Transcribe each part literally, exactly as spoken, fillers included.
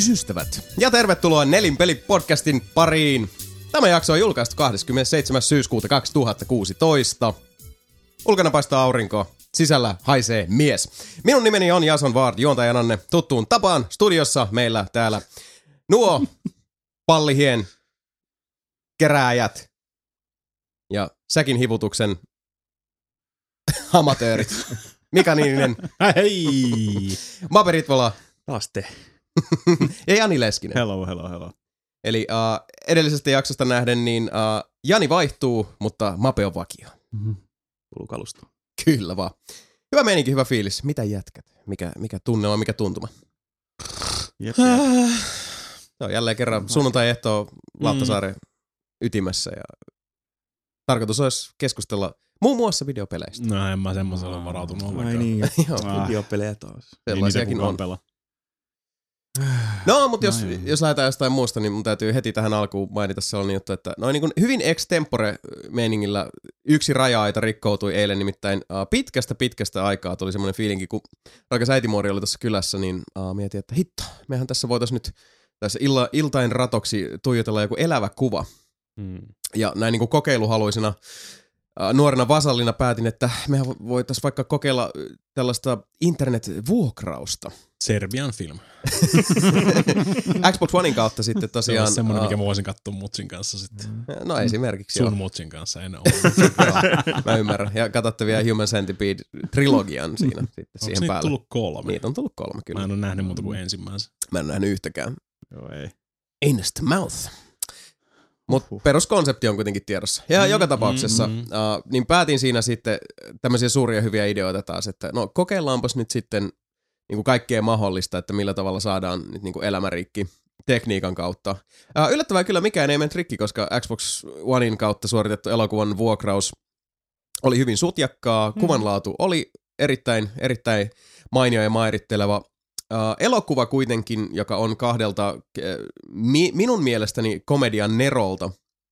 ihmisystävät, ja tervetuloa Nelinpeli-podcastin pariin. Tämä jakso on julkaistu kahdeskymmenesseitsemäs syyskuuta kaksituhattakuusitoista. Ulkona paistaa aurinko, sisällä haisee mies. Minun nimeni on Jason Ward, juontajananne tuttuun tapaan. Studiossa meillä täällä nuo pallihien kerääjät ja säkin hivutuksen amatöörit. Mika Niininen. Hei! Mape Ritvola. Taas te. Ja Jani Leskinen. Hello, hello, hello. Eli uh, edellisestä jaksosta nähden, niin uh, Jani vaihtuu, mutta Mape on vakio. Mm-hmm. Pulukalusta. Kyllä vaan. Hyvä meininki, hyvä fiilis. Mitä jätkät? Mikä, mikä tunnelma, mikä tuntuma? Jep, jep. Se on jälleen kerran sunnuntai-ehtoo Lauttasaaren mm. ytimessä ja tarkoitus olisi keskustella muun muassa videopeleistä. No en mä semmoisella varautunut ollenkaan. Ai niin, Joo. videopelejä taas. Sellaisiakin on. Pela. No, mutta jos, No, jos lähdetään jostain muusta, niin mun täytyy heti tähän alkuun mainita sellainen juttu, että noin niin kuin hyvin extempore-meiningillä yksi raja-aita rikkoutui eilen, nimittäin uh, pitkästä pitkästä aikaa tuli semmoinen fiilinki, kun rakas äitimuori oli tuossa kylässä, niin uh, mietin, että hitto, mehän tässä voitaisiin nyt tässä illa, iltain ratoksi tuijotella joku elävä kuva. Hmm. Ja näin niin kuin kokeiluhaluisena uh, nuorena vasallina päätin, että mehän voitaisiin vaikka kokeilla tällaista internet-vuokrausta. Serbian film. Xbox Onein kautta sitten tosiaan. Se on semmoinen, mikä mä voisin katsoa mutsin kanssa sitten. No esimerkiksi. Sun joo. mutsin kanssa, en ole. Joo, mä ymmärrän. Ja katsotte vielä Human Centipede-trilogian siinä sitten siihen niitä päälle. tullut kolme? Niitä on tullut kolme, kyllä. Mä en ole nähnyt muuta kuin ensimmäisen. Mä en ole nähnyt yhtäkään. Joo, ei. Anus to mouth. Mutta uh-huh. peruskonsepti on kuitenkin tiedossa. Ja mm, joka tapauksessa, mm, uh, niin päätin siinä sitten tämmöisiä suuria hyviä ideoita taas, että no kokeillaanpas nyt sitten niin kuin kaikkea mahdollista, että millä tavalla saadaan nyt niin kuin elämärikki tekniikan kautta. Uh, yllättävää kyllä mikään ei mennyt rikki, koska Xbox Onein kautta suoritettu elokuvan vuokraus oli hyvin sutjakkaa, mm. kuvanlaatu oli erittäin, erittäin mainio ja mairitteleva. Uh, elokuva kuitenkin, joka on kahdelta uh, mi- minun mielestäni komedian nerolta,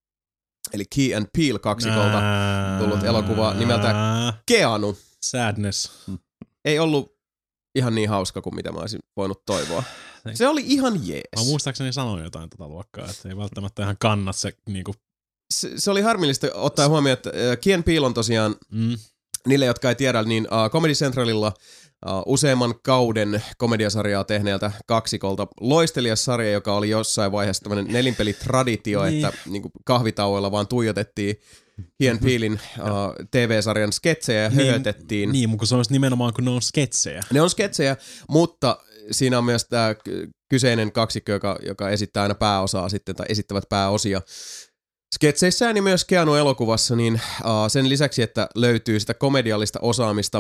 eli Key and Peele kaksikolta tullut elokuva nimeltä Keanu. Sadness. Ei ollut ihan niin hauska kuin mitä mä olisin voinut toivoa. Se oli ihan jees. Mä muistaakseni sanoin jotain tota luokkaa, että ei välttämättä ihan kanna se niinku. Se, se oli harmillista ottaa huomioon, että uh, Key and Peele on tosiaan, mm. niille jotka ei tiedä, niin uh, Comedy Centralilla Uh, useamman kauden komediasarjaa tehneeltä kaksikolta loistelijasarja, joka oli jossain vaiheessa tämmöinen nelinpelitraditio, niin. että niin kuin kahvitauoilla vaan tuijotettiin Key and Peelen uh, T V-sarjan sketsejä ja niin, höhötettiin. Niin, mutta se on nimenomaan, kun ne on sketsejä. Ne on sketsejä, mutta siinä on myös tämä kyseinen kaksikko, joka, joka esittää aina pääosaa sitten, tai esittävät pääosia sketseissään, niin myös Keanu-elokuvassa, niin uh, sen lisäksi, että löytyy sitä komediallista osaamista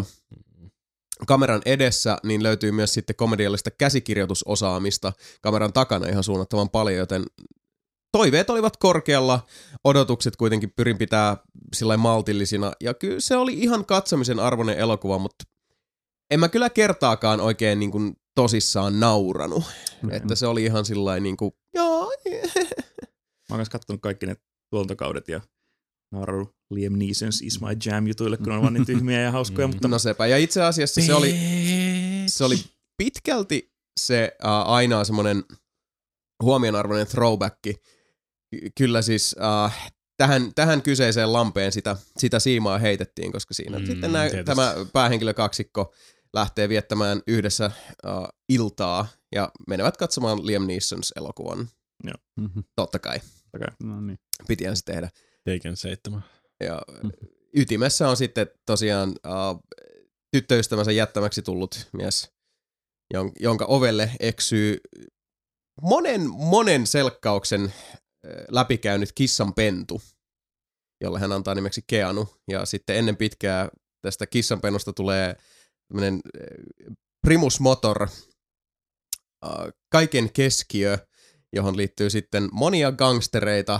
kameran edessä, niin löytyy myös sitten komediallista käsikirjoitusosaamista kameran takana ihan suunnattoman paljon, joten toiveet olivat korkealla, odotukset kuitenkin pyrin pitää sillä maltillisina, ja kyllä se oli ihan katsomisen arvoinen elokuva, mutta en mä kyllä kertaakaan oikein niin kuin tosissaan nauranut, mm-hmm. että se oli ihan sillain niin kuin, joo. Mä oon myös kattonut kaikki ne tuoltokaudet ja naurannut Liam Neeson's Is My Jam -jutuille, kun on vaan niin tyhmiä ja hauskoja. Mutta no sepä. Ja itse asiassa se oli, se oli pitkälti se uh, ainoa semmoinen huomionarvoinen throwback. Kyllä siis uh, tähän, tähän kyseiseen lampeen sitä, sitä siimaa heitettiin, koska siinä mm, sitten nää, tämä päähenkilökaksikko lähtee viettämään yhdessä uh, iltaa ja menevät katsomaan Liam Neeson's elokuvan. Joo. Mm-hmm. Totta kai. Okay. No niin. Pitihän se tehdä. Taken seitsemän. Ja ytimessä on sitten tosiaan uh, tyttöystävänsä jättämäksi tullut mies, jonka ovelle eksyy monen, monen selkkauksen läpikäynyt kissanpentu, jolle hän antaa nimeksi Keanu. Ja sitten ennen pitkää tästä kissanpennusta tulee tämmöinen primus motor, uh, kaiken keskiö, johon liittyy sitten monia gangstereita,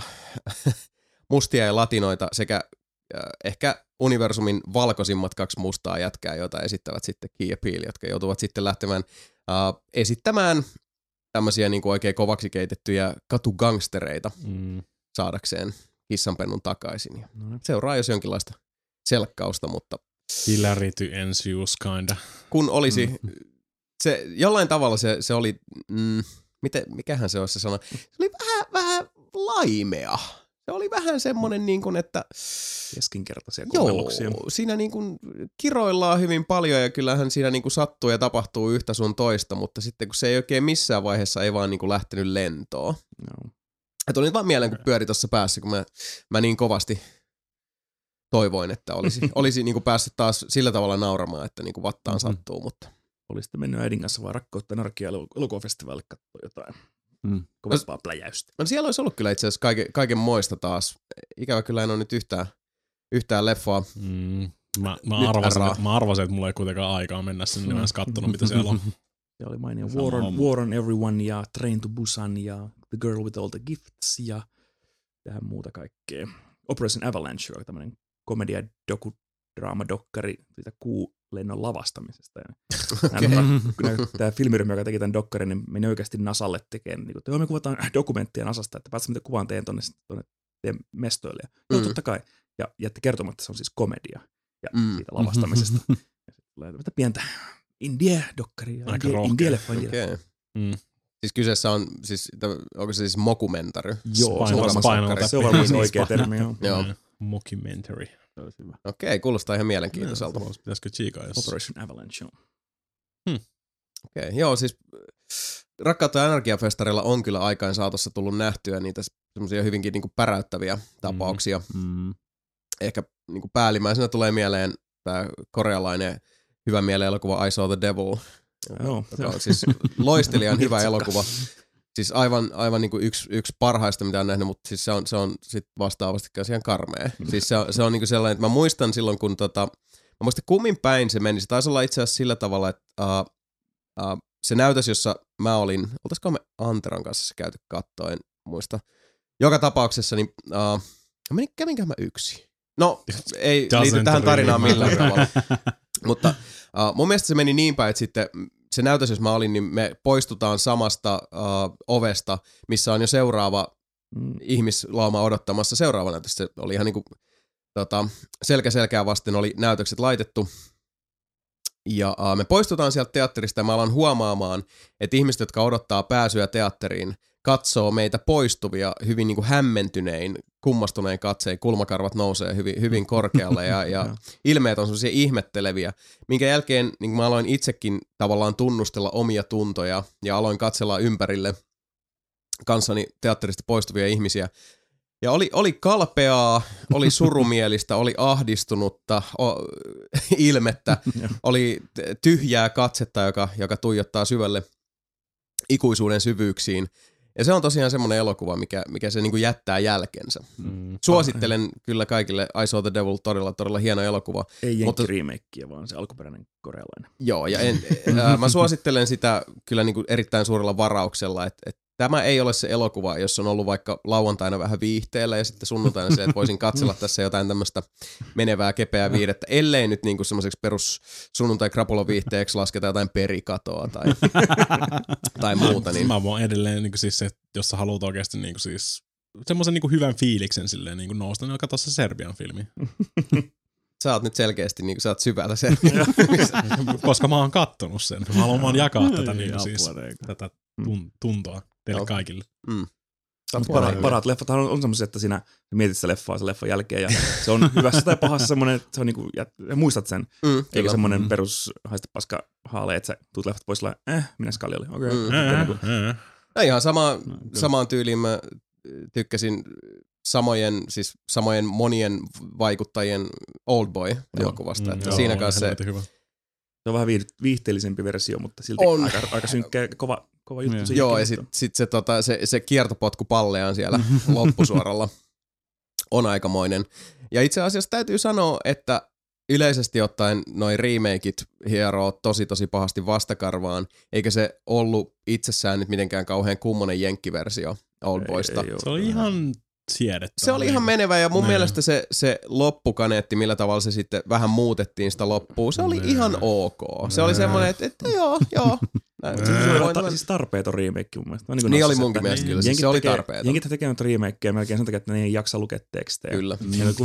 mustia ja latinoita sekä äh, ehkä universumin valkoisimmat kaksi mustaa jätkää, joita esittävät sitten Key ja Peele, jotka joutuvat sitten lähtemään äh, esittämään tämmöisiä niin kuin oikein kovaksi keitettyjä katugangstereita mm. saadakseen kissanpennun takaisin. Ja no. Seuraa jos jonkinlaista selkkausta, mutta Hillary to Ensues kinda. Kun olisi, mm. se, jollain tavalla se, se oli, mm, miten, mikähän se olisi se sana, se oli vähän, vähän laimea. Se oli vähän semmoinen niin kuin, että keskinkertaisia kommelluksia. Joo, siinä niin kuin kiroillaan hyvin paljon ja kyllähän siinä niin kuin sattuu ja tapahtuu yhtä sun toista, mutta sitten kun se ei oikein missään vaiheessa ei vaan niin kuin lähtenyt lentoon. No. Että oli vaan mieleen, kun pyöri tuossa päässä, kun mä, mä niin kovasti toivoin, että olisi, olisi niin kuin päässyt taas sillä tavalla nauramaan, että niin kuin vattaan Mm-hmm. sattuu, mutta Oli sitten mennyt äidin kanssa vaan rakkautta anarkia elokuvafestivaalille katsoa jotain mm. kovempaa pläjäystä. No siellä olisi ollut kyllä itse asiassa kaiken, kaiken moista taas. Ikävä kyllä en ole nyt yhtään, yhtään leffaa. Mm. Mä, mä, arvasin, että, mä arvasin, että mulla ei kuitenkaan aikaa mennä sinne, mä en kattonut, mitä siellä on. Se oli mainio War on, War on Everyone ja Train to Busan ja The Girl with All the Gifts ja tähän muuta kaikkea. Operation Avalanche, joka on tämmöinen komedia doku draama-dokkari siitä kuulennon lavastamisesta. Okay. Tämä filmiryhmä, joka teki tämän dokkarin, niin meni oikeasti Nasalle tekemään, niin että me kuvataan dokumenttia Nasasta, että päästä mitä kuvaan teen tuonne, tuonne teidän mestoille. Ja, mm. Joo, totta kai. Ja jätti kertomaan, että se on siis komedia ja mm. siitä lavastamisesta. Mm-hmm. Ja sitten tulee pientä India-dokkaria. Aika India-leffa. Okay. Mm. Siis kyseessä on, siis, onko se siis mockumentary? Joo, se on varmaan oikea termi. Joo. Mockumentary. Okei, okay, kuulostaa ihan mielenkiintoiselta. No, pitäisikö chiikaa jos... Operation Avalanche. Hmm. Okei, okay, joo, siis Rakkautta ja Energiafestarilla on kyllä aikaan saatossa tullut nähtyä niitä semmoisia hyvinkin niinku päräyttäviä tapauksia. Mm. Ehkä niinku päällimmäisenä tulee mieleen tämä korealainen hyvä mieleen elokuva I Saw the Devil, Joo, joka on siis loistelijan hyvä elokuva. Siis aivan, aivan niin kuin yksi, yksi parhaista, mitä olen nähnyt, mutta siis se on, se on sit vastaavasti ihan karmea. Siis se on, se on niin kuin sellainen, että mä muistan silloin, kun tota, mä muistan kummin päin se meni. Se taisi olla itse asiassa sillä tavalla, että uh, uh, se näytös, jossa mä olin, oltaisiko me Anteron kanssa se käyty kattoa, en muista. Joka tapauksessa, niin uh, menin, kävinkään mä yksin. No, ei liity tähän tarinaan millään tavalla. Mutta uh, mun mielestä se meni niin päin, että sitten se näytös, jos mä olin, niin me poistutaan samasta uh, ovesta, missä on jo seuraava mm. ihmislauma odottamassa seuraava näytös. Se oli ihan niinku tota, selkä selkää vasten oli näytökset laitettu. Ja uh, me poistutaan sieltä teatterista ja mä alan huomaamaan, että ihmiset, jotka odottaa pääsyä teatteriin, katsoo meitä poistuvia hyvin niin kuin hämmentynein, kummastunein katsein, kulmakarvat nousee hyvin, hyvin korkealle ja, ja ilmeet on sellaisia ihmetteleviä, minkä jälkeen niin mä aloin itsekin tavallaan tunnustella omia tuntoja ja aloin katsella ympärille kanssani teatterista poistuvia ihmisiä. Ja oli, oli kalpeaa, oli surumielistä, oli ahdistunutta o, ilmettä, oli tyhjää katsetta, joka, joka tuijottaa syvälle ikuisuuden syvyyksiin. Ja se on tosiaan semmoinen elokuva, mikä, mikä se niinku jättää jälkensä. Mm. Suosittelen mm. kyllä kaikille I Saw the Devil, todella, todella hieno elokuva. Ei jenkki-remakea, vaan se alkuperäinen korealainen. Joo, ja en, ää, mä suosittelen sitä kyllä niinku erittäin suurella varauksella, että et tämä ei ole se elokuva, jos on ollut vaikka lauantaina vähän viihteellä ja sitten sunnuntaina se, että voisin katsella tässä jotain tämmöistä menevää kepeää viihdettä, ellei nyt niinku semmoiseksi perus sunnuntai-krapuloviihteeksi lasketa jotain perikatoa tai, tai muuta. Niin. Mä voin edelleen, niin siis se, jos sä haluat oikeasti niin siis, semmoisen niin hyvän fiiliksen silleen, niin nousta, niin katso se Serbian filmi. Sä oot nyt selkeästi, niin sä oot syvällä sen. Koska mä oon kattonut sen. Mä haluan vaan jakaa tätä, niin siis, tätä tun- tuntoa teille no. kaikille. Mm. Para, parat leffat on, on semmoisia, että sinä mietit sitä leffaa sen leffan jälkeen ja se on hyvässä tai pahassa semmoinen, että se on niinku, ja muistat sen, mm, eikä semmoinen mm. perus haista paska haale, että sä tuut leffat pois ja eh, minä skalli oli. Okei. Okay. Mm. Niinku. No ihan sama, no, samaan tyyliin mä tykkäsin samojen, siis samojen monien vaikuttajien Oldboy-elokuvasta. Mm, joo, siinä kanssa se, se on vähän viihteellisempi versio, mutta silti on aika, aika synkkä kova, kova juttu. Mm. Joo, ja sitten sit se, tota, se, se kiertopotku palleaan siellä loppusuoralla on aikamoinen. Ja itse asiassa täytyy sanoa, että yleisesti ottaen noi remakeit hieroo tosi tosi pahasti vastakarvaan, eikä se ollut itsessään nyt mitenkään kauhean kummonen jenkkiversio Oldboysta. Ei, ei se oli ihan siedettävä. Se oli ihan menevä ja mun ne. mielestä se, se loppukaneetti, millä tavalla se sitten vähän muutettiin sitä loppua, se oli ne. ihan ok. Se ne. oli semmoinen, että, että joo, joo, Se on siis tarpeeton remake mun mielestä. Niin, niin oli munkin mielestä kyllä, siis se oli tarpeeton. Jenkit tekevät remakeja melkein sen takia, että ne ei jaksa lukea tekstejä. Kyllä.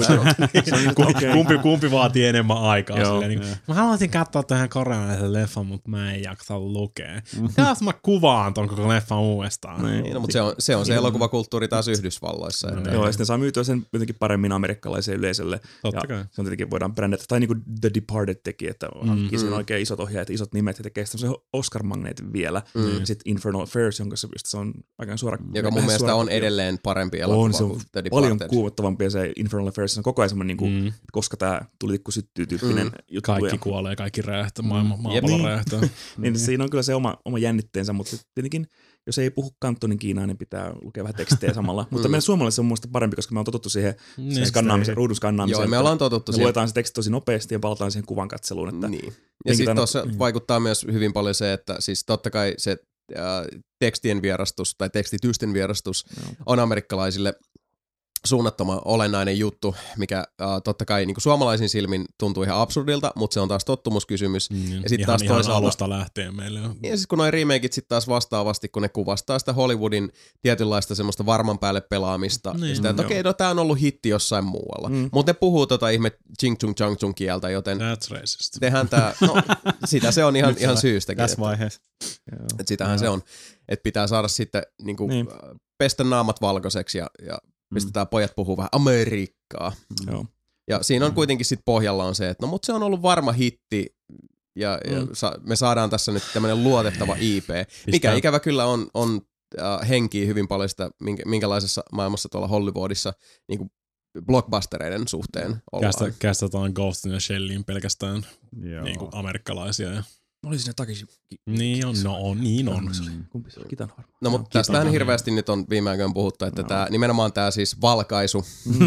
Kumpi, kumpi vaatii enemmän aikaa. Niin, mä haluaisin katsoa tähän korealaisen leffan, mutta mä en jaksa lukea. Taas mä kuvaan ton koko leffan uudestaan. Niin, no, mutta se on se, on se elokuvakulttuuri taas Yhdysvalloissa. No, joo, ja sitten saa myytyä sen jotenkin paremmin amerikkalaiseen yleisölle. Totta kai. Se on tietenkin voidaan brändätä. Tai niin kuin The Departed teki, että hankkii mm. oikein isot ohjaajat, isot nimet ja tekee sitten Oscar-magneetin vielä. Mm. Sitten Infernal Affairs, jonka se, se on aika suora. Joka mun mielestä on edelleen parempi elokuva on, se on kuin The Departed. Paljon kuumottavampi ja se Infernal Affairs on koko ajan semmoinen, niin mm. koska tämä tulitikku syttyy tyyppinen mm. juttu. Kaikki kuolee, kaikki räjähtää, maailma, maapallo räjähtää. Niin siinä on kyllä se oma, oma jännitteensä, mutta tietenkin jos ei puhu kantonin Kiinaa, niin pitää lukea vähän tekstejä samalla. Mutta meidän suomalaisessa on mun parempi, koska me on totuttu siihen, siihen skannaamiseen, ruudun skannaamiseen. Joo, me ollaan totuttu me siihen. Luetaan se teksti tosi nopeasti ja palataan siihen kuvan katseluun. Että niin. Ja sitten tuossa mm. vaikuttaa myös hyvin paljon se, että siis totta kai se äh, tekstien vierastus tai tekstitysten vierastus no. on amerikkalaisille suunnattoman olennainen juttu, mikä äh, totta kai niin kuin suomalaisin silmin tuntuu ihan absurdilta, mutta se on taas tottumuskysymys. Mm, ja sit ihan, taas ihan toisaalta, alusta lähtien meille. Ja siis kun noi remakeit sitten taas vastaavasti, kun ne kuvastaa sitä Hollywoodin tietynlaista semmoista varman päälle pelaamista, niin, ja sitä, että okei, okay, no tää on ollut hitti jossain muualla. Mm. Mutta ne puhuu tota ihme ching chung chang chung kieltä, joten that's racist. Tehdään tää, no sitä se on ihan, ihan syystäkin. Tässä vaiheessa. Että sitähän se on, että pitää saada sitten niinku, niin. pestä naamat valkoiseksi ja, ja pistetään pojat puhuu vähän Amerikkaa. Joo. Ja siinä on kuitenkin sit pohjalla on se, että no mut se on ollut varma hitti ja, mm. ja sa- me saadaan tässä nyt tämmönen luotettava I P, mikä ikävä kyllä on, on äh, henkii hyvin paljon sitä, minkä, minkälaisessa maailmassa tuolla Hollywoodissa niin kuin blockbustereiden suhteen ollaan. Kästetään Ghostin ja Shellyin pelkästään niin kuin amerikkalaisia. Ja oli siinä Takeshi. Niin on, no on, niin on. Mm. Kumpi se on? Kitan varmaan. No mutta tästähän hirveästi nyt on viime aikoina puhuttu, että no. tää, nimenomaan tämä siis valkaisu,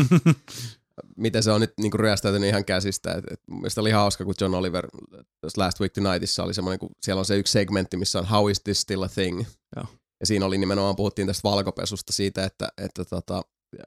miten se on nyt niinku ryöstäytynyt ihan käsistä. Et, et, mielestäni oli hauska, kun John Oliver Last Week Tonightissa oli semmoinen, kun siellä on se yksi segmentti, missä on How is this still a thing? Ja, ja siinä oli nimenomaan, puhuttiin tästä valkopesusta siitä, että, että tota,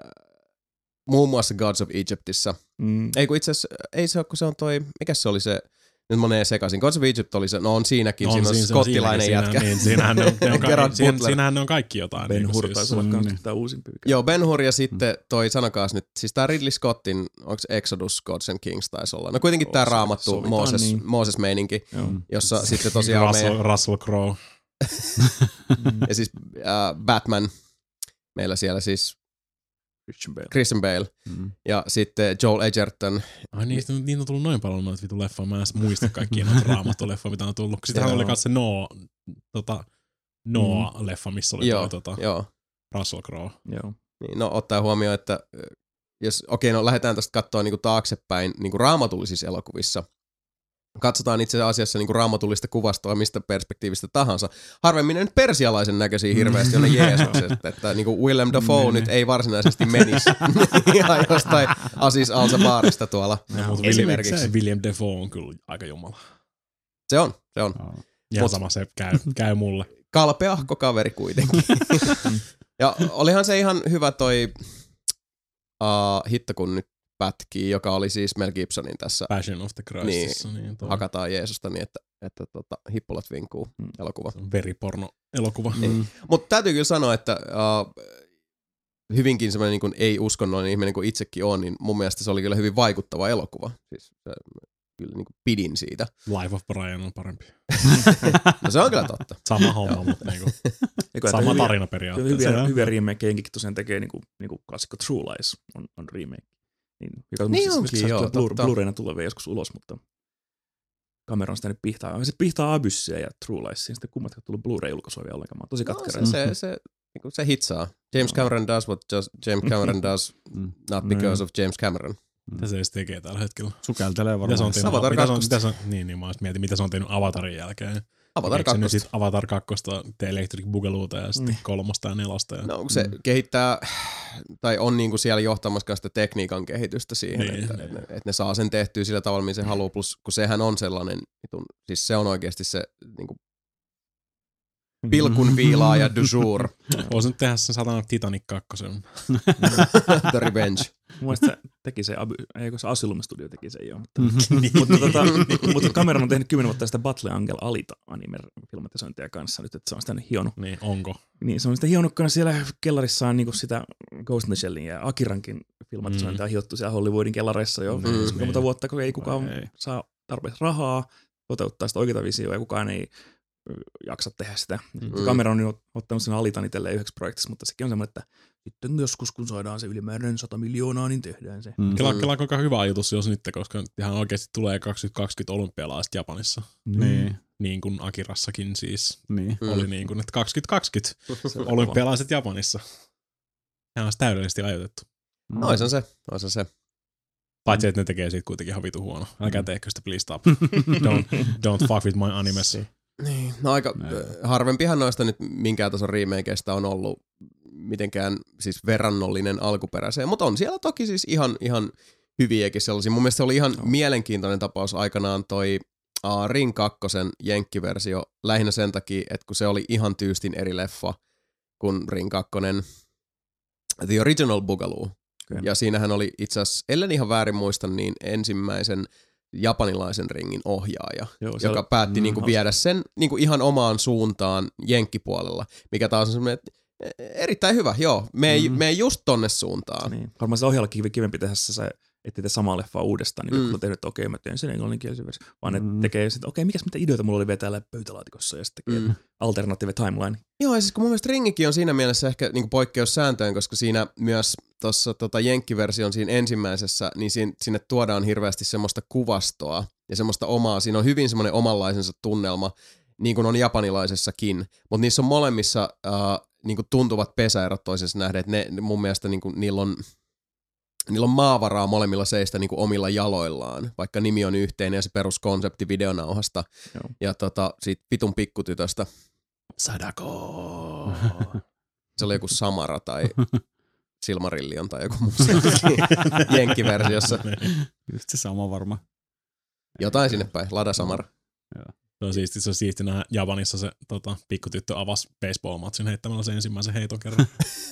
muun muassa Gods of Egyptissä, mm. ei kun itse asiassa, ei se ole, kun se on toi, mikä se oli se, nyt moneen sekaisin. Gods of Egypt oli se, no on siinäkin, no on, siinä on siinä, skottilainen jätkä. Niin, siinähän, ne on, ne on ka- siinä, siinähän ne on kaikki jotain. Ben Hur taisi olla kans niin. tää uusimpi. Joo, Ben Hur ja sitten toi, sanokaas nyt, siis tää Ridley Scottin, onko Exodus, Gods and Kings taisi olla. No kuitenkin oh, tää raamattu Mooses, niin. Mooses-meininki, jossa sitten tosiaan Russell, meidän Russell Crowe. ja siis äh, Batman, meillä siellä siis Christian Bale. Christian Bale. Mm. Ja sitten Joel Edgerton. Ai niistä on, niitä on tullut noin paljon noita vitu leffoja. Mä en edes muista kaikkia noita raamattu-leffoja, mitä on tullut. Sitähän oli kanssa se Noah, tota, Noah-leffa, missä oli joo, toi tota, joo. Russell Crowe. Joo. Niin, no ottaa huomioon, että jos, okei, no lähdetään tästä katsoa niinku taaksepäin niinku raamatullisissa elokuvissa. Katsotaan itse asiassa niinku raamatullista kuvastoa mistä perspektiivistä tahansa. Harvemmin ne nyt persialaisen näköisiä hirveästi on ne Jeesukset, että niinku Willem Dafoe nyt ei varsinaisesti menisi ihan jostain Aziz Al-Sabarista tuolla no, esimerkiksi. Se William Dafoe on kyllä aika jumala. Se on, se on. No. Ja Mut, sama se käy, käy mulle. Kalpeahko kaveri kuitenkin. Ja olihan se ihan hyvä toi uh, hitto kun nyt pätkii, joka oli siis Mel Gibsonin tässä Passion of the Christissa. Niin, niin hakataan Jeesusta niin, että, että tota, hippulat vinkuu mm. elokuva. Veriporno-elokuva. Niin. Mm. Mutta täytyy kyllä sanoa, että uh, hyvinkin semmoinen niin kuin ei-uskonnollinen ihminen kuin itsekin on, niin mun mielestä se oli kyllä hyvin vaikuttava elokuva. Siis se, kyllä niin kuin pidin siitä. Life of Brian on parempi. No se on kyllä totta. Sama homma, mutta niinku, sama hyviä, tarina periaatteessa. Hyviä, hyviä remakeja, jenkin tosiaan tekee niinku, niinku klassikko True Lies on, on remake. Niin, joka niin onkin, joo, Blu- Blu-rayna tulee ulos ulos, mutta Cameron sitä nyt pihtaa. Se pihtaa Abyssia ja True Liesia, sitten kummatkaan tullut Blu-ray-julkaisua vielä ollenkaan. Mä oon tosi katkera. No, se, se, se, niin se hitsaa. James Cameron does what just James Cameron does, not because of James Cameron. Mitä se edes tekee tällä hetkellä? Sukeltelee varmaan. Mitä se on tehnyt? Avatar kaksi. Niin, niin mä olisin mietin, mitä se on tehnyt Avatarin jälkeen. Avatar kaksi. Nyt sit Avatar kaksi, The Electric Boogaluuta ja sitten mm. kolmosta ja nelosta. Ja... No se mm. kehittää, tai on niinku siellä johtamassa sitä tekniikan kehitystä siihen, niin, että, niin. että, että ne saa sen tehtyä sillä tavalla, mihin se haluaa. Plus kun sehän on sellainen, siis se on oikeasti se niinku pilkun viilaa ja du jour. Voisin nyt tehdä sen satana Titanic kakkosen. The Revenge. Mun mielestä se teki se, eikö se Asylum Studio teki sen jo. Mutta, mutta, tota, mutta Cameron on tehnyt kymmenen vuotta sitä Battle Angel Alita anime-filmatisointia kanssa nyt, että se on sitä hionut. Niin, onko? Niin, se on sitä hionut siellä kellarissaan niin sitä Ghost in the Shellin ja Akirankin filmatisointia mm. hiottu siellä Hollywoodin kellareissa jo. Mm. Monta vuotta, kun ei kukaan ei. saa tarpeeksi rahaa toteuttaa sitä oikeita visioa ja kukaan ei jaksa tehdä sitä. Mm. Cameron on ottanut sen Alitan itselleen yhdeksi projektissa, mutta sekin on semmoinen, että sitten joskus kun saadaan se ylimääräinen sata miljoonaa, niin tehdään se. Mm. Kela, kela on aika hyvä ajatus jos nyt, koska ihan oikeasti tulee kaksituhattakaksikymmentä olympialaiset Japanissa. Niin. Niin kuin Akirassakin siis niin. oli niin kuin, että kaksituhattakaksikymmentä olympialaiset Japanissa. Sehän olisi täydellisesti ajoitettu. No ois on se, ois on se. Paitsi, että ne tekee siitä kuitenkin ihan vitu huono. Älkää teekö sitä, please stop. don't, don't fuck with my animes. Niin, no aika no. harvempihan noista nyt minkään tason remakeista on ollut mitenkään siis verrannollinen alkuperäiseen, mutta on siellä toki siis ihan, ihan hyviäkin sellaisia. Mun mielestä se oli ihan no. mielenkiintoinen tapaus aikanaan toi uh, Ring kakkosen jenkkiversio lähinnä sen takia, että kun se oli ihan tyystin eri leffa kuin Ring kakkonen The Original Boogaloo. Okay. Ja siinähän oli itse asiassa, ellen ihan väärin muista, niin ensimmäisen japanilaisen ringin ohjaaja, Joo, joka oli, päätti mm, niinku viedä sen niinku ihan omaan suuntaan jenkkipuolella, mikä taas on semmoinen, erittäin hyvä, joo, mene mm. just tonne suuntaan. Niin. Varmaan se ohjaajakin kivempi tehdä se, ettei tee samaa leffaa uudestaan, niin mm. kun on tehnyt, että okei, mä teen sen englanninkielisen versio, vaan ne mm. tekee sitten, okei, mikäs mitä ideoita mulla oli vielä täällä pöytälaatikossa, ja sitten tekee mm. alternative timeline. Joo, ja siis kun mun mielestä Ringikin on siinä mielessä ehkä niinku poikkeus sääntöön, koska siinä myös tuossa tota jenkkiversion siinä ensimmäisessä, niin siinä, sinne tuodaan hirveästi semmoista kuvastoa ja semmoista omaa, siinä on hyvin semmoinen omanlaisensa tunnelma, niin kuin on japanilaisessakin, mutta niissä on molemmissa äh, niinku tuntuvat pesäerot toisensa nähden, että ne mun mielestä niinku, niillä on Niillä on maavaraa molemmilla seistä niinku omilla jaloillaan, vaikka nimi on yhteinen ja se peruskonsepti videonauhasta. Joo. Ja tota, siitä vitun pikkutytöstä. Sadako. Se oli joku Samara tai Silmarillion tai joku muu jenkkiversiossa. Just se sama varma. Jotain sinne päin, Lada Samara. Joo. Se on siisti, se on siisti nähdä Japanissa se tota, pikkutyttö avasi baseball-matsin heittämällä sen ensimmäisen heiton kerran.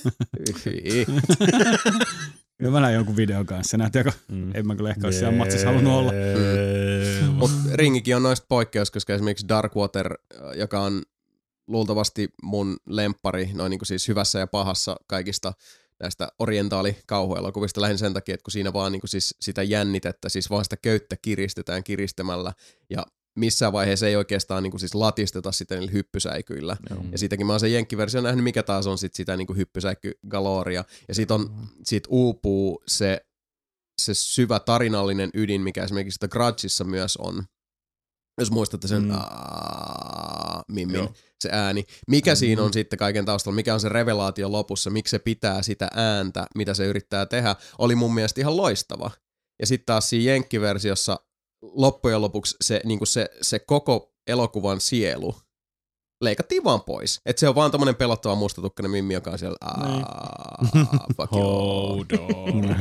Kyllä mä näin jonkun videon kanssa. Nähtiin, joka mm. en mä kyllä ehkä olisi siellä matsissa halunnut olla. Mm. Mutta Ringikin on noista poikkeus, koska esimerkiksi Darkwater, joka on luultavasti mun lemppari, noin niin kuin siis hyvässä ja pahassa kaikista näistä orientaalikauhuelokuvista lähinnä sen takia, että kun siinä vaan niin kuin siis sitä jännitettä, siis vaan sitä köyttä kiristetään kiristämällä ja missään vaiheessa ei oikeastaan niin kuin siis latisteta sitä niillä hyppysäikyillä. Mm. Ja siitäkin mä oon sen jenkkiversion nähnyt, mikä taas on sit sitä niin kuin hyppysäikkygaloria. Ja siitä, on, siitä uupuu se, se syvä tarinallinen ydin, mikä esimerkiksi sitä Grudgeissa myös on. Jos muistatte sen mm. aaa, mimmin, Joo. se ääni. Mikä mm. siinä on sitten kaiken taustalla, mikä on se revelaatio lopussa, miksi se pitää sitä ääntä, mitä se yrittää tehdä, oli mun mielestä ihan loistava. Ja sitten taas siinä jenkkiversiossa loppujen lopuksi se, niin kuin se, se koko elokuvan sielu leikattiin vaan pois. Että se on vaan tommonen pelottava mustatukkainen mimmi, joka on siellä aah, fuck Hold on.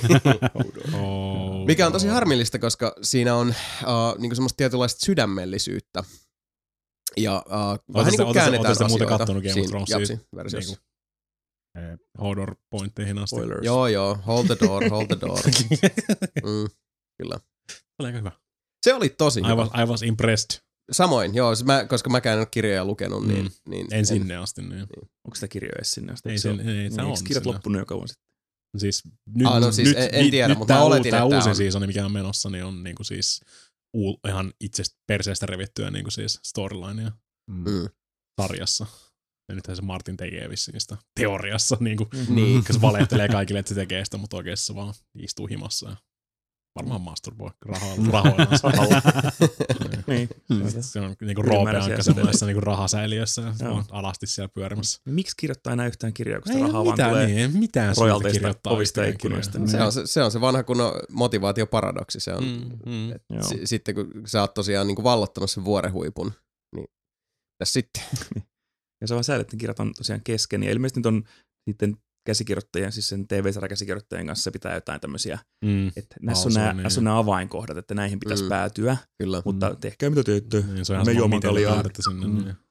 Mikä on tosi harmillista, koska siinä on uh, niinku semmoista tietynlaista sydämellisyyttä. Ja uh, vähän niinku käännetään asioita. Oletko muuten kattonut Game of Thronesia? Versiossa. Niinku, Hodor-pointteihin asti. Spoilers. Joo, joo. Hold the door, hold the door. mm, kyllä. Oli aika hyvä. Se oli tosi I hyvä. Was, I was impressed. Samoin, joo, mä, koska mäkään en ole kirjoja lukenut, niin... Mm. niin en sinne asti, niin. niin. Onko sitä kirjoja edes sinne asti? Ei, se, ei, ei, se on. Eikö kirjat loppunut jo kauan sitten? Siis nyt, ah, no siis nyt, en, en tiedä, nyt, mutta mä oletin, tämä että uusi on. seasoni, mikä on menossa, niin on niinku siis uu, ihan itsestä perseestä revittyä niinku siis storylinea mm. sarjassa. Ja nythän se Martin tekee vissiin sitä teoriassa, niinku, niin. koska se valehtelee kaikille, että se tekee sitä, mutta oikeasti se vaan istuu himassa ja varmaan masturboi rahoillaan samalla. Niin. Se on niinku roopeankka semmoisessa niinku rahasäiliössä ja on alasti siellä pyörimässä. Miksi kirjoittaa enää yhtään kirjaa, kun sitä ei rahaa vaan mitään, tulee niin, mitään rojalteista, ovista ja ikkunoista. Niin. Se, on se, se on se vanha kunnon motivaatioparadoksi. Se on, mm, mm, et, s- sitten kun sä oot tosiaan niinku vallottanut sen vuorenhuipun, niin tässä sitten. Ja se on vaan sääli, että kirjat on tosiaan kesken. Ja ilmeisesti on sitten käsikirjoittajien, siis sen T V-sarjakäsikirjoittajien kanssa pitää jotain tämmöisiä, mm. että näissä on, nämä, niin. on nämä avainkohdat, että näihin pitäisi mm. päätyä, Kyllä. mutta mm. tehkää mitä teette, niin, me juomaan kaljaa. Sinne, mm. niin.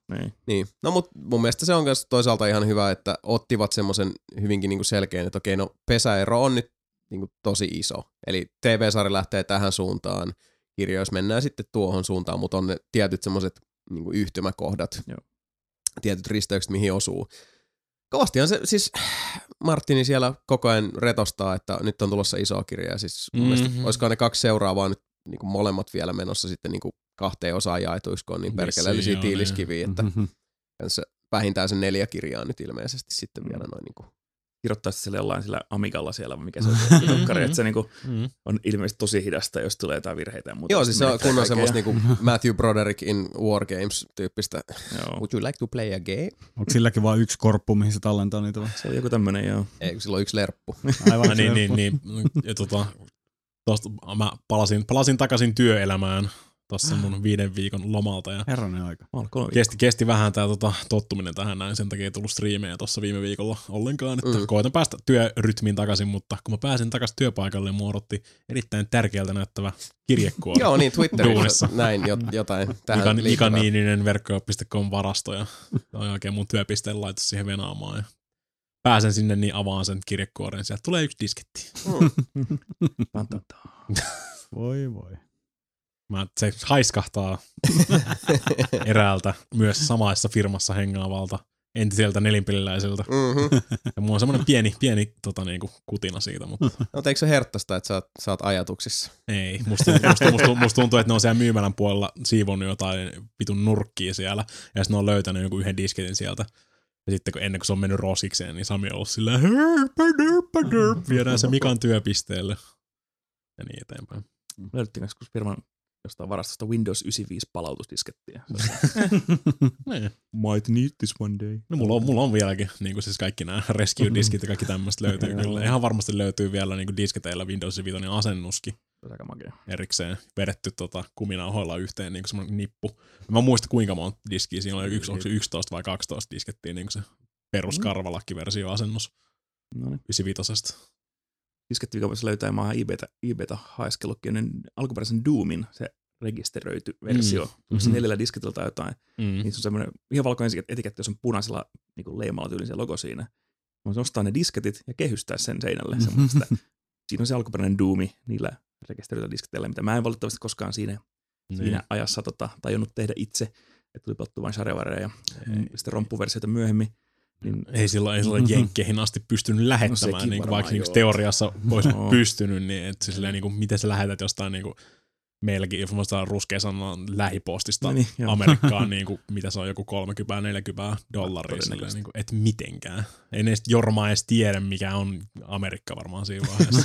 Niin. Niin. No mut mun mielestä se on myös toisaalta ihan hyvä, että ottivat semmoisen hyvinkin niinku selkeän, että okei, no pesäero on nyt niinku tosi iso. Eli T V-sarja lähtee tähän suuntaan, kirjoissa mennään sitten tuohon suuntaan, mutta on ne tietyt semmoiset niinku yhtymäkohdat, Joo. tietyt risteykset, mihin osuu. Kovastihan se, siis Martini siellä koko ajan retostaa, että nyt on tulossa iso kirja, ja siis mun Mm-hmm. mielestä olisikohan ne kaksi seuraavaa nyt niinku molemmat vielä menossa sitten niinku kahteen osaan jaetuiksi, kun on niin perkeleellisiä Vissiin, tiiliskiviä, että Mhm. se, vähintään sen neljä kirjaa nyt ilmeisesti sitten vielä noin niinku. Kirjoittaa sille jollain sillä Amigalla siellä, mikä se on se dokkari, että se niinku Mm. on ilmeisesti tosi hidasta, jos tulee jotain virheitä ja muuta. Joo, siis se on menettää kunnon kaikkea. semmoista niinku Matthew Broderick in War Games -tyyppistä. Joo. Would you like to play a game? Onko silläkin vaan yksi korppu, mihin se tallentaa niitä vai? Se on joku tämmönen, joo. Ei, kun sillä on yksi lerppu. Aivan Ah, niin, niin, niin. Ja tota, tosta mä palasin, palasin takaisin työelämään tuossa mun viiden viikon lomalta ja Herranen aika. Mä oon kolme kesti, kesti vähän tää tota, tottuminen tähän näin, sen takia ei tullut striimejä tuossa viime viikolla ollenkaan, että Mm. mm. koitan päästä työrytmiin takaisin, mutta kun mä pääsin takaisin työpaikalle, mua odotti erittäin tärkeältä näyttävä kirjekuori. Joo, niin Twitterissä Duunissa. näin jot, jotain tähän Mika, Mika liittyvää. Niininen verkko piste com varasto ja on oikein mun työpisteen laitos siihen venaamaan ja pääsen sinne, niin avaan sen kirjekuoren. Sieltä tulee yksi disketti. Tan, tan, tan. Voi voi. Mä, se haiskahtaa eräältä myös samaissa firmassa hengaavalta entiseltä nelinpeliläiseltä. Mm-hmm. Ja mulla on semmoinen pieni, pieni tota, niinku, kutina siitä, mutta No, eikö se herttaista, että sä oot, sä oot ajatuksissa? ei. Musta, musta, musta, musta tuntuu, että ne on siellä myymälän puolella siivonnut jotain vitun nurkkia siellä, ja sitten ne on löytänyt joku yhden disketin sieltä. Ja sitten kun ennen kuin se on mennyt rosikseen, niin Sami on ollut silleen, viedään se Mikan työpisteelle. Ja niin eteenpäin. Löydettiin joskus firman jostain varastosta Windows yhdeksänkymmentäviisi palautusdiskettiä. Niin. Might need this one day. No mulla on, mulla on vieläkin niin kuin siis kaikki nämä rescue-diskit ja kaikki tämmöistä löytyy Joo. kyllä. Ihan varmasti löytyy vielä niin kuin disketeillä Windows viisi asennuskin Se on aika makea. erikseen vedetty tota, kuminauhoilla yhteen niin kuin semmoinen nippu. Mä muista kuinka monta diskiä siinä oli, yksi, onko se yksitoista vai kaksitoista diskettiä niin kuin se peruskarvalakkiversio-asennus No niin. yhdeksänkymmentäviisi. Diskettivikavassa löytää maa eBaytä, eBaytä haeskellutkin niin alkuperäisen Doomin, se rekisteröity versio. Mm. Mhm. Neljällä disketillä tai jotain. Mm. Niin se on semmoinen ihan valkoinen etiketti, jos on punaisella niin leimalla tyylin se logo siinä. Voisi ostaa ne disketit ja kehystää sen seinälle. Semmoista. Siinä on se alkuperäinen Doomi niillä rekisteröityillä disketeillä, mitä mä en valitettavasti koskaan siinä, Niin. siinä ajassa tota, tajunnut tehdä itse. Että tuli pelttu vain sarjavareja ja Ei. sitten romppuversioita myöhemmin. Niin, Ei silloin, ei silloin jenkkeihin asti pystynyt lähettämään, No sekin niin kuin, varmaan, vaikka niin kuin joo. teoriassa olisi Joo. pystynyt, niin että se silleen, niin kuin, miten sä lähetät jostain niin kuin, meilläkin, jos mä ruskea sanoa lähipostista No niin, joo. Amerikkaan, niin kuin, mitä se on, joku kolmekymmentä neljäkymmentä dollaria, silleen, Todennäköisesti. niin kuin, et mitenkään. Ei ne Jorma edes tiedä, mikä on Amerikka varmaan siinä vaiheessa.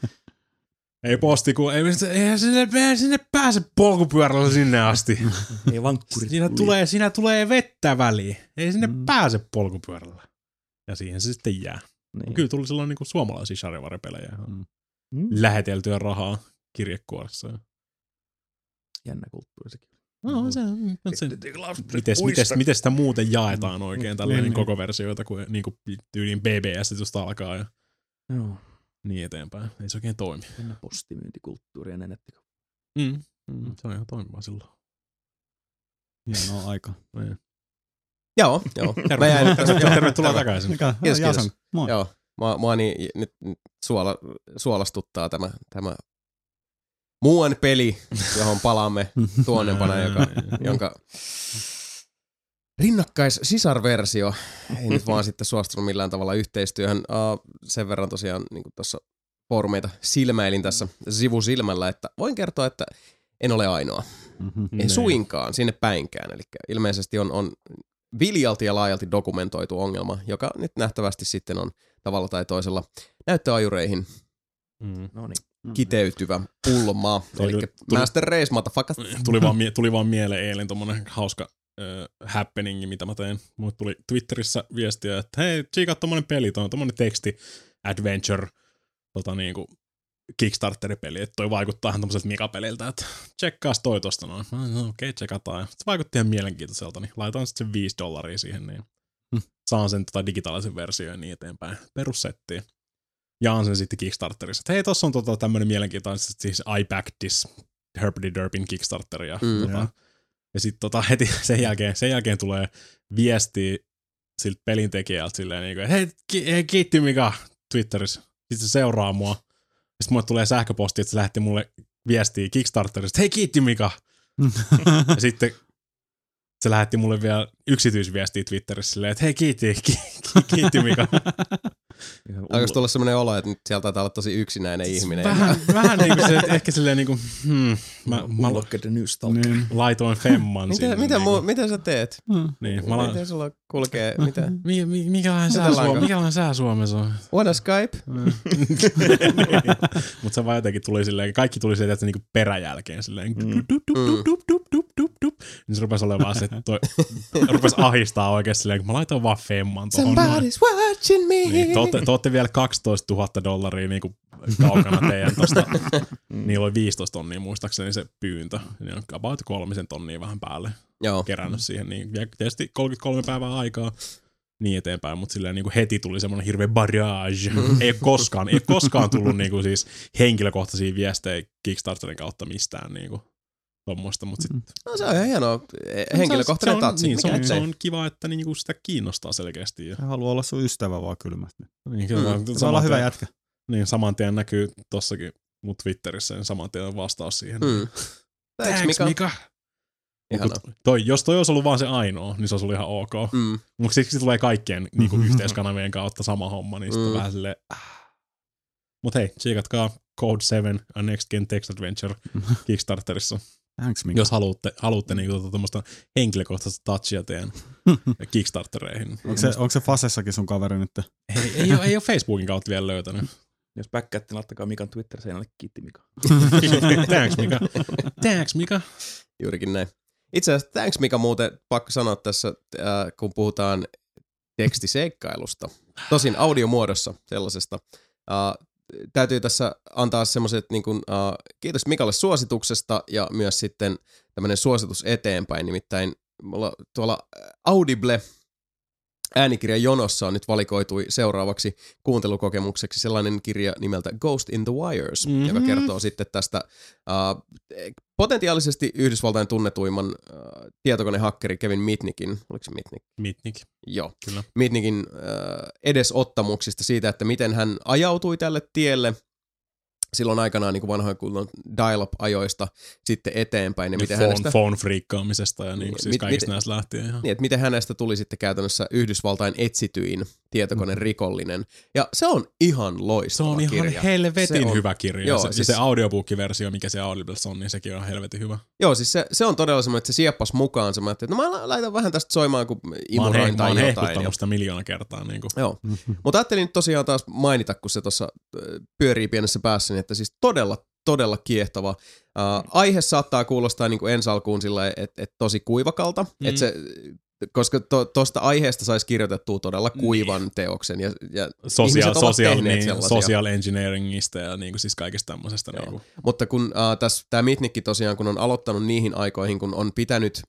Ei posti, kun ei, eihän sinne, sinne pääse polkupyörällä sinne asti. Ei vankkurit. Siinä Ui. tulee, siinä tulee vettä väliin. Ei sinne Mm. pääse polkupyörällä. Ja siihen se sitten jää. Niin. Kyllä tuli silloin niinku suomalaisia sarjavaripelejä. Mm. Mm. Läheteltyä rahaa kirjekuoressa. Jännä kulttuuri sekin. No, se, se, mites, mites, miten sitä muuten jaetaan oikein tällainen Niin. koko versioita, kun niinku tyyliin B B S just alkaa ja Joo. niin eteenpäin. Ei se oikein toimi. Jännä postimyyntikulttuuri ennen netti. Mm. Mm. Se on ihan toimiva silloin. Hienoa aika. Niin. Joo, joo. Mä jäin Tervetuloa, nyt tässä- joo, tervetuloa terve. takaisin. Mikä? Kiitos, Jason. kiitos. Moi. Joo, mua, mua niin, nyt, nyt suola, suolastuttaa tämä, tämä muun peli, johon palaamme tuonnempana, joka, jonka rinnakkais-sisarversio ei nyt vaan sitten suostunut millään tavalla yhteistyöhön. Uh, sen verran tosiaan niin tuossa foorumeita silmäilin tässä sivusilmällä, että voin kertoa, että en ole ainoa. Mhm. Ei Niin. suinkaan, sinne päinkään. Eli ilmeisesti on, on viljalti ja laajalti dokumentoitu ongelma, joka nyt nähtävästi sitten on tavalla tai toisella näyttöajureihin Mm. No niin. kiteytyvä pulma. Toi Eli tuli- tuli- Master Race, motherfucker. Tuli vaan, mie- tuli vaan mieleen eilen tommonen hauska äh, happeningi, mitä mä tein. Mulle tuli Twitterissä viestiä, että hei, tsiikaa tommonen peli, toi on tommonen teksti, adventure, tota niinku, Kickstarter-peli, että toi vaikuttaa ihan tommoselta Mika-peliltä, että tsekkaas toi tosta noin. No, no, okei, okay, tsekataan. Se vaikutti ihan mielenkiintoiselta, niin laitan sitten sen viisi dollaria siihen, niin Hmm. saan sen tota digitaalisen version ja niin eteenpäin. Perussettiin. Jaan sen sitten Kickstarterissa, että hei, tossa on tota tämmönen mielenkiintoinen, siis I backed this Herpety Derpin Kickstarter ja Mm. tota, Ja sitten tota, heti sen jälkeen, sen jälkeen tulee viestiä siltä pelintekijältä silleen, niin kuin, että hei, ki- hei, kiitti Mika Twitterissä. Sitten se seuraa mua. Sitten mulle tulee sähköposti, että se lähti mulle viestiä Kickstarterista. Hei, kiitti Mika. Ja sitten se lähetti mulle vielä yksityisviestiä Twitterissä silleen, että hei, kiitti, ki- kiitti Mika. Alkois tulla semmoinen olo, että nyt sieltä taitaa olla tosi yksinäinen siis ihminen. Vähän, vähän niin kuin se, että ehkä silleen niin kuin, hmm, mä, mä niin. laitoin femman mitä, sinne. Mitä, niin mu- mitä sä teet? Mm. Niin, mä la- Miten sulla kulkee? Mitä? Mi- mi- mikälainen sää Suom- mikälainen sää Suomessa on? Wanna Skype? Mutta se vaan jotenkin tuli silleen, kaikki tuli sieltä niinku peräjälkeen silleen. Mm. Dup, dup, dup, dup, dup, dup, dup, dup. Niin se rupesi olemaan se, että toi rupesi ahistaa oikeesti silleen, kun mä laitoin vaan femman tohon. Somebody's watching me. Niin, te, ootte, te ootte vielä kaksitoista tuhatta dollaria niinku kaukana teidän tosta. Niillä oli viisitoista tonnia muistaakseni se pyyntö. Niin on about kolmisen tonnia vähän päälle Joo. kerännyt siihen. Niin tietysti kolmekymmentäkolme päivää aikaa niin eteenpäin, mutta silleen niinku heti tuli semmoinen hirveä barrage. ei ole koskaan, ei ole koskaan tullut niinku siis henkilökohtaisia viestejä Kickstarterin kautta mistään niinku tommoista, mutta sit... No se on ihan hienoa. Henkilökohtainen tatsi. Niin, se on, se on kiva, että niinku sitä kiinnostaa selkeästi. Ja... Se haluaa olla sun ystävä vaan kylmästi. Niin, kyllä. Mm. Se on olla hyvä jätkä. Niin, saman tien näkyy tossakin mun Twitterissä, niin saman tien vastaus siihen. Mm. Thanks, Mika. Mika. Toi, jos toi olisi ollut vaan se ainoa, niin se olisi ollut ihan ok. Mm. Mutta siksi tulee kaikkien niinku, yhteiskanavien kautta sama homma, niin sitten mm. vähän silleen... Ah. Mut hei, tsiikatkaa Code seven, A Next Gen Text Adventure Kickstarterissa. Thanks, Mika. Jos haluatte, haluatte niinku tuommoista henkilökohtaista touchia teidän Kickstartereihin. Onko se, onko se Fasessakin sun kaveri nyt? Ei, ei, ole, ei ole Facebookin kautta vielä löytänyt. Jos päkkäätte, laittakaa Mikan Twitter-seinälle, kiitti Mika. Thanks Mika. Thanks Mika. Juurikin näin. Itse asiassa thanks Mika muuten pakko sanoa tässä, äh, kun puhutaan tekstiseikkailusta. Tosin audiomuodossa sellaisesta. Äh, täytyy tässä antaa semmoiset niin kuin, äh, kiitos Mikalle suosituksesta ja myös sitten tämmöinen suositus eteenpäin. Nimittäin mulla tuolla Audible äänikirjan jonossa on nyt valikoitui seuraavaksi kuuntelukokemukseksi sellainen kirja nimeltä Ghost in the Wires, mm-hmm. joka kertoo sitten tästä uh, potentiaalisesti Yhdysvaltain tunnetuimman uh, tietokonehakkeri Kevin Mitnickin, oliko se Mitnick? Mitnick. Joo. Kyllä. Mitnickin uh, edesottamuksista siitä, että miten hän ajautui tälle tielle silloin aikanaan niin kuin vanhoin kunnon dial-up-ajoista sitten eteenpäin. Ja ja miten phone, hänestä, phone-friikkaamisesta ja niin, siis mit, kaikista mit, näistä lähtien. Ihan. Niin, että miten hänestä tuli sitten käytännössä Yhdysvaltain etsityin tietokoneen rikollinen. Ja se on ihan loistava kirja. Se on ihan kirja. helvetin on, hyvä kirja. Joo, se, siis, se audiobook-versio, mikä se Audiblessa on, niin sekin on helvetin hyvä. Joo, siis se, se on todella semmoinen, että se sieppasi mukaan semmoinen, että no mä laitan vähän tästä soimaan, kun imuroin tai jotain. Mä oon hehkuttanut sitä miljoona kertaa. Niin kuin. Joo, mutta ajattelin nyt tosiaan taas mainita, kun se tuossa pyörii pienessä päässäni, että siis todella todella kiehtova. Uh, aihe saattaa kuulostaa niin kuin ensi alkuun sillä, että et tosi kuivakalta, mm. että se, koska tuosta to, aiheesta saisi kirjoitettua todella kuivan niin. teoksen. Ja, ja social, social, niin, sellaisia. social engineeringistä ja niin kuin siis kaikesta tämmöisestä. Niin kuin. Mutta kun uh, tämä Mitnick tosiaan, kun on aloittanut niihin aikoihin, kun on pitänyt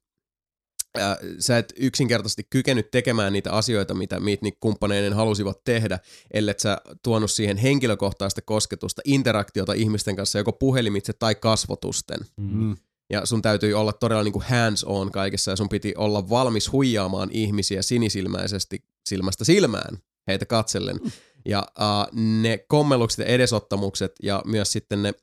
Äh, sä et yksinkertaisesti kykenyt tekemään niitä asioita, mitä Mitnick-kumppaneiden halusivat tehdä, ellet sä tuonut siihen henkilökohtaista kosketusta, interaktiota ihmisten kanssa, joko puhelimitse tai kasvotusten. Mm. Ja sun täytyy olla todella niin kuin hands on kaikessa, ja sun piti olla valmis huijaamaan ihmisiä sinisilmäisesti silmästä silmään, heitä katsellen. Ja uh, ne kommellukset ja edesottamukset, ja myös sitten ne,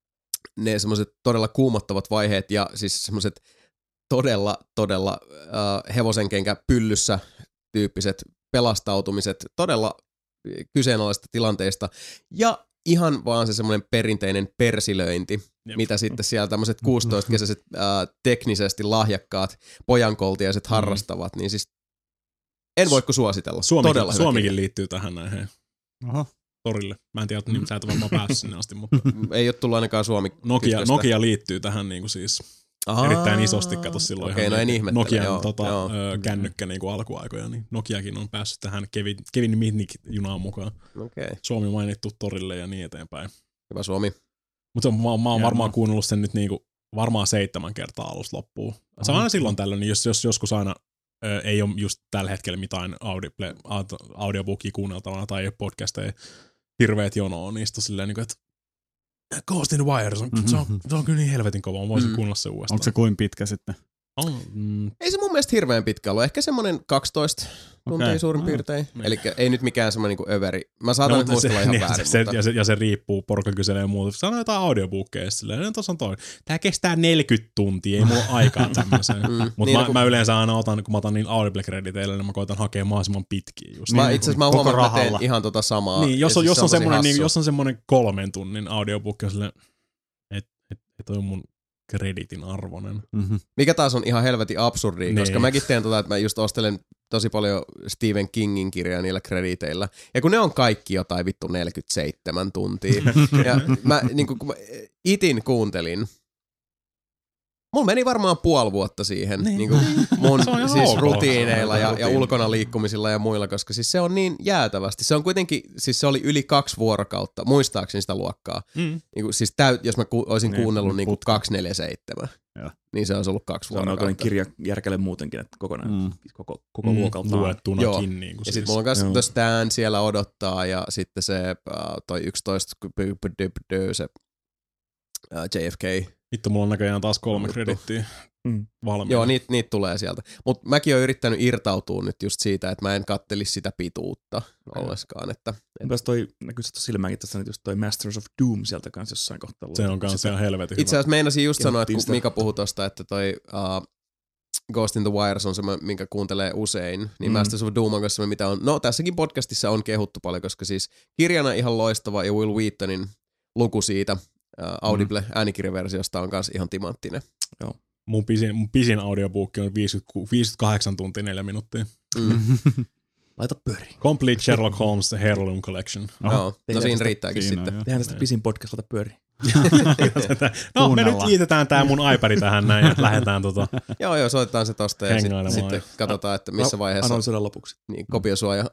ne semmoiset todella kuumottavat vaiheet, ja siis semmoiset todella, todella äh, hevosenkenkä pyllyssä tyyppiset pelastautumiset todella kyseenalaisista tilanteista ja ihan vaan se semmoinen perinteinen persilöinti, Jep. mitä sitten siellä tämmöiset kuusitoistakesäiset äh, teknisesti lahjakkaat pojankoltiaiset harrastavat, niin siis en voi kuin suositella. Suomikin, todella Suomikin liittyy tähän näin, hei. Aha. Torille. Mä en tiedä, että sä et varmaan päässyt sinne asti, mutta... Ei ole tullut ainakaan Suomi. Nokia, Nokia liittyy tähän niin kuin siis... Aa, erittäin isosti, kato silloin okay, ihan no Nokian joo, tota, joo. Ö, kännykkä niin kuin alkuaikoja, niin Nokiakin on päässyt tähän Kevin, Kevin Mitnick-junaan mukaan. Okay. Suomi mainittu torille ja niin eteenpäin. Hyvä Suomi. Mutta mä, mä oon varmaan no. kuunnellut sen nyt niinku, varmaan seitsemän kertaa alusta loppuun. Se on aina silloin tällöin, niin jos, jos joskus aina ö, ei ole just tällä hetkellä mitään audible, audiobookia kuunneltavana tai podcasteja hirveät jonoa, niin sitten silleen, että Ghost in the Wire, se on, mm-hmm. se on, se on kyllä niin helvetin kova, mä voisin mm. kuunnella se uudestaan. Onko se kuin pitkä sitten? On, mm. Ei se mun mielestä hirveän pitkä ollut. Ehkä semmoinen kaksitoista tuntia okay. suurin piirtein. No. Eli ei nyt mikään semmoinen niinku överi. Mä saatan no, nyt muistella se, ihan niin, väärin. Se, mutta... ja, se, ja se riippuu, porukka kyselee ja muuta. Sano jotain audiobookkeja silleen. No tossa on toi. Tää kestää neljäkymmentä tuntia, ei mulla aikaa tämmöiseen. mm. Mutta niin, mä, kun... mä yleensä aina otan, kun mä otan niin Audible-krediteille, niin mä koitan hakea mahdollisimman pitkiä. Just mä niin, itse asiassa mä huomaan, että mä teen ihan tota samaa. Niin, jos on, jos on, semmoinen, niin, jos on semmoinen kolmen tunnin audiobookki, on silleen, että et, et toi on mun kreditin arvoinen. Mm-hmm. Mikä taas on ihan helvetin absurdia, niin. Koska mäkin teen tota, että mä just ostelen tosi paljon Stephen Kingin kirjaa niillä krediteillä. Ja kun ne on kaikki jotain vittu neljäkymmentäseitsemän tuntia. ja mä, niin kun mä itin kuuntelin, mulla meni varmaan puoli vuotta siihen niin. Niin kuin mun siis ok. rutiineilla ja, ja ulkona liikkumisilla ja muilla, koska siis se on niin jäätävästi. Se on kuitenkin, siis se oli yli kaksi vuorokautta, muistaakseni sitä luokkaa. Mm. Niin kuin, siis täyt, jos mä ku, olisin niin, kuunnellut niin kuin kaksi neljä seitsemän, niin se olisi ollut kaksi se vuorokautta. Se on kirja järkele muutenkin, että kokonaan, mm. koko, koko mm. luokaltaan. Luettunakin. Niin ja siis. sitten mulla on kanssa The Stand siellä odottaa ja sitten se uh, toi yksitoista se uh, J F K. Vittu, mulla on näköjään taas kolme kredittiä mm. valmiina. Joo, niitä niit tulee sieltä. Mutta mäkin oon yrittänyt irtautua nyt just siitä, että mä en kattelisi sitä pituutta ollenkaan. Että, et... Myös toi, näkyy se silmäänkin tässä nyt just toi Masters of Doom sieltä kanssa jossain kohtaa. Se on kanssa ihan helvetin Itse asiassa meinasin just sanoa, että kun Mika puhui tosta, että toi uh, Ghost in the Wires on se, minkä kuuntelee usein, niin mm. Masters of Doom on kanssa mitä on. No tässäkin podcastissa on kehuttu paljon, koska siis kirjana ihan loistava ja Will Wheatonin luku siitä Uh, Audible mm. äänikirjaversiosta on kanssa ihan timanttinen. Joo. Mun pisin, mun pisin audiobookki on viisikymmentäkahdeksan tuntia neljä minuuttia. Mm. Laita pyöriin. Complete Sherlock Holmes Heirloom Collection. Oho. Joo, no siinä riittääkin siinä sitten. Tehdään sitä pisin podcast, laita pyöriin. no me nyt liitetään tää mun iPad tähän näin ja lähdetään tota... joo joo, soitetaan se tosta ja sitten sit katsotaan, että missä vaiheessa... Analysoidaan lopuksi. Niin, kopiosuoja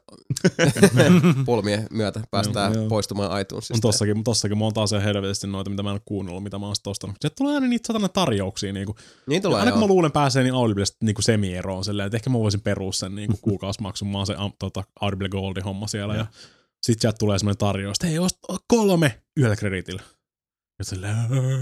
pulmien myötä päästään joo, poistumaan iTunesista. On tossakin, tossakin mä oon taas helvetisti noita, mitä mä en ole kuunnellut, mitä mä oon sitten ostanut. Sieltä tulee aina niitä satana tarjouksia. Niinku. Niin tulee, aina kun mä luulen pääseen niin Audiblesta niinku semieroon silleen, että ehkä mä voisin perua sen niinku kuukausimaksun. Mä oon se tota, Audible Goldin homma siellä ja, ja sit sieltä tulee semmoinen tarjous, että hei, osta kolme yhdellä kreditillä. Ja silleen,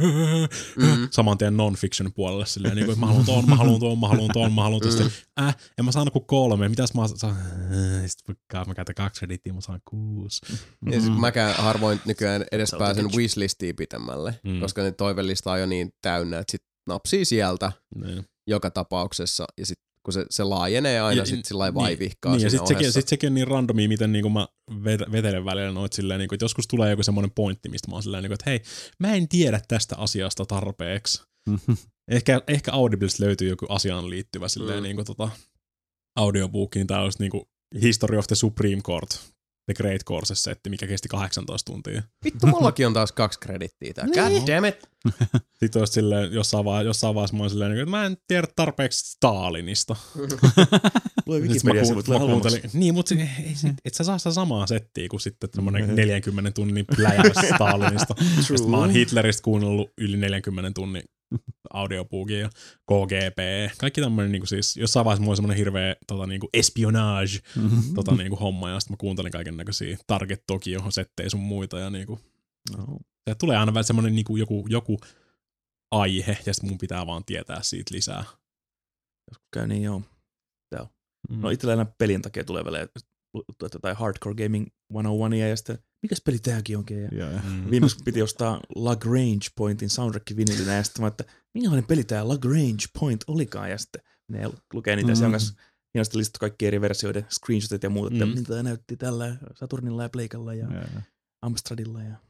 mm-hmm. saman tien non-fiction puolelle silleen, niin kuin, että mä haluun tuon, mä haluun tuon, mä haluun tuon, mä haluun tuon. Mm-hmm. Äh, en mä saanut kuin kolme, mitäs mä saan? Sitten mä käytän kaksi kredittiä, mä saan kuusi. Mm-hmm. Ja sit mäkään harvoin nykyään edes pääsen wishlistiin pitemmälle, mm. koska ne toivelista on jo niin täynnä, että sit napsii sieltä mm. joka tapauksessa ja sit kun se, se laajenee aina ja, sit sillä vaivihkaa niin, siinä ja sit sekin, sit sekin on niin randomia, miten niinku mä vetelen välillä noit silleen, niinku, että joskus tulee joku semmoinen pointti, mistä mä oon silleen, niinku, että hei, mä en tiedä tästä asiasta tarpeeksi. ehkä, ehkä Audiblesta löytyy joku asiaan liittyvä silleen, mm. niinku, tota, audiobookkiin, tää olisi niinku History of the Supreme Court, The Great Course-setti, mikä kesti kahdeksantoista tuntia. Vittu, mullakin on taas kaksi kredittiä tää. God damn it. Sitten olisi silleen, jossain vaiheessa, jossain vaiheessa mä oon silleen, että mä en tiedä tarpeeksi Stalinista. Lue Wikipedia-sivut, lue halvemmassa. Niin, mutta et, et sä saa sitä samaa settiä kuin sitten semmoinen neljänkymmenen tunnin pläjäys Stalinista. Sitten mä oon Hitleristä kuunnellut yli neljänkymmenen tunnin audiobookia ja K G P. Kaikki tämmöinen niinku siis, jossain vaiheessa mulla on semmoinen hirveä tota, niinku espionage mm-hmm. tota, niinku, homma ja sitten mä kuuntelin kaiken näköisiä Target Tokyo-settejä sun muita ja niinku, no. Se tulee aina vähän semmoinen niinku, joku, joku aihe ja sitten mun pitää vaan tietää siitä lisää. Joskus käy niin, joo. joo. Mm. No itsellä aina pelin takia tulee vielä jotain Hardcore Gaming sata yksi ja sitten mikäs peli tääkin onkin? Ja yeah. mm. Viimeksi piti ostaa Lagrange Pointin soundtrackin vinilinä ja sitten mä, että minkälainen peli tää Lagrange Point olikaan ja sitten ne lukee niitä mm. ja se on kanssa hienosti listattu kaikki eri versioiden screenshotit ja muuta, että mm. mitä näytti tällä Saturnilla ja Pleikalla ja yeah. Amstradilla ja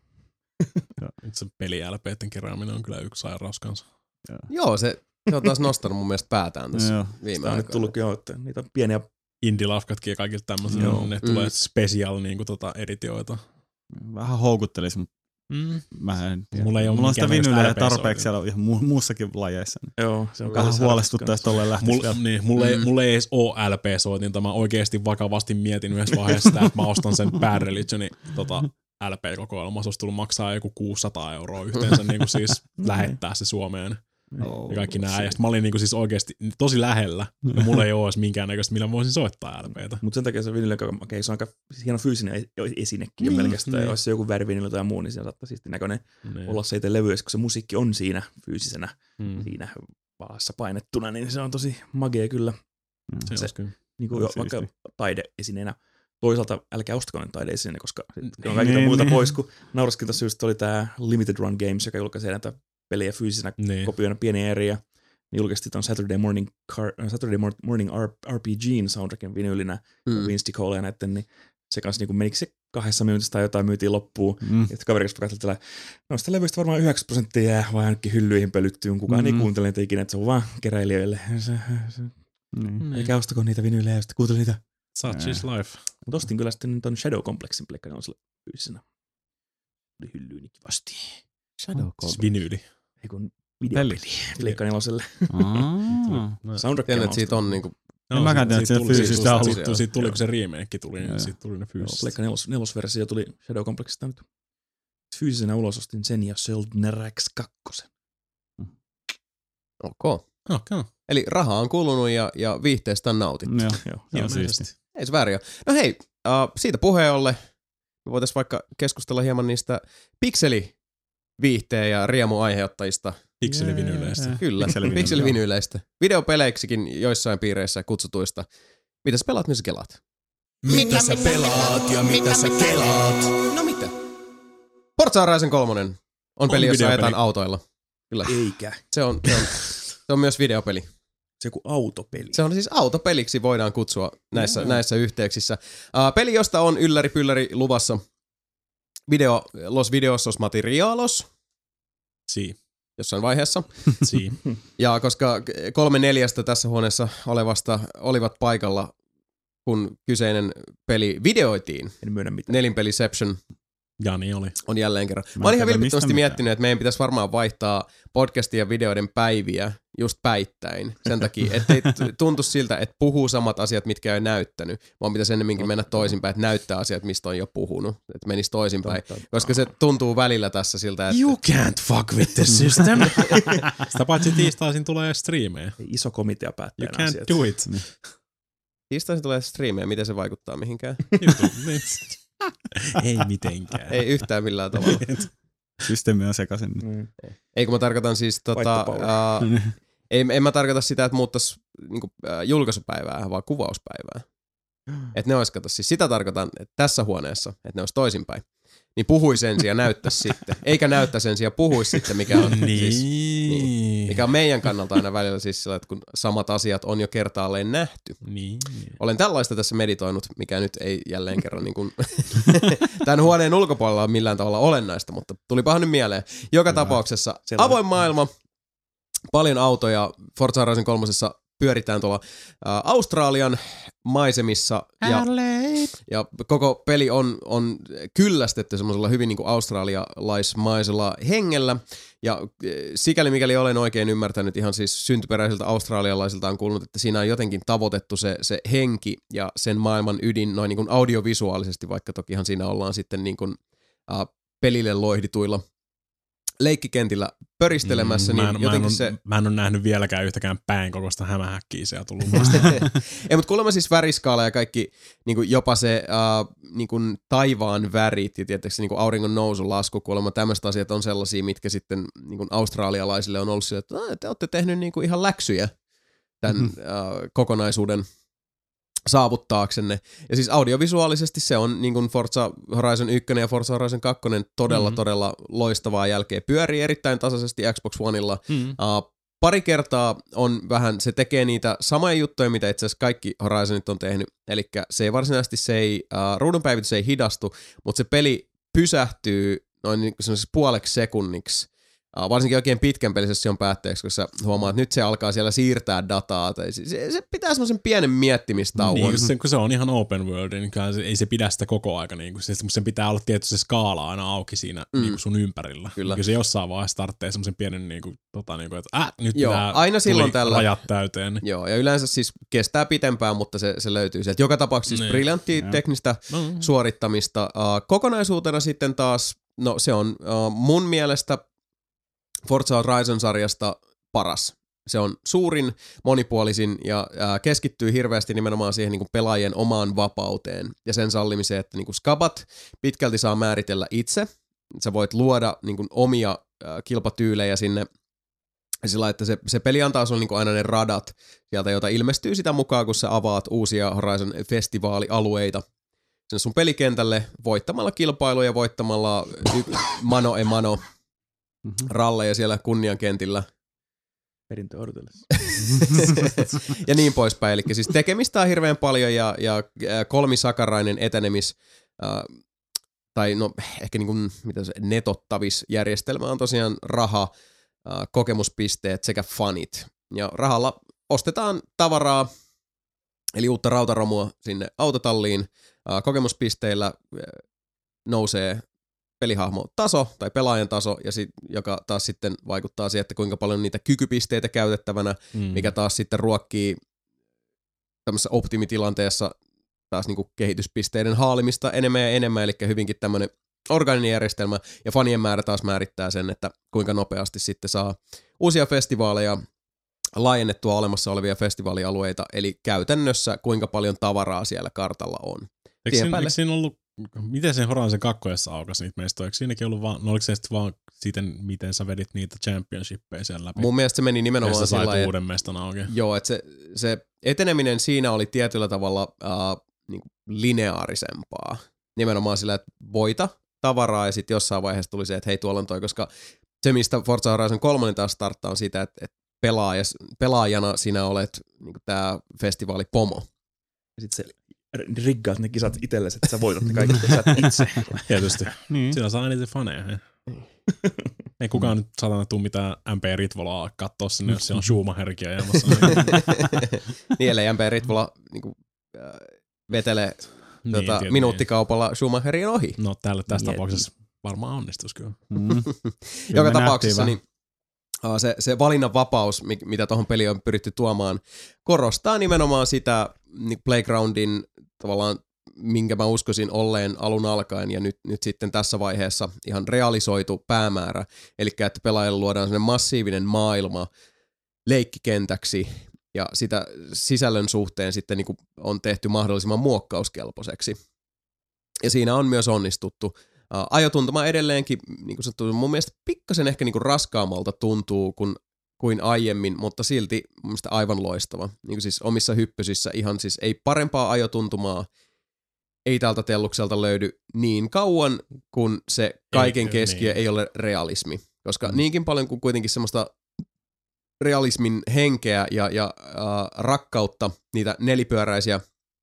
itse peli-L P:ten kerääminen on kyllä yksi sairaus kanssa. Yeah. Joo, se, se on taas nostanut mun mielestä päätään tässä yeah. viime aikoina. Sitä on nyt tullut jo, että niitä on pieniä indie-lafkatkin ja kaikilta tämmöisiä, niin ne mm. tulee special niinku tota editioita. Vähän houkuttelis, mutta mm. mä en tiedä. Mulla ei ole Mulla on sitä vinyliä tarpeeksi siellä ihan mu- muussakin lajeissa. Joo, se on vähän huolestuttaa, jos tolleen lähtisi mulla, vielä. Niin, mulla, mm. ei, mulla ei edes ole L P-soitinta. Mä oikeesti vakavasti mietin yhdessä vaiheessa sitä, että mä ostan sen Bad Religionin tota, L P-kokoelma. Se olisi tullut maksaa joku kuusisataa euroa yhteensä niin kuin siis lähettää se Suomeen. Oh, ja kaikki nää. Ja sit mä olin niinku siis oikeesti tosi lähellä. Ja mulla ei oo edes minkäännäköistä, millä mä voisin soittaa L P:tä. Mut sen takia se vinyli, okay, se on aika hieno fyysinen esinekin jo pelkästään. Niin. Ja jos se joku värivinili tai muu, niin se saattaa siisti näköinen niin olla se itse levy, kun se musiikki on siinä fyysisenä, mm. siinä vaassa painettuna, niin se on tosi magea kyllä. Se, se kyllä. Niin kuin jo, vaikka taideesineenä. Toisaalta älkää ostako ne taideesineenä, koska se on kaikilta muilta pois, kun nauraskinta syystä oli tämä Limited Run Games, joka julkaisi näitä pelejä fyysisenä niin. kopioina pieniä eriä. Niin julkaisesti ton Saturday Morning, Car, Saturday Morning R P G:n soundtrackin vinyylinä, mm. Vince DiCola ja näitten, niin se kanssa niin menikö se kahdessa minuutissa tai jotain myytiin loppuun. Mm. Ja kaveri kanssa katsoi, että no sitä levyistä varmaan yhdeksänkymmentä prosenttia jää vaan ainakin hyllyihin pölyttyyn. Kukaan mm. ei kuuntele niitä ikinä, että se on vaan keräilijöille. Se, se, mm. Eikä ostako niitä vinyylejä ja sitten kuuntele niitä. Such is life. Mutta ostin kyllä sitten ton Shadow Complexin plekkani on sillä fyysisenä. Oli hyllyyni kivasti. Shadow Complex. Vinyyli. Ei kun videopeli. Pleikka neloselle. Soundtrack. Tiedän, että siitä on niinku... No, mä käyn, että se fyysistä on ollut. Siitä tuli, kun se remakekin tuli, niin siitä tuli ne fyysistä. Pleikka nelos, nelosversio tuli Shadow Complexista nyt. Fyysisenä ulos ostin sen ja Söldner X kaksi. Ok. Okay. Eli rahaa on kulunut ja, ja viihteestä on nautittu. Joo, joo. Joo, siisti. Ei se väärin ole. No hei, uh, siitä puheen ollen me voitaisiin vaikka keskustella hieman niistä pikseliviihteen ja riemuaiheuttajista. Pikselivinyyleistä. Kyllä, pikselivinyyleistä. Videopeleiksikin joissain piireissä kutsutuista. Mitä sä pelaat, missä kelaat? Mitä sä pelaat ja mitä sä kelaat? No mitä? Forza Horizon kolme on, on peli, jossa ajetaan autoilla. Kyllä. Eikä. Se on, se on, se on myös videopeli. Se on kuin autopeli. Se on siis autopeliksi voidaan kutsua näissä, no. näissä yhteyksissä. Uh, peli, josta on ylläri pylläri luvassa video, Los Videosos Materialos. Si. Jossain vaiheessa. Si. Ja koska kolme neljästä tässä huoneessa olevasta olivat paikalla, kun kyseinen peli videoitiin. En myönnä mitään. Nelinpeliception. Jani oli. On jälleen kerran. Mä, Mä olin ihan vilpittömästi miettinyt, että meidän pitäisi varmaan vaihtaa podcastin ja videoiden päiviä just päittäin. Sen takia, ettei tuntu siltä, että puhuu samat asiat, mitkä ei näyttänyt. Vaan pitäisi ennemminkin mennä toisinpäin, että näyttää asiat, mistä on jo puhunut. Että menisi toisinpäin. Koska se tuntuu välillä tässä siltä, että... You can't fuck with the system. Sitä paitsi tiistaisin tulee striimejä. Iso komitea päättää You can't asiat. Do it. Tiistaisin tulee striimejä. Miten se vaikuttaa mihinkään? Ei mitenkään. Ei yhtään millään tavalla. Systeemi on sekaisin. Mm. Ei kun mä tarkoitan siis tota... Uh, ei, en mä tarkoita sitä, että muuttaisi niinku, uh, julkaisupäivää, vaan kuvauspäivää. Että ne olisi, kato, siis sitä tarkoitan, että tässä huoneessa, että ne olisi toisinpäin. Niin puhuisi ensin ja näyttäisi sitten. Eikä näyttäisi ensin ja puhuisi sitten, mikä on, niin. siis, niin, mikä on meidän kannalta aina välillä siis sillä, että kun samat asiat on jo kertaalleen nähty. Niin. Olen tällaista tässä meditoinut, mikä nyt ei jälleen kerran niin kuin tämän huoneen ulkopuolella ole millään tavalla olennaista, mutta tulipahan nyt mieleen. Joka Hyvä. tapauksessa Sellainen. avoin maailma, paljon autoja, Forza Horizon kolmosessa pyöritään tuolla ä, Australian maisemissa ja, ja koko peli on, on kyllästetty semmoisella hyvin niin kuin australialaismaisella hengellä ja sikäli mikäli olen oikein ymmärtänyt ihan siis syntyperäisiltä australialaisilta on kuulunut, että siinä on jotenkin tavoitettu se, se henki ja sen maailman ydin noin niin kuin audiovisuaalisesti, vaikka tokihan siinä ollaan sitten niin kuin ä, pelille loihdituilla leikkikentillä pöristelemässä, mm, niin mä en, jotenkin mä en, se... Mä en ole nähnyt vieläkään yhtäkään päin kokoista hämähäkkiä siellä tullut. Ei, mutta kuulemma siis väriskaala ja kaikki, niin kuin jopa se uh, niin kuin taivaan värit ja tietysti niin kuin auringon nousu, lasku, kuulemma tämmöiset asiat on sellaisia, mitkä sitten niin kuin australialaisille on ollut sillä, että te olette tehnyt niin kuin ihan läksyjä tämän mm-hmm. uh, kokonaisuuden saavuttaaksenne. Ja siis audiovisuaalisesti se on niin kuin Forza Horizon yksi ja Forza Horizon kaksi todella, mm-hmm. todella loistavaa jälkeä. Pyörii erittäin tasaisesti Xbox Oneilla. Mm-hmm. Uh, pari kertaa on vähän, se tekee niitä samoja juttuja, mitä itse asiassa kaikki Horizonit on tehnyt. Eli se ei varsinaisesti, se ei, uh, ruudunpäivitys ei hidastu, mutta se peli pysähtyy noin niin kuin puoleksi sekunniksi. Uh, varsinkin oikein pitkän pelisession päätteeksi, kun sä huomaat, että nyt se alkaa siellä siirtää dataa. Tai se, se, se pitää semmoisen pienen miettimistauon. Niin, se, kun se on ihan open world, niin se, ei se pidä sitä koko aika. Niin se, sen pitää olla tietysti se skaala aina auki siinä mm. niin sun ympärillä. Kyllä. Niin se jossain vaiheessa tarvitsee semmoisen pienen, niin kuin, tota, niin kuin, että äh, nyt Joo, pitää aina silloin tällä rajat täyteen. Joo, ja yleensä siis kestää pitempään, mutta se, se löytyy sieltä. Joka tapauksessa siis niin. briljanttia teknistä no. suorittamista. Uh, kokonaisuutena sitten taas, no se on uh, mun mielestä Forza Horizon-sarjasta paras. Se on suurin, monipuolisin ja ää, keskittyy hirveästi nimenomaan siihen niin kuin pelaajien omaan vapauteen ja sen sallimiseen, että niin kuin skabat pitkälti saa määritellä itse. Sä voit luoda niin kuin omia ää, kilpatyylejä sinne Sillä että se, se peli antaa sulle niin kuin aina ne radat sieltä, joita ilmestyy sitä mukaan, kun sä avaat uusia Horizon-festivaalialueita sen sun pelikentälle voittamalla kilpailuja, voittamalla y- mano e mano mm-hmm. ralleja siellä kunniankentillä. Perintö odotellessa. Ja niin poispäin. Eli siis tekemistä on hirveän paljon ja, ja kolmisakarainen etenemis, äh, tai no ehkä niin kuin, mitä se, netottavis järjestelmä on tosiaan raha, äh, kokemuspisteet sekä fanit. Ja rahalla ostetaan tavaraa, eli uutta rautaromua sinne autotalliin. Äh, kokemuspisteillä äh, nousee pelihahmo taso tai pelaajan taso, ja sit, joka taas sitten vaikuttaa siihen, että kuinka paljon niitä kykypisteitä käytettävänä, mm. mikä taas sitten ruokkii tämmöisessä optimitilanteessa taas niinku kehityspisteiden haalimista enemmän ja enemmän, eli hyvinkin tämmöinen organinen järjestelmä, ja fanien määrä taas määrittää sen, että kuinka nopeasti sitten saa uusia festivaaleja, laajennettua olemassa olevia festivaalialueita, eli käytännössä kuinka paljon tavaraa siellä kartalla on. Eikö siinä, eikö siinä ollut, miten sen Horizon kakkosessa aukasi niitä meistä? Eikö siinäkin ollut vaan, no oliko se sitten vaan siten, miten sä vedit niitä championshippeja siellä läpi? Mun mielestä se meni nimenomaan sillä lailla, uuden mestan auki. Joo, että se, se eteneminen siinä oli tietyllä tavalla äh, niin kuin lineaarisempaa. Nimenomaan sillä, että voita tavaraa ja sitten jossain vaiheessa tuli se, että hei tuolla on toi, koska se, mistä Forza Horizon kolme taas starttaa on sitä, että, että pelaajas, pelaajana sinä olet niin kuin tää festivaalipomo. Ja sit se riggaat ne kisat itsellesi, että sä voitat ne kaikki kisat itse. Tietysti. Niin. Siinä saa eniten faneja. He. Ei kukaan nyt satana tuu mitään M P Ritvolaa kattoo sinne, jos siellä on Schumacherkin ajamassa. Niin, ellei M P Ritvola niin kuin, äh, vetele niin, tota, tiety, minuuttikaupalla Schumacherin ohi. No täällä tässä niin, tapauksessa varmaan onnistus kyllä. Mm. Joka tapauksessa niin, se, se valinnanvapaus, mitä tuohon peliin on pyritty tuomaan, korostaa nimenomaan sitä niin Playgroundin tavallaan, minkä mä uskoisin olleen alun alkaen, ja nyt, nyt sitten tässä vaiheessa ihan realisoitu päämäärä, eli että pelaajalle luodaan sellainen massiivinen maailma leikkikentäksi, ja sitä sisällön suhteen sitten niin kuin on tehty mahdollisimman muokkauskelpoiseksi. Ja siinä on myös onnistuttu. Uh, ajotuntuma edelleenkin, niin kuin sanottu, mun mielestä pikkasen ehkä niin kuin raskaammalta tuntuu kuin, kuin aiemmin, mutta silti mun mielestä aivan loistava. Niin kuin siis omissa hyppysissä ihan siis ei parempaa ajotuntumaa, ei tältä tellukselta löydy niin kauan, kun se kaiken ei, keskiö niin. ei ole realismi. Koska mm. niinkin paljon kuin kuitenkin semmoista realismin henkeä ja, ja uh, rakkautta, niitä nelipyöräisiä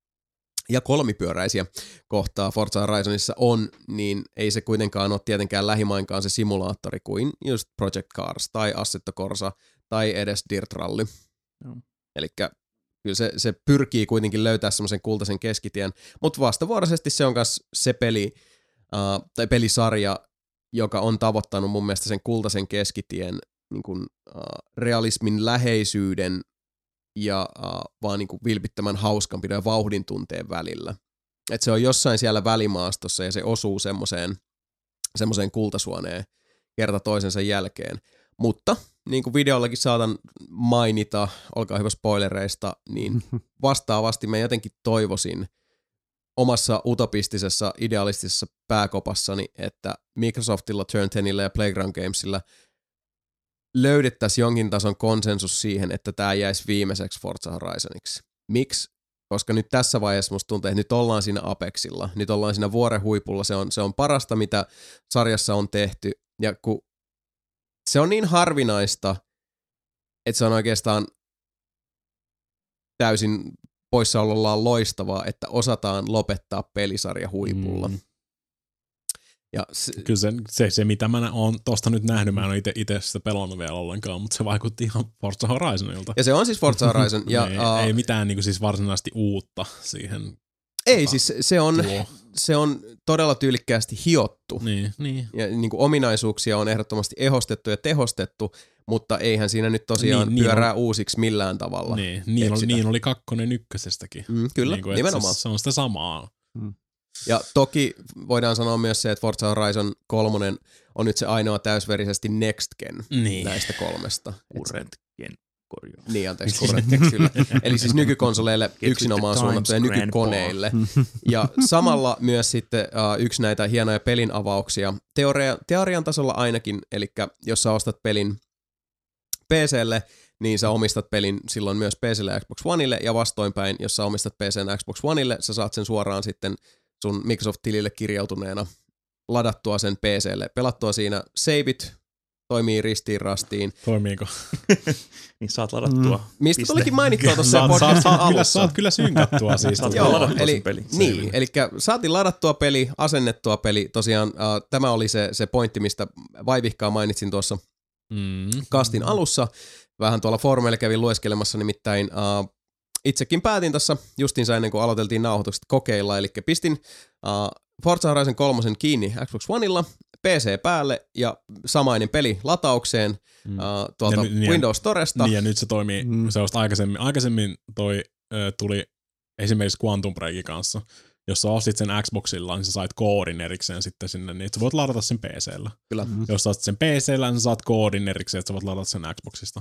ja kolmipyöräisiä kohtaa Forza Horizonissa on, niin ei se kuitenkaan ole tietenkään lähimainkaan se simulaattori kuin just Project Cars tai Assetto Corsa tai edes Dirt Rally. No. Elikkä kyllä se, se pyrkii kuitenkin löytää semmoisen kultaisen keskitien, mutta vastavuoroisesti se on myös se peli, uh, tai pelisarja, joka on tavoittanut mun mielestä sen kultaisen keskitien niin kuin, uh, realismin läheisyyden ja uh, vaan niin kuin vilpittömän hauskanpidon ja vauhdin tunteen välillä. Et se on jossain siellä välimaastossa ja se osuu semmoiseen semmoiseen kultasuoneen kerta toisensa jälkeen. Mutta niin kuin videollakin saatan mainita, olkaa hyvä spoilereista, niin vastaavasti mä jotenkin toivoisin omassa utopistisessa, idealistisessa pääkopassani, että Microsoftilla, Turn tenillä ja Playground Gamesilla löydettäisiin jonkin tason konsensus siihen, että tämä jäisi viimeiseksi Forza Horizoniksi. Miksi? Koska nyt tässä vaiheessa musta tuntuu, että nyt ollaan siinä apexilla, nyt ollaan siinä vuoren huipulla, se on, se on parasta, mitä sarjassa on tehty, ja kun se on niin harvinaista, että se on oikeastaan täysin poissaolollaan loistavaa, että osataan lopettaa pelisarja huipulla. Mm. Ja se, Kyllä se, se, se, mitä mä oon tosta nyt nähnyt, mä en ole itse sitä pelannut vielä ollenkaan, mutta se vaikutti ihan Forza Horizonilta. Ja se on siis Forza Horizon. ja, ei, uh, ei mitään niin kuin siis varsinaisesti uutta siihen. Ei, tota, siis se on, se on todella tyylikkäästi hiottu. Niin, niin. Ja niin kuin ominaisuuksia on ehdottomasti ehostettu ja tehostettu, mutta eihän siinä nyt tosiaan niin, pyörää niin on, uusiksi millään tavalla. Niin, niin, oli, niin oli kakkonen ykkösestäkin. Mm, kyllä, niin kuin, nimenomaan. Se, se on sitä samaa. Mm. Ja toki voidaan sanoa myös se, että Forza Horizon kolmonen on nyt se ainoa täysverisesti next gen niin. näistä kolmesta. Current gen korjaa. Niin, anteeksi, current gen, kyllä. Eli siis nykykonsoleille yksinomaan suunnattu ja nykykoneille. Ja samalla myös sitten uh, yksi näitä hienoja pelin avauksia, teoria, teorian tasolla ainakin, eli jos sä ostat pelin P C:lle, niin sä omistat pelin silloin myös P C:lle ja Xbox Oneille, ja vastoinpäin, jos sä omistat P C:n ja Xbox Oneille, sä saat sen suoraan sitten sun Microsoft-tilille kirjautuneena ladattua sen P C:lle, pelattua siinä saveit, toimii ristiin rastiin. Toimiiko? Niin saat ladattua. Mm. Mistä tulikin mainittua tuossa podcastin saat, alussa. Kyllä, saat kyllä synkattua siis. Joo, eli, niin, eli saatiin ladattua peli, asennettua peli. Tosiaan uh, tämä oli se, se pointti, mistä vaivihkaa mainitsin tuossa mm. kastin alussa. Vähän tuolla foorumeilla kävin lueskelemassa, nimittäin uh, itsekin päätin tässä justiinsa ennen kuin aloiteltiin nauhoitukset kokeilla, eli pistin uh, Forza Horizon kolme kiinni Xbox Oneilla, P C päälle ja samainen peli lataukseen mm. uh, tuolta ja, Windows Storesta. Niin ja nyt se toimii, mm. se aikaisemmin, aikaisemmin toi ö, tuli esimerkiksi Quantum Breakin kanssa, jos sä ostit sen Xboxilla, niin sä sait koodin erikseen sitten sinne, niin sä voit ladata sen P C:llä. Kyllä. Mm. Jos sä ostit sen P C:llä, niin sä saat koodin erikseen, että sä voit ladata sen Xboxista.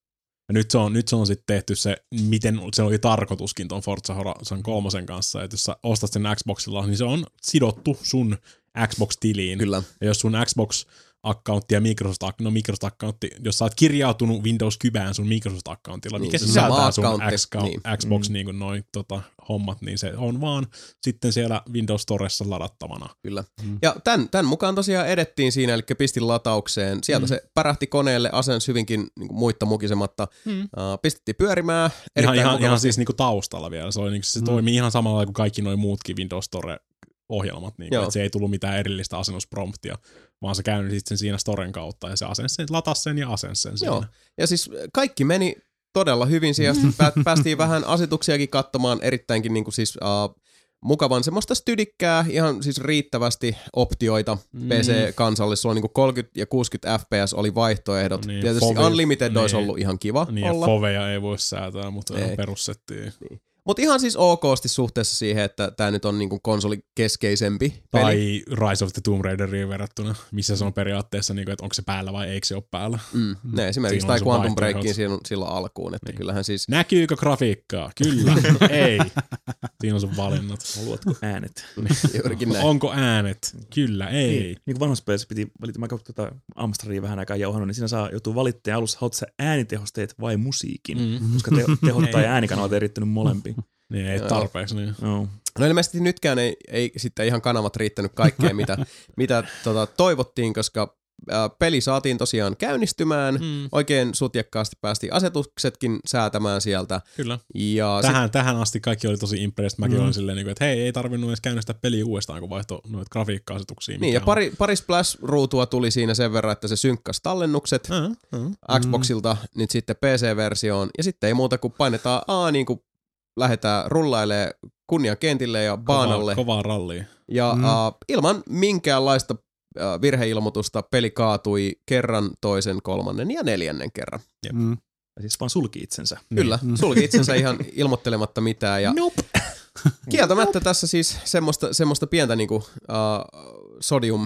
Ja nyt se on, nyt se on sitten tehty se, miten se oli tarkoituskin ton Forza Horizon kolmosen kanssa, että jos sä ostat sen Xboxilla, niin se on sidottu sun Xbox-tiliin. Kyllä. Ja jos sun Xbox-accountti ja Microsoft, no Microsoft-accountti, jos sä oot kirjautunut Windows-kybään sun Microsoft-accountilla, niin, mikä sisältää sun X- niin. Xbox mm. niin kuin noin tota, hommat, niin se on vaan sitten siellä Windows Storessa ladattavana. Kyllä. Mm. Ja tämän, tämän mukaan tosiaan edettiin siinä, eli pistin lataukseen. Sieltä mm. se pärähti koneelle asens hyvinkin niin kuin muitta mukisematta. Mm. Uh, pistettiin pyörimään. Ihan, ihan, ihan siis niin kuin taustalla vielä. Se, oli, niin, se mm. toimii ihan samalla kuin kaikki noin muutkin Windows Store ohjelmat, niin kuin, että se ei tullut mitään erillistä asennuspromptia, vaan se käynnisit sen siinä Storen kautta ja se asensi sen, latasi sen ja asensi sen siinä. Joo, ja siis kaikki meni todella hyvin, siellä päästiin vähän asetuksiakin katsomaan, erittäinkin niin kuin siis uh, mukavan semmoista stydikkää, ihan siis riittävästi optioita mm. P C-kansalle, sulla on niin kuin kolmekymmentä ja kuusikymmentä F P S oli vaihtoehdot, niin, tietysti Fove, Unlimited niin, olisi ollut ihan kiva niin, olla. Niin, Foveja ei voi säätää, mutta ei. Perussettiin. Niin. Mutta ihan siis okosti suhteessa siihen, että tämä nyt on niinku konsolikeskeisempi peli. Tai Rise of the Tomb Raideriin verrattuna, missä se on periaatteessa, niinku, että onko se päällä vai eikö se ole päällä. Mm, ne esimerkiksi, tai Quantum Breakiin silloin alkuun, että niin. Kyllähän siis... Näkyykö grafiikkaa? Kyllä. Ei. Siinä on sun valinnat. Luotko äänet? Juurikin näin. Onko äänet? Kyllä, ei. Niin, niin kuin vanhassa pelissä piti valita, mä katsoin tuota Amsterdamia vähän aikaa jauhannut, niin siinä saa joutua valittamaan alussa, haluatko sä äänitehosteet vai musiikin, mm. koska te, tehottaa ja äänikanavat erittänyt molempia. Niin, ei tarpeeksi. Niin. No. no ilmeisesti nytkään ei, ei sitten ihan kanavat riittänyt kaikkeen, mitä, mitä tota, toivottiin, koska ä, peli saatiin tosiaan käynnistymään. Mm. Oikein sutjakkaasti päästiin asetuksetkin säätämään sieltä. Kyllä. Ja tähän, sit... tähän asti kaikki oli tosi impressed. Mäkin mm. olin silleen, että hei, ei tarvinnut edes käynnistää peliä uudestaan, kun vaihtoi noita grafiikka-asetuksia. Niin, ja pari, pari Splash-ruutua tuli siinä sen verran, että se synkkasi tallennukset uh-huh. Uh-huh. Xboxilta nyt sitten P C-versioon. Ja sitten ei muuta kuin painetaan A niin kuin lähdetään rullailemaan kunnian kentille ja baanalle. Kovaa, kovaa rallia. Ja mm. uh, ilman minkäänlaista uh, virheilmoitusta peli kaatui kerran, toisen, kolmannen ja neljännen kerran. Mm. Ja siis vaan sulki itsensä. Kyllä, mm. sulki itsensä ihan ilmoittelematta mitään. Ja nope. Kieltämättä nope. Tässä siis semmoista, semmoista pientä niinku, uh, sodium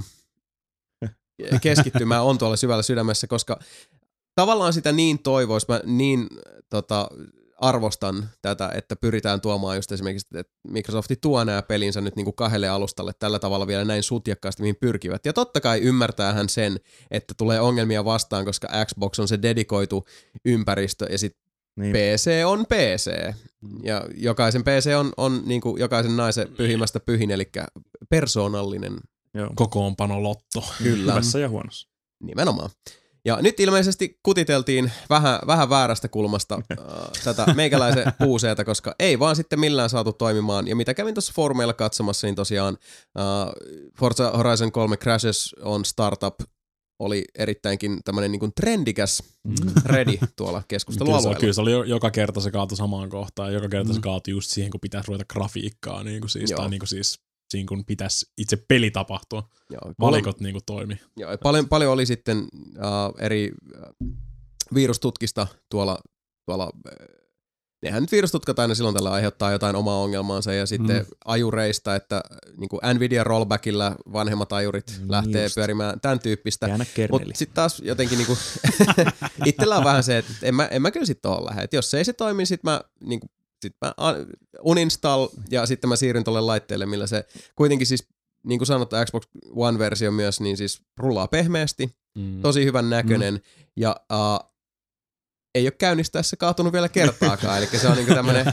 keskittymää on tuolla syvällä sydämessä, koska tavallaan sitä niin toivois, mä niin tota, arvostan tätä, että pyritään tuomaan just esimerkiksi, että Microsofti tuo nämä pelinsä nyt niin kuin kahdelle alustalle tällä tavalla vielä näin sutjakkaasti, mihin pyrkivät. Ja totta kai ymmärtäähän sen, että tulee ongelmia vastaan, koska Xbox on se dedikoitu ympäristö ja sitten niin. P C on P C. Ja jokaisen P C on, on niin kuin jokaisen naisen pyhimmästä pyhin, eli persoonallinen Joo. kokoonpano lotto. Kyllä. Hyvässä ja huonossa. Nimenomaan. Ja nyt ilmeisesti kutiteltiin vähän, vähän väärästä kulmasta äh, tätä meikäläisen puuseeta, koska ei vaan sitten millään saatu toimimaan. Ja mitä kävin tuossa foorumeilla katsomassa, niin tosiaan äh, Forza Horizon kolme Crashes on Startup oli erittäinkin tämmöinen niin kuin trendikäs mm. ready tuolla keskustelualueella. Kyllä se oli joka kerta se kaatui samaan kohtaan, joka kerta mm. se kaatui just siihen, kun pitäisi ruveta grafiikkaa, niin kuin siis, tai niin kuin siis siinä kun pitäisi itse peli tapahtua. Joo, valikot niin kuin toimi. Joo, paljon, paljon oli sitten uh, eri uh, virustutkista tuolla, tuolla uh, nehän nyt virustutkat aina silloin tällä aiheuttaa jotain omaa ongelmaansa ja sitten mm. ajureista, että niin kuin Nvidia rollbackilla vanhemmat ajurit mm, lähtee just. pyörimään tämän tyyppistä. Mutta sitten taas jotenkin niinku itsellä on vähän se, että en mä, en mä kyllä sitten tohon lähde. Et jos ei se toimi, sitten mä, niinku, sit mä uninstall ja sitten mä siirryn tolle laitteelle, millä se kuitenkin siis, niin kuin sanottu, Xbox One-versio myös, niin siis rullaa pehmeästi, mm. tosi hyvän näköinen mm. ja uh, ei ole käynnistäessä kaatunut vielä kertaakaan, eli se on niinku tämmönen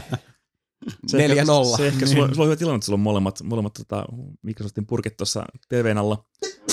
neljä nolla. Se ehkä, sulla, sulla on hyvä tilanne, että sulla on molemmat, molemmat tota, Microsoftin purkit tuossa T V:n alla.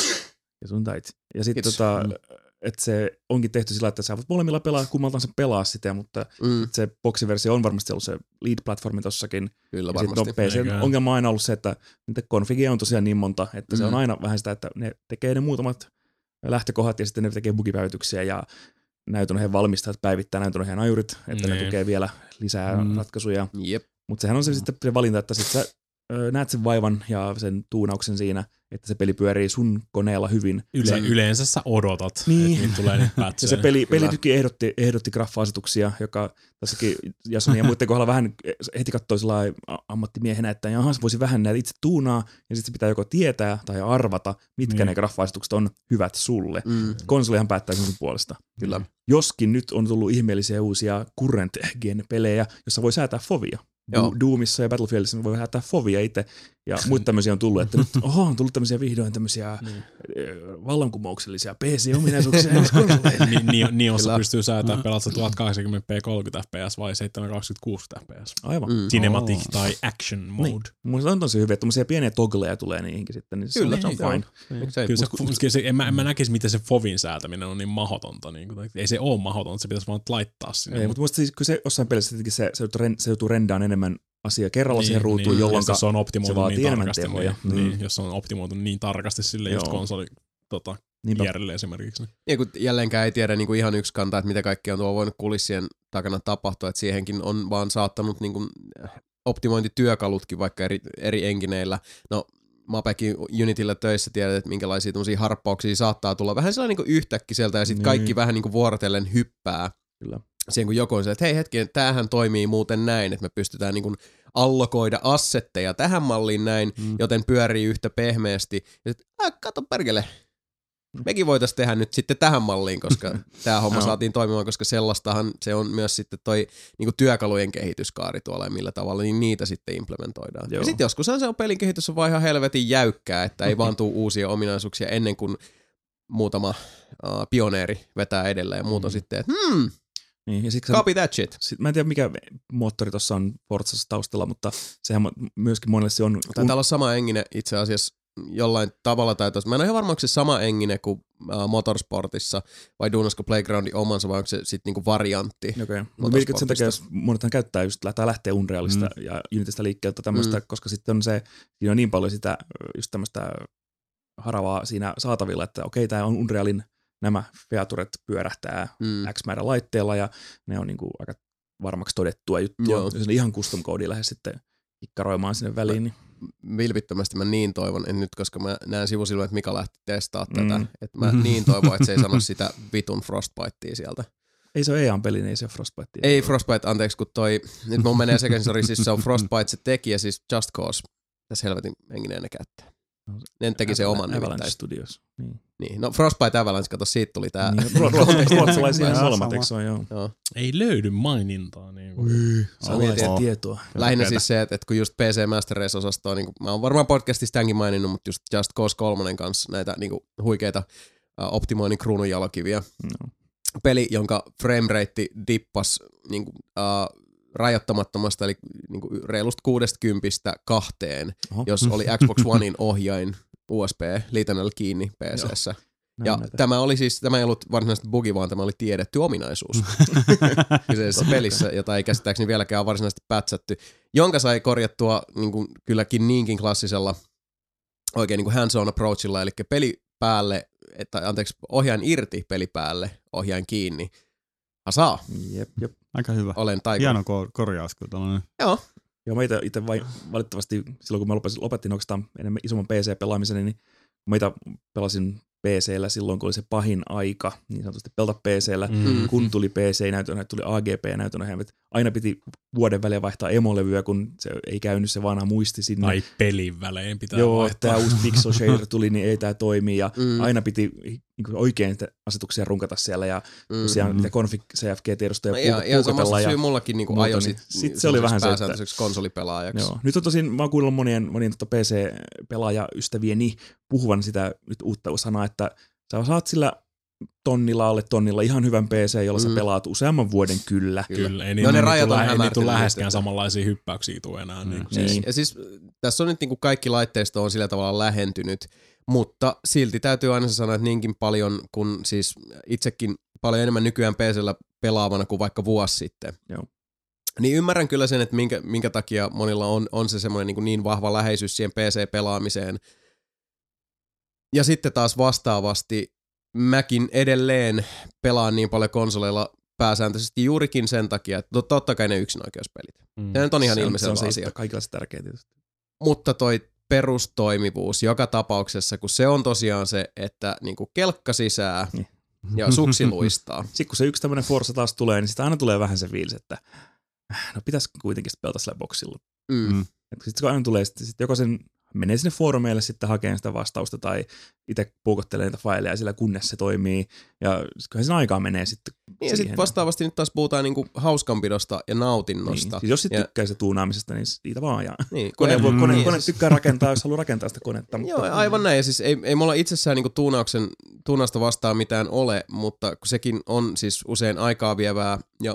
Ja sun tait. Ja sitten tota, että se onkin tehty sillä, että sä voit molemmilla pelaa, kummaltaan se pelaa sitä, mutta mm. se boksiversio on varmasti ollut se lead-platformi tossakin. Kyllä ja varmasti. P C-ongelma on aina ollut se, että niitä konfigeja on tosiaan niin monta, että mm. se on aina vähän sitä, että ne tekee ne muutamat lähtökohdat ja sitten ne tekee bugipäivityksiä ja näytönohjeen valmistajat päivittää näytönohjeen ajurit, että ne, ne tukee vielä lisää mm. ratkaisuja. Yep. Mutta sehän on se sitten se valinta, että sit sä ö, näet sen vaivan ja sen tuunauksen siinä, että se peli pyörii sun koneella hyvin. Yle- sä, yleensä sä odotat, niin. että nyt tulee niitä patcheja. Ja se peli, pelityki ehdotti, ehdotti graffa-asetuksia, joka tässäkin Jasonin ja muiden kohdalla vähän heti katsoi sellainen ammattimiehenä, että jaha, se voisi vähän näitä itse tuunaa, ja sitten se pitää joko tietää tai arvata, mitkä niin. ne graffa-asetukset on hyvät sulle. Mm. Konsolihan päättää sen puolesta. Kyllä. Joskin nyt on tullut ihmeellisiä uusia current gen pelejä, jossa voi säätää fovia. Joo. Doomissa ja Battlefieldissa voi säätää fovia itse, ja muita tämmöisiä on tullut, että nyt oho, on tullut tämmöisiä vihdoin tämmöisiä niin. vallankumouksellisia P C-ominaisuuksia konsoleille. Ni, ni, Niossa pystyy säätämään, pelaat sä tuhatkahdeksankymmentä p kolmekymmentä f p s vai seitsemänsataakaksikymmentäkuusi f p s. Aivan. Mm. Cinematic oh. tai action mode. Niin. Mun on tosi hyviä, että tämmöisiä pieniä toggleja tulee niihinkin sitten, niin kyllä, se on, se on fine. Niin. Kyllä se, se, en, mä, en mä näkisi, miten se fovin säätäminen on niin mahdotonta. Niin kuin, ei se ole mahdotonta, se pitäisi vaan laittaa sinne. Ei, mutta musta siis, kun se jossain pelissä se, se, se joutuu rendaan enemmän asia kerralla niin, siihen ruutuun, niin, jolloin se on optimoitu niin tarkasti. Tehoja. Niin, mm. niin, jos se on optimoitu niin tarkasti sille just konsoli tota, vierelle esimerkiksi. Ja kun jälleenkään ei tiedä niin kuin ihan yksi kantaa, että mitä kaikkea on tuolla voinut kulissien takana tapahtua, että siihenkin on vaan saattanut niin kuin optimointityökalutkin vaikka eri, eri engineillä. No Mapekin Unityllä töissä tiedät, että minkälaisia tämmöisiä harppauksia saattaa tulla vähän sellainen niin kuin yhtäkkiseltä ja sitten niin. kaikki vähän niin kuin vuorotellen hyppää. Kyllä. Siihen kun joku on se, että hei hetki, tämähän toimii muuten näin, että me pystytään niin kuin allokoida assetteja tähän malliin näin, mm. joten pyörii yhtä pehmeästi. Ja sitten, äh, kato perkele, mekin voitaisiin tehdä nyt sitten tähän malliin, koska tämä homma no. saatiin toimimaan, koska sellaistahan se on myös sitten toi niin kuin työkalujen kehityskaari tuolla ja millä tavalla, niin niitä sitten implementoidaan. Joo. Ja sitten joskushan se on pelin kehitys on vaan ihan helvetin jäykkää, että ei vaan tule uusia ominaisuuksia ennen kuin muutama uh, pioneeri vetää edelleen ja muut on mm. sitten, että hmm, niin, ja siksi copy that shit. Sit, mä en tiedä, mikä moottori tuossa on Forzassa taustalla, mutta sehän myöskin monelle se on... Taitaa olla sama engine itse asiassa jollain tavalla tai tuossa. Mä en ole ihan varma, onko se sama engine kuin uh, Motorsportissa, vai duunasko Playgroundin omansa, vai onko se sitten niinku variantti. Okei, okay. Mutta sen takia, jos monethan käyttää just, lähtee lähtee Unrealista mm. ja Unitystä liikkeeltä tämmöistä, mm. koska sitten on se, siinä on niin paljon sitä just tämmöistä haravaa siinä saatavilla, että okei, tämä on Unrealin nämä featuret pyörähtää mm. X määrä laitteella ja ne on niinku aika varmaksi todettua juttua. Joo. Jos ne ihan custom codea lähde sitten kikkaroimaan sinne väliin. Niin. Vilpittömästi mä niin toivon, en nyt koska mä näen sivusilloin, että Mika lähti testaa mm. tätä, että mä niin toivon, että se ei sano sitä vitun Frostbitea sieltä. Ei se ole E A pelin, ei se ole Frostbite. Ei Frostbite, anteeksi, kun toi, nyt mun menee sekin, sorry, siis se on Frostbite se tekijä, siis Just Cause, tässä helvetin hengineen ne käyttää. Ne teki se oman Avalanche Studios. Niin. niin. No Frostbite Avalanche, kato, siitä tuli tää. Niin, ruotsalaisia molemmat, eikö se on, joo. joo. Ei löydy mainintaa. Niin Salaista tietoa. Lähinnä siis se, että, että kun just P C Master Race-osastoa, niin kuin, mä oon varmaan podcastissa tämänkin maininnut, mutta just Just Cause kolmonen kanssa näitä niin kuin, huikeita uh, optimoinnin kruununjalokiviä. No. Peli, jonka framerate dippas niin kuin, uh, rajoittamattomasta, eli niin kuin reilusta kuudestakymmenestä kahteen, Oho. jos oli Xbox Onein ohjain U S B-liitännällä kiinni P C:ssä. Ja näitä. Tämä oli siis, tämä ei ollut varsinaisesti bugi, vaan tämä oli tiedetty ominaisuus kyseisessä pelissä, jota ei käsittääkseni vieläkään ole varsinaisesti pätsätty, jonka sai korjattua niin kuin, kylläkin niinkin klassisella oikein niin kuin hands-on approachilla, eli peli päälle, että anteeksi, ohjain irti peli päälle, ohjain kiinni. Asaa. Jep, jep. Aika hyvä. Olen taikon. Hieno ko- korjaus kyllä tällainen. Joo. Joo, mä itse valitettavasti silloin, kun mä lopetin, lopetin oikeastaan enemmän isomman P C-pelaamiseni, niin mä itse pelasin P C:llä silloin, kun oli se pahin aika, niin sanotusti pelata P C:llä, mm-hmm. kun tuli P C-näytönä, tuli A G P-näytönä, aina piti vuoden välein vaihtaa emolevyä, kun se ei käynyt se vanha muisti sinne. Tai pelin välein pitää Joo, vaihtaa. Joo, tämä uusi Pixel Shader tuli, niin ei tämä toimi, ja mm. aina piti niin oikein asetuksia runkata siellä, ja tosiaan mm. niitä config C F G-tiedostoja no, puukotella. Ja samassa syy mullakin niin ajo sit, sit se oli vähän se, että konsolipelaajaksi. Joo. Nyt on tosin, mä oon kuunnellut monien, monien tota P C-pelaajaystävieni puhuvan sitä nyt uutta sanaa, että sä saat sillä tonnilla, alle tonnilla ihan hyvän P C, jolla Mm. sä pelaat useamman vuoden kyllä. Kyllä, ei No niitä ne no, rajat on tule, ei niitä hämärtynyt, tule läheskään että- samanlaisia hyppäyksiä tuu enää. Mm. Niin, kuin Niin. siis. Ja siis tässä on nyt niinku kaikki laitteisto on sillä tavalla lähentynyt, mutta silti täytyy aina sanoa, että niinkin paljon, kun siis itsekin paljon enemmän nykyään P C:llä pelaavana kuin vaikka vuosi sitten. Joo. Niin ymmärrän kyllä sen, että minkä, minkä takia monilla on, on se semmoinen niin, niin vahva läheisyys siihen P C-pelaamiseen. Ja sitten taas vastaavasti mäkin edelleen pelaan niin paljon konsoleilla pääsääntöisesti juurikin sen takia, että totta kai ne yksinoikeuspelit. Mm. Se nyt on ihan se on, se ilmiselvä on se asia. kaikilla se tärkeä tietysti. Mutta toi perustoimivuus joka tapauksessa, kun se on tosiaan se, että niinku kelkka sisään Niin. ja suksi luistaa. Sitten kun se yksi tämmöinen Forza taas tulee, niin sitä aina tulee vähän se fiilis, että äh, no pitäisi kuitenkin pelata sillä boksilla. Mm. Sitten kun aina tulee, sit, sit joko sen menee sinne foorumeille sitten hakemaan sitä vastausta tai itse puukottelee niitä faileja sillä kunnes se toimii. Ja kyllähän sen aikaa menee sitten Niin ja sitten vastaavasti nyt taas puhutaan niinku hauskanpidosta ja nautinnosta. Niin. Siis jos sit ja, tykkää se tuunaamisesta, niin siitä vaan. Ja niin, kone, voi, mm, kone, niin, kone siis- tykkää rakentaa, jos haluaa rakentaa sitä konetta. Mutta, Joo, aivan näin. Ja siis ei, ei mulla itsessään niinku tuunauksen, tuunausta vastaan mitään ole, mutta kun sekin on siis usein aikaa vievää ja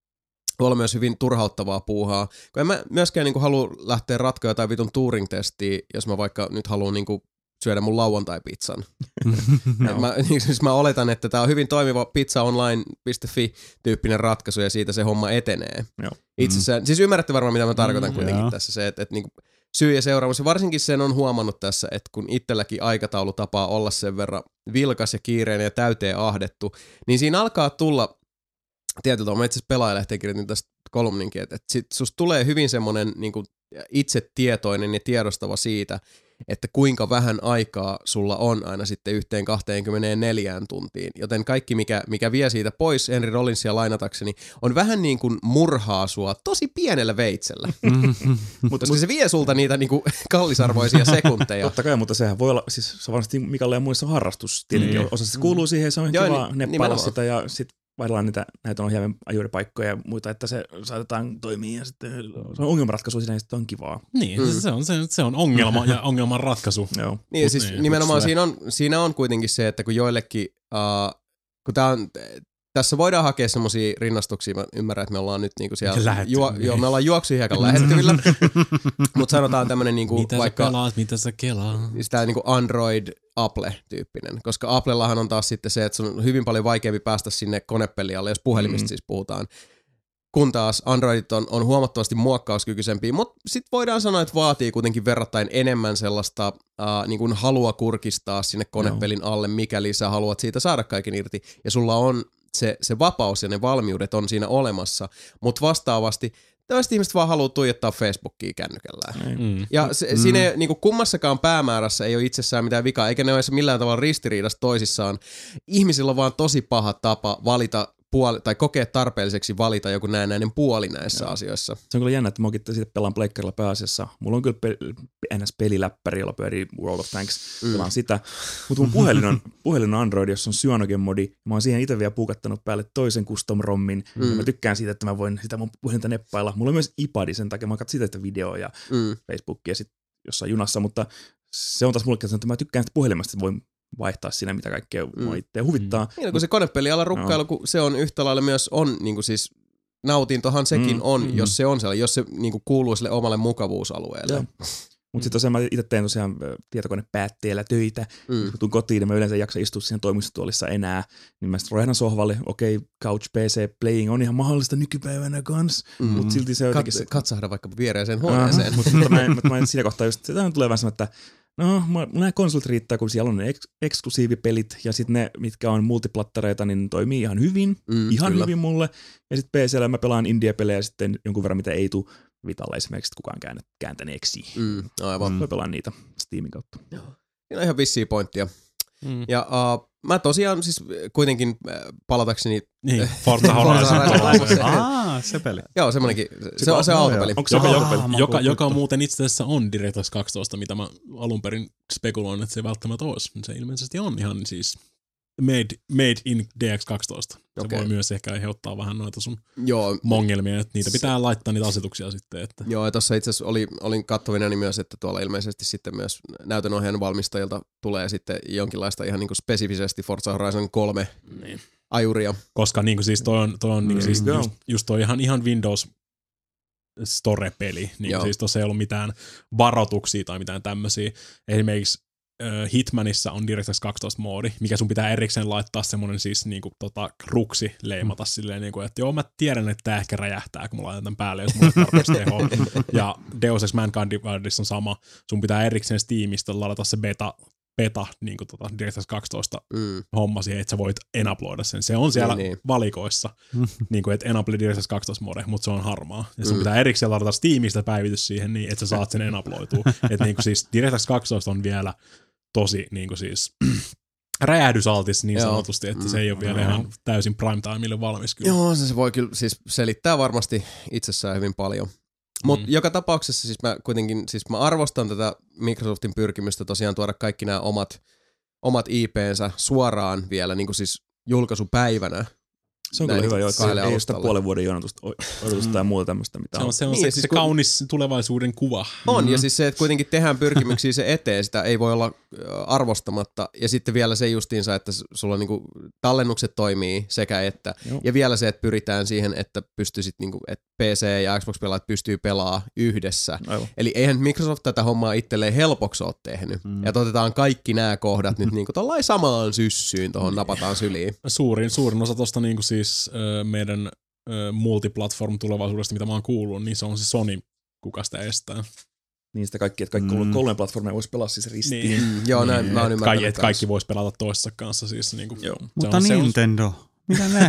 voi olla myös hyvin turhauttavaa puuhaa. Kun en mä myöskään niinku halua lähteä ratkoa jotain vitun Turing-testiä, jos mä vaikka nyt haluan niinku syödä mun lauantai-pizzan. Joo. mä, niin, siis mä oletan, että tää on hyvin toimiva pizzaonline piste fi-tyyppinen ratkaisu ja siitä se homma etenee. Joo. Itsessään, siis ymmärrätte varmaan, mitä mä tarkoitan Mm, kuitenkin joo. tässä. Se, että, että niinku syy ja seuraamus. Ja varsinkin sen on huomannut tässä, että kun itselläkin aikataulu tapaa olla sen verran vilkas ja kiireinen ja täyteen ahdettu, niin siinä alkaa tulla tietyllä tavalla, mä itse asiassa Pelaajalehteen kirjoitin tästä kolumninkin, että, että sit susta tulee hyvin semmoinen niin kuin itsetietoinen ja tiedostava siitä, että kuinka vähän aikaa sulla on aina sitten yhteen kaksikymmentäneljä tuntiin. Joten kaikki, mikä, mikä vie siitä pois, Henry Rollinsia lainatakseni, on vähän niin kuin murhaa sua tosi pienellä veitsellä. Mutta Koska se vie sulta niitä niin kuin kallisarvoisia sekunteja. totta kai, mutta sehän voi olla, siis se on varmasti Mikalle ja muissa harrastus. Tietenkin Niin. osa se kuuluu siihen, se on Joo, kiva ni- neppailla nimenomaan. sitä ja sitten vaihdellaan niitä näitä ohjaajan ajuripaikkoja ja muita, että se saatetaan toimia ja sitten se on ongelmanratkaisu siinä ja sitten on kivaa. Niin, Mm. mm. se, on, se, se on ongelma ja ongelman ratkaisu. Joo. Niin, ja Mut siis niin, nimenomaan mut se- siinä on, siinä on kuitenkin se, että kun joillekin, uh, kun tää on, tässä voidaan hakea semmosia rinnastuksia, mä ymmärrän, että me ollaan nyt niinku siellä, Lähetty, juo, niin. joo, me ollaan juoksihiekan lähettyvillä, mutta sanotaan tämmönen niinku Mitä vaikka sä pelaat, mitä sä kelaat? sitä niinku Android Apple-tyyppinen, koska Applellahan on taas sitten se, että se on hyvin paljon vaikeampi päästä sinne konepelialle, jos puhelimista Mm. siis puhutaan. Kun taas Androidit on, on huomattavasti muokkauskykyisempiä, mutta sitten voidaan sanoa, että vaatii kuitenkin verrattain enemmän sellaista äh, niin kuin halua kurkistaa sinne konepelin alle, mikäli sä haluat siitä saada kaiken irti. Ja sulla on se, se vapaus ja ne valmiudet on siinä olemassa, mutta vastaavasti tällaiset ihmiset vaan haluaa tuijottaa Facebookia kännykällään. Mm. Ja se, mm. siinä ei, niin kuin kummassakaan päämäärässä ei ole itsessään mitään vikaa, eikä ne ole millään tavalla ristiriidassa toisissaan. Ihmisillä on vaan tosi paha tapa valita puoli, tai kokea tarpeelliseksi valita joku näennäinen puoli näissä Joo. asioissa. Se on kyllä jännä, että mäkin siitä pelaan pleikkarilla pääasiassa. Mulla on kyllä pe- N S-peliläppäri, jolla pyörii World of Tanks. Mm. Pelaan sitä. Mutta mun puhelin on, puhelin on Android, jossa on Cyanogen-modi. Mä oon siihen itse vielä puukattanut päälle toisen custom-rommin. Mm. Ja mä tykkään siitä, että mä voin sitä mun puhelinta neppailla. Mulla on myös iPad sen takia. Mä katson sitä videoa ja Mm. Facebookia sit jossain junassa. Mutta se on taas mulle että mä tykkään sitä puhelimesta, että voin vaihtaa siinä, mitä kaikkea Mm. mua itseä huvittaa. Niin, kun se konepeliala rukkailu, kun se on yhtä lailla myös on, niin kuin siis nautintohan sekin Mm, on, mm. jos se on sellainen, jos se niin kuin kuuluu sille omalle mukavuusalueelle. Joo. Mutta sitten tosiaan mä itse teen tosiaan ö, tietokonepäätteellä töitä. Mm. Kun tuun kotiin, niin mä yleensä en jaksa istua siinä toimistotuolissa enää. Niin mä sitten roihdan sohvalle. Okei, okay, couch P C playing on ihan mahdollista nykypäivänä kans. Mm. Mutta silti se on Kat, jotenkin se... katsahda vaikka viereiseen huoneeseen. Mutta mä, mä, mä en siinä kohtaa just, sitä tulee vähän semmoinen, että no, mulla nämä konsolit riittää, kun siellä on ne eks- eksklusiivipelit ja sitten ne, mitkä on multiplattareita, niin toimii ihan hyvin. Mm, ihan kyllä. hyvin mulle. Ja sitten P C:llä mä pelaan indie-pelejä sitten jonkun verran, mitä ei tule Vitalle esimerkiksi kukaan kääntä, kääntäneeksi. Mm, aivan. Mä pelaan niitä Steamin kautta. Siinä on ihan vissiä pointtia. Mm. Ja uh, mä tosiaan siis kuitenkin äh, palatakseni, Niin, Forza Horizon. Horizon. Aa, se peli. joo semmonenkin, se on se autopeli. Onko se Joka, autopeli? joka, joka, joka muuten itse asiassa on DirectX kaksitoista, mitä mä alun perin spekuloin, että se ei välttämättä olisi. Se ilmeisesti on ihan siis made, made in D X kaksitoista. Se Okei. voi myös ehkä aiheuttaa vähän noita sun Joo, mongelmia, että niitä pitää laittaa niitä asetuksia sitten. Että. Joo, ja tuossa itse asiassa oli, olin kattovinani myös, että tuolla ilmeisesti sitten myös näytönohjaajan valmistajilta tulee sitten jonkinlaista ihan niin kuin spesifisesti Forza Horizon kolme Niin. ajuria. Koska niin kuin siis toi on, toi on niin kuin siis Joo. just, just toi ihan, ihan Windows Store-peli. Niin Joo. kuin siis tuossa ei ollut mitään varoituksia tai mitään tämmöisiä. Esimerkiksi äh, Hitmanissa on DirectX kaksitoista moodi, mikä sun pitää erikseen laittaa semmoinen siis niinku tota kruksi leimata mm. silleen niinku, että joo mä tiedän, että tää ehkä räjähtää, kun mä laitan tämän päälle, jos mulla on tarpeeksi tehoa. Ja Deus Ex Mankind Dividedissa on sama. Sun pitää erikseen Steamista ladata se beta, beta niinku tota DirectX kaksitoista Mm. homma siihen, että sä voit enabloida sen. Se on siellä Niin, niin. valikoissa, niin kuin, että enable DirectX kaksitoista mode, mutta se on harmaa. Ja sun Mm. pitää erikseen ladata Steamista päivitys siihen niin, että sä saat sen enabloitua. Että niin kuin siis DirectX kaksitoista on vielä tosi niin kuin siis räjähdysaltis niin Joo. sanotusti, että se ei ole vielä Joo. ihan täysin prime timeille valmis kyllä. Joo, se, se voi kyllä siis selittää varmasti itsessään hyvin paljon. Mutta Mm. joka tapauksessa siis mä kuitenkin, siis mä arvostan tätä Microsoftin pyrkimystä tosiaan tuoda kaikki nämä omat, omat I P:nsä suoraan vielä niin kuin siis julkaisupäivänä. Se on kyllä näin hyvä, joo, että kahdelle ei ole sitä alustalle. puolen vuoden jonotusta, odotusta tai muuta tämmöistä, mitä Se on se, on Niin, se, siis se kun- kaunis tulevaisuuden kuva. On, ja siis se, että kuitenkin tehdään pyrkimyksiä se eteen, sitä ei voi olla ö, arvostamatta. Ja sitten vielä se justiinsa, että s- sulla niinku tallennukset toimii sekä että. Joo. Ja vielä se, että pyritään siihen, että pystyisit niinku, että P C ja Xbox-pelaajat pystyy pelaamaan yhdessä. Aivan. Eli eihän Microsoft tätä hommaa itselleen helpoksi ole tehnyt. Mm. Ja otetaan kaikki nämä kohdat nyt niinku tollain samaan syssyyn, tuohon napataan syliin. Suurin, suurin osa tuosta niinku siis ö, meidän ö, multiplatform tulevaisuudesta, mitä mä oon kuullut, niin se on se Sony, kuka sitä estää. Niin sitä kaikki, että kaikki Mm. mm. kolmen platformeja voisi pelaa siis ristiin. Niin. Mm, joo, näin Niin, mä oon et ymmärtänyt kaikki, et kans. kaikki vois pelata toisessa kanssa siis niinku. Joo. Mutta se on- Nintendo. Mitä nää?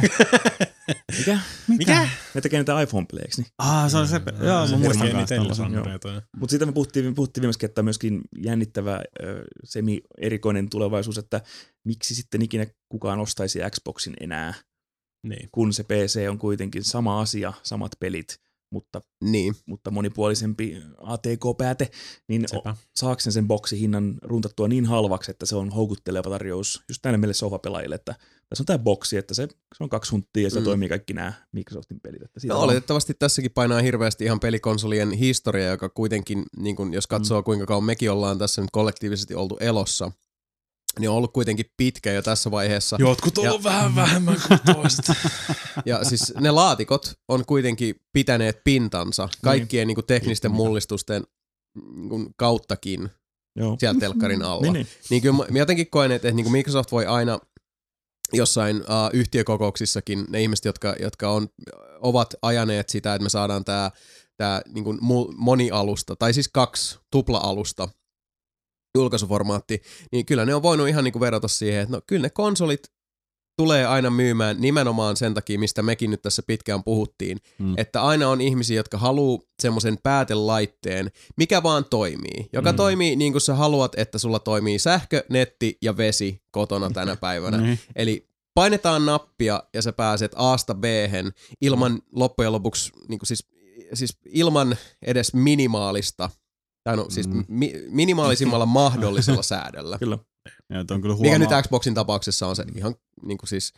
Mikä? Mikä? Ne tekee niitä iPhone-pelejä, eikö niin? Ah, se on se. Joo, mä muistan Herkeen kanssa Nintendo tollasen. sannereita, joo. Mutta siitä me puhuttiin, me puhuttiin viimeiskin, että myöskin jännittävä ö, semi-erikoinen tulevaisuus, että miksi sitten ikinä kukaan ostaisi Xboxin enää, Niin. kun se P C on kuitenkin sama asia, samat pelit, mutta, Niin. mutta monipuolisempi A T K-pääte, niin Sepä. o, saako sen sen boksihinnan runtattua niin halvaksi, että se on houkutteleva tarjous just näille meille sofapelaajille, että tässä on tämä boksi, että se, se on kaksi hunttia ja se Mm. toimii kaikki nämä Microsoftin pelit. Että siitä No, on- oletettavasti tässäkin painaa hirveästi ihan pelikonsolien historia, joka kuitenkin, niin kun, jos katsoo Mm. kuinka kauan mekin ollaan tässä nyt kollektiivisesti oltu elossa, niin on ollut kuitenkin pitkä jo tässä vaiheessa. Jotkut on Ja- ollut vähän vähemmän kuin toiset. Ja siis ne laatikot on kuitenkin pitäneet pintansa kaikkien niin kuin teknisten mullistusten niin kuin kauttakin Joo. siellä telkkarin alla. Niin, Niin, niin. niin kyllä mä, mä jotenkin koen, että, että niin kuin Microsoft voi aina jossain uh, yhtiökokouksissakin, ne ihmiset, jotka, jotka on, ovat ajaneet sitä, että me saadaan tämä tää, niin kuin monialusta, tai siis kaksi tupla-alusta julkaisuformaatti, niin kyllä ne on voinut ihan niin kuin verrata siihen, että no kyllä ne konsolit tulee aina myymään nimenomaan sen takia, mistä mekin nyt tässä pitkään puhuttiin, Mm. että aina on ihmisiä, jotka haluaa semmoisen päätelaitteen, mikä vaan toimii, joka Mm. toimii niin kuin sä haluat, että sulla toimii sähkö, netti ja vesi kotona tänä päivänä. Niin. Eli painetaan nappia ja sä pääset A:sta B:hen ilman loppujen lopuksi, niin kuin siis, siis ilman edes minimaalista, tai no siis Mm. mi- minimaalisimmalla mahdollisella säädöllä. Kyllä. Ja toi on kyllä Mikä huomaa. nyt Xboxin tapauksessa on se ihan niin kuin siis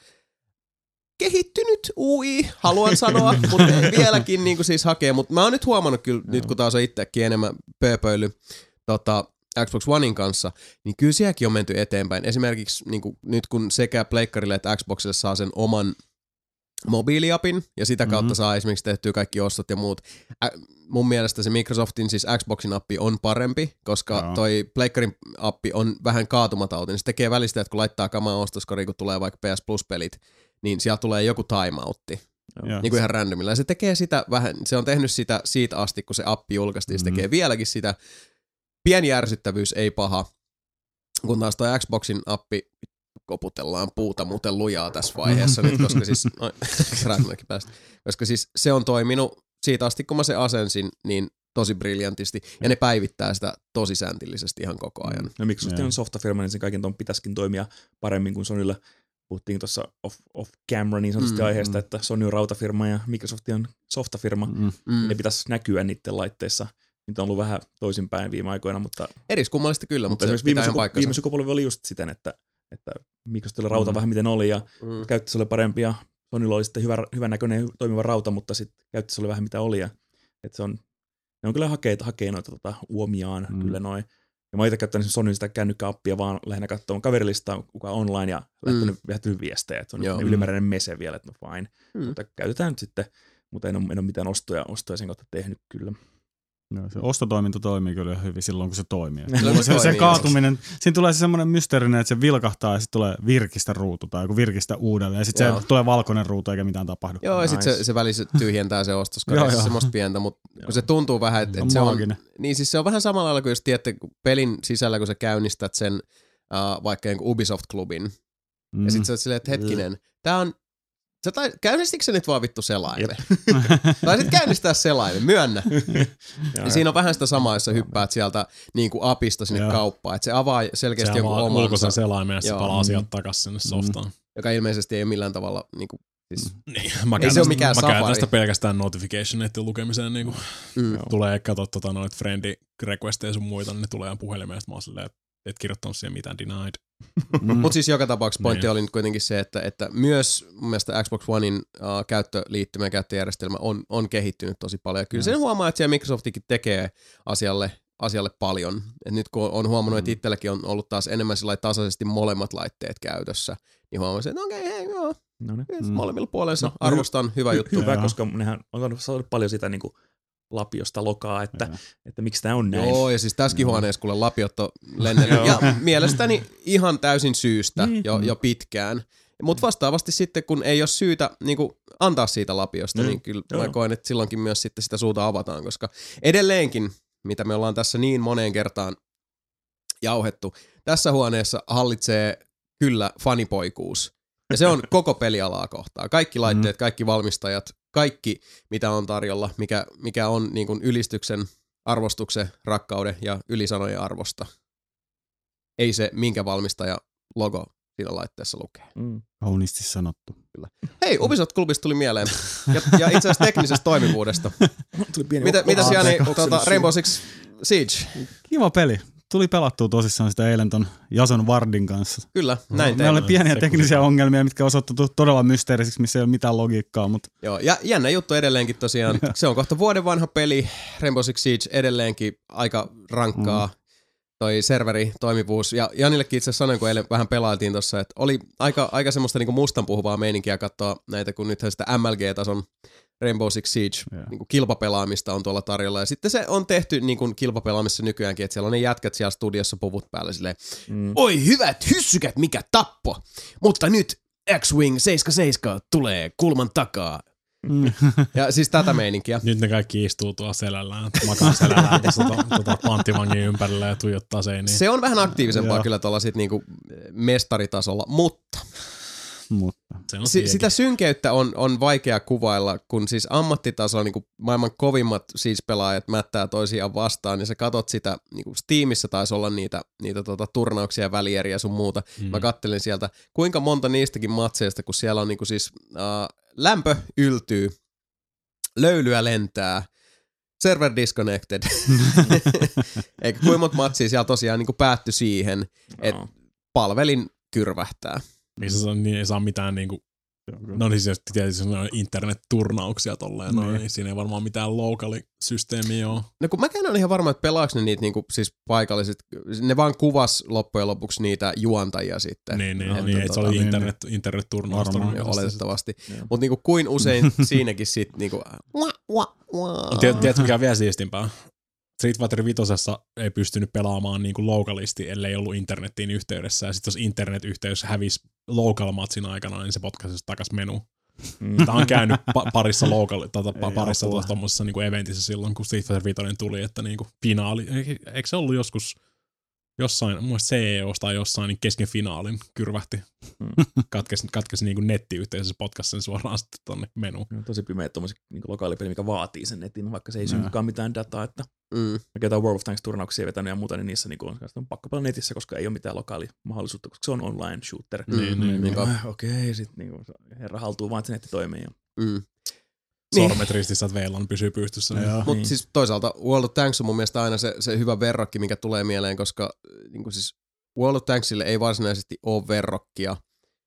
kehittynyt U I, haluan sanoa, mutta vieläkin niin kuin siis hakee. Mutta mä oon nyt huomannut kyllä, Joo. nyt kun taas on itsekin enemmän pööpöily tota, Xbox Onein kanssa, niin kyllä sielläkin on menty eteenpäin. Esimerkiksi niin kuin, nyt kun sekä Pleikkarille että Xboxille saa sen oman mobiiliapin, ja sitä kautta Mhm. saa esimerkiksi tehtyä kaikki ostot ja muut. Ä, mun mielestä se Microsoftin, siis Xboxin appi on parempi, koska Joo. toi Pleikkarin appi on vähän kaatumatauti. Se tekee välistä, että kun laittaa kamaa ostoskoriin, kun tulee vaikka P S Plus-pelit, niin siellä tulee joku timeoutti, Joo. niin kuin ihan randomilla. Ja se tekee sitä vähän, se on tehnyt sitä siitä asti, kun se appi julkaistiin, se Mhm. tekee vieläkin sitä. Pieni ärsyttävyys, ei paha, kun taas toi Xboxin appi, koputellaan puuta muuten lujaa tässä vaiheessa nyt, koska siis, noin, randommäkin päästä, koska siis se on toiminut siitä asti, kun mä se asensin, niin tosi briljantisti, ja ne päivittää sitä tosi säntillisesti ihan koko ajan. No Microsoft Joo. on softafirma, niin sen kaiken ton pitäisikin toimia paremmin kuin Sonylla. Puhuttiin tuossa off, off camera niin sanotusti Mm, aiheesta, mm. että Sony on rautafirma ja Microsoft on softafirma. Mm. Mm. Ne pitäisi näkyä niiden laitteissa. Niitä on ollut vähän toisinpäin viime aikoina, mutta, Eriskummallista kyllä, mutta, mutta se esimerkiksi pitää viime, ihan suku, paikkansa. viime sukupolvi oli just siten, että että Microsoftilla rauta mm. vähän miten oli ja Mm. käyttössä oli parempi ja Sonylla oli sitten hyvä, hyvän näköinen toimiva rauta, mutta sitten käyttössä oli vähän mitä oli. Ja, että se on, ne on kyllä hakee, hakee noita tota, uomiaan mm. kyllä noin. Ja mä oon itse käyttänyt Sonyn sitä kännykkäappia vaan lähinnä katsomaan kaverilistaa, kuka on online ja lähtenyt, mm. lähtenyt viestejä. Että se on mm. ylimääräinen mese vielä, että no fine. Mm. Mutta käytetään nyt sitten, mutta en ole, en ole mitään ostoja, ostoja sen kautta tehnyt kyllä. No, se ostotoiminta toimii kyllä hyvin silloin, kun se toimii. se, se, toimii, se kaatuminen, siinä tulee se semmoinen mysteerinen, että se vilkahtaa ja sitten tulee virkistä ruutu tai joku virkistä uudelleen. Ja sitten se tulee valkoinen ruutu eikä mitään tapahdu. Joo, ja nice. sitten se, se välissä tyhjentää se ostoskari, se semmoista pientä, mutta kun se tuntuu vähän, että et se on, niin siis se on vähän samalla lailla kuin jos tiedätte pelin sisällä, kun sä käynnistät sen uh, vaikka jonkun Ubisoft-klubin. Mm. Ja sitten sä oot silleen, että hetkinen, tää on Sä tai, käynnistikö se nyt vaan vittu selaimen? Tai sit käynnistää selaimen, myönnä. Ja siinä on vähän sitä samaa, jos sä hyppäät sieltä niin kuin apista sinne Joo. kauppaan. Että se avaa selkeästi se jonkun avaa omansa. ulkoisen selaimen ja se palaa asiat takaisin sinne softaan. Joka ilmeisesti ei ole millään tavalla niin kuin, siis, niin, mä ei se ole mikään mä safari. Mä käytän sitä pelkästään notificationeiden lukemiseen. Niin kuin, mm. Tulee katsoa tota, noita friendi requesteja sun muita, niin ne tulee ihan puhelimeen. Mä oon silleen, että et kirjoittanut siihen mitään denied. Mm. Mutta siis joka tapauksessa pointti oli nyt kuitenkin se, että, että myös mun mielestä Xbox Onein uh, käyttöliittymä ja käyttöjärjestelmä on, on kehittynyt tosi paljon. Ja kyllä mm. sen huomaa, että siellä Microsoftikin tekee asialle, asialle paljon. Et nyt kun on huomannut, mm. että itselläkin on ollut taas enemmän tasaisesti molemmat laitteet käytössä, niin huomasin, että okei, okay, hei, joo, no niin. mm. molemmilla puolensa no, arvostan, hyvä hy- juttu. Hyvä, koska nehän on saanut paljon sitä niin kuin lapiosta lokaa, että, että, että miksi tämä on näin. Joo, ja siis tässäkin huoneessa kuule lapiot on lennellyt. Ja mielestäni ihan täysin syystä mm. jo, jo pitkään. Mutta vastaavasti sitten, kun ei ole syytä niin kuin antaa siitä lapiosta, mm. niin kyllä Joo. mä koen, että silloinkin myös sitten sitä suuta avataan, koska edelleenkin, mitä me ollaan tässä niin moneen kertaan jauhettu, tässä huoneessa hallitsee kyllä fanipoikuus. Ja se on koko pelialaa kohtaa. Kaikki laitteet, kaikki valmistajat, kaikki mitä on tarjolla, mikä, mikä on niin kuin ylistyksen, arvostuksen, rakkauden ja ylisanojen arvosta. Ei se, minkä valmistaja logo siinä laitteessa lukee. Mm. Kauniisti sanottu. Kyllä. Hei, Ubisoft-klubista tuli mieleen. Ja, ja itse asiassa teknisestä toimivuudesta. Mitä, mitä siellä niin, tuota, Rainbow Six Siege? Kiva peli. Tuli pelattua tosissaan sitä eilen ton Jason Wardin kanssa. Kyllä, näin Meillä oli pieniä teknisiä ongelmia, mitkä osoittautu todella mysteerisiksi, missä ei ole mitään logiikkaa. Mutta... Joo, ja jännä juttu edelleenkin tosiaan. Se on kohta vuoden vanha peli. Rainbow Six Siege edelleenkin aika rankkaa. Mm. Toi serveri toimivuus. Ja Janillekin itse asiassa sanoin, kun eilen vähän pelailtiin tossa, että oli aika, aika semmoista niinku mustan puhuvaa meininkiä katsoa näitä, kun nythän sitä M L G-tason Rainbow Six Siege niin kuin kilpapelaamista on tuolla tarjolla. Ja sitten se on tehty niin kuin kilpapelaamissa nykyäänkin, että siellä on ne jätkät siellä studiossa puvut päällä silleen, mm. oi hyvät hyssykät, mikä tappo! Mutta nyt X-Wing seitsemänkymmentäseitsemän tulee kulman takaa. Mm. Ja siis tätä meininkiä. Nyt ne kaikki istuu tuolla selällään, makaa selällään tuota, tuota panttivangin ympärillä ja tuijottaa seiniä. Se on vähän aktiivisempaa kyllä tuolla sit niinku mestaritasolla, mutta... Mutta. S- sitä synkeyttä on, on vaikea kuvailla, kun siis ammattitasolla niin kuin maailman kovimmat siis pelaajat mättää toisiaan vastaan, ja sä katot sitä, niin kuin Steamissa taisi olla niitä, niitä tota, turnauksia ja välieriä sun muuta. Mm. Mä kattelin sieltä, kuinka monta niistäkin matseista, kun siellä on niin kuin siis uh, lämpö yltyy, löylyä lentää, server disconnected. Eikä kuinka monta matsia siellä tosiaan niin kuin päättyi siihen, että no. palvelin kyrvähtää. Missä se on, niin ei saa mitään niinku, no niin siis tietysti internet-turnauksia tolleen, no, niin siinä ei varmaan mitään local-systeemiä ole. No kun mäkään olen ihan varma, että pelaaks ne niitä niinku, siis paikalliset, ne vaan kuvas loppujen lopuksi niitä juontajia sitten. Niin, niin, niin että se oli internet, internet-turnaus. Oletettavasti. Mutta niinku kuin usein siinäkin sit niinku, tiedätkö mikä on vielä siistimpää? Street Fighter vitosessa ei pystynyt pelaamaan niinku localisti, ellei ollut internetin yhteydessä. Ja sitten jos internet-yhteys hävisi local-matsin aikana, niin se potkaisi takas menu. Mm. Tämä on käynyt pa- parissa, local, tota, pa- parissa tuossa niinku eventissä silloin, kun Street Fighter viisi tuli, että niinku finaali. Eikö se ollut joskus jossain, mun C E O:sta tai jossain, niin kesken finaalin kyrvähti. Mm. Katkesi, katkesi niinku nettiyhteisössä, potkasi sen suoraan sitten tonne menuun. No, tosi pimeä tuommoisen niinku lokaalipeli, mikä vaatii sen netin, vaikka se ei synnykaan mitään dataa, että mm. mä käytän World of Tanks-turnauksia vetänyt ja muuta, niin niissä niinku on, on pakko pelaa netissä, koska ei ole mitään lokaalimahdollisuutta, koska se on online shooter. Mm. Mm. Mm. Niin, äh, okei, okay, sitten niinku, herra haltuu vaan, että se netti toimii. Mm. Sormet ristissä, että V L A N pysyy pystyssä. Niin. Mutta niin. Siis toisaalta World of Tanks on mun mielestä aina se, se hyvä verrokki, mikä tulee mieleen, koska niin kuin siis World of Tanksille ei varsinaisesti ole verrokkia,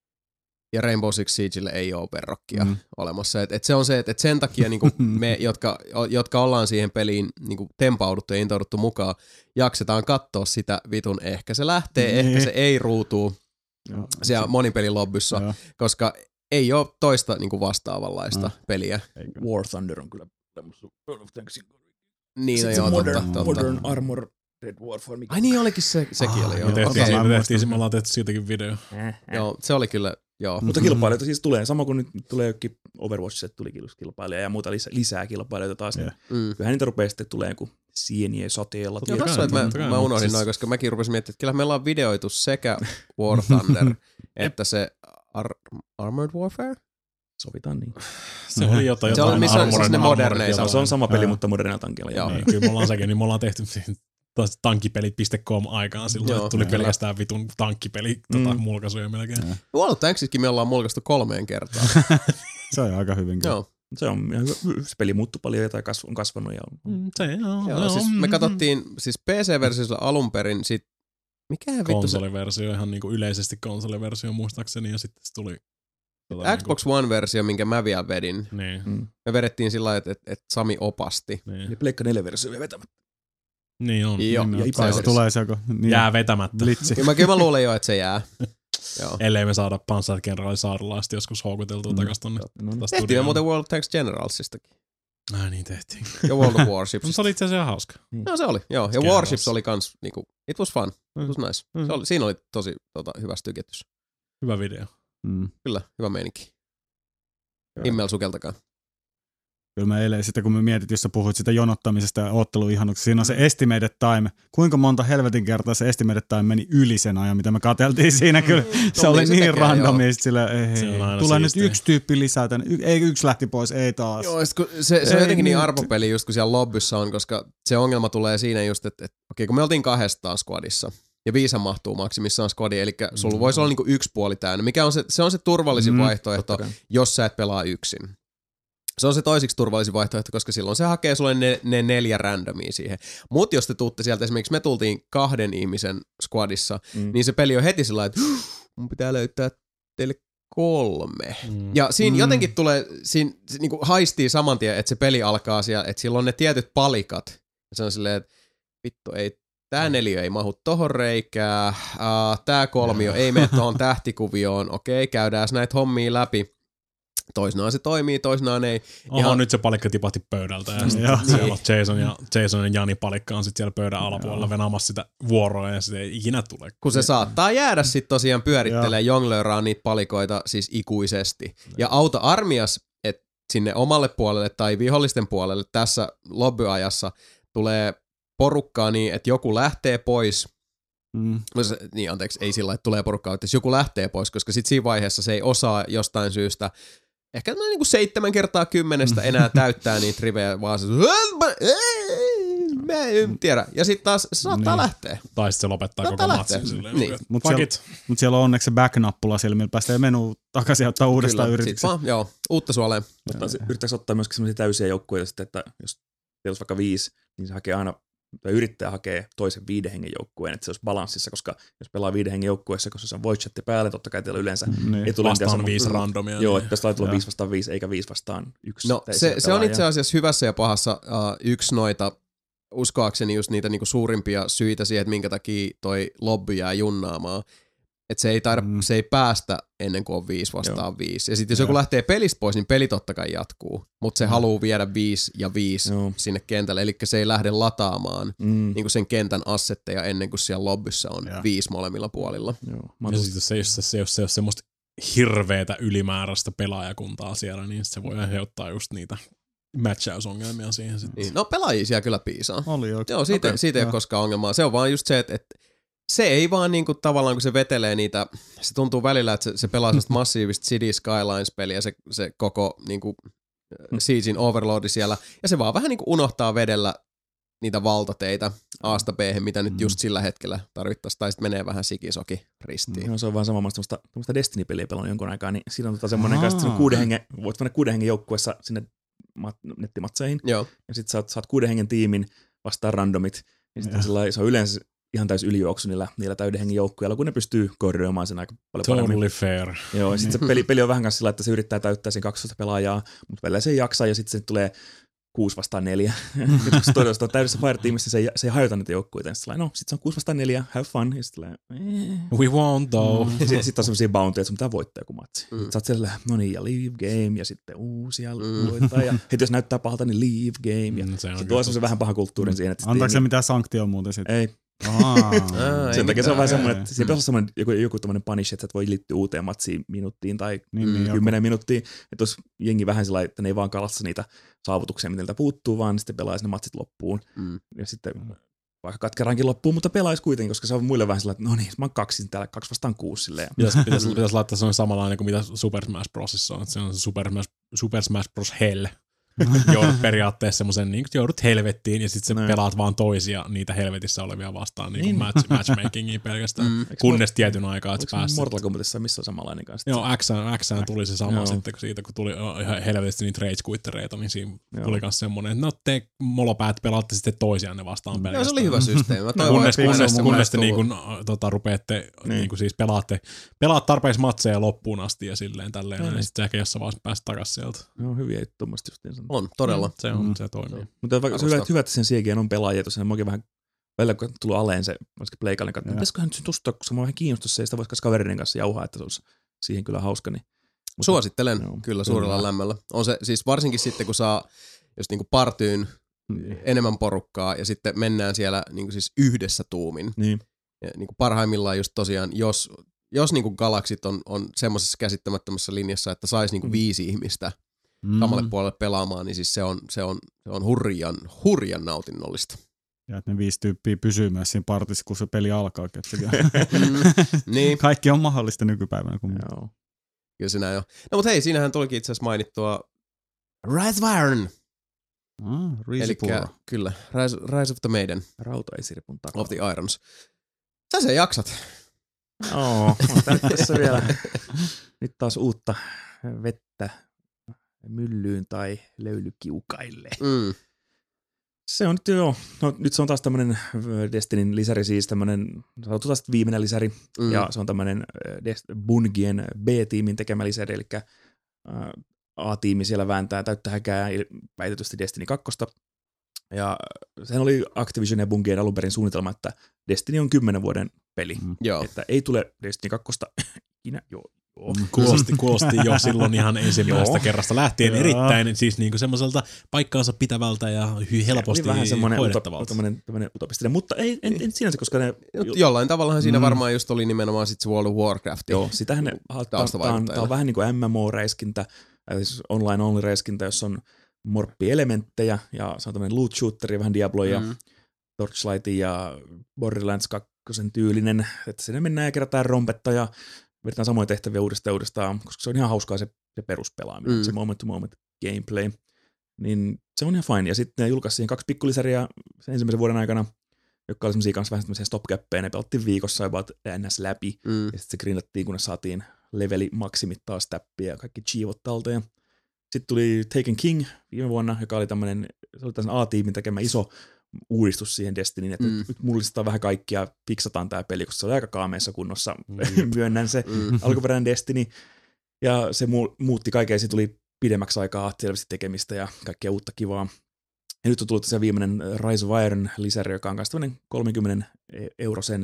ja Rainbow Six Siegelle ei ole verrokkia mm. olemassa. Et, et se on se, että et sen takia niinku me, jotka, jotka ollaan siihen peliin niinku tempauduttu ja intouduttu mukaan, jaksetaan katsoa sitä vitun ehkä se lähtee, mm. ehkä se ei ruutuu Joo, siellä monipelilobbyssa, Joo. koska ei ole toista niinku vastaavanlaista no. peliä. War Thunder on kyllä World of Tanksin. Niin, no joo, joo, modern, totta, totta. Modern Armor Red Warfare. Ai niin, olikin se, sekin ah, oli. Me tehtiin, okay. me, tehtiin, me ollaan tehty siitäkin video. Äh, äh. Joo, se oli kyllä, joo. Mutta kilpailijoita siis tulee, sama kuin nyt tulee jokin Overwatchissa tuli kilpailija ja muuta lisää, lisää kilpailijoita taas. Yeah. Niin mm. Kyllähän niitä rupeaa sitten tulee joku sieniä sateella. Joo, tässä on, että mä, mä unohdin noin, koska mäkin rupesin miettimään, että kyllä meillä on videoitu sekä War Thunder että se Ar- Armored Warfare. Sovitaan niin. Se oli jotain. Se on, missä on siis ne moderneja. Se on sama peli, mutta modernilla tankilla. Joo. Niin, kyllä me ollaan sekin, niin me ollaan tehty tankkipelit piste com aikaan silloin, että tuli pelkästään vitun tankkipeli mm. tota, mulkaisuja melkein. World of Tanksissakin me ollaan mulkaistu kolmeen kertaan. Se on aika hyvin. Joo. Se on se peli muuttui paljon ja on kasvanut. Ja... Mm, se on. Joo, siis me katsottiin siis P C-versiossa alun perin sit mikä vittu se... Konsoliversio, ihan niinku yleisesti konsoliversio muistaakseni ja sitten se tuli... Tota Xbox niinku... One-versio, minkä mä vielä vedin. Niin. Mm. Me vedettiin sillä lailla, että et, et Sami opasti. Niin. Ja Pleikka neljä-versio vielä vetämättä. Niin on. Joo, niin, ja se tulee se, niin. Jää vetämättä. Blitsi. Kyllä mä, kyllä mä luulen jo, että se jää. Joo. Ellei me saada Panzer-kenraali Saarlaista joskus houkuteltua mm. takaisin tonne. No, tehtiin me muuten World of Tanks Generalsistakin. Ai niin tehtiin. Ja World of Warships. Se oli itse asiassa hauska. Mm. No se oli, joo. Ja Warships oli kans, niinku, it was fun. It was nice. Mm. Se oli, siinä oli tosi tota, hyvä styketys. Hyvä video. Mm. Kyllä, hyvä meininki. Himmel sukeltakaan. Kyllä mä eilen sitten, kun me mietit, jos sä puhuit sitä jonottamisesta ja ootteluihannuksesta, siinä on se estimated time. Kuinka monta helvetin kertaa se estimated time meni yli sen ajan, mitä me katseltiin siinä kyllä. Mm, se oli se niin randomista, sillä ei, tulee nyt yksi tyyppi lisää tänne, y- ei yksi lähti pois, ei taas. Joo, se, se, se on jotenkin niin arvopeli just kun siellä lobbyssa on, koska se ongelma tulee siinä just, että, että okei, kun me oltiin kahdestaan squadissa, ja viisa mahtuu maksimissaan squadiin, eli sulla mm. voisi olla niinku yksi puoli täynnä, mikä on se, se, on se turvallisin mm, vaihtoehto, jos sä et pelaa yksin. Se on se toisiksi turvallisin vaihtoehto, koska silloin se hakee sulle ne, ne neljä randomia siihen. Mutta jos te tuutte sieltä, esimerkiksi me tultiin kahden ihmisen squadissa, mm. niin se peli on heti sillä että mun pitää löytää teille kolme. Mm. Ja siinä mm. jotenkin tulee, siinä niin kuin haistii saman tien, että se peli alkaa siellä, että sillä on ne tietyt palikat. Ja se on silleen, että vittu ei, tää neliö ei mahu tohon reikään, uh, tää kolmio ei mene tohon tähtikuvioon, okei, käydään näitä hommia läpi. Toisinaan se toimii, toisinaan ei. Oho, ihan... nyt se palikka tipahti pöydältä ja sitten mm, siellä on Jason ja, Jason ja Jani palikka on sitten siellä pöydän alapuolella venaamassa sitä vuoroa ja sitä ei ikinä tule. Kun se saattaa jäädä sitten tosiaan pyörittelee, jonglööraa niitä palikoita siis ikuisesti. Ja auta armias, että sinne omalle puolelle tai vihollisten puolelle tässä lobbyajassa tulee porukkaa niin, että joku lähtee pois. Mm. Niin anteeksi, ei sillä että tulee porukkaa, että joku lähtee pois, koska sitten siinä vaiheessa se ei osaa jostain syystä ehkä niin kuin seitsemän kertaa kymmenestä enää täyttää niitä rivejä, vaan se mä en tiedä. Ja sitten taas se saattaa niin lähteä. Tai sitten se lopettaa saattaa koko matsin silleen. Niin. Mutta siellä, mut siellä on onneksi se back-nappula siellä, millä päästää menu takaisin ja ottaa uudestaan yrityksen. Vaan, joo, uutta suoleen. Yrittääkö ottaa myöskin sellaisia täysiä joukkueita sitten, että jos teillä olisi vaikka viisi, niin se hakee aina tai yrittää hakea toisen viiden hengen joukkueen, että se olisi balanssissa, koska jos pelaa viiden hengen joukkueessa, koska se on voice chatti päälle, totta kai teillä yleensä niin. Vastaan viisi randomia. Joo, että tässä tulee viisi vastaan viisi, eikä viisi vastaan yksi. No se, se on itse asiassa hyvässä ja pahassa uh, yksi noita, uskoakseni just niitä niinku suurimpia syitä siihen, että minkä takia toi lobby jää junnaamaan. Että se ei taida, mm. se ei päästä ennen kuin on viisi vastaan Joo. viisi. Ja sitten jos Joo. joku lähtee pelistä pois, niin peli totta kai jatkuu. Mutta se mm. haluaa viedä viisi ja viisi Joo. sinne kentälle. Eli se ei lähde lataamaan mm. niin sen kentän assetteja ennen kuin siellä lobbyssä on Joo. viisi molemmilla puolilla. Joo. Ja sitten jos se, jos se, jos se, jos semmoista hirveätä ylimääräistä pelaajakuntaa siellä, niin se voi aiheuttaa just niitä matchausongelmia siihen sitten. Niin. No pelaajia siellä kyllä piisaa. Oli jo. Joo, siitä, okay. siitä ei ole koskaan ongelmaa. Se on vaan just se, että, että se ei vaan niinku tavallaan, kun se vetelee niitä, se tuntuu välillä, että se, se pelaa sellaista massiivista City Skylines-peliä, se, se koko niinku Siegein Overlordi siellä, ja se vaan vähän niinku unohtaa vedellä niitä valtateitä A:sta B:hen, mitä nyt just sillä hetkellä tarvittaisiin, tai sitten menee vähän sikisoki ristiin. No, se on vaan samasta tämmöistä Destiny-peliä pelannut jonkun aikaa, niin siinä on tota semmoinen kanssa, että kuuden hengen, voit mennä kuuden hengen joukkuessa sinne mat- nettimatseihin, Joo. ja sitten saat, saat kuuden hengen tiimin vastaan randomit, ja sitten se on yleensä ihan täys ylijuoksu niillä, niillä täyden hengen joukkueilla, kun ne pystyy koordinoimaan sen aika paljon totally paremmin. fair. Joo, ja sitten se peli, peli on vähän kanssa sillä, että se yrittää täyttää sen kaksitoista pelaajaa, mutta välillä se ei jaksa, ja sitten se tulee kuusi vastaan neljä. Kun se todella on täydessä Fire-tiimissä, se ei, se ei hajota niitä joukkueita. Sitten no, sitten se on kuusi vastaan neljä, have fun. Ja sitten We won't though. Mm. Sitten sit on sellaisia bountyja, että sun pitää voittaa joku matsi. Mm. Sä oot siellä, no niin, ja leave game, ja sitten uusia Mm. voittaa. Ja heti jos näyttää pahalta, niin leave game. Ja Mm, se on se tuo semmoisen vähän pahan kulttuurin siihen. Että Antaako se niin, mitään sanktioon muuten sitten? ei. Aa, Sen ei takia se on mitään. vähän semmoinen, että siinä pitäisi olla semmoinen joku, joku tämmöinen punish, että sä et voi liittyä uuteen matsiin minuuttiin tai Niin, niin, joku. kymmenen minuuttia. Että jos jengi vähän sillä että ne ei vaan kalassa niitä saavutuksia, mitä niiltä puuttuu, vaan sitten pelaisi ne matsit loppuun. Mm. Ja sitten vaikka katkeraankin loppuun, mutta pelaisi kuitenkin, koska se on muille vähän sillä, että no niin, mä oon kaksi täällä, kaksi vastaan kuusi silleen. Pitäisi, pitäisi, pitäisi laittaa sellainen samanlainen kuin mitä Super Smash Brosissa on. Että se on se Super Smash, Super Smash Bros. Hell. Joudut periaatteessa semmoisen, niin joudut helvettiin ja sitten sä Näin. pelaat vaan toisia niitä helvetissä olevia vastaan niin Niin. match, matchmakingia pelkästään. Mm. Kunnes tietyn aikaa, että Oliko sä se pääset. Mortal Kombatissa missä on samanlainen kanssa? Joo, X, X tuli se sama Joo. sitten, kun siitä kun tuli oh, ihan helvetisti niitä rage-quittereita, niin siinä Joo. tuli myös semmoinen, että no te molopäät pelaatte sitten toisianne vastaan Joo, pelkästään. se oli hyvä systeemi. Mä toivon, Kunnes, että kunnes, näistä kunnes te tullut. niinku, tota, rupeatte, Niin. niinku siis pelaatte, pelaat tarpeeksi matseja loppuun asti ja silleen tälleen, Niin. niin sitten ehkä jossain vaiheessa pääset takaisin sieltä. Joo, hyviä juttuja tuommoista justiin. On, todella. Se on, Mm. se toimii. Mutta vaikka se on hyvä, että hyvä, että sen C G on pelaajia tosiaan. Mä oikein vähän välillä, kun tullut alleen se, olisikin Pleikallinen katsoa, Joo. pitäisiköhän nyt sen tusta, koska mä vähän kiinnostus se, ja sitä voisi kanssa kaverinen kanssa jauhaa, että se olisi siihen kyllä hauska. Niin. Mutta- Suosittelen Joo. kyllä suurella Kyllä. lämmöllä. On se siis varsinkin sitten, kun saa jos niinku partyyn Niin. enemmän porukkaa ja sitten mennään siellä niinku siis yhdessä tuumin. Niin. Ja niinku parhaimmillaan just tosiaan, jos, jos niinku galaksit on, on semmoisessa käsittämättömässä linjassa, että saisi niinku Mm. viisi ihmistä Mm. samalle puolelle pelaamaan, niin siis se on, se on, se on hurjan, hurjan nautinnollista. Ja että ne viisi tyyppiä pysyy myös siinä partissa, kun se peli alkaa. Mm, niin, Kaikki on mahdollista nykypäivänä. Kun... Joo. kyllä se näin on. No mutta hei, siinähän tulikin itse asiassa mainittua Rise of Iron. Ah, Eli Elikkä... kyllä, Rise, Rise of the Maiden Rauta ei sirpun takaa. of the Irons. Sä sen jaksat. Oo, on tää tässä vielä nyt taas uutta vettä myllyyn tai löylykiukaille. Mm. Se on nyt joo, no nyt se on taas tämmönen Destinyn lisäri, siis tämmönen, sanotaan taas viimeinen lisäri, Mm. ja se on tämmönen Dest- Bungien B-tiimin tekemä lisäri, eli äh, A-tiimi siellä vääntää täyttä häkää il- väitetysti Destiny kaksi. Ja sehän oli Activision ja Bungien alun perin suunnitelma, että Destiny on kymmenen vuoden peli, Mm. Joo. että ei tule Destiny kaksi ikinä, joo, joo. Kuulosti, kuulosti jo silloin ihan ensimmäisestä Joo. kerrasta lähtien Joo. erittäin siis niinku semmoiselta paikkaansa pitävältä ja hy- helposti Oli vähän semmoinen hoidettavalta. uto, tämmönen, tämmönen utopistinen, mutta ei, en, en sinänsä, koska ne, Mut jollain tavallahan siinä Mm. varmaan just oli nimenomaan sit se World of Warcraft. joo, sitähän ne, tää on, tää on, tää on vähän niin kuin M M O-räiskintä, eli siis online-only-räiskintä, jossa on morppi-elementtejä, ja se on tämmöinen loot shooteri, vähän Diablo ja Mm. Torchlightin ja Borderlands kaksi tyylinen, että sinne mennään ja kerätään rompetta ja vedetään samoja tehtäviä uudestaan ja uudestaan, koska se on ihan hauskaa se, se peruspelaaminen, Mm. se moment-to-moment gameplay. Niin se on ihan fine. Ja sitten ne julkaisi siihen kaksi pikkulisäriä sen ensimmäisen vuoden aikana, jotka oli semmosia kanssa vähän semmoisia stopgappeja, ne pelattiin viikossa about ns läpi, Mm. ja sitten se grindattiin, kunnes saatiin leveli maksimit taas täppiä ja kaikki chiivot talteen. Sitten tuli Taken King viime vuonna, joka oli tämmöinen, se oli tämmöinen A-tiimin tekemä iso uudistus siihen Destinyin, että Mm. nyt, nyt mullistetaan vähän kaikkia, fiksataan tämä peli, koska se oli aika kaameessa kunnossa, Mm. myönnän se, Mm. alkuperäinen Destiny, ja se mu- muutti kaikkea, ja siitä tuli pidemmäksi aikaa selvästi tekemistä ja kaikkea uutta kivaa. Ja nyt on tullut se viimeinen Rise of Iron lisäri, joka on myös tämmöinen kolmenkymmenen eurosen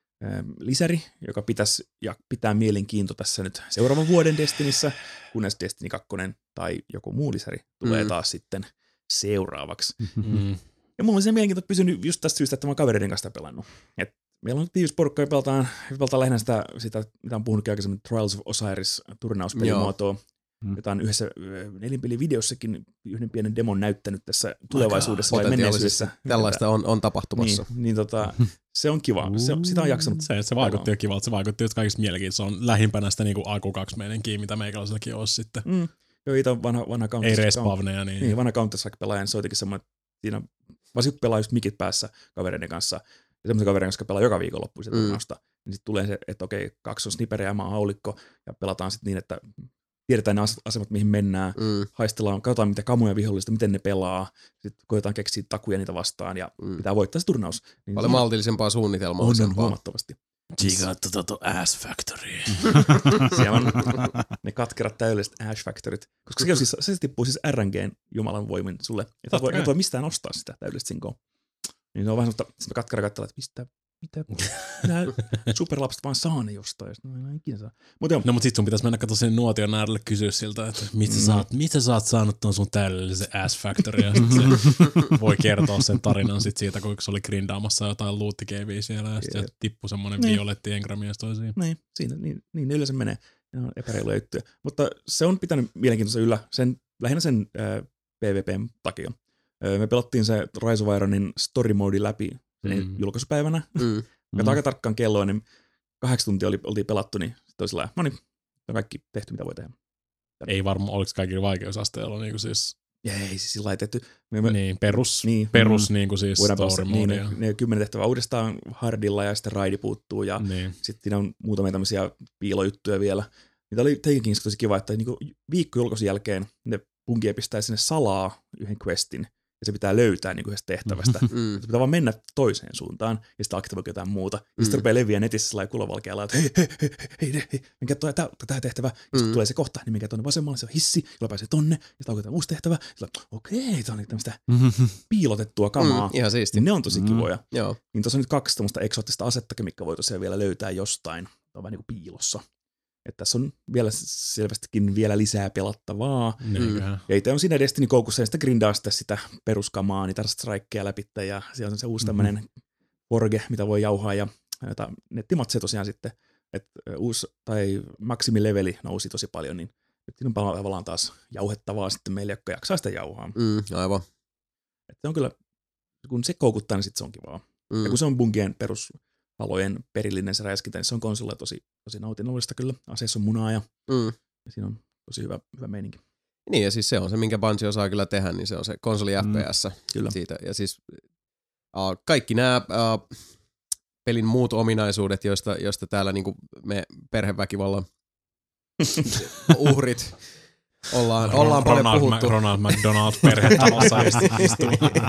lisäri, joka pitäisi ja pitää mielenkiinto tässä nyt seuraavan vuoden Destinissä, kunnes Destiny kaksi tai joku muu lisäri tulee Mm. taas sitten seuraavaksi. Mm. Ja mulla on se mielenkiinto pysynyt just tästä syystä, että mä oon kavereiden kanssa pelannut. Et meillä on nyt tiivis porukka ja pelataan, pelataan lähinnä sitä, sitä, mitä on puhunutkin aikaisemmin, Trials of Osiris turnauspelimuotoa, Mm. jota on yhdessä nelinpelivideossakin yhden pienen demon näyttänyt tässä tulevaisuudessa vai Potentiaalisesti menneisyydessä. tällaista on, on tapahtumassa. Niin, niin tota, se on kiva. Se, on- sitä on jaksanut. Se, se vaikutti jo kivalta, se vaikutti jo kaikista mielenkiintoista. Se on lähimpänä sitä niinku A Q kaksi meidänkin, mitä meikäläiselläkin olisi sitten. Mm. Joo, itse on vanha, vanha Ei Counter-Strike. respawneja, niin, Niin, vanha Counter-Strike-pelaaja, se on jotenkin semmoinen, että siinä varsinkin kun pelaa just mikit päässä kavereiden kanssa, ja semmoisen kavereiden kanssa, jotka pelaa joka viikonloppu sitä Mm. turnausta, niin sitten tulee se, että okei, kaksi on sniperi ja mä oon haulikko, ja pelataan sitten niin, että tiedetään ne asemat, mihin mennään, Mm. haistellaan, katsotaan mitä kamuja vihollista, miten ne pelaa, sitten koetaan keksiä takuja niitä vastaan ja Mm. pitää voittaa se turnaus. Niin Paljon maltillisempaa suunnitelmaa. on, on huomattavasti. Chiikaattu toto Ass Factory. Siellä on ne katkerat täydelliset Ash Factorit, koska se, on siis, se tippuu siis R N G:n jumalan voimin sulle, että voi, et voi mistään ostaa sitä täydellistä sinkoa. Niin se on vähän semmoista, sitten katkera katsella, että mistä, mitä, nämä superlapset vaan saa ne jostain, ja sitten no, en ikinä saa. Mut joo. No mut sit sun pitäis mennä katsomaan sen nuotion äärelle kysyä siltä, että mistä, mm. sä, oot, mistä sä oot saanut ton sun täydellisen Ass Factory, ja sit se voi kertoa sen tarinan sit siitä, kuinka se oli grindaamassa jotain loottikeiviä siellä, ja sitten tippui semmonen niin. violetti engramies toisiin. Niin, siinä, niin, niin ne yleensä menee. Ne on epäreiluja juttuja. Mutta se on pitänyt mielenkiintoista yllä, sen, lähinnä sen äh, PvPn takia. Äh, me pelattiin se Rise of Ironin story mode läpi mm. julkaisupäivänä. Mm. Katsotaan aika tarkkaan kelloa, niin kahdeksan tuntia oli, oltiin pelattu, niin sitten oli sellainen, no niin, on kaikki tehty, mitä voi tehdä. Ei varmaan, oliko kaikilla vaikeusasteella niin kuin siis... Ei, siis sillä lailla tehty. Me, me, niin, perus, niin, perus mm, niin kuin siis story niin, mode. ne, ne kymmenen tehtävää uudestaan hardilla ja sitten raidi puuttuu ja niin. sitten siinä on muutamia tämmöisiä piilojuttuja vielä. Niitä oli teikin tosi kiva, että niinku viikko julkaisun jälkeen ne punkia pistää sinne salaa yhden questin ja se pitää löytää niinku yhdestä tehtävästä. Mm. Se pitää vaan mennä toiseen suuntaan ja sitten aktivoida jotain muuta. Ja sitten mm. rupeaa leviää netissä sellainen kulovalkealla, että hei, hei, hei, hei, hei, hei, minkä tuo tämä tehtävä. Ja sitten mm. tulee se kohta, niin minkä tuonne vasemmalle, se on hissi, jolla pääsee tonne, ja sitten alkaa uusi tehtävä. Ja okei, okay, tämä on tämmöistä piilotettua kamaa. Mm, ihan siisti. Niin ne on tosi mm. kivoja. Joo. Niin tuossa on nyt kaksi tämmöistä eksoottista asetta, mikä voi tosiaan vielä löytää jostain. Tämä on vähän niin kuin piilossa. Että tässä on vielä selvästikin vielä lisää pelattavaa. Mm. Ja itse on siinä Destiny-koukussa ja sitä grindaa sitä, sitä peruskamaa, niitä strikeja läpitte ja siellä on se uusi tämmöinen mm-hmm. Forge, mitä voi jauhaa ja jota, nettimatseja tosiaan sitten, että uusi tai maksimileveli nousi tosi paljon, niin nyt siinä on tavallaan taas jauhettavaa sitten meille, jotka jaksaa sitä jauhaa. Mm, aivan. Että on kyllä, kun se koukuttaa, niin sitten se on kivaa. Mm. Ja kun se on Bungien perus Halojen perillinen se räiskintä, niin se on konsolilla tosi, tosi nautinnollista kyllä. Aseessa on munaa ja, mm. ja siinä on tosi hyvä, hyvä meininki. Niin ja siis se on se, minkä Bungie osaa kyllä tehdä, niin se on se konsoli F P S. Mm, kyllä. Siitä. Ja siis uh, kaikki nämä uh, pelin muut ominaisuudet, joista, joista täällä niinku me perheväkivallan uhrit ollaan, Ron, ollaan paljon Ronald puhuttu. Ma- Ronald McDonald perhetalossa istuu.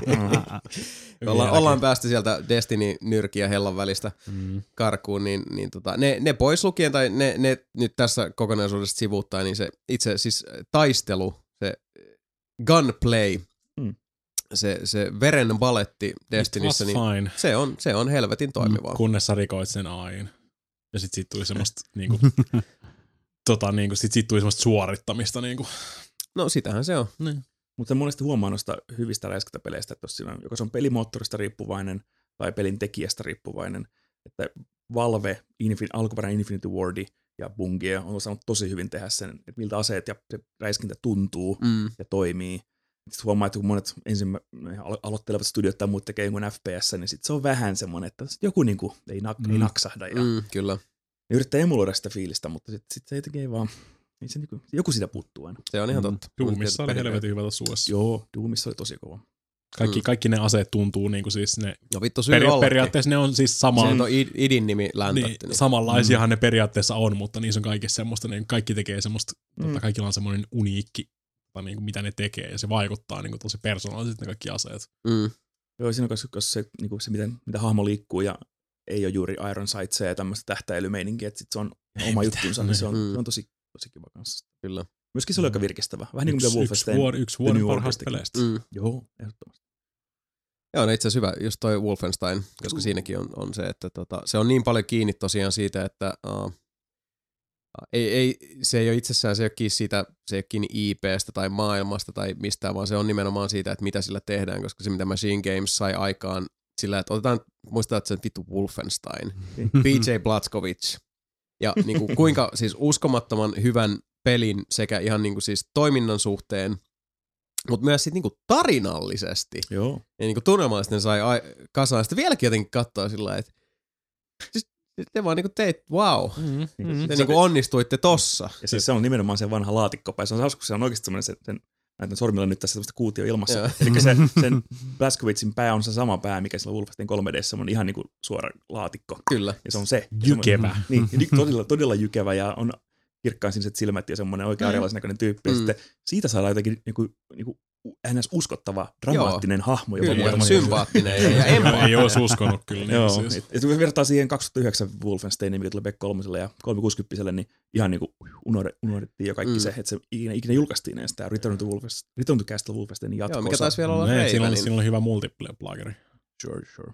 ollaan, ollaan päästy sieltä Destiny-nyrkiä ja hellan välistä mm. karkuun, niin, niin tota, ne, ne pois lukien, tai ne, ne nyt tässä kokonaisuudesta sivuuttaa, niin se itse siis taistelu, se gunplay, mm. se, se veren baletti Destinissä, niin se on, se on helvetin toimivaa. Mm, kunnes sä rikoit sen ain. Ja sit siitä tuli semmoista niinku... Tota, niin kuin, sit siitä tuli semmoista suorittamista. Niin kuin. No sitähän se on. Niin. Mutta monesti huomaa noista hyvistä räiskintäpeleistä, että jos siinä on, joko se on pelimoottorista riippuvainen tai pelin tekijästä riippuvainen, että Valve, Infin, alkuperäinen Infinity Wardi ja Bungie on osannut tosi hyvin tehdä sen, että miltä aseet ja se räiskintä tuntuu mm. ja toimii. Sitten huomaa, että kun monet ensin aloittelevat studiot tai muut tekee jonkun F P S, niin sitten se on vähän semmoinen, että joku niin kuin ei, nak- mm. ei naksahda. Ja mm, kyllä. Ne yrittää emuloida sitä fiilistä, mutta sitten sit se jotenkin ei vaan, ei se niinku, joku siitä puuttuu aina. Se on ihan totta. Mm. Doomissa oli helvetin hyvä tuossa uudessa. Joo, Doomissa oli tosi kova. Kaikki, mm. kaikki ne aseet tuntuu niinku siis ne, no vittu syy peri- periaatteessa ne on siis saman... Se on idin nimi läntätty. Niin, niin. Samanlaisiahan mm. ne periaatteessa on, mutta niissä on kaikki semmoista, niin kaikki tekee semmoista, mm. tota, kaikilla on semmoinen uniikki, tota, niin kuin mitä ne tekee, ja se vaikuttaa niin kuin tosi persoonallisesti ne kaikki aseet. Mm. Joo, siinä on myös se, niin kuin se miten, mitä hahmo liikkuu, ja ei ole juuri Iron Sightsia ja tämmöistä tähtäilymeininkiä, että sit se on ei oma mitään. juttunsa, niin se on, mm. se on tosi, tosi kiva kanssa. Kyllä. Myöskin se oli aika virkistävä. Vähän niin kuin yksi, Wolfenstein. Yksi, vuor, yksi vuoden parhaista peleistä. Mm. Joo, ehdottomasti. Joo, no itse asiassa hyvä, just toi Wolfenstein, koska uh. siinäkin on, on se, että tota, se on niin paljon kiinni tosiaan siitä, että uh, ei, ei, se ei ole itsessään, se ei ole kiinni siitä, se ei ole kiinni I P:stä tai maailmasta tai mistään, vaan se on nimenomaan siitä, että mitä sillä tehdään, koska se mitä Machine Games sai aikaan sillä, että otetaan, muistetaan, että se on vittu Wolfenstein, P J Blazkowicz, ja niin kuin, kuinka siis uskomattoman hyvän pelin sekä ihan niin kuin siis toiminnan suhteen, mutta myös sitten niinku tarinallisesti. Joo. Ja niinku tunnelmallisesti ne sai ai- kasaan. Sitten vieläkin jotenkin katsoa sillä lailla, että siis te vaan niinku teit, wow. Mm-hmm. Te se, niinku onnistuitte tossa. Ja siis se on nimenomaan se vanha laatikkopäin. Se on hauska, kun se on oikeasti semmoinen sen, sen näytän sormilla nyt tässä semmoista kuutio ilmassa. Yeah. Eli se, sen Blazkowiczin pää on se sama pää, mikä sillä Wolfenstein kolme D:ssä semmoinen ihan niinku suora laatikko. Kyllä. Ja se on se. Jykevä. Niin, todella, todella jykevä ja on kirkkaan siniset silmät ja semmoinen oikein arjalaisen näköinen tyyppi. Mm. Ja sitten siitä saadaan jotenkin niinku, niinku ns. Uskottava, dramaattinen joo. hahmo. Kyllä, ja sympaattinen ja, ja empaattinen. Ei olisi uskonut kyllä. Niin joo, siis. et, et kun vertaa siihen kaksituhattayhdeksän Wolfensteinin, mikä tuli P kolme ja kolmesataakuusikymmentä, niin ihan niinku unohdettiin jo kaikki mm. se, että se ikinä, ikinä julkaistiin edes tämä Return to, Wolfenstein, Return to Castle Wolfensteinin jatko-osa. Joo, mikä taisi vielä olla Raven. Siinä, siinä oli hyvä multiplayer-plageri. Sure, sure.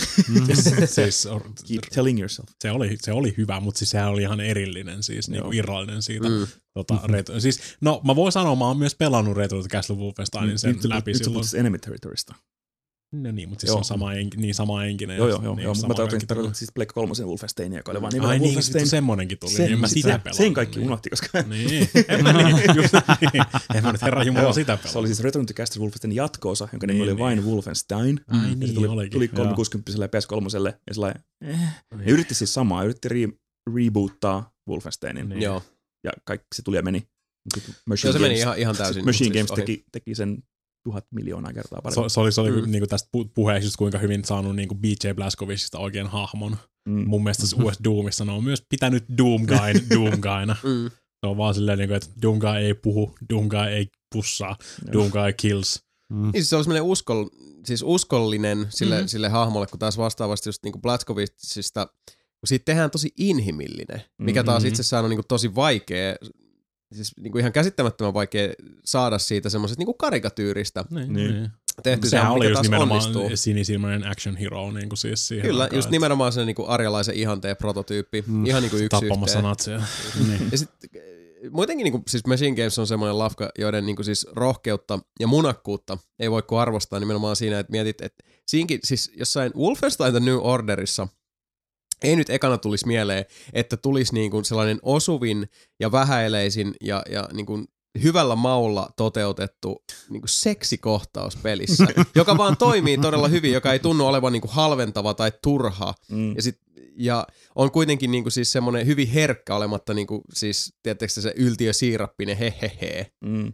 siis, Keep telling yourself. Se oli, se oli hyvä, mutta siis sehän oli ihan erillinen, siis niinku irrallinen siitä. Mm. Tota, mm-hmm. retro, siis, no mä voin sanoa, mä oon myös pelannut Return to Castle Wolfensteinin sen nyt, läpi nyt silloin. Nyt sä Enemy Territorysta. No niin, mutta siis se on sama, enki, niin sama enkinen. Joo, joo, joo. Niin, joo mutta mä tarkoitan, tarkoitan siis Pleikka kolmosen Wolfensteinia, joka oli vaan nimellä Ai Wolfenstein. niin, semmonenkin tuli, sen, niin mä sitä pelaan. Sen kaikki niin. unohti, koska... Niin, en mä niin, just niin. En mä nyt herran jumala sitä pelaa. Se oli siis Return to Castle Wolfensteinin jatko-osa, jonka nimi niin, oli vain Wolfenstein. Ai niin, tuli, olikin. Tuli kolmesataakuusikymmentä ja P S kolme ja sellainen, eh. Ne yritti siis samaa, yritti re, reboottaa Wolfensteinin. Niin. Joo. Ja kaikki se tuli ja meni. Machine se Games, meni ihan, ihan täysin. Machine Games teki, teki sen tuhat miljoonaa kertaa paremmin. Se, se oli, se oli mm. niinku tästä puheesta just kuinka hyvin saanut niinku B J Blazkowiczista oikein hahmon. Mm. Mun mielestä se uudessa Doomissa ne on myös pitänyt Doom Guyn Doom Guyna. Mm. Se on vaan silleen, että Doom Guy ei puhu, Doom Guy ei pussaa, Doom Guy kills. Mm. Niin se oli semmoinen uskol, siis uskollinen sille, mm-hmm. sille hahmolle, kun taas vastaavasti just niinku Blazkowiczista, kun siitä tehdään tosi inhimillinen, mikä taas mm-hmm. itsessään on niinku tosi vaikea, siis niinku ihan käsittämättömän vaikea saada siitä semmoisesta niinku karikatyyristä. Niin, niin. Tehty sehän se, oli just nimenomaan onnistuu. sinisilmäinen action hero niinku siis siihen. Kyllä, aikaan, just että... nimenomaan se niinku arjalaisen ihanteen prototyyppi, mm. ihan niinku yksi tappamassa natseja. niin. Ja sit muutenkin niinku, siis Machine Games on semmoinen lafka, joiden niinku siis rohkeutta ja munakkuutta ei voi kuin arvostaa nimenomaan siinä, että mietit, että siinkin siis jossain Wolfenstein The New Orderissa ei nyt ekana tulisi mieleen, että tulisi niinku sellainen osuvin ja vähäileisin ja, ja niinku hyvällä maulla toteutettu niinku seksikohtaus pelissä, joka vaan toimii todella hyvin, joka ei tunnu olevan niinku halventava tai turha. Mm. Ja, sit, ja on kuitenkin niinku siis semmoinen hyvin herkkä olematta niinku siis, tiedättekö se yltiösiirappinen hehehe. Mm.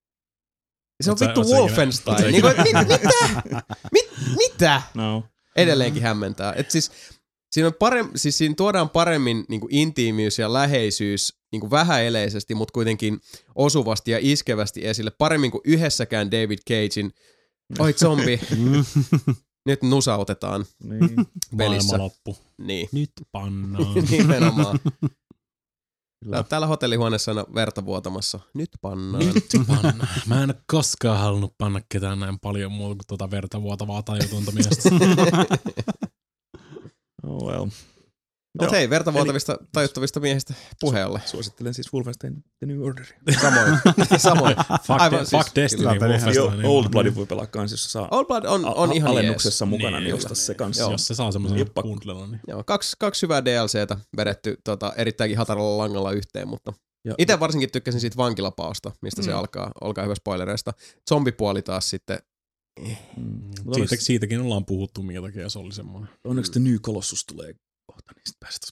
Se on vittu Wolfenstein. Niinku, mit, mitä? Mit, mitä? No. Edelleenkin hämmentää. Et siis, siinä, on parem, siis siinä tuodaan paremmin niinku intiimiys ja läheisyys niinku vähäeleisesti, mutta kuitenkin osuvasti ja iskevästi esille. Paremmin kuin yhdessäkään David Cagein oi zombi, nyt nusautetaan niin. pelissä. Maailma loppu. Niin. Nyt pannaan. Nimenomaan. Täällä hotellihuoneessa on verta vuotamassa. Nyt pannaan. Nyt pannaan. Mä en ole koskaan halunnut panna ketään näin paljon muuta kuin tuota verta vuotavaa tajutonta miestä. Oh well. Mutta hei, verta vuotavista eli... tajuttavista miehistä puheelle. Suosittelen siis Wolfenstein The New Order. Samoin. Samoin. Fuck, Aivan, de- fuck siis, Destiny. Wolfenstein. Old Blood voi pelaa kans, jos saa Old Blood on, on ihan alennuksessa jees. mukana, niin ostaa se kanssa. Joo. Jos se saa semmoisen bundlella. Niin. Joo, kaksi, kaksi hyvää D L C:tä vedetty tota, erittäinkin hataralla langalla yhteen, mutta ja. Itse varsinkin tykkäsin siitä vankilapaosta, mistä mm. se alkaa. Olkaa hyvä spoilereista. Zombipuoli taas sitten. Mm. Siitä, siitäkin ollaan puhuttu miltäkin ja se oli semmoinen. Onneksi The New Colossus tulee kohta, niin sitten päästään.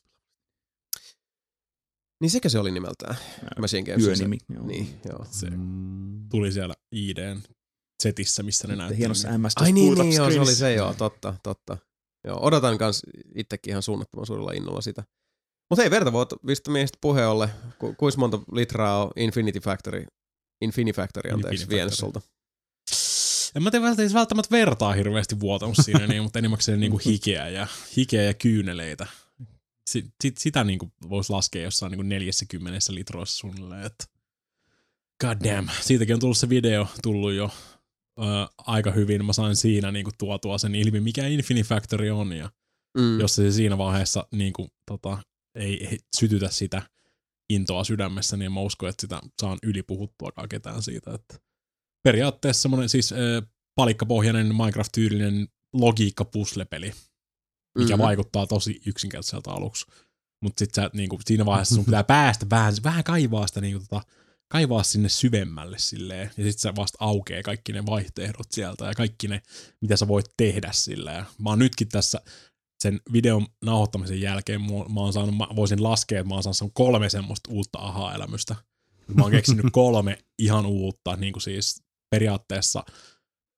Niin sekä se oli nimeltään. Machine Games. Yönimi. Joo. Niin, joo. Se tuli siellä I D:n setissä, missä ne näyttää. Hienossa M S Ai niin, niin joo, se oli se joo, totta, totta. Joo, odotan kans itsekin ihan suunnattoman suurella innolla sitä. Mutta hei, vertavuotavista miehistä puheolle. Ku, kuis monta litraa on Infinity Factory, Infinity Factory anteeksi, vienyt sulta? En mä tiedä välttämättä vertaa hirveästi vuotanut siinä, niin, mutta enimmäkseen niinku hikeä, ja, hikeä ja kyyneleitä. Sit, sit, sitä niinku voisi laskea jossain niinku neljäkymmentä litroissa suunnilleen. Että god damn. Siitäkin on tullut se video tullut jo ö, aika hyvin. Mä sain siinä niinku tuotua sen ilmi, mikä Infinity Factory on. Ja mm. jos se siinä vaiheessa niinku, tota, ei, ei sytytä sitä intoa sydämessä, niin mä uskon, että sitä saan ylipuhuttuakaan ketään siitä. Että periaatteessa semmoinen siis ö, palikkapohjainen Minecraft-tyylinen logiikka-puslepeli, mikä mm-hmm. vaikuttaa tosi yksinkertaiselta aluksi. Mutta sitten niinku, siinä vaiheessa sun pitää päästä vähän, vähän kaivaa sitä, niinku, tota, kaivaa sinne syvemmälle silleen, ja sitten se vasta aukeaa kaikki ne vaihtoehdot sieltä, ja kaikki ne, mitä sä voit tehdä silleen. Mä oon nytkin tässä sen videon nauhoittamisen jälkeen, mä, oon saanut, mä voisin laskea, että mä oon saanut kolme semmoista uutta aha-elämystä. Mä oon keksinyt kolme ihan uutta, niin kuin siis periaatteessa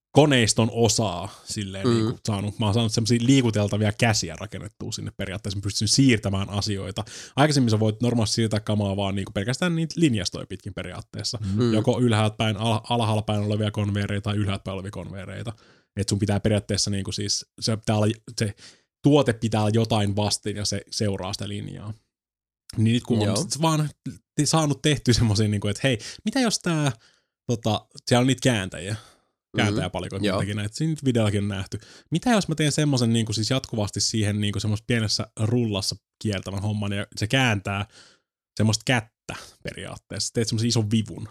koneiston osaa silleen Mm. niin kuin saanut. Mä oon saanut semmosia liikuteltavia käsiä rakennettua sinne periaatteessa. Mä pystyn siirtämään asioita. Aikaisemmin sä voit normaalisti siirtää kamaa vaan niin kuin pelkästään niitä linjastoja pitkin periaatteessa. Mm. Joko ylhäältä päin, al- alhaalla päin olevia konveereita tai ylhäältä päin olevia konveereita. Et sun pitää periaatteessa niin kuin siis, se, pitää olla, se tuote pitää olla jotain vastin ja se seuraa sitä linjaa. Niin nyt kun Joo. on vaan saanut tehty semmoisia, niin kuin, että hei, mitä jos tää, tota, siellä on niitä kääntäjiä, kääntäjäpalikoita, Joo. mm-hmm. näitä, siinä nyt videollakin on nähty. Mitä jos mä teen semmoisen niin kuin siis jatkuvasti siihen niin kuin semmoisessa pienessä rullassa kieltävän homman, ja se kääntää semmoista kättä periaatteessa. Teet semmoisen ison vivun.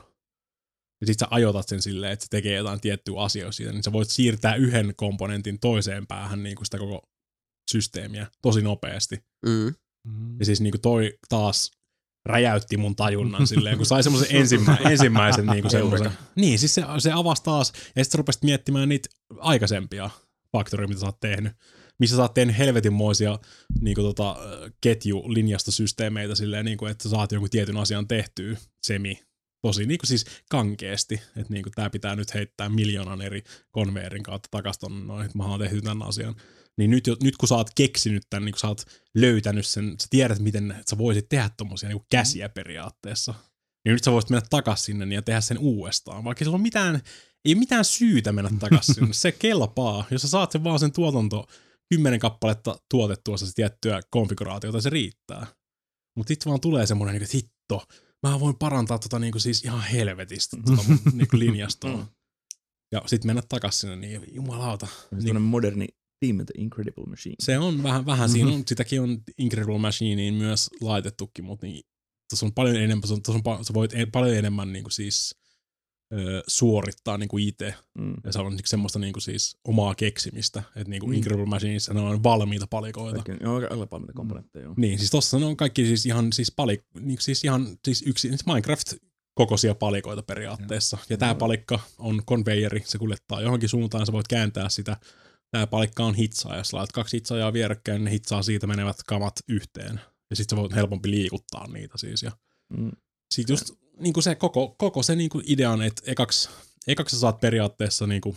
Ja sit sä ajoitat sen silleen, että se tekee jotain tiettyä asioita siitä, niin sä voit siirtää yhden komponentin toiseen päähän niin kuin sitä koko systeemiä tosi nopeasti. Mm. Ja siis niinku toi taas räjäytti mun tajunnan silleen, kun sai semmoisen ensimmä, ensimmäisen niinku semmoisen. Niin, siis se, se avasi taas, ja sitten rupesit miettimään niitä aikaisempia faktoreja, mitä sä oot tehnyt, missä sä oot tehnyt helvetinmoisia niinku tota, ketjulinjastosysteemeitä silleen, niinku, että sä saat jonkun tietyn asian tehtyä semi, tosi niinku siis kankeesti, että niinku tää pitää nyt heittää miljoonan eri konveerin kautta takas tonne noin, että mä oon tehty tämän asian. Niin nyt, nyt kun sä oot keksinyt tämän, niin kun sä oot löytänyt sen, sä tiedät, miten sä voisit tehdä tommosia niin käsiä periaatteessa. Niin nyt sä voisit mennä takas sinne ja tehdä sen uudestaan. Vaikka sillä on mitään, ei mitään syytä mennä takas sinne. Se kelpaa. Jos sä saat sen vaan sen tuotanto kymmenen kappaletta tuotettua se tiettyä konfiguraatiota, se riittää. Mutta sitten vaan tulee semmoinen, että hitto, mä voin parantaa tota niin kuin siis ihan helvetistä tota mun niin kuin linjastoa. Ja sitten mennä takas sinne, niin jumalauta. Niin. Moderni Team The Incredible Machine. Se on vähän, vähän siinä on, sitäkin on Incredible Machineen myös laitettukin, mutta niin, tuossa on paljon enemmän, tuossa on, tuossa sä voit en, paljon enemmän niin kuin siis ö, suorittaa niin kuin itse, Mm. ja se on niin semmoista niin kuin siis omaa keksimistä, että niin kuin Mm. Incredible Machineissa ne on valmiita palikoita. Kaikki, joo, aika valmiita komponentteja, joo. Niin, siis tossa ne on kaikki siis ihan siis palik, niin siis ihan siis yksi, siis Minecraft-kokoisia palikoita periaatteessa, ja tää palikka on konveijeri, se kuljettaa johonkin suuntaan, sä voit kääntää sitä. Tää palikka on hitsaa, jos laitat kaksi hitsaajaa vierekkäin, niin ne hitsaa siitä menevät kamat yhteen. Ja sit sä voit helpompi liikuttaa niitä siis. Ja Mm. sit just niinku se koko, koko se niinku idea on, että ekaks, ekaks sä saat periaatteessa niinku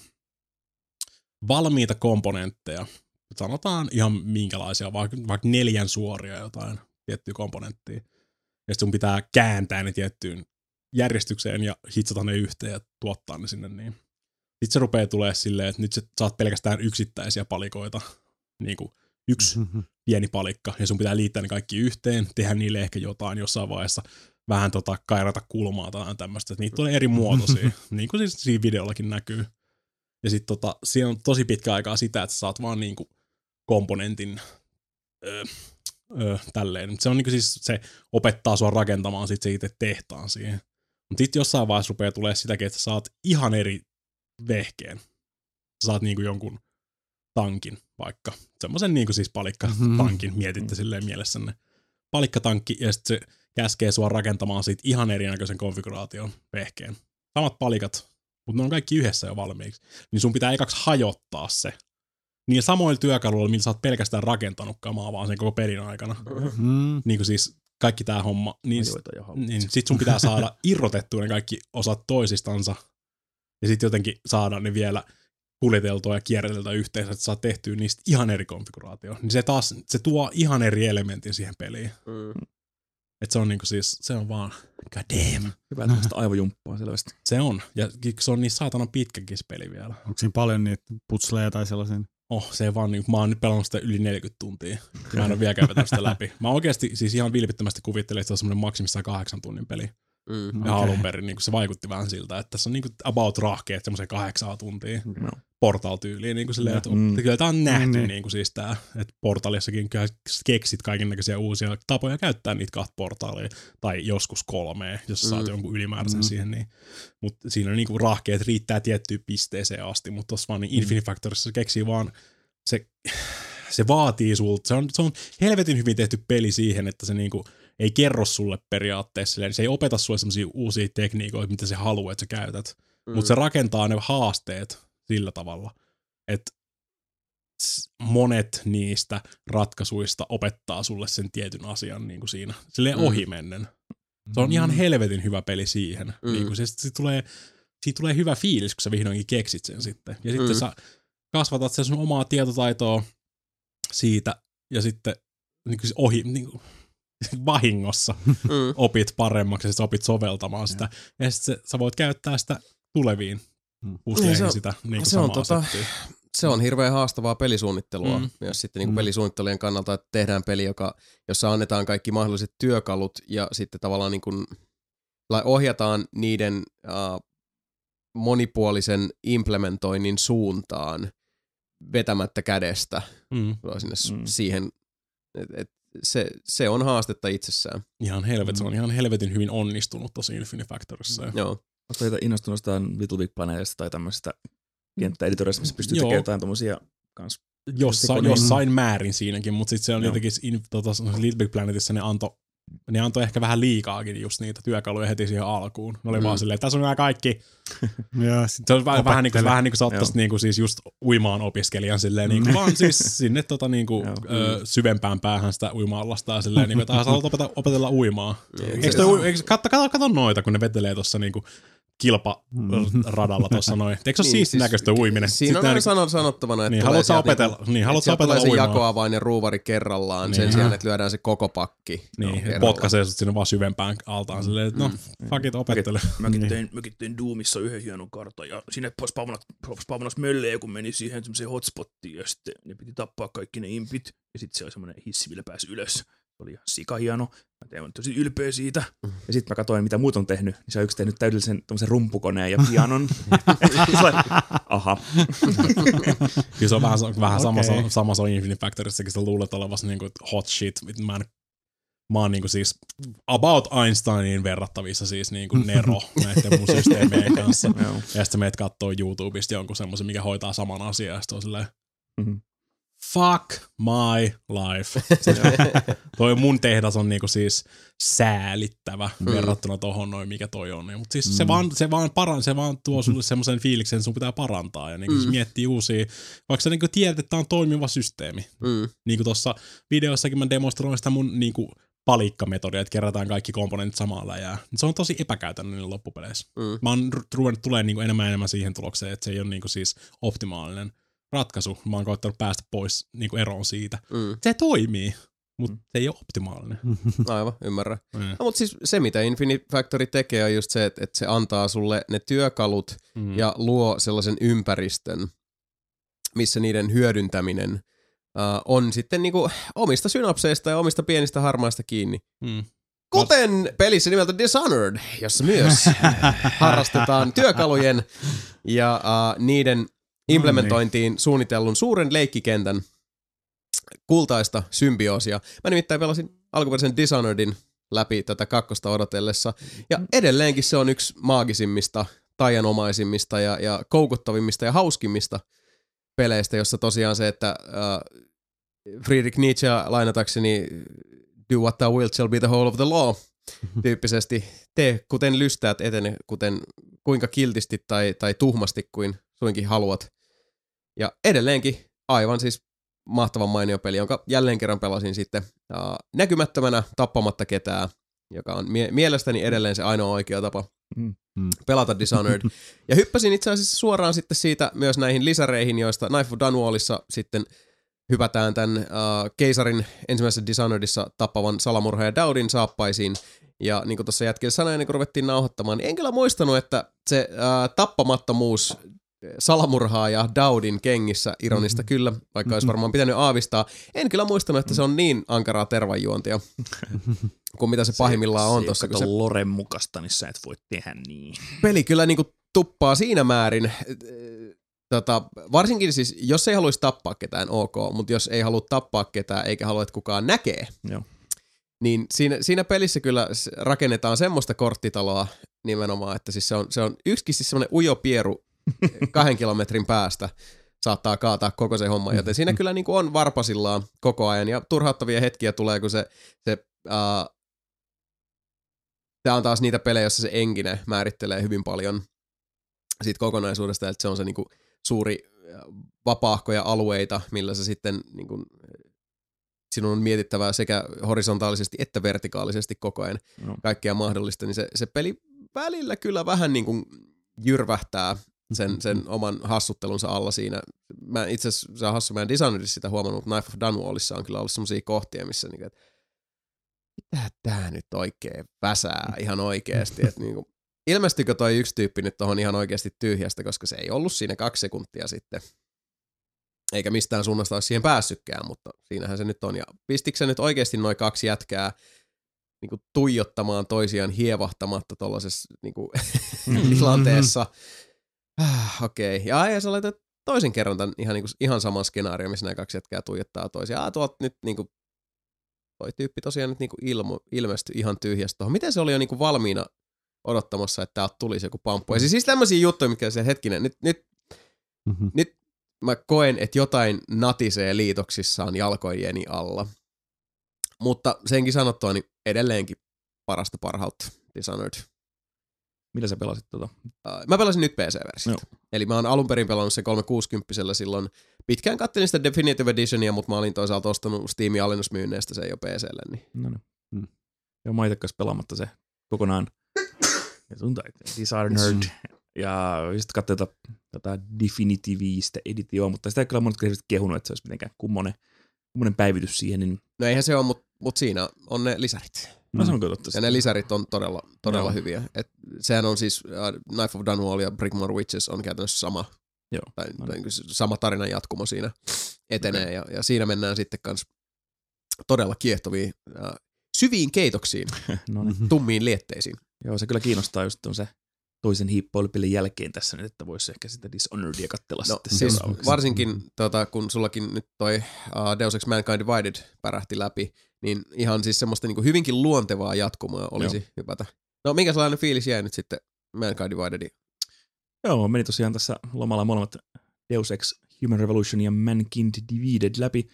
valmiita komponentteja. Sanotaan ihan minkälaisia, vaikka, vaikka neljän suoria jotain tiettyä komponenttia. Ja sit sun pitää kääntää ne tiettyyn järjestykseen ja hitsata ne yhteen ja tuottaa ne sinne niin. Sitten se rupeaa tulemaan silleen, että nyt sä saat pelkästään yksittäisiä palikoita, niin kuin yksi mm-hmm. pieni palikka, ja sun pitää liittää ne kaikki yhteen, tehdä niille ehkä jotain jossain vaiheessa, vähän tota kairata kulmaa tai tämmöistä, että niitä tulee eri muotoisia, niin kuin siis siinä videollakin näkyy. Ja sitten tota, siinä on tosi pitkä aikaa sitä, että sä saat vaan niin kuin komponentin öö, öö, tälleen. Se on niin kuin siis, se opettaa sua rakentamaan sit se itse tehtaan siihen. Mutta sitten jossain vaiheessa rupeaa tulemaan sitäkin, että sä saat ihan eri vehkeen. Sä saat niinku jonkun tankin vaikka. Semmoisen niinku siis palikkatankin mietitte silleen mielessänne. Palikkatankki ja sitten se käskee sua rakentamaan siitä ihan erinäköisen konfiguraation vehkeen. Samat palikat, mutta ne on kaikki yhdessä jo valmiiksi. Niin sun pitää ekaksi hajottaa se. Niillä samoilla työkaluilla, millä sä oot pelkästään rakentanut kamaa vaan sen koko pelin aikana. Mm. Niinku siis kaikki tää homma. Niin, ja niin sit sun pitää saada irrotettua ne kaikki osat toisistansa. Ja sitten jotenkin saada ne vielä kuljeteltua ja kierreteltyä yhteensä, että saa tehtyä niistä ihan eri konfiguraatio. Niin se taas, se tuo ihan eri elementin siihen peliin. Mm. Että se on niinku siis, se on vaan, god damn. Hyvä tämmöistä aivojumppaa selvästi. Se on, ja se on niin saatanan pitkäkin se peli vielä. Onko siinä paljon niitä putsleja tai sellaisia? Oh, se vaan niin, mä oon nyt pelannut sitä yli neljäkymmentä tuntia. Mä en ole vieläkään vetänyt sitä läpi. Mä oikeasti siis ihan vilpittömästi kuvittelin, että se on semmoinen maksimissaan kahdeksan tunnin peli. Mm. Ja Okei. alun perin niin se vaikutti vähän siltä, että tässä on niin about rahkeet semmoisen kahdeksaa tuntia No. Portal-tyyliin. Niin silleen, että Mm. kyllä tämä on nähty Niin, niin, niin. niin siis tää, että Portalissakin kyllä keksit kaikennäköisiä uusia tapoja käyttää niitä kahta portaalia, tai joskus kolmea, jos sä saat Mm. jonkun ylimääräisen Mm. siihen. Niin. Mutta siinä niin rahkeet riittää tiettyyn pisteeseen asti, mutta tuossa vaan niin Infinite Factorissa se keksii vaan, se, se vaatii sulta, se on, se on helvetin hyvin tehty peli siihen, että se niinku ei kerro sulle periaatteessa, silleen, se ei opeta sulle sellaisia uusia tekniikoita, mitä se haluaa, että sä käytät, Mm. mutta se rakentaa ne haasteet sillä tavalla, että monet niistä ratkaisuista opettaa sulle sen tietyn asian niin kuin siinä, silleen Mm. ohimennen. Se on ihan helvetin hyvä peli siihen. Mm. Niin kuin se, se tulee, siitä tulee hyvä fiilis, kun sä vihdoinkin keksit sen sitten. Ja sitten mm. sä kasvatat sen sun omaa tietotaitoa siitä, ja sitten niin kuin ohi, niin kuin, vahingossa mm. opit paremmaksi, ja sä opit soveltamaan sitä. Ja, ja sitten sä voit käyttää sitä tuleviin pusleihin niin sitä niin kuin se on samaa tota, settiä. Se on hirveän haastavaa pelisuunnittelua mm. myös sitten niin kuin Mm. pelisuunnittelujen kannalta, että tehdään peli, joka, jossa annetaan kaikki mahdolliset työkalut ja sitten tavallaan niin kuin ohjataan niiden uh, monipuolisen implementoinnin suuntaan vetämättä kädestä Mm. sinne Mm. siihen, et, et, se, se on haastetta itsessään. Ihan helvet, se on ihan helvetin hyvin onnistunut tosi Infinifactorissa. Joo. Oletko teitä innostunut jostain Little Big Planetista tai tämmöisestä kenttäeditorista, missä pystyy Joo. tekemään jotain tommosia kans? Jossain, jossain määrin siinäkin, mutta sitten se on Joo. jotenkin in, tota, Little Big Planetissa ne antoi ne antoi ehkä vähän liikaakin just niitä työkaluja heti siihen alkuun. Ne oli mm. vaan silleen, että tässä on nämä kaikki. Ja Se on vähän, vähän niin kuin, vähän niin kuin sä ottaisit niin kuin siis just uimaan opiskelijan silleen, niin kuin, vaan siis sinne tota, niin kuin, ö, syvempään päähän sitä uima-allasta ja silleen, niin kuin, että sä haluat opetella, opetella uimaa. Eikö toi, eikö, katso, katso, katso noita, kun ne vetelee tuossa niin kuin kilparadalla tuossa noin. Eikö se ole Niin, siisti siis näköistä uiminen? Siinä on aina niin, sanottavana, että niin, tulee haluat sä sieltä opetella, niinku, niin, haluat sä sieltä opetella tulee se uimaa. jakoavainen ruuvari kerrallaan Niin. sen sijaan, että lyödään se koko pakki. Niin, no, potkaisee sut sinne vaan syvempään altaan silleen, että no, fuck it, opettele. Mäkin tein, mäkin tein Doomissa yhden hienon kartan ja sinne spawnas möllejä, kun meni siihen semmoiseen hotspottiin ja sitten ne piti tappaa kaikki ne impit ja sitten se oli semmoinen hissi, millä pääsi ylös. Se oli ihan sikahieno. Mä tein tosi ylpeä siitä. Ja sitten mä katsoin, mitä muut on tehnyt. Niin se on yksi tehnyt täydellisen tommosen rumpukoneen ja pianon. Aha. Kyllä se on vähän, vähän Okay. sama, sama se on Infinifactorissakin, sä luulet olevasi niinku hot shit. Mä, en, mä oon niinku siis about Einsteiniin verrattavissa siis niinku Nero näiden mun systeemien kanssa. Ja sitten sä meet kattoo YouTubesta jonkun semmoisen, mikä hoitaa saman asian. Ja sitten on silleen, Mm-hmm. fuck my life. Toi mun tehdas on niinku siis säälittävä mm. verrattuna tohon noin, mikä toi on. Mutta siis mm. se, vaan, se, vaan paran, se vaan tuo sulle semmoisen fiiliksen, että sun pitää parantaa ja niinku mm. miettii uusia, vaikka sä niinku tiedät, että tää on toimiva systeemi. Mm. Niinku tossa videossakin mä demonstroin sitä mun niinku palikkametodia, että kerätään kaikki komponentit samalla ja se on tosi epäkäytännöllinen loppupeleissä. Mm. Mä oon ruvennut tulee niinku enemmän ja enemmän siihen tulokseen, että se ei ole niinku siis optimaalinen ratkaisu. Mä oon koittanut päästä pois niinku eroon siitä. Mm. Se toimii, mutta se ei ole optimaalinen. Aivan, ymmärrän. Mm. No, mutta siis se, mitä Infinifactory tekee, on just se, että, että se antaa sulle ne työkalut mm. ja luo sellaisen ympäristön, missä niiden hyödyntäminen uh, on sitten niinku omista synapseista ja omista pienistä harmaista kiinni. Mm. Kuten pelissä nimeltä Dishonored, jossa myös harrastetaan työkalujen ja uh, niiden implementointiin suunnitellun suuren leikkikentän kultaista symbioosia. Mä nimittäin pelasin alkuperäisen Dishonoredin läpi tätä kakkosta odotellessa, ja edelleenkin se on yksi maagisimmista, taianomaisimmista ja, ja koukuttavimmista ja hauskimmista peleistä, jossa tosiaan se, että äh, Friedrich Nietzsche lainatakseni do what thou wilt shall be the whole of the law tyyppisesti tee kuten lystäät, etene kuten kuinka kiltisti tai, tai tuhmasti kuin suinkin haluat. Ja edelleenkin aivan siis mahtavan mainio peli, jonka jälleen kerran pelasin sitten uh, näkymättömänä tappamatta ketään, joka on mie- mielestäni edelleen se ainoa oikea tapa mm. pelata Dishonored. Ja hyppäsin itse asiassa suoraan sitten siitä myös näihin lisäreihin, joista Knife of Dunwallissa sitten hypätään tämän uh, keisarin ensimmäisessä Dishonoredissa tappavan salamurhaaja Daudin saappaisiin. Ja niin kuin tuossa jätkellä sanoin, niin kun ruvettiin nauhoittamaan, niin en kyllä muistanut, että se uh, tappamattomuus salamurhaaja Daudin kengissä, ironista mm-hmm. kyllä, vaikka olisi varmaan pitänyt aavistaa. En kyllä muistanut, että se on niin ankaraa tervanjuontia kuin mitä se pahimmillaan on tuossa. Se, se Loren mukasta, niin sä et voi tehdä niin. Peli kyllä niin kuin tuppaa siinä määrin. Tota, varsinkin siis, jos ei haluaisi tappaa ketään, ok, mutta jos ei halua tappaa ketään eikä halua, että kukaan näkee, Joo. niin siinä, siinä pelissä kyllä rakennetaan semmoista korttitaloa nimenomaan, että siis se on, se on yksikin siis semmoinen ujo pieru kahden kilometrin päästä saattaa kaataa koko se homma, joten siinä kyllä niin kuin on varpasillaan koko ajan, ja turhauttavia hetkiä tulee, kun se, se uh, tämä on taas niitä pelejä, joissa se enkine määrittelee hyvin paljon siitä kokonaisuudesta, että se on se niin kuin suuri vapaahkoja alueita, millä se sitten niin kuin, sinun on mietittävää sekä horisontaalisesti että vertikaalisesti koko ajan no. kaikkea mahdollista, niin se, se peli välillä kyllä vähän niin kuin jyrvähtää sen, sen oman hassuttelunsa alla siinä. Mä itse asiassa, se on hassu, mä en Dishonoredissa sitä huomannut, mutta Knife of Dunwallissa on kyllä ollut semmosia kohtia, missä niinku, että mitä tää nyt oikein väsää ihan oikeesti, että niinku, ilmestykö toi yksi tyyppi nyt tohon ihan oikeasti tyhjästä, koska se ei ollut siinä kaksi sekuntia sitten. Eikä mistään suunnasta olisi siihen päässytkään, mutta siinähän se nyt on. Ja pistikö se nyt oikeasti noin kaksi jätkää niinku tuijottamaan toisiaan hievahtamatta tuollaisessa niinku tilanteessa? Ah, okei. Okay. Ja, ja sä laitat toisen kerran tämän ihan, niinku, ihan saman skenaario, missä nämä kaksi jätkää tuijottaa toisiaan. Ah, tuolta nyt niinku, toi tyyppi tosiaan nyt niinku ilmo, ilmestyi ihan tyhjästä tuohon. Miten se oli jo niinku valmiina odottamassa, että täältä tulisi joku pamppu? Ja siis tämmöisiä juttuja, mitkä se hetkinen, nyt, nyt, mm-hmm. nyt mä koen, että jotain natisee liitoksissaan jalkojeni alla. Mutta senkin sanottua, niin edelleenkin parasta parhautta Dishonored. Millä sä pelasit tuota? Uh, mä pelasin nyt P C-versiota. No. Eli mä oon alun perin pelannut se kolmesataakuusikymmentä silloin. Pitkään katselin sitä Definitive Editionia, mutta mä olin toisaalta ostanut Steamin alennusmyynneistä sen jo P C:lle. Niin. No niin. Hmm. Joo, mä itsekäs pelaamatta se kokonaan. Ja sun Dishonored. Ja sitten katsoin tätä, tätä Definitivistä editioa, mutta sitä ei kyllä monet kehunut, että se olisi mitenkään kummonen, kummonen päivitys siihen. Niin... No eihän se ole, mutta mut siinä on ne lisärit. No, se on totta. Ja ne lisärit on todella, todella no. hyviä. Et sehän on siis uh, Knife of Dunwall ja Brickmore Witches on käytännössä sama, Joo. tai, no. tai sama tarinan jatkumo siinä etenee. Okay. Ja, ja siinä mennään sitten kans todella kiehtoviin, uh, syviin keitoksiin, no niin. tummiin lietteisiin. Joo, se kyllä kiinnostaa just on se toisen hiippailupillin jälkeen tässä nyt, että voisi ehkä sitä Dishonoredia katsella no, sitten siis seuraavaksi. Varsinkin, tota, kun sullakin nyt toi uh, Deus Ex Mankind Divided pärähti läpi, niin ihan siis semmoista niinku hyvinkin luontevaa jatkumoa olisi Joo. hypätä. No minkä sellainen fiilis jäi nyt sitten Mankind Dividediin? Joo, meni tosiaan tässä lomalla molemmat Deus Ex Human Revolution ja Mankind Divided läpi.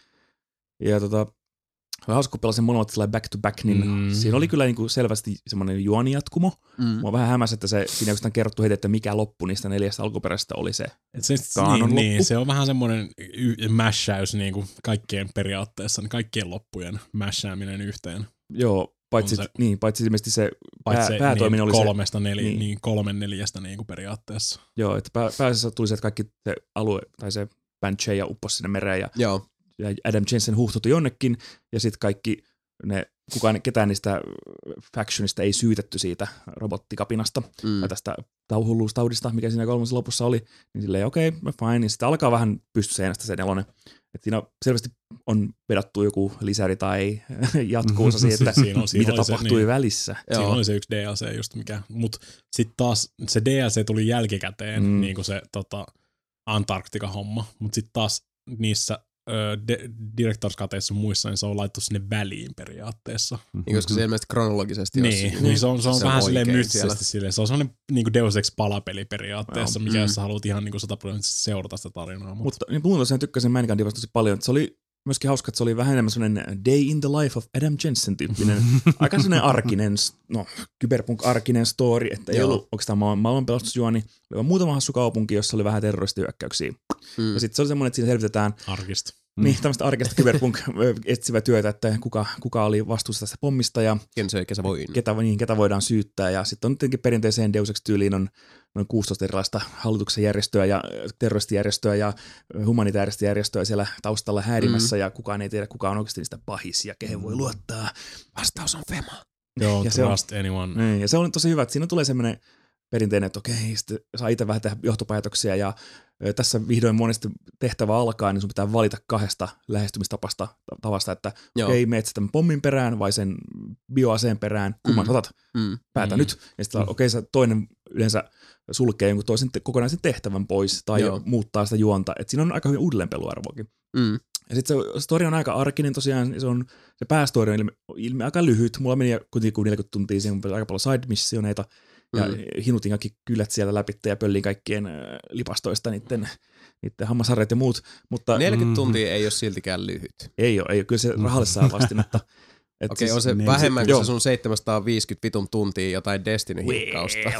Ja tota, oli hauska, kun pelasin molemmat back to back, niin mm. siinä oli kyllä niinku selvästi semmoinen juonijatkumo. Mm. Mua vähän hämäsi, että se, siinä ei kerrottu heti, että mikä loppu niistä neljästä alkuperäisestä oli se, se kaanon niin, loppu. Niin, se on vähän semmoinen y- mässäys niinku kaikkien periaatteessa, kaikkien loppujen mässääminen yhteen. Joo, paitsi, se, niin, paitsi ilmeisesti se, paitsi pää, se päätoimin niin, oli kolmesta se. Neli, niin. niin kolmen neljästä niinku periaatteessa. Joo, että pää, pääasiassa tuli se, että kaikki se alue, tai se Banshee upposi sinne mereen ja, Joo. ja Adam Jensen huuhtutui jonnekin, ja sitten kaikki ne, kukaan, ketään niistä factionista ei syytetty siitä robottikapinasta mm. tai tästä hulluustaudista, mikä siinä kolmannessa lopussa oli, niin silleen okei, okay, fine, niin sitten alkaa vähän pystyseinästä se nelonen. Että siinä selvästi on vedattu joku lisäri tai jatkuusa siitä, että siinä on, siinä mitä tapahtui se, niin, välissä. Siinä oli se yksi D L C just mikä, mutta sitten taas se D L C tuli jälkikäteen, mm. niin kuin se tota, Antarktika-homma, mutta sitten taas niissä De- Directors-kateissa muissa, niin se on laittu sinne väliin periaatteessa. Niin, koska se ilmeisesti kronologisesti niin, jos, niin se on, se on se vähän silleen mystisesti silleen. Se on sellainen niin kuin Deus Ex-palapeli periaatteessa, no, mikä mm. jos sä haluat ihan niin kuin sataprosenttisesti seurata sitä tarinaa. Mutta, mutta niin muuten tosiaan tykkäsin Mankind Divided tosi paljon. Se oli myöskin hauska, että se oli vähän enemmän sellainen Day in the Life of Adam Jensen -tyyppinen. Aika sellainen arkinen, no cyberpunk-arkinen story, että ei Joo. ollut oikeastaan maailman, maailmanpelastusjuoni. Oli vaan muutama hassu kaupunki, jossa oli vähän terroristihyökkäyksiä. Mm. Ja sitten se oli semmoinen, että siinä selvitetään arkista. Niin, tämmöistä arkista cyberpunk-etsivä työtä, että kuka, kuka oli vastuussa tästä pommista ja ken söi kesävoin. Ketä, niin, ketä voidaan syyttää. Ja sitten on tietenkin perinteiseen Deus Ex-tyyliin on noin kuusitoista erilaista hallituksen järjestöä ja terroristijärjestöä ja humanitaarista järjestöä siellä taustalla häärimässä mm. ja kukaan ei tiedä, kuka on oikeasti niistä pahis ja kehen voi luottaa. Vastaus on Fema. Joo, ja trust se on, anyone. Niin, ja se on tosi hyvä, että siinä tulee semmoinen perinteinen, että okei, sitten saa itse vähän tehdä johtopäätöksiä ja tässä vihdoin monesti tehtävä alkaa, niin sun pitää valita kahdesta lähestymistapasta tavasta, että Joo. okei, meet tämän pommin perään vai sen bioaseen perään, kumman mm. otat, mm. päätä mm. nyt. Ja sitten mm. okei, okay, toinen yleensä sulkee jonkun toisen te- kokonaisen tehtävän pois tai Joo. muuttaa sitä juonta. Että siinä on aika hyvin uudelleenpeluarvoakin. Mm. Ja sitten se story on aika arkinen tosiaan, se, on, se päästory on ilme, ilme aika lyhyt. Mulla meni kuitenkin neljäkymmentä tuntia siihen, aika paljon side-missioneita. Ja mm. hinutin kaikki kylät siellä läpi ja pöllin kaikkien äh, lipastoista niiden, niiden hammasharjat ja muut. Mutta, neljäkymmentä mm, tuntia ei ole siltikään lyhyt. Ei ole, ei ole. Kyllä se rahalle saa vastinetta. Okei, okay, siis, on se niin, vähemmän kuin se sun seitsemänsataaviisikymmentä vitun tuntia jotain Destiny-hiikkausta.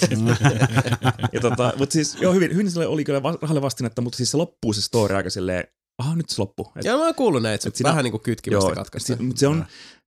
tota, mutta siis joo, hyvin, hyvin oli kyllä rahalle vastinetta, mutta siis se loppuu se story aika silleen, aha, nyt se loppuu. Et, joo, mä oon kuullut näin, että se vähän niin kuin kytkimästä katkaista. Mutta se on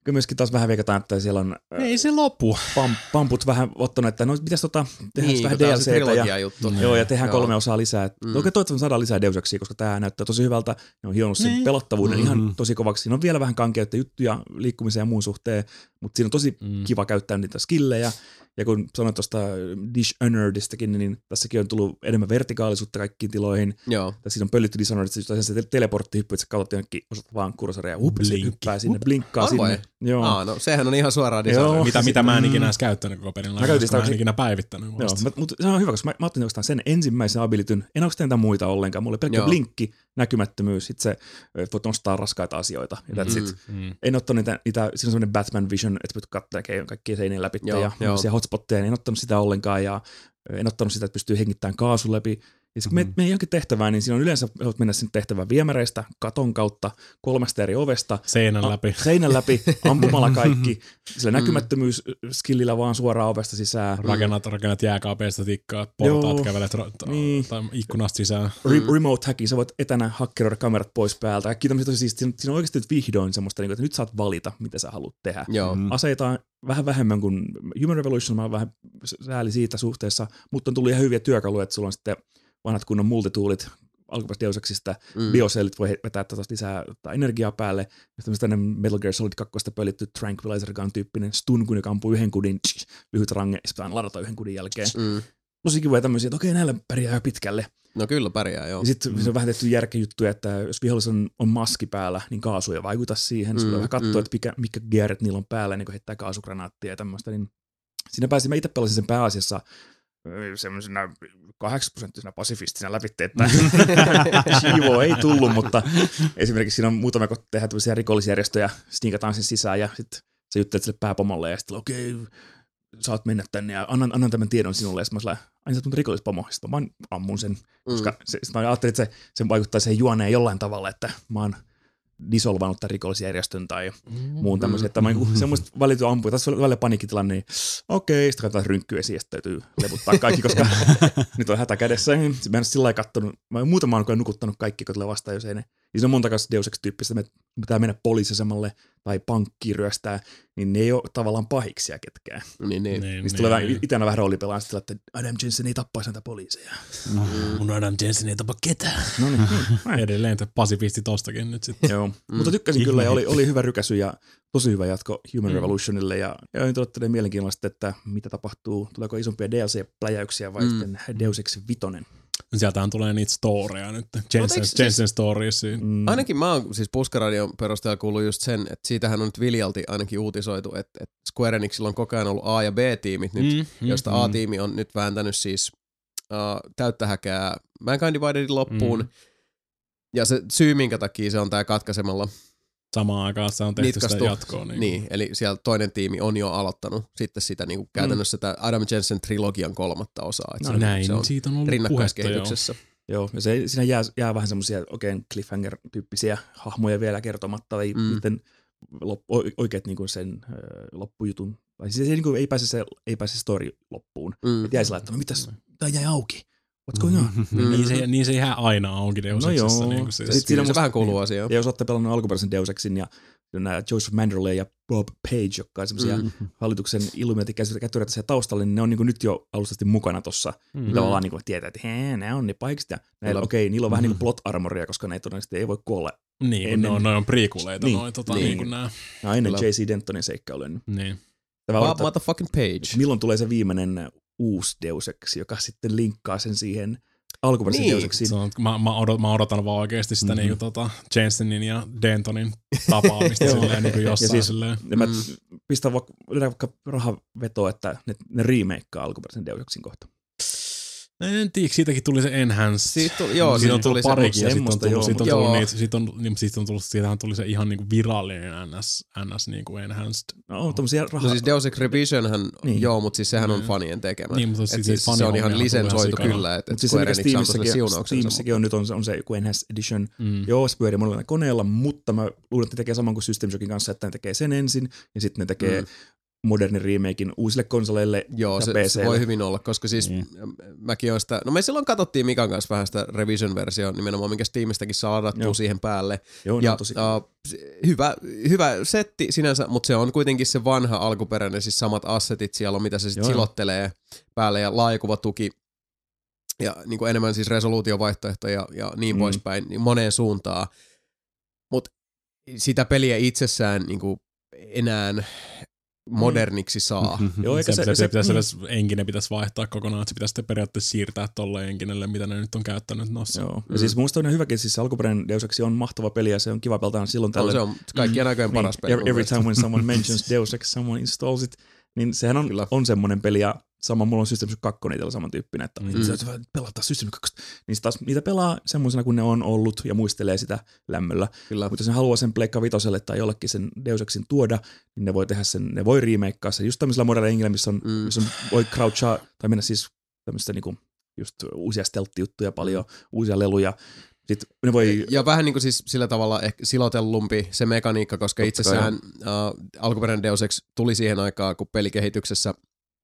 myöskin taas vähän veikataan, että siellä on ei se lopu. Pam, pamput vähän ottanut, että no pitäisi tota, tehdä niin, vähän D L C:tä ja, juttu. joo, ja tehdään joo. kolme osaa lisää. Mm. Okei, toivottavasti saadaan lisää Deus Exia, koska tämä näyttää tosi hyvältä. Ne on hionnut sen niin. pelottavuuden mm-hmm. ihan tosi kovaksi. Siinä on vielä vähän kankeutta juttuja liikkumisen ja muun suhteen, mutta siinä on tosi mm. kiva käyttää niitä skillejä. Ja kun sanoit tuosta Dishonoredista,kin, niin tässäkin on tullut enemmän vertikaalisuutta kaikkiin tiloihin. Joo. Tässä on pöllitty Dishonoredista, se teleporttihyppy, että sä katsot jonnekin, osat vaan kursoria ja hup, se hyppää sinne, blinkkaa sinne. Joo. Aa, no sehän on ihan suoraan Dishonored. Mitä, mitä mä en ikinä edes käyttänyt koko pelin lailla, koska mä en ikinä päivittänyt. Joo, mutta se on hyvä, koska mä, mä otin oikeastaan sen ensimmäisen abilityn, en oikeastaan niitä muita ollenkaan, mulla oli pelkkä blinkki, näkymättömyys, sit se voit nostaa raskaita asioita. Ja mm, sit, mm. En ottanut niitä, niitä, siinä on semmoinen Batman Vision, että pystyt katsomaan kaikkia seinien läpi ja semmoisia hotspotteja, en ottanut sitä ollenkaan ja en ottanut sitä, että pystyy hengittämään kaasun läpi. Ja kun mm-hmm. menee johonkin tehtävään, niin siinä on yleensä, haluat mennä sinne tehtävään viemäreistä, katon kautta, kolmesta eri ovesta. Seinän läpi. A, seinän läpi, ampumalla kaikki. Sillä näkymättömyysskillillä vaan suoraan ovesta sisään. Rakennat, rakennat jääkaapeista tikkaa, portaat, kävelet ra- niin. tai ikkunasta sisään. Re- remote hacking, sä voit etänä hakkeroida kamerat pois päältä. Kaikki tämmöisiä tosi siistiä. Siinä on oikeasti nyt vihdoin semmoista, että nyt saat valita, mitä sä haluat tehdä. Joo. Aseita on vähän vähemmän kuin Human Revolution, mä oon vähän sääli siitä suhteessa, mutta on tullut ihan hyviä työkaluja, että sulla on sitten vanhat kunnon multitoolit alkuperäisistä Deus Exista, mm. biosellit voi vetää tätä lisää energiaa päälle, ja tämmöinen Metal Gear Solid kaksi pöllitty Tranquilizer Gun-tyyppinen stun, kun joka ampuu yhden kudin, tsch, lyhyt range, ja sitten ladata yhden kudin jälkeen. Mm. Tosi kivoja tämmöisiä, että okei, näillä pärjää jo pitkälle. No kyllä pärjää, joo. Ja sitten mm. se on vähän tehty järkejuttuja, että jos vihollisella on, on maski päällä, niin kaasu ei vaikuta siihen. Mm. Sitten vähän katsoa, mm. että mikä, mikä gearet niillä on päällä, niin kun heittää kaasugranaattia ja tämmöistä. Niin siinä pääsin, mä itse pelasin sen pääasiassa semmoisena kahdeksankymmentä prosenttisena pasifistina läpitte, että Shivo ei tullut, mutta esimerkiksi siinä on muutamia, kun tehdään tämmöisiä rikollisjärjestöjä, sniikataan sen sisään ja sitten sä juttelet sille pääpomolle ja sitten okei, okay, saat mennä tänne ja annan, annan tämän tiedon sinulle ja sitten mä sillä, aina sä oot mun rikollispomo, sitten mä ammun sen, koska mm. se, mä ajattelin, että se, se vaikuttaa siihen juoneen jollain tavalla, että mä oon disolvannut tämän rikollisjärjestön tai muun tämmöisen, että mä oon semmoista valittu ampuja. Tässä on välillä paniikkitilanne, niin okei, sitten katsotaan rynkkyä esiin, että täytyy levuttaa kaikki, koska nyt on hätä kädessä. Mä en ole sillä lailla kattonut, mä oon muutama ajan nukuttanut kaikki, kun tulee vastaan, jos ei ne. Niin se on monta kanssa Deus Ex-tyyppistä, että pitää mennä poliisisemalle tai pankkiin ryöstää, niin ne ei ole tavallaan pahiksia ketkään. Niin, niin. niin sitten tulee vähän, itänä vähän roolipelaan, sitten että Adam Jensen ei tappaisi näitä poliiseja. No, mun Adam Jensen ei tapa ketään. No niin, edelleen pasifisti tostakin nyt sitten. Joo, mm. mutta tykkäsin mm. kyllä ja oli, oli hyvä rykäsy ja tosi hyvä jatko Human mm. Revolutionille ja, ja nyt odottelen mielenkiinnosta, että mitä tapahtuu, tuleeko isompia D L C-pläjäyksiä vai mm. sitten Deus Ex Vitoinen. Sieltähän tulee niitä storeja nyt, Jensen, Jensen stories. Mm. Ainakin mä oon siis Puskaradion perusteella kuullut just sen, että siitähän on nyt viljalti ainakin uutisoitu, että, että Square Enixillä on koko ajan ollut A- ja B-tiimit nyt, mm, josta mm, A-tiimi on nyt vääntänyt siis uh, täyttä häkää Mankind Dividedin loppuun. Mm. Ja se syy, minkä takia se on tää katkaisemalla. Samaan aikaan se on tehty nitkastu. Sitä jatkoa. Niin, niin, eli siellä toinen tiimi on jo aloittanut sitten sitä niin kuin mm. käytännössä tämä Adam Jensen trilogian kolmatta osaa. No se, näin, se on siitä on ollut rinnakkaiskehityksessä. Joo, ja se, siinä jää, jää vähän semmoisia oikein cliffhanger-tyyppisiä hahmoja vielä kertomatta, tai mm. sitten loppu, oikeat niin kuin sen äh, loppujutun. Tai siis se, niin kuin ei, pääse se, ei pääse story loppuun. Mm. Et jäi sillä, että no mitäs, tämä jäi auki. What's going on? Mm. niin, se, niin se jää aina auki Deus Exissa. No niin siis. Sitten siinä se vähän kuuluu asiaan. Ja jos olette pelannut alkuperäisen Deus Exin ja nämä Joseph Mandreley ja Bob Page, jotka on semmoisia mm. hallituksen Illuminati-kätyreitä siellä taustalla, niin ne on niin kuin nyt jo alustasti mukana tuossa. Mm. Tavallaan niin kuin tietää, että hei, nämä on ne paikset. Ja näillä, okei, niillä on vähän mm. niin kuin plot-armoria, koska ne todennäköisesti ei voi kuolla. Niin, ennen. Ne on, ne on prequeleita. Niin, noin, tota, niin. niin kuin nämä. No, ennen J C Dentonin seikkailujen. Niin. Bob motherfucking Page. Milloin tulee se viimeinen uusi Deus Ex, joka sitten linkkaa sen siihen alkuperäisen niin. Deus Exiin. Mä, mä, odotan, mä odotan vaan oikeasti sitä mm-hmm. niin tota Jensenin ja Dentonin tapaamista silleen niin kuin jossain siis, silleen. Mä mm. pistän vaikka, vaikka rahavetoa, että ne, ne remakeaa alkuperäisen Deus Exin kohta. En tiedä, siitäkin tuli se Enhanced. Siitä tuli, joo, siitä on tullut tuli parikin se, ja sitten on tullut, sit on tullut niitä, sit on, niin, sit on tullut, siitähän tuli se ihan niinku virallinen N S, N S niinku Enhanced. No, tommosia rahaa. No siis Deus Ex Revisionhan, niin. joo, mutta siis sehän on fanien tekemä. Niin, mutta siis, siis se on ihan lisensoitu kyllä, että et Square Enix antoi sen siunauksen. Steamissäkin on nyt on, on se joku Enhanced Edition. Mm. Joo, se pyörii monella koneella, mutta mä luulen, että ne tekee saman kuin System Shockin kanssa, että ne tekee sen ensin ja sitten ne tekee mm. modernin remakein uusille konsoleille Joo, ja se, P C:lle. se voi hyvin olla, koska siis Niin. mäkin oon sitä, no me silloin katsottiin Mikan kanssa vähän sitä revision-versioon nimenomaan, minkä Steamistäkin saa ladattua Joo. siihen päälle. Joo, ne Ja on tosi... uh, hyvä, hyvä setti sinänsä, mutta se on kuitenkin se vanha alkuperäinen, siis samat assetit siellä on, mitä se sitten Joo, joo. silottelee päälle ja laajakuva tuki ja niin kuin enemmän siis resoluutiovaihtoehtoja ja, ja niin Mm. mm. poispäin, niin moneen suuntaan. Mutta sitä peliä itsessään niin kuin enää moderniksi saa. Joo, eikä se, se- se, se, se- pitäisi mm. edes enkinen pitäisi vaihtaa kokonaan, että se pitäisi sitten periaatteessa siirtää tolle enkinelle, mitä ne nyt on käyttänyt noissa. Joo. Ja siis musta on ihan hyväkin, siis se alkuperäinen Deus Ex on mahtava peli ja se on kiva pelata silloin No, tällöin. se on kaikkien aikojen paras peli. Every, mun every mielestä. time when someone mentions Deus Ex, someone installs it. Niin sehän on, Kyllä. on semmoinen peli ja sama mulla on System Shock kaksi itsellä samantyyppinen, että Mm. mm. sä pelata System Shock kaksi. Niin sit taas niitä pelaa semmoisena kuin ne on ollut ja muistelee sitä lämmöllä. Kyllä. Mutta jos ne haluaa sen Pleikka Vitoselle tai jollekin sen Deus Exin tuoda, niin ne voi tehdä sen, ne voi remakeaa sen just tämmöisellä modella engillä, missä on, Mm. missä on voi crouchaa tai mennä siis tämmöistä niinku just uusia stealth-juttuja paljon, uusia leluja. Sitten ne voi... Ja vähän niin kuin siis sillä tavalla ehkä silotellumpi se mekaniikka, koska Totta itsessään uh, alkuperäinen Deus Ex tuli siihen aikaan, kun pelikehityksessä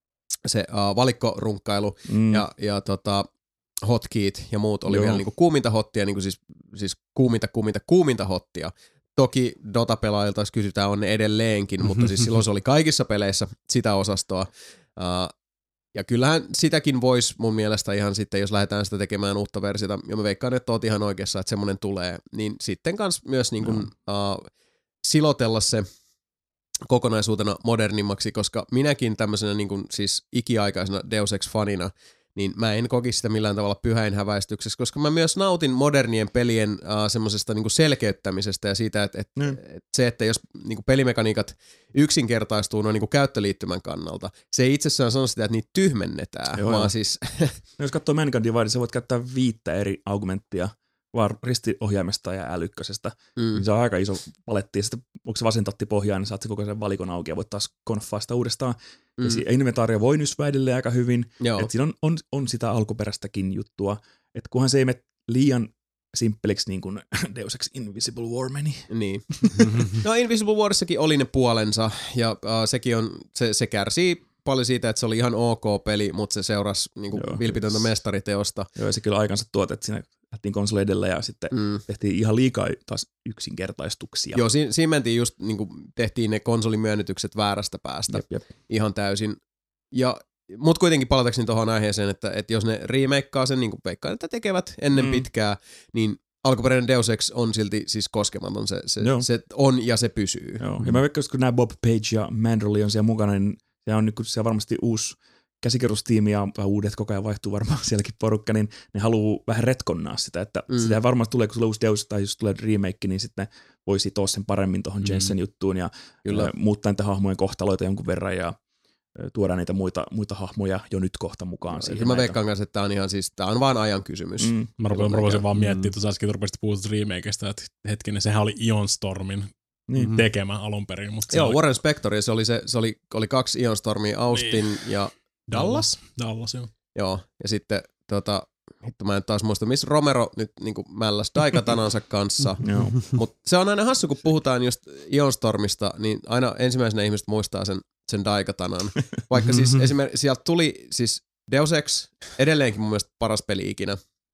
se uh, valikkorunkkailu Mm, ja, ja tota, hotkeyt ja muut oli Joo. vielä niin kuin kuuminta hottia, niin kuin siis, siis kuuminta, kuuminta, kuuminta hottia. Toki Dota-pelaajilta, jos kysytään, on ne edelleenkin, mutta siis silloin se oli kaikissa peleissä sitä osastoa. Uh, ja kyllähän sitäkin voisi mun mielestä ihan sitten, jos lähdetään sitä tekemään uutta versiota, ja mä veikkaan, että oot ihan oikeassa, että semmoinen tulee, niin sitten kans myös niin kuin, uh, silotella se kokonaisuutena modernimmaksi, koska minäkin tämmöisenä niin kuin, siis ikiaikaisena Deus Ex-fanina, niin mä en koki sitä millään tavalla pyhäinhäväistyksessä, koska mä myös nautin modernien pelien uh, semmoisesta niin kuin selkeyttämisestä ja siitä, että et, Mm. et se, että jos niin kuin pelimekaniikat yksinkertaistuu noin niin kuin käyttöliittymän kannalta, se ei itsessään sano sitä, että niitä tyhmennetään, Joo, vaan joo. siis No jos katsoo Mankind Divide, sä voit käyttää viittä eri argumenttia vaan ristiohjaimesta ja älykköisestä. mm, Niin se on aika iso paletti. Ja sitten onko se vasen tatti pohjaan, niin saat se koko sen valikon auki ja voit taas konffaa sitä uudestaan. Mm. Ja mm, si- inventaaria voi nysvää edelleen aika hyvin. joo, Et siinä on, on, on sitä alkuperäistäkin juttua. Että kunhan se ei mene liian simppeliksi niin kuin Deus Ex Invisible War meni. niin. No Invisible Warssakin oli ne puolensa, ja uh, sekin on, se, se kärsii paljon siitä, että se oli ihan ok peli, mutta se seurasi niin kuin Joo. vilpitöntä mestariteosta. Joo, ja se kyllä aikansa tuote, että siinä lähtiin konsoli edellä ja sitten Mm. tehtiin ihan liikaa taas yksinkertaistuksia. Joo, siinä, siinä mentiin just, niin kuin tehtiin ne konsolimyönnytykset väärästä päästä Jep, jep. ihan täysin. Ja, mut kuitenkin palatakseni tuohon aiheeseen, että, että jos ne remakeaa sen, niin kuin veikkaan, että tekevät ennen Mm. mm. pitkää, niin alkuperäinen Deus Ex on silti siis koskematon. Se, se, Joo. se on ja se pysyy. Joo, ja mä veikkaan, kun nämä Bob Page ja Mandrelli on siellä mukana, niin se on, niin se on varmasti uusi käsikirjoitustiimi ja uudet koko ajan vaihtuu varmaan sielläkin porukka, niin ne haluaa vähän retkonnaa sitä, että Mm. mm. sitä varmasti tulee, kun tulee uusi Deus tai jos tulee remake, niin sitten ne voi sitoa sen paremmin tuohon Mm. Jensen juttuun ja Kyllä. Ä, muuttaa niitä hahmojen kohtaloita jonkun verran ja ä, tuoda niitä muita, muita hahmoja jo nyt kohta mukaan siihen. Kyllä mä näitä. veikkaan kanssa, että tämä on ihan siis, tää on vaan ajan kysymys. Mm. Mä Milloin rupesin, ne mä rupesin käy. vaan Mm. miettimään, että äsken rupesit puhua remakeista, että hetkinen, sehän oli Ion Stormin Niin. Mhm. tekemä alun perin. Mutta se Joo, oli Warren Spector, ja se oli, se, se oli, oli kaksi Ion Stormia, Austin Niin. ja Dallas. Dallas, joo. Joo, ja sitten tota, hitto mä en taas muista, missä Romero nyt niin mälläs Daikatanansa kanssa. Joo. Mutta se on aina hassu, kun puhutaan just Ion Stormista, niin aina ensimmäisenä ihmiset muistaa sen, sen Daikatanan. Vaikka siis esimerkiksi sieltä tuli siis Deus Ex, edelleenkin mun mielestä paras peli ikinä.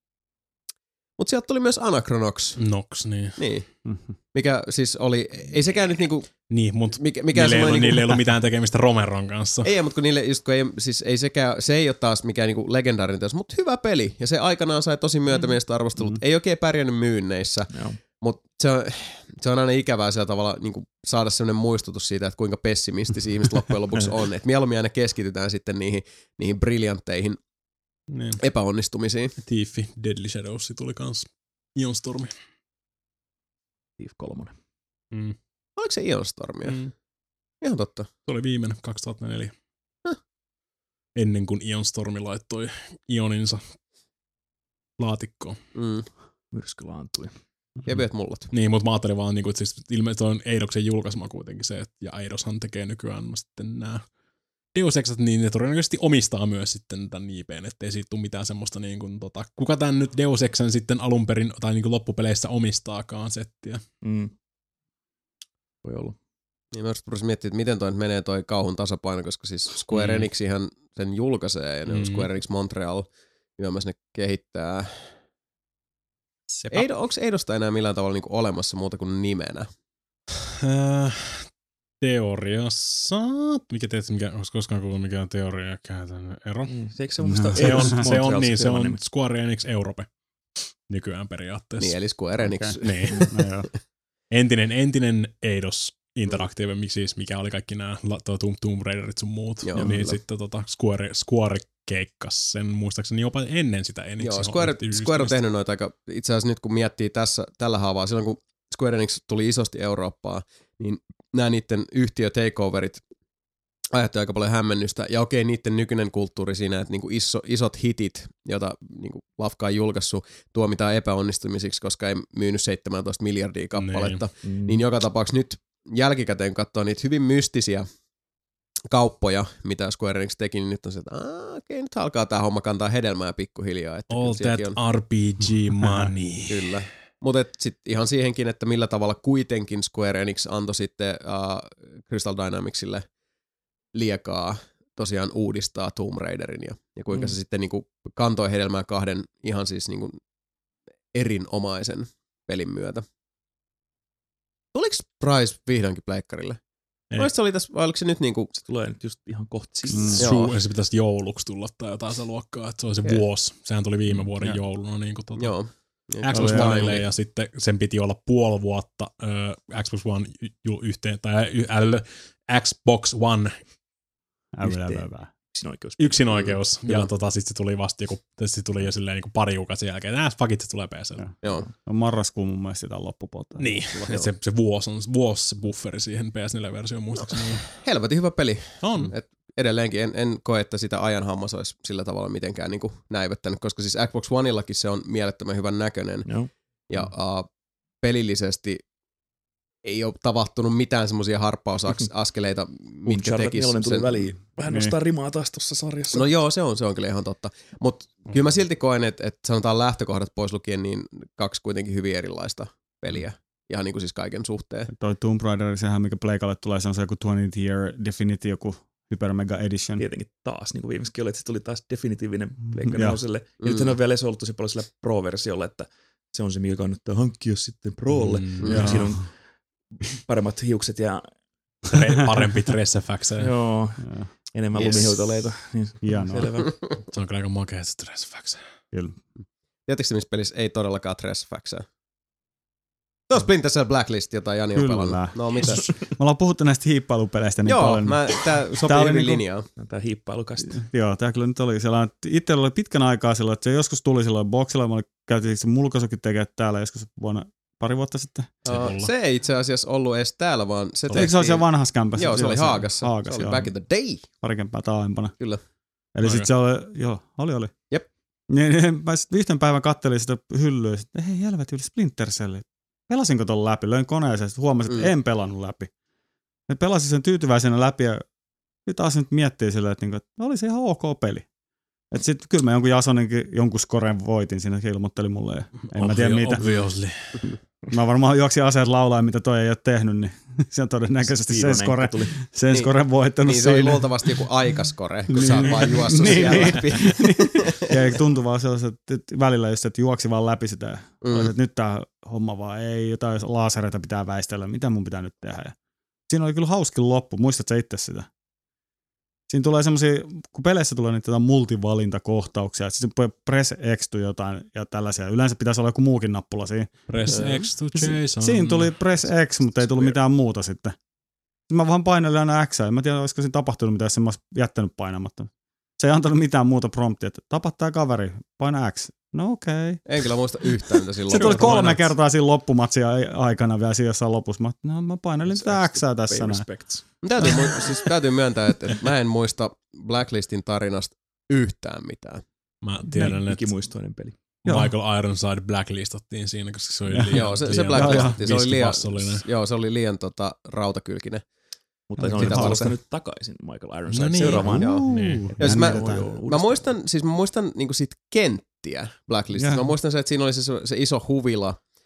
Mutta sieltä tuli myös Anachronox, Nox, niin. niin, mikä siis oli, ei sekään nyt niinku, Niin, mutta mikä, mikä niillä, ei ollut, semmoinen niillä ei niinku, ollut mitään tekemistä Romeron kanssa. ei, mutta kun niille just kun ei, siis ei sekään, se ei ole taas mikään niinku legendaarinen teos, mutta hyvä peli, ja se aikanaan sai tosi myötämielistä arvostelut, Mm. ei oikein pärjännyt myynneissä, Joo. mutta se on, se on aina ikävää sillä tavalla niin kuin saada sellainen muistutus siitä, että kuinka pessimistisiä ihmiset loppujen lopuksi on. Et mieluummin aina keskitytään sitten niihin, niihin briljantteihin Niin. epäonnistumisiin. Tiifi, Deadly Shadows tuli kans. Ion Stormi. Thief kolme. Mm. Oliko se Ion Stormia? Mm. Ihan totta. Se oli viimeinen kaksituhattaneljä. Häh? Ennen kuin Ion Stormi laittoi Ioninsa laatikkoon. Mm. Myrsky laantui. Kevyet mullat. Niin, mutta mä ajattelin vaan, niin että siis ilmeisesti on Eidoksen julkaisema kuitenkin se, että, ja Eidoshan tekee nykyään sitten nämä Deus Exat, niin ne todennäköisesti omistaa myös sitten tämän I P:n, ettei siitä tule mitään semmoista niin kuin, tota, kuka tämän nyt Deus Exan sitten alun perin tai niin kuin loppupeleissä omistaakaan settiä. Mm. Voi olla. Niin mä rupesin miettimään, että miten toi nyt menee toi kauhun tasapaino, koska siis Square mm. Enixihan sen julkaisee, ja ne mm. on Square Enix Montreal, myös ne kehittää. Eido, onko Eidosta enää millään tavalla niinku olemassa muuta kuin nimenä? Äh, teoriassa, mikä teet, mikä, onko koskaan kuullut mikä on teoria ja käytännön ero? Mm, se, se, musta, se, on, se on niin, se on Square Enix Europe nykyään periaatteessa. Niin, eli Square Enix. Okay. Niin. No, entinen, entinen Eidos Interactive, mm. siis mikä oli kaikki nämä Tomb, Tomb Raiderit sun muut. Joo, ja niin kyllä. Sitten tota, Square, Square keikkas sen muistaakseni jopa ennen sitä Enixin. Joo, Square, Square on tehnyt noita aika, itse asiassa nyt kun miettii tässä, tällä haavaa, silloin kun Square Enix tuli isosti Eurooppaan, niin nämä niiden yhtiö takeoverit ajattui aika paljon hämmennystä. Ja okei, niiden nykyinen kulttuuri siinä, että niinku iso, isot hitit, joita niinku Lafka on julkaissut, tuomitaan epäonnistumisiksi, koska ei myynyt seitsemäntoista miljardia kappaletta. Mm. Niin joka tapauksessa nyt jälkikäteen katsoo niitä hyvin mystisiä kauppoja, mitä Square Enix teki, niin nyt on se, että okei, nyt alkaa tää homma kantaa hedelmää pikkuhiljaa. Että all that on R P G money. Kyllä. Mutta sitten ihan siihenkin, että millä tavalla kuitenkin Square Enix antoi sitten uh, Crystal Dynamicsille liekaa tosiaan uudistaa Tomb Raiderin ja, ja kuinka mm. se sitten niinku kantoi hedelmää kahden ihan siis niinku erinomaisen pelin myötä. Tuliko Price vihdoinkin pleikkarille? Mielestäni se oli tässä, vai oliko se nyt niinku... Se tulee nyt just ihan kohti. Mm. Joo. Se pitäisi jouluksi tulla tai jotain se luokkaa, että se oli se okay. vuosi. Sehän tuli viime vuoden mm. jouluna. Niin kuin tuota. Joo. Xbox Oneille ja sitten sen piti olla puoli vuotta äh, Xbox One y- yhteen, tai äl, Xbox One yhteen. Yksinoikeus. Yksinoikeus. Mm. Ja mm. tota, sitten se tuli vasta joku, se tuli jo silleen niin pari kuukauden jälkeen. Nää fuck it, se tulee P C:lle. Joo. No marraskuun mun mielestä sitä loppupuolta. Niin, että se, se vuosi on vuosi se bufferi siihen P S neljä-versioon muistaakseni. No, helvetin hyvä peli. On. Et edelleenkin en, en koe, että sitä ajan hammas olisi sillä tavalla mitenkään niin kuin näivettänyt, koska siis Xbox Oneillakin se on mielettömän hyvän näköinen. Joo. Ja uh, pelillisesti ei ole tapahtunut mitään semmoisia harppausaskeleita, mitkä tekisi sen. Tuli väliin. Vähän nostaa rimaa taas tuossa sarjassa. No joo, se on, se on kyllä ihan totta. Mutta mm. kyllä mä silti koen, että, että sanotaan lähtökohdat pois lukien, niin kaksi kuitenkin hyvin erilaista peliä. Ihan niin kuin siis kaiken suhteen. Toi Tomb Raider, sehän mikä Pleikalle tulee, se on se joku twentieth Year Definitive, joku Hyper Mega Edition. Tietenkin taas, niin kuin viimeiskin oli, että se tuli taas definitiivinen Pleikka neloselle. Ja mm. nythän on vielä se ollut tosi paljon sillä Pro-versiolla, että se on se, mikä kannattaa hankkia sitten Prolle. Mm. Ja siinä on paremmat hiukset ja parempi Dress F X. Joo, enemmän yes. lumihiutaleita. Niin selvä. Se on kyllä aika makea se Dress F X. Kyllä. Tiedättekö missä pelissä ei todellakaan Dress F X? Tuo Splinter Cell Blacklist, jota Jani on pelannut. No mitä? Me ollaan puhuttu näistä hiippailupeleistä niin Joo, paljon. Joo, tää sopii hyvin niinku, linjaan. Tää hiippailukasta. Joo, tää kyllä nyt oli sellainen. Itsellä oli pitkän aikaa silloin, että se joskus tuli silloin boksilla. Mä käytiin se mulkaisukin tekemään täällä joskus vuonna pari vuotta sitten. Uh, se ei itse asiassa ollut edes täällä, vaan se tehtiin... Eikö se ole siellä vanhassa kämpässä? Joo, se oli Haagassa. Haagassa se oli joo. back in the day. Pari kämpää taaempana. Kyllä. Eli sitten se oli, joo, oli oli. Jep. Niin, mä sitten yhten päivän kattelin sitä hyllyä, että hei helvetti, yli Splinter Cell. Pelasinko ton läpi? Löin koneeseen, sitten huomasin, että mm. en pelannut läpi. Ja pelasin sen tyytyväisenä läpi ja taas nyt miettii silleen, että, niinku, että oli se ihan ok peli. Että sitten kyllä mä jonkun Jasoninkin jonkun skoren voitin siinä, se ilmoitteli mulle ja en Obvi- mä tiedä mitä. Obviously. Mä varmaan juoksin aseet laulaa, mitä toi ei ole tehnyt, niin se on todennäköisesti sen skore, sen niin, skoren voittanut niin, siinä. Niin se oli luultavasti joku aikaskore, kun niin. Sä oot vaan juossut niin, siellä niin. läpi. Ja tuntui vaan sellaiset, että välillä just, että juoksi vaan läpi sitä ja mm. olisi, että nyt tää homma vaan ei, jotain laasereita pitää väistellä, mitä mun pitää nyt tehdä. Ja siinä oli kyllä hauskin loppu, muistatko sä itse sitä? Siinä tulee semmosia, kun peleissä tulee niitä multivalintakohtauksia, että sitten press X to jotain ja tällaisia. Yleensä pitäisi olla joku muukin nappula siinä. Press X to Jason. Siinä tuli press X, mutta ei tullut mitään muuta sitten. Mä vaan painelin aina X, en mä tiedä, olisiko siinä tapahtunut mitään, jos en mä olisi jättänyt painamatta. Se ei antanut mitään muuta promptia, että tapa tää kaveri, paina X. No okei. Okay. En kyllä muista yhtään, mitä silloin. Se tuli kolme kertaa siinä loppumatsia aikana vielä siinä jossain lopussa. Mä, no, mä painelin tätä Xää tässä näin. Täytyy, siis täytyy myöntää, että, että mä en muista Blacklistin tarinasta yhtään mitään. Mä tiedän, että ikimuistoinen peli. Michael Ironside blacklistattiin siinä, koska se oli liian... Joo, se, se blacklistattiin. Se oli liian, joo, se oli liian tota, rautakylkinen. Mutta se on hauska nyt takaisin Michael Ironside no niin, seuraavaan. Joo. Niin. Ja siis mä, mä muistan, siis mä muistan niinku sit kenttiä Blacklistissa. Mä muistan se, että siinä oli se, se iso huvila,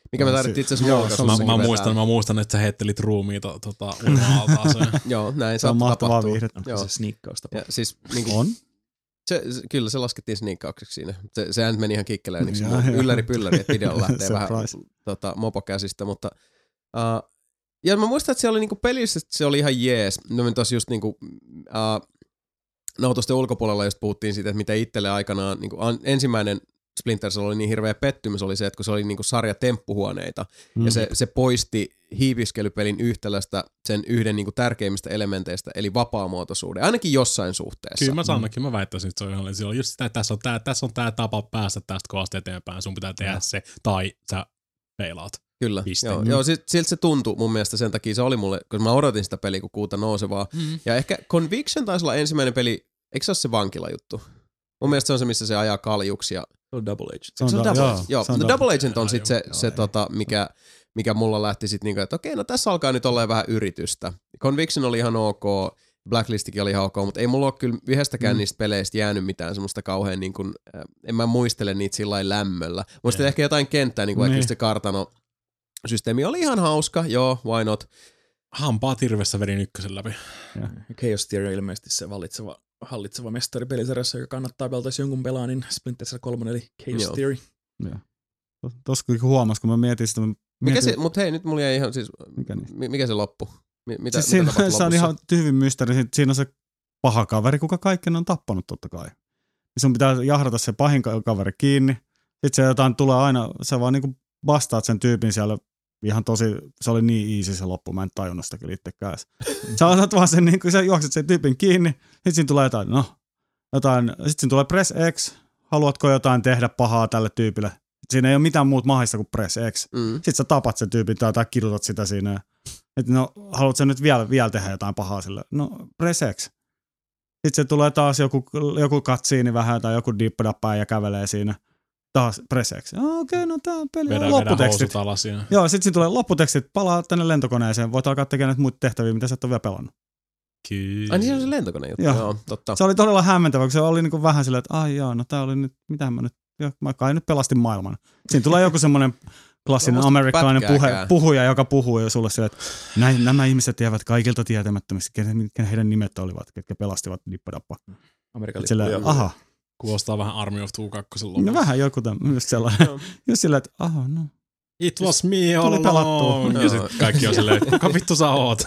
Mikä me tarvittiin itse asiassa julkaisussa. Mä, mä, muistan, mä muistan, että sä heittelit ruumiita tota, ulma-altaaseen. Joo, näin se on mahtavaa viihdettä. Onko se sniikkausta? Siis, niin kuin, on? Se, se, kyllä se laskettiin sniikkaukseksi siinä. Se, sehän meni ihan kikkeleeniksi. Ylläri pylläri, että video lähtee vähän tota, mopokäsistä, mutta uh, ja mä muistan, että se oli niinku pelissä, se oli ihan jees. No me tossa just niinku uh, nautosten ulkopuolella just puhuttiin siitä, että mitä itselle aikanaan niinku an, ensimmäinen Splinter Cell oli niin hirveä pettymys oli se, että kun se oli niinku sarja temppuhuoneita mm. ja se, se poisti hiiviskelypelin yhtälöstä sen yhden niinku tärkeimmistä elementeistä, eli vapaamuotoisuuden, ainakin jossain suhteessa. Kyllä mä sanoinkin, mä väittäisin, että se on ihan, se on just sitä, että tässä on tää, tässä on tää tapa päästä tästä kohdasta eteenpäin, sun pitää tehdä ja. se, tai sä peilaat. Kyllä, joo, joo siltä se tuntui mun mielestä sen takia, se oli mulle, kun mä odotin sitä peliä kuin kuuta nousevaa. Mm. Ja ehkä Conviction taisi olla ensimmäinen peli, eikö se ole se vankilajuttu? Mun mielestä se on se, missä se ajaa kaljuksi. Ja... Se on Double Agent. Se on, se on Double Agent, joo. joo. No, Double Agent on sitten se, se tota, mikä, mikä mulla lähti sitten niinku, että okei, no tässä alkaa nyt olla vähän yritystä. Conviction oli ihan ok, Blacklistikin oli ihan ok, mutta ei mulla ole kyllä yhdestäkään mm. niistä peleistä jäänyt mitään semmoista kauhean, niin kuin, äh, en mä muistele niitä sillä lailla lämmöllä. Muistelin ehkä jotain kenttää, niin kuin vaikka se kartano. Systeemi oli ihan hauska, joo, why not. Hampaa tirvessä vedin ykkösen läpi. Ja Chaos Theory on ilmeisesti se vallitseva, hallitseva mestari pelisarjassa, joka kannattaa pelata, jos jonkun pelaa, niin Splinter Cell kolme eli Chaos joo. Theory. Joo. Tuossa kyllä huomasi, kun mä mietin sitä. Mietin... Mikä se, mut hei, nyt mulla jäi ihan siis, mikä, niin? mikä se loppu? Mitä, siis mitä siinä, se on ihan hyvin mysteeri. Siinä on se paha kaveri, kuka kaiken on tappanut totta kai. Ja sun pitää jahdata se pahin kaveri kiinni. Sitten se jotain tulee aina, se vaan niinku vastaat sen tyypin siellä ihan tosi, se oli niin easy se loppu, mä en tajunnut sitä kyllä itsekään. Sä otat vaan sen, niin kun sä juokset sen tyypin kiinni, sitten siinä tulee jotain, no, jotain, sitten siinä tulee press X, haluatko jotain tehdä pahaa tälle tyypille? Siinä ei ole mitään muuta mahdollista kuin press X. Mm. Sitten sä tapat sen tyypin tai, tai kidutat sitä siinä. Että no, haluatko sä nyt vielä, vielä tehdä jotain pahaa sille? No, press X. Sitten se tulee taas joku, joku katsiini vähän tai joku dippadappa ja kävelee siinä. Taas press X. Okei, okay, no tää on peli. Vedä, lopputekstit. Vedä joo, sit siinä tulee lopputekstit. Palaa tänne lentokoneeseen. Voit alkaa tekemään näitä muita tehtäviä, mitä sä et ole vielä pelannut. Kyllä. Ai niin se on se lentokone juttu. Joo. joo, totta. Se oli todella hämmentävä, kun se oli niinku vähän silleen, että ai joo, no tää oli nyt, mitähän mä nyt, joo, mä kai nyt pelastin maailman. Siinä tulee joku semmoinen klassinen amerikkalainen puhe, puhuja, joka puhuu sulle silleen, että näin, nämä ihmiset jäävät kaikilta tietämättömistä, ketkä heidän nimet olivat, ketkä pelastivat dippadappa. Amerikan silleen, aha. Kuulostaa vähän Army of Two kaksi lopussa. No vähän joku tämmöinen, just sellainen. Just silleen, että aha, no. It was me all along. Ja sitten kaikki on silleen, että kuka vittu sä oot?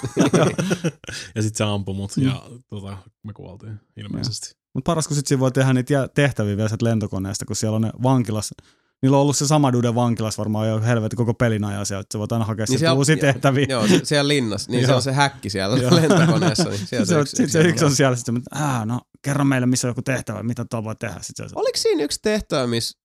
Ja sitten se ampui mut mm. ja tota, me kuoltiin ilmeisesti. Mutta paras, kun sit siinä voi tehdä niitä tehtäviä vielä lentokoneesta, kun siellä on ne vankilas. Niillä on ollut se sama dude vankilas varmaan jo helvetin koko pelin ajan siellä, että sä voit aina hakea niin siellä, uusia tehtäviä. Joo, siellä linnassa. Niin se on se häkki siellä lentokoneessa. Niin sitten se, yksi, se yksi on siellä sitten, että äh, no kerro meille, missä on joku tehtävä, mitä tuolla voi tehdä. Sitten se oliko siinä yksi tehtävä, missä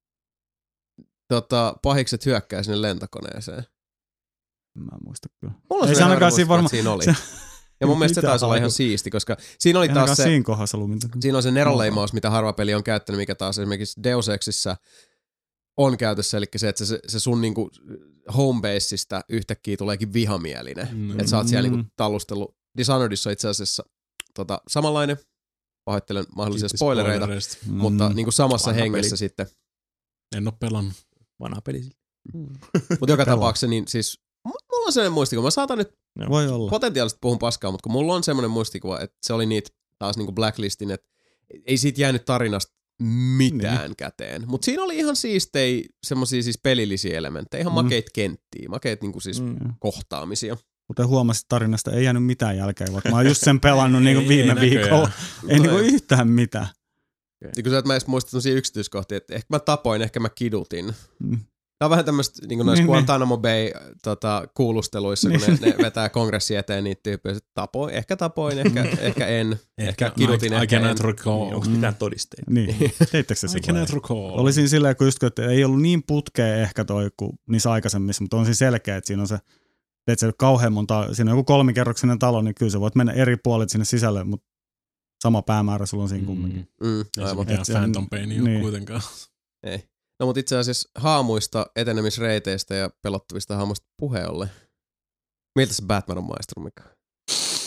tota, pahikset hyökkää sinne lentokoneeseen? Mä en muista kyllä. Mulla on se ainakaan siinä varmaan. Siinä oli. Ja mun mielestä se taisi olla ihan siisti, koska siinä oli taas se, siinä kohdassa ollut mitään. Siinä on se neronleimaus, mitä harva peli on käyttänyt, mikä taas esimerkiksi Deus Exissä on käytössä, eli se, että se, se sun niinku homebaseista yhtäkkiä tuleekin vihamielinen. Mm. Että sä oot siellä niinku tallustellut. Dishonoredissa on itse asiassa tota, samanlainen, pahoittelen mahdollisia Kiitos spoilereita, mm. mutta niinku samassa vanha hengessä peli. Sitten. En oo pelannut. Vanha peli. Mm. Mutta joka tapauksessa, niin siis mulla on sellainen muistikuva. Mä saatan nyt Voi olla. potentiaalisesti puhun paskaa, mutta kun mulla on semmoinen muistikuva, että se oli niitä taas niinku Blacklistin, että ei siitä jäänyt tarinasta mitään niin. käteen. Mutta siinä oli ihan siistei semmosia siis pelillisiä elementtejä, ihan mm. makeit kenttiä, makeit niinku siis mm. kohtaamisia. Kuten huomasit, tarinasta ei jäänyt mitään jälkeen, vaikka mä oon just sen pelannut niinku viime ei, viikolla. Ei niinku yhtään mitään. Ja kun sä et mä edes muista semmosia yksityiskohtia, että ehkä mä tapoin, ehkä mä kidutin. Mm. Tää on vähän tämmöistä niin noissa niin, Guantanamo Bay tota, kuulusteluissa, niin. kun ne, ne vetää kongressi eteen niitä tyyppejä. Tapoin, ehkä tapoin, ehkä, ehkä en. Ehkä, ehkä kidutin, I, ehkä I cannot en. Recall. Onko mitään todisteita? Niin, teittekö se I cannot recall. Oli siinä silleen, kun just, että ei ollut niin putkea ehkä toi kuin niissä aikaisemmissa, mutta on siinä selkeä, että siinä on se, teet se kauhean monta, siinä on joku kolmikerroksinen talo, niin kyllä sä voit mennä eri puolet sinne sisälle, mutta sama päämäärä sulla on siinä kumminkin. Mm, mm, aivan. Ei se Phantom Pain ole niin. kuitenkaan. Ei. No mutta itse asiassa haamuista, etenemisreiteistä ja pelottavista haamuista puheolle. Miltä se Batman on maistunut, Mika?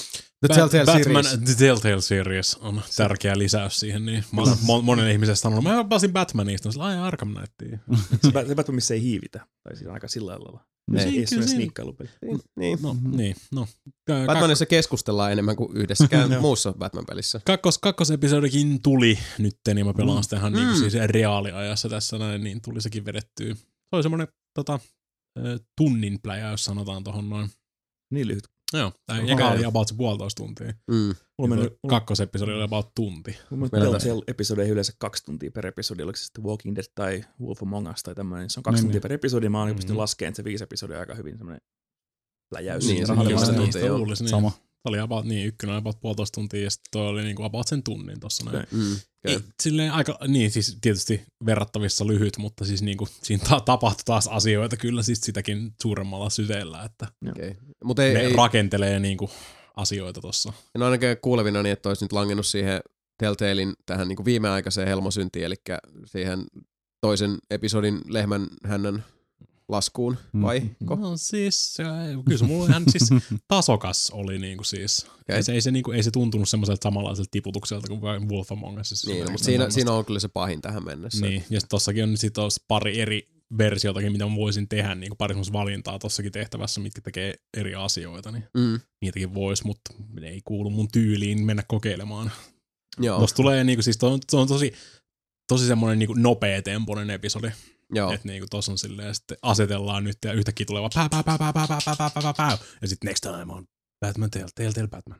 The Telltale Batman, Series. The Telltale Series on tärkeä lisäys siihen. Niin. Mä olen mon- monen ihmisen sanonut, mä pelasin Batmanista. Mä ai Arkham Knightia. Se Batman, missä ei hiivitä. Tai siinä aika sillä lailla. No, Ei siinä- ole sellainen siinä- sniikkailupeli. Niin, niin. No, niin, no. Ka- Batmanissa keskustellaan enemmän kuin yhdessäkään Joo. muussa Batman-pelissä. Kakkos, kakkosepisodikin tuli nyt, niin mä pelaan sitä ihan Mm. niin siis reaaliajassa tässä näin, niin tuli sekin vedettyä. Se oli semmoinen tota, ö, tunnin pläjäys, sanotaan tohon noin. Niin lyhyt. Joo, tää Okei. eka oli about se puolitoista tuntia. Mm. Mulla on mennyt, mulla, Kakkosepisodi oli about tunti. mulla Meillä on taas- Telltale-episodeihin yleensä kaksi tuntia per episodi. Oliko se sitten Walking Dead tai Wolf Among Us tai tämmöinen. Se on kaksi Niin, tuntia niin. per episodi. Mä oon Mhm. pystynyt laskemaan, että se viisi episodia on aika hyvin semmoinen läjäys. Niin, Ja se rahallinen kyllä vasta- tunti, Sitä joo. luulisi, niin. Sama. Se oli about, niin, ykkönen about puolitoista tuntia ja sitten toi oli niinku about sen tunnin tossa näin. Okei. Mm. Ei, Okay. silleen aika, niin siis tietysti verrattavissa lyhyt, mutta siis niinku siinä ta- tapahtui taas asioita kyllä siis sitäkin suuremmalla syteellä, että Okay. Mutta ei, ne ei, rakentelee niinku asioita tossa. en ole ainakaan kuulevina niin, että olisi nyt langennut siihen Telltalein tähän niin kuin viimeaikaiseen helmosyntiin, eli siihen toisen episodin lehmän hännän laskuun, vai? Mm. Ko? No siis, äh, kyllä se mulla ihan siis tasokas oli niinku siis. Okay. Ei, se, ei, se, niinku, ei se tuntunut semmoiselta samanlaiselta tiputukselta kuin vain Wolf Among Us. Niin, no, mutta siinä, siinä on kyllä se pahin tähän mennessä. Niin, ja sit tossakin on sit pari eri versiotakin, mitä mä voisin tehdä, niin kuin pari semmoista valintaa tossakin tehtävässä, mitkä tekee eri asioita, niin Mm. niitäkin vois, mutta ne ei kuulu mun tyyliin mennä kokeilemaan. Joo, Tuossa tulee niinku siis, to, se on tosi, tosi semmoinen niinku nopea-tempoinen episodi, joo. että niinku tossa on silleen, sitten asetellaan nyt ja yhtäkkiä tulee vaan pää, pää, pää, pää, pää, pää, pää, pää, pää, pää, ja sitten next time on Batman, Tell, Tell, Tell, Batman.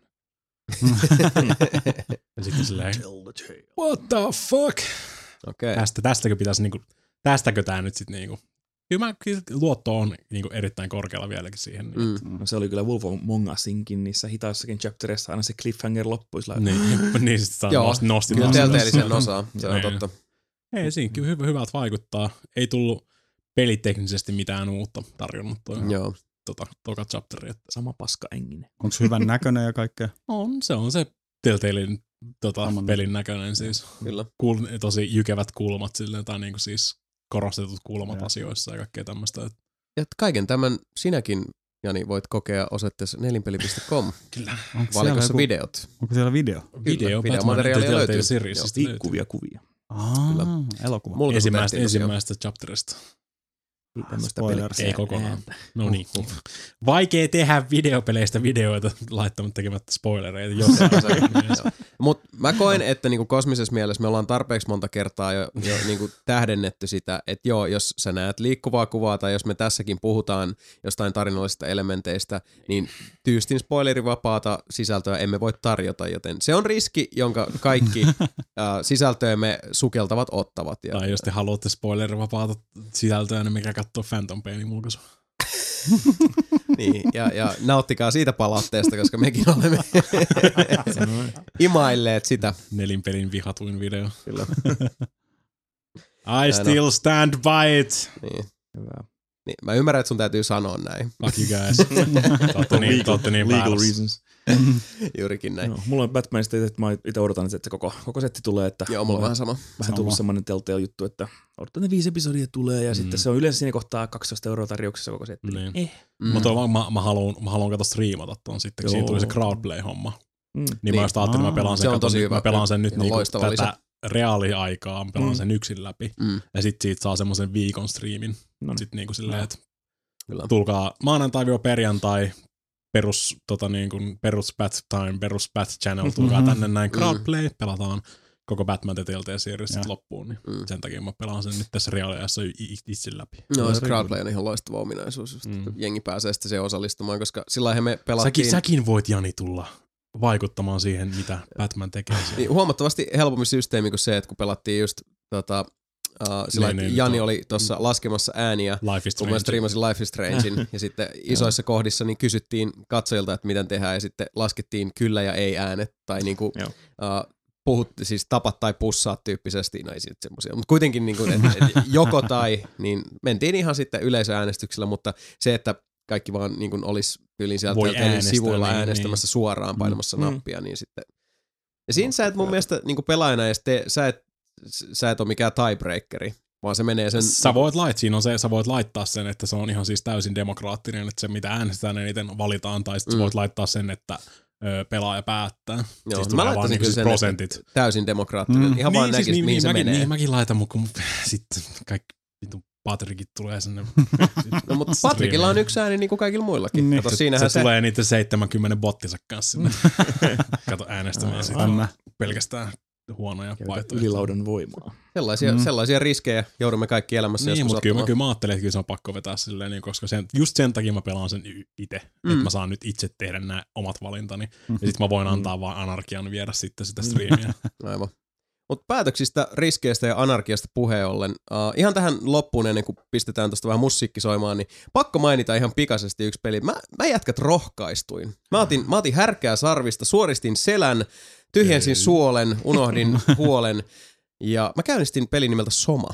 Ja sitten silleen, what the fuck? Okei. Tästä, tästäkö pitäisi niinku, tästäkö tää nyt sit niinku, kyllä mä, kyllä luotto on niinku erittäin korkealla vieläkin siihen. Niin. Mm. No se oli kyllä Wolf Among Usinkin niissä hitaissakin chapterissa aina se cliffhanger loppuisi. Niin, niin sit saa Joo, nosti, nosti Kyllä taas Telltale ylös. sen osaa, se on Niin. totta. Ei siinä kyllä hyvä, hyvältä vaikuttaa. Ei tullut peliteknisesti mitään uutta tarjonnut toi Joo. tota, toka chapteri. Että Sama paska enginen. Onko hyvän näköinen ja kaikkea? on, se on se Telltalein tota, Saman- pelin näköinen siis. Kyllä. Kul, tosi jykevät kulmat silleen, tai niinku siis korostetut kulmat Joo. asioissa ja kaikkea tämmöistä. Ja kaiken tämän sinäkin, Jani, voit kokea osoitteessa nelinpeli piste com. Kyllä. Onko siellä, Valikossa joku, videot. onko siellä video? Video, videomateriaalia Batman, löytyy. Telltale Seriesistä löytyy. Liikkuvia kuvia. Aa, Kyllä. elokuva. Mulla Ensimmäistä, tosiaan. ensimmäistä chapterista. Ei tämmöistä Spoilers. Ei pelkkää kokonaan. ääntä. No niin. Vaikea tehdä videopeleistä videoita laittamatta tekemättä spoilereita jossain. Mutta mä koen, että niinku kosmisessa mielessä me ollaan tarpeeksi monta kertaa jo, jo niinku tähdennetty sitä, että joo, jos sä näet liikkuvaa kuvaa tai jos me tässäkin puhutaan jostain tarinallisista elementeistä, niin tyystin spoilerivapaata sisältöä emme voi tarjota, joten se on riski, jonka kaikki äh, sisältöjemme sukeltavat ottavat. Ja, Tai jos te haluatte spoilerivapaata sisältöä, niin mikä katsoo Phantom Painin mulkaisu. niin, ja, ja nauttikaa siitä palautteesta, koska mekin olemme imailleet sitä. Nelinpelin vihatuin video. Kyllä. I still stand by it. Niin. Hyvä. Niin, mä ymmärrän, että sun täytyy sanoa näin. Fuck you guys. Te ootte niin, te ootte niin Legal väärässä. reasons. Juurikin näin. No, mulla on Batmanista, että mä itse odotan, että se koko, koko setti tulee. Että Joo, mulla on vähän sama. vähän Sama. tullut semmoinen Telltale juttu, että odotan ne viisi episodia tulee ja Mm. mm. sitten se on yleensä siinä kohtaa kaksitoista euroa tarjouksessa koko setti. Niin. Eh. Mm. Mutta mä, mä, mä haluan, mä haluan katsoa striimata ton sitten, kun siinä Joo. tuli se crowdplay-homma. Mm. Niin, Niin. mä just ajattelin, että mä pelaan sen, Se on katon, tosi hyvä. mä pelaan sen nyt Ihan niinku loistava tätä lisä. reaaliaikaa, mä pelaan Mm. sen yksin läpi. Mm. Ja sit siitä saa semmoisen viikon striimin. No niin. Sitten niinku silleen, että Kyllä. tulkaa maanantai-perjantai, perus, tota niin kuin, perus Bat Time, perus Bat Channel, tulkaa Mhm. tänne näin Mm. crowdplay, pelataan koko Batman The Telltale Series sit Joo. loppuun, niin Mm. sen takia mä pelaan sen nyt tässä reaaliajassa y- y- itse läpi. No, se Very crowdplay on ihan loistava ominaisuus, just, Mm. että jengi pääsee sitten siihen osallistumaan, koska sillä me pelattiin Säkin, säkin voit, Jani, tulla vaikuttamaan siihen, mitä Batman tekee siellä. niin, huomattavasti helpommin systeemi kuin se, että kun pelattiin just tota, uh, sillä Niin, niin, niin, Jani tuo- oli tuossa laskemassa ääniä, Life is kun mä Strange. striimasin Life is Strangein, ja sitten isoissa kohdissa niin kysyttiin katsojilta, että miten tehdään, ja sitten laskettiin kyllä ja ei äänet, tai niinku, Joo. uh, puhut, siis tapat tai pussaat tyyppisesti, no ei siitä semmosia, mutta kuitenkin niinku, et, et, joko tai, niin mentiin ihan sitten yleisöäänestyksellä, mutta se, että kaikki vaan niin olisi tyyliin sieltä Voi Telltalein äänestää, sivuilla niin, äänestämässä niin. suoraan painamassa Mm. nappia, niin sitten. Ja siinä sä et mun mielestä niin pelaajana edes tee, sä et, sä et ole mikään tiebreakeri, vaan se menee sen. Sä voit, lait, siinä on se, sä voit laittaa sen, että se on ihan siis täysin demokraattinen, että se mitä äänestetään eniten valitaan, tai sitten Mm. mm. voit laittaa sen, että ö, pelaaja päättää. Joo, siis mä laittaisin niin kyllä siis sen prosentit. Täysin demokraattinen. Mm. Ihan niin, vaan näkisi, siis, niin, mihin niin, se mäkin, menee. Niin mäkin laitan, mutta sitten kaikki vitun Patrickit tulee sinne. No, mutta Patrickilla on yksi ääni niin kuin kaikilla muillakin. Niin. Kato, se, se, se tulee niiden seitsemänkymmentä bottinsa kanssa sinne. Kato äänestämään siitä pelkästään huonoja vaihtoehtoja. Ylilaudan voimaa. Sellaisia, mm. sellaisia riskejä joudumme kaikki elämässä niin, joskus mutta kyllä, kyllä mä ajattelin, että kyllä se on pakko vetää silleen, niin, koska sen, just sen takia mä pelaan sen itse, mm. että mä saan nyt itse tehdä nämä omat valintani. Mm. Ja sit mä voin antaa mm. vaan anarkian viedä sitten sitä striimiä. Aivan. Mutta päätöksistä, riskeistä ja anarkiasta puheen ollen, uh, ihan tähän loppuun ennen kuin pistetään tuosta vähän musiikki soimaan, niin pakko mainita ihan pikaisesti yksi peli. Mä, mä jätkät rohkaistuin. Mä otin, mä otin härkää sarvista, suoristin selän, tyhjensin Ei. suolen, unohdin huolen ja mä käynnistin pelin nimeltä Soma.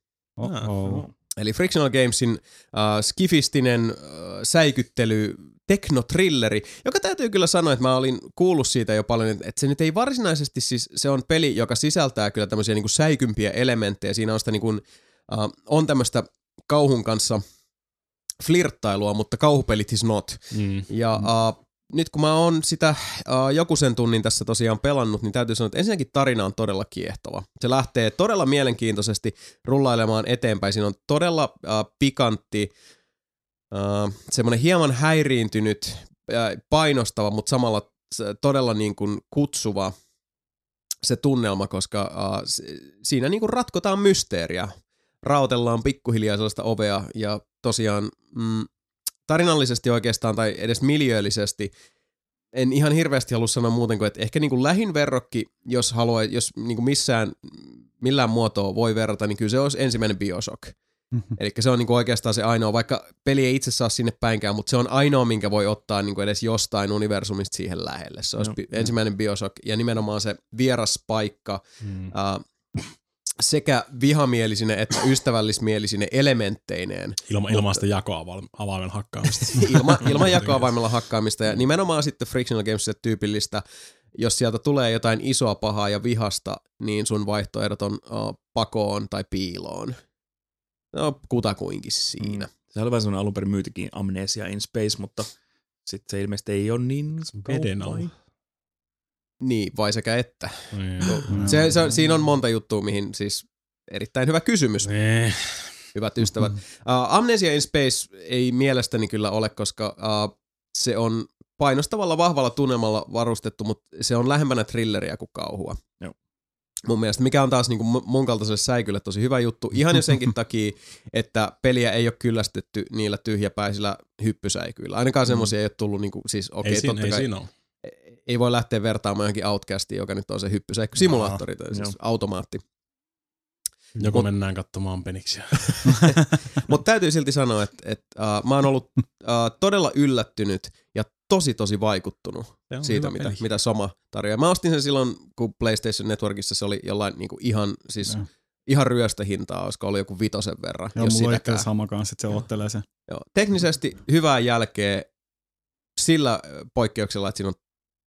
Oh-oh. Eli Frictional Gamesin uh, skifistinen uh, säikyttely, teknotrilleri, joka täytyy kyllä sanoa, että mä olin kuullut siitä jo paljon, että se nyt ei varsinaisesti siis, se on peli, joka sisältää kyllä tämmöisiä niin kuin säikympiä elementtejä. Siinä on sitä niin kuin, uh, on tämmöistä kauhun kanssa flirttailua, mutta kauhupelit is not. Mm. Ja uh, nyt kun mä oon sitä uh, joku sen tunnin tässä tosiaan pelannut, niin täytyy sanoa, että ensinnäkin tarina on todella kiehtova. Se lähtee todella mielenkiintoisesti rullailemaan eteenpäin. Siinä on todella uh, pikantti, uh, semmoinen hieman häiriintynyt, uh, painostava, mutta samalla todella niin kuin kutsuva se tunnelma, koska uh, siinä niin kuin ratkotaan mysteeriä. Raotellaan pikkuhiljaa sellaista ovea ja tosiaan mm, tarinallisesti oikeastaan tai edes miljööllisesti en ihan hirveästi halua sanoa muuten kuin, että ehkä niin kuin lähin verrokki, jos haluaa, jos niin kuin missään, millään muotoa voi verrata, niin kyllä se olisi ensimmäinen Bioshock. Mm-hmm. Eli se on niin kuin oikeastaan se ainoa, vaikka peli ei itse saa sinne päinkään, mutta se on ainoa, minkä voi ottaa niin kuin edes jostain universumista siihen lähelle. Se olisi no, bi- ensimmäinen Bioshock ja nimenomaan se vieras paikka, mm. uh, sekä vihamielisine että ystävällismielisine elementteineen. Ilma, ilmaista jakoavaimen hakkaamista. Ilma, ilman jakoavaimella hakkaamista ja nimenomaan sitten Frictional Gamesille tyypillistä, jos sieltä tulee jotain isoa pahaa ja vihasta, niin sun vaihtoehdot on uh, pakoon tai piiloon. No kutakuinkin siinä. Mm. Se oli vähän semmoinen alun perin myytikin Amnesia in Space, mutta sitten se ilmeisesti ei ole niin kauppaa. Niin, vai sekä että. Mm. Se, se, siinä on monta juttua, mihin siis erittäin hyvä kysymys, mm. hyvät ystävät. Uh, Amnesia in Space ei mielestäni kyllä ole, koska uh, se on painostavalla, vahvalla tunnelmalla varustettu, mutta se on lähempänä thrilleriä kuin kauhua. Joo. Mun mielestä, mikä on taas niin kuin mun kaltaiselle säikylle tosi hyvä juttu, ihan jo senkin takia, että peliä ei ole kyllästetty niillä tyhjäpäisillä hyppysäikyillä. Ainakaan semmoisia ei ole tullut, niin kuin, siis okei, okay, totta ei kai. Siinä ole. Ei voi lähteä vertaamaan johonkin Outcastiin, joka nyt on se hyppysäikky simulaattori, tai siis automaatti. Joko Mut, mennään katsomaan peniksiä. Mutta täytyy silti sanoa, että et, uh, mä oon ollut uh, todella yllättynyt ja tosi tosi vaikuttunut siitä, mitä, mitä Soma tarjoaa. Mä ostin sen silloin, kun PlayStation Networkissa se oli jollain niinku ihan, siis ja. ihan ryöstöhintaa, olisiko ollut joku vitosen verran. Joo, jos mulla on sama kanssa, että se ottelee sen. Joo. Teknisesti hyvää jälkeä sillä poikkeuksella, että siinä on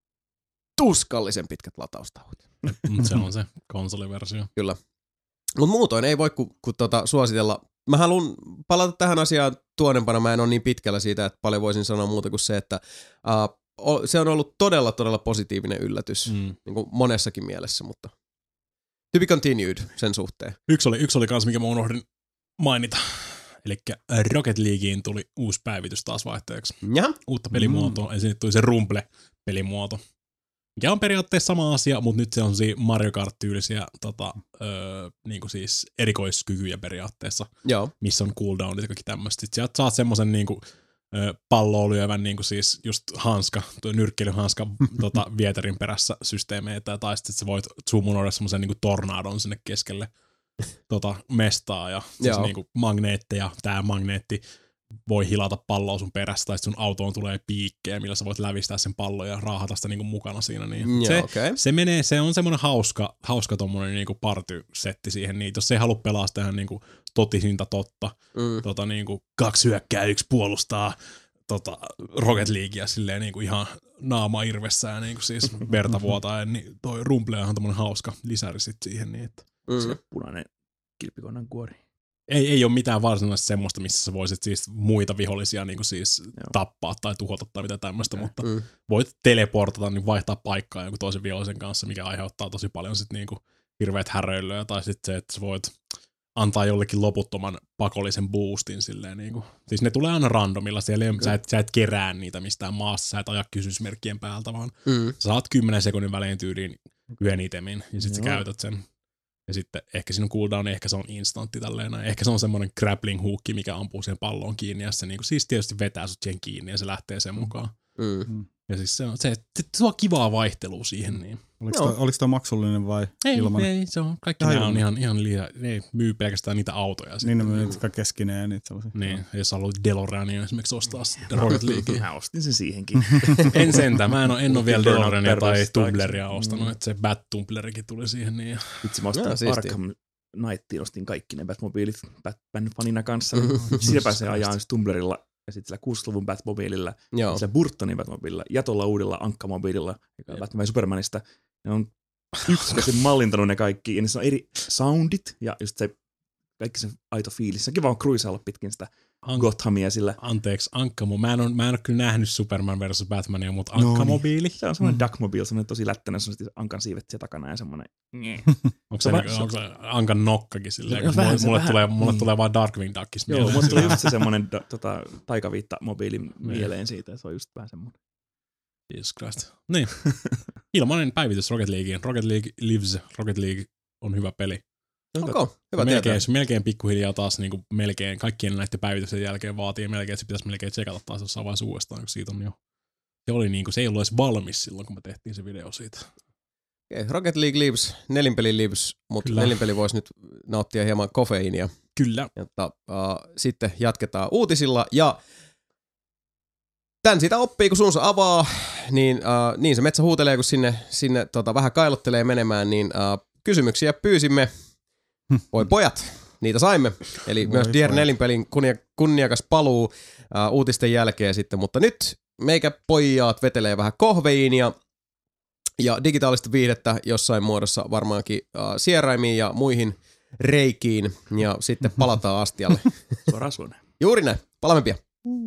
tuskallisen pitkät lataustauot. Se on se konsoliversio. Kyllä. Mutta muutoin ei voi ku, ku tota suositella. Mä haluan palata tähän asiaan tuonempana. Mä en ole niin pitkällä siitä, että paljon voisin sanoa muuta kuin se, että uh, se on ollut todella, todella positiivinen yllätys. Mm. Niin kuin monessakin mielessä, mutta to be continued sen suhteen. Yksi oli, yksi oli kans, mikä mä unohdin mainita. Elikkä Rocket Leagueen tuli uusi päivitys taas vaihteeksi. Jaha. Uutta pelimuotoa. Mm. Ja sinne tuli se Rumble-pelimuoto. Mikä on periaatteessa sama asia, mutta nyt se on Mario Kart-tyylisiä tota, öö, niinku siis erikoiskykyjä periaatteessa, Joo. missä on cooldownit ja kaikki tämmöistä. Sitten sieltä saat semmoisen niinku, öö, palloa lyövän niinku siis just hanska, tuo nyrkkeilyhanska tota, vieterin perässä systeemeitä, tai sitten sä voit zoomunoida semmoisen niinku tornadon sinne keskelle tota, mestaa ja siis niinku magneetteja, tää magneetti voi hilata palloa sun perässä, tai sun autoon tulee piikkejä, millä sä voit lävistää sen pallon ja raahata sitä niinku mukana siinä. Niin Joo, se, okay. se menee, se on semmoinen hauska, hauska tommonen niinku party-setti siihen, niin jos ei halua pelaa sitä ihan niinku totisinta totta, mm. tota niinku kaksi hyökkää, yksi puolustaa tota Rocket Leaguea silleen niinku ihan naama irvessään niinku siis verta vuotaen, niin toi Rumble on tommonen hauska lisäri sit siihen. Niin että mm. se punainen kilpikonnan kuori. ei, ei ole mitään varsinaista semmoista, missä sä voisit siis muita vihollisia niin kuin siis tappaa tai tuhota tai mitä tämmöistä, mutta mm. voit teleportata, niin vaihtaa paikkaa jonkun toisen vihollisen kanssa, mikä aiheuttaa tosi paljon sit niin kuin hirveät häröilyä, tai sitten se, että sä voit antaa jollekin loputtoman pakollisen boostin silleen niinku. Siis ne tulee aina randomilla, siellä ei, sä, et, sä et kerää niitä mistään maassa, sä et aja kysymysmerkkien päältä, vaan mm. sä saat kymmenen sekunnin välein tyyliin yhden itemin, ja sit Joo. sä käytät sen. Ja sitten ehkä sinun cooldown, ehkä se on instantti tälleen, ehkä se on semmoinen grappling hookki, mikä ampuu siihen palloon kiinni, ja se niinku, siis tietysti vetää sut siihen kiinni, ja se lähtee sen mukaan. Mm. Ja siis se on, se, se tuo kivaa vaihtelua siihen, niin. Oliko toi, oliko toi maksullinen vai ei, ilmanen? Ei, se on. Kaikki nämä on ihan, ihan liian, ne myy pelkästään niitä autoja. Niin ne myy niitä keskineen ja niitä sellaisia. Niin, jos haluat DeLoreania esimerkiksi ostaa Rocket Leaguea. Mä ostin sen siihenkin. En sentään, mä en ole, en ole vielä DeLoreania tai Tumbleria ostanut, mm. että se Bat-Tumblerikin tuli siihen. Niin. Itse mä ostin no, Arkham Knightiin, ostin kaikki ne Batmobiilit Batman-fanina kanssa. Siinä pääsee ajaa Tumblerilla ja sitten sillä kuusikymmentäluvun Batmobiililla, ja sillä Burtonin Batmobiililla ja tuolla uudella Ankkamobiililla, joka on Batman Supermanista. Ne on yksittäisen mallintanut ne kaikki, ja niissä on eri soundit, ja just se kaikki se aito fiilis. Se on kiva on cruisailla pitkin sitä An- Gothamia sillä. Anteeksi, Ankkamo. Mä en ole, mä en ole kyllä nähnyt Superman versus Batmania, mutta Ankkamobiili. No niin. Se on semmoinen mm. Duckmobile, semmoinen tosi lättäinen, se on Ankan siivet siellä takana ja semmoinen. Onko se, se, onko se Ankan nokkakin silleen? No, mulle, mulle, tulee, mulle mm. tulee vaan Darkwing Duckista mieleen. Joo, mulle tulee just se semmoinen tota, taikaviitta-mobiili mieleen siitä, se on just vähän semmoinen. Jesus Christ. Niin. Ilmainen päivitys Rocket Leagueen. Rocket League lives. Rocket League on hyvä peli. Okay, hyvä melkein, melkein pikkuhiljaa taas niin kuin melkein kaikkien näiden päivitysten jälkeen vaatii melkein, että se pitäisi melkein tsekata taas jossain vaiheessa uudestaan, kun siitä on jo. Se, oli niin kuin, se ei ollut edes valmis silloin, kun me tehtiin se video siitä. Okay, Rocket League lives, nelinpeli lives, mutta nelinpeli voisi nyt nauttia hieman kofeiinia. Kyllä. Jotta, uh, sitten jatketaan uutisilla ja tän sitä oppii, kun suunsa avaa, niin, uh, niin se metsä huutelee, kun sinne, sinne tota, vähän kailottelee menemään, niin uh, kysymyksiä pyysimme. Voi pojat, niitä saimme. Eli Voi myös Dier nelinpelin kunnia, kunniakas paluu uh, uutisten jälkeen sitten, mutta nyt meikä pojat vetelee vähän kohveiinia ja digitaalista viihdettä jossain muodossa varmaankin uh, sieraimiin ja muihin reikiin ja sitten palataan astialle. Suoraan suoneen. Juuri näin, palaamme pian.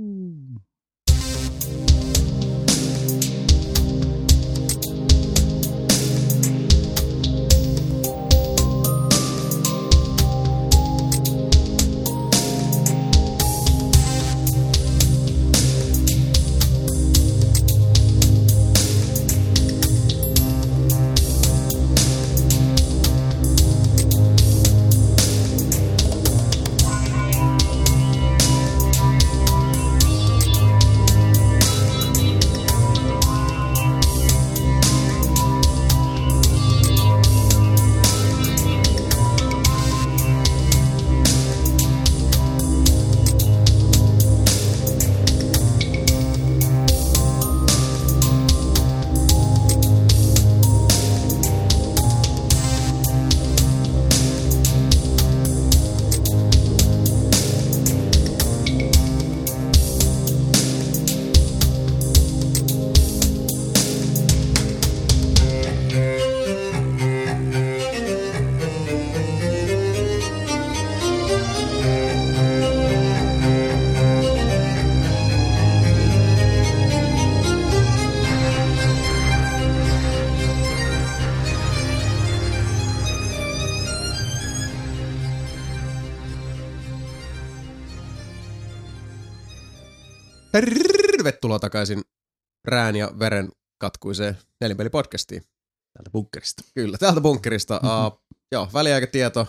Tervetuloa takaisin Rään ja Veren katkuiseen nelinpelipodcastiin. Täältä bunkkerista. Kyllä, täältä bunkkerista. Mm-hmm. Uh, joo, väliaikatieto.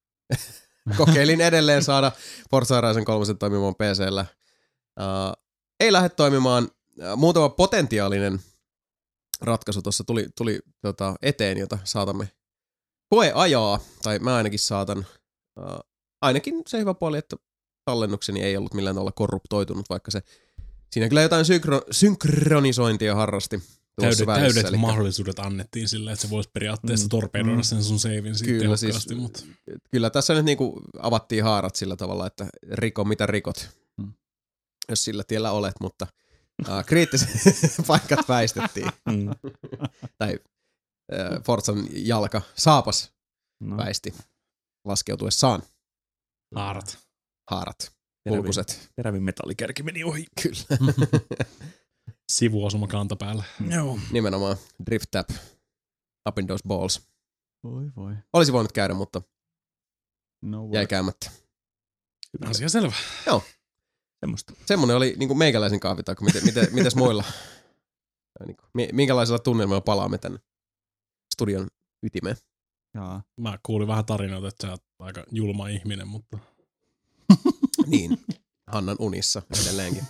Kokeilin edelleen saada Forza Horizon kolme toimimaan P C:llä. Uh, ei lähde toimimaan. Uh, muutama potentiaalinen ratkaisu tuossa tuli, tuli tota, eteen, jota saatamme koe ajaa. Tai mä ainakin saatan. Uh, ainakin se hyvä puoli, että tallennukseni ei ollut millään tavalla korruptoitunut, vaikka se siinä kyllä jotain synkro, synkronisointia harrasti. Täydet, välissä, täydet eli mahdollisuudet annettiin sillä, että se voisi periaatteessa mm, torpedoida mm, sen sun savein sitten kyllä, tehokkaasti. Siis, mutta. Kyllä tässä nyt niinku avattiin haarat sillä tavalla, että riko mitä rikot, mm. jos sillä tiellä olet, mutta uh, kriittiset paikat väistettiin. Mm. tai uh, Forzan jalka, saapas no. väisti laskeutuessaan. Haarat. Haarat. Terävin, Kulkuset. terävin metallikärki meni ohi. Kyllä. Sivuosuma kantapäällä. Joo. Nimenomaan. Drift tap. Up in those balls. Voi voi. Olisi voinut käydä, mutta No jäi käymättä. Asia selvä. Semmosta. Semmoinen oli niin kuin meikäläisen kahvitauko. Miten, miten, mites muilla? Niin kuin, minkälaisella tunnelmalla palaamme tänne studion ytimeen? Jaa. Mä kuulin vähän tarinoita, että sä oot aika julma ihminen, mutta... Niin. Hannan unissa edelleenkin.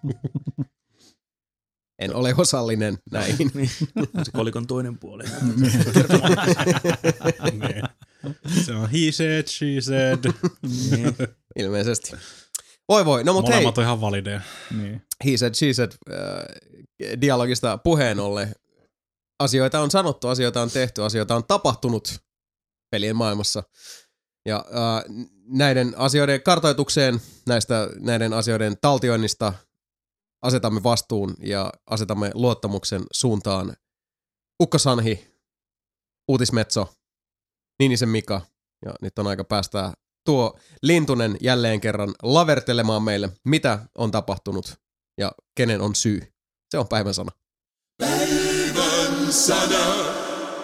En ole osallinen näihin. Se kolikon toinen puoli. niin. Se on he said, she said. Ilmeisesti. Voi voi, no mut hei. Molemmat on ihan valideja. Niin. He said, she said äh, dialogista puheen ollen. Asioita on sanottu, asioita on tehty, asioita on tapahtunut pelien maailmassa. Ja äh, näiden asioiden kartoitukseen, näistä, näiden asioiden taltioinnista asetamme vastuun ja asetamme luottamuksen suuntaan Ukko Sanhi, Uutismetso, Ninisen Mika. Ja nyt on aika päästää tuo Lintunen jälleen kerran lavertelemaan meille, mitä on tapahtunut ja kenen on syy. Se on päivän sana. Päivän sana.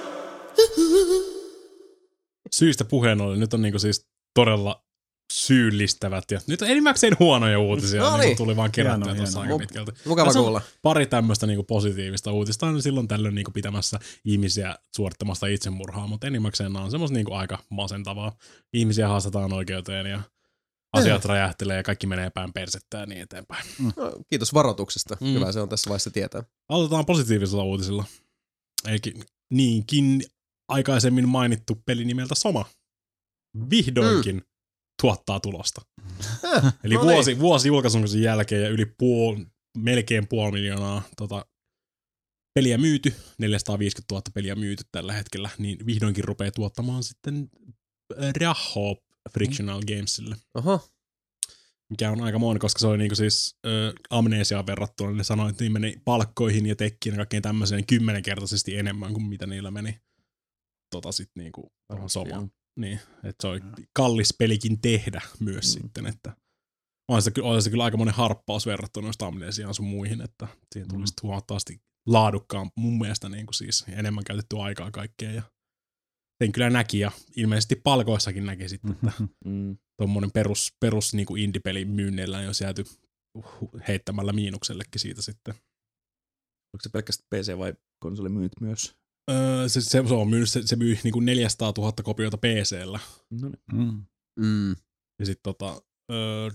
Syystä puheen ollen nyt on niinku siis todella syyllistävät ja nyt on enimmäkseen huonoja uutisia, No niin niin. tuli vaan kerättyä Hienoa, tuossa hienoa. aika pitkälti. Mukava Tässä on kuulla. pari tämmöistä niinku positiivista uutista on silloin tällöin niinku pitämässä ihmisiä suorittamasta itsemurhaa, mutta enimmäkseen nämä on semmoista niinku aika masentavaa. Ihmisiä haastetaan oikeuteen ja asiat räjähtelee ja kaikki menee päin persettä ja niin eteenpäin. No, kiitos varoituksesta. Mm. Hyvä se on tässä vaiheessa tietää. Aloitetaan positiivisilla uutisilla. Eikin niinkin aikaisemmin mainittu peli nimeltä Soma vihdoinkin mm. tuottaa tulosta. Äh, Eli no vuosi, niin. vuosi julkaisun jälkeen ja yli puol, melkein puoli miljoonaa tota, peliä myyty, neljäsataaviisikymmentätuhatta peliä myyty tällä hetkellä, niin vihdoinkin rupeaa tuottamaan sitten rahaa Frictional Gamesille. Oho. Mikä on aika monen, koska se oli niinku siis ö, Amnesiaan verrattuna, ne sanoi, että niin meni palkkoihin ja tekkiin ja kaikkeen tämmöiseen kymmenenkertaisesti enemmän kuin mitä niillä meni tota sit niinku Soma. Niin, että se oli kallis pelikin tehdä myös mm. sitten, että on se, on se kyllä aika monen harppaus verrattuna noista Amnesiaan sun muihin, että siihen tuli mm. sitten huomattavasti laadukkaan mun mielestä niin kuin siis enemmän käytetty aikaa kaikkeen ja sen kyllä näki ja ilmeisesti palkoissakin näki sitten, että Mm. tuommoinen perus, perus niin kuin indie-pelin myynneillä on jo jääty heittämällä miinuksellekin siitä sitten. Onko se pelkästään P C vai konsoli myynyt myös? Öö, se, se, se on myynyt, se, se myy niin kuin neljäsataatuhatta kopiota P C:llä. No niin. Mm. Mm. Ja sit tota, öö,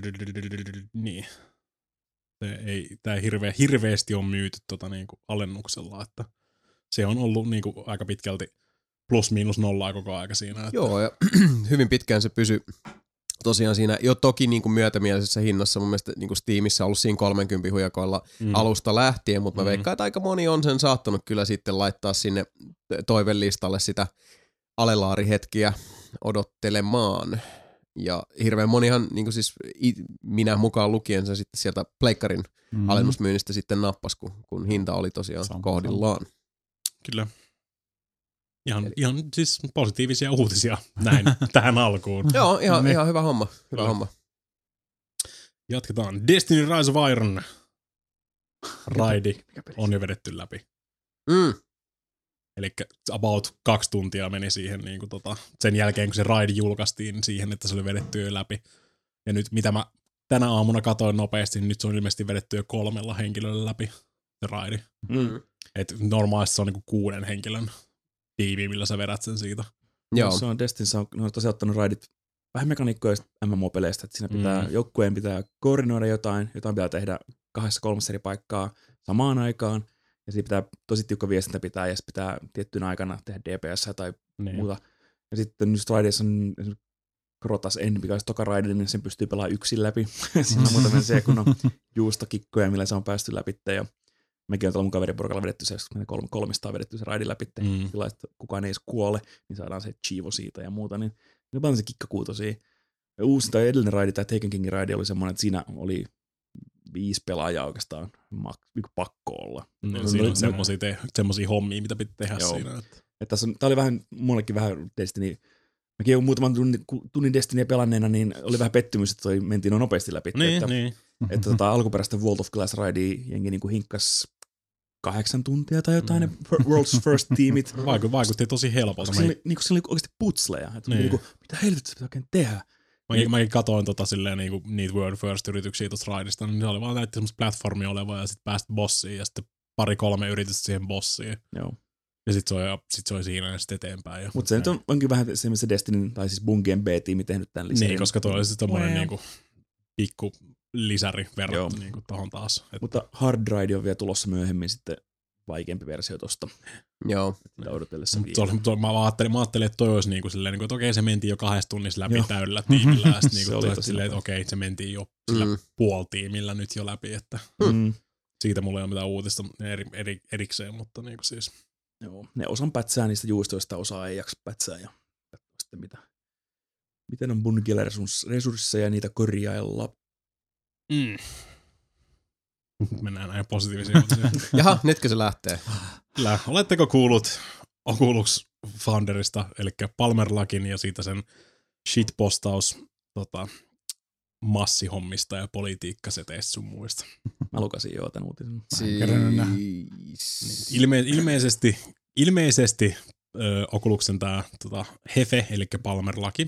niin. Se ei, tää hirveä, hirveästi on myyty tota niinku alennuksella, että se on ollut niinku aika pitkälti plus miinus nollaa koko aika siinä. Että Joo, ja hyvin pitkään se pysyi tosiaan siinä jo toki niin kuin myötämielisessä hinnassa. Mun mielestä niin kuin Steamissa on ollut siinä kolmekymmentä hujakoilla mm. alusta lähtien, mutta mä mm. veikkaan, että aika moni on sen saattanut kyllä sitten laittaa sinne toivelistalle sitä alelaarihetkiä odottelemaan. Ja hirveän monihan, niin kuin siis minä mukaan lukien sen sitten sieltä pleikkarin mm. alennusmyynnistä sitten nappas, kun, kun hinta oli tosiaan Sam, kohdillaan. Kyllä. Ihan, ihan siis positiivisia uutisia näin tähän alkuun. Joo, ihan, ihan hyvä homma. Hyvä Kyllä. homma. Jatketaan. Destiny Rise of Iron raidi on jo vedetty läpi. Mm. Eli about kaksi tuntia meni siihen niin kuin tota, sen jälkeen, kun se raidi julkaistiin siihen, että se oli vedetty jo läpi. Ja nyt mitä mä tänä aamuna katoin nopeasti, niin nyt se on ilmeisesti vedetty jo kolmella henkilöllä läpi se raidi. Mm. Et normaalisti se on niin kuin kuuden henkilön tiimi, millä sä vedät sen siitä. Joo. Se on Destinissä on, ne on tosiaan ottanut raidit vähän mekaniikkoja M M O-peleistä, että siinä pitää, mm. joukkueen pitää koordinoida jotain, jotain pitää tehdä kahdessa kolmessa eri paikkaa samaan aikaan, ja siinä pitää tosi tiukka viestintä pitää, ja pitää tiettyyn aikana tehdä D P S tai niin. muuta. Ja sitten just raideissa on Krotas End, mikä olisi toka raide, niin sen pystyy pelaamaan yksin läpi. Siinä on muutamia sekunnan juustokikkoja, millä se on päästy läpi, ja mekin on tuolla mun kaveriporukalla vedetty se, kolme, kolmistaan vedetty se raidi läpi, mm. sillä että kukaan ei edes kuole, niin saadaan se chivo siitä ja muuta, niin ne on se kikkakuu tosia. Ja uusi tai edellinen raidi, tai Taken Kingin raidi oli semmoinen, että siinä oli viisi pelaajaa oikeastaan pakko olla. No, no, siinä on semmosia, te- semmosia hommia, mitä pitää tehdä joo. siinä. Että. Että tässä on, tää oli vähän, mullekin vähän Destiny Mäkin olen muutaman tunnin, tunnin Destinyä pelanneena, niin oli vähän pettymys, että toi mentiin noin nopeasti läpi. Niin, että, niin. että tota, alkuperäistä World of Glass Ridea jengi niinku hinkkas kahdeksan tuntia tai jotain, mm. ne World's First Teamit. Vaiku, vaikutti tosi helpolta. Koska siinä, niinku, siinä oli oikeasti putsleja. Että niin. niinku, mitä helvettä se pitää oikein tehdä? Mäkin, mäkin katoin tota, silleen, niinku, niitä World First-yrityksiä tuossa Raidista, niin se oli vaan näytti semmoista platformia olevaa ja sitten päästä bossiin ja sitten pari-kolme yritystä siihen bossiin. Joo. Ja sitten se, sit se oli siinä ja sitten eteenpäin. Mutta se nyt on, onkin vähän semmoista Destiny, tai siis Bungien B-tiimi tehnyt tämän lisärin. Niin, koska toi oli sitten tommonen niinku pikku lisäri verrattu niinku tohon taas. Et mutta Hard Ride on vielä tulossa myöhemmin sitten vaikeampi versio tosta. Joo. Sitä odotellessa Mut oli, to, mä, ajattelin, mä ajattelin, että toi olisi niinku silleen, niinku, että okei se mentiin jo kahdessa tunnissa läpi Joo. täydellä tiimillä. Ja sitten niinku, se silleen, että okei se mentiin jo sillä mm. puoltiimillä nyt jo läpi. Että mm. siitä mulla ei ole mitään uutista eri, eri, erikseen, mutta niinku siis. Joo, ne osan pätsää niistä juustoista, osaa ei jaksa pätsää ja sitten mitä. Miten on Bungilla resursseja niitä korjailla? Mm. Mennään näin positiivisiin uutisiin. Jaha, nytkö se lähtee? Kyllä. Oletteko kuullut Oculus Founderista, eli Palmer Luckin ja siitä sen shitpostaus tota, massihommista ja politiikkaseteistä sun muista? Mä lukasin jo tämän uutisen. Siis... Ilme- ilmeisesti ilmeisesti ö, Oculusen tää tota, Hefe, eli Palmer Lucky,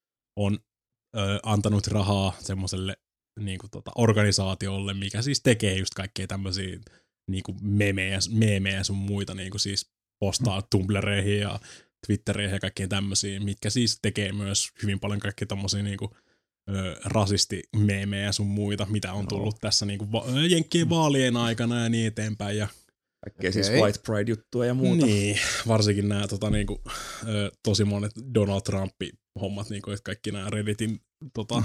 on ö, antanut rahaa semmoselle niinku, tota, organisaatiolle, mikä siis tekee just kaikkea tämmöisiä niinku, memejä, meemejä sun muita, niinku, siis postaa Tumblreihin ja Twittereihin ja kaikkea tämmöisiä, mitkä siis tekee myös hyvin paljon kaikkea tommosia niinku, ö, rasistimeemejä sun muita, mitä on tullut no. tässä niinku, va- jenkkien vaalien aikana ja niin eteenpäin. Ja kaikkea okay. siis White Pride-juttua ja muuta. Niin, varsinkin nämä tota, niinku, ö, tosi monet Donald Trump-hommat, niinku, että kaikki nämä Redditin tota,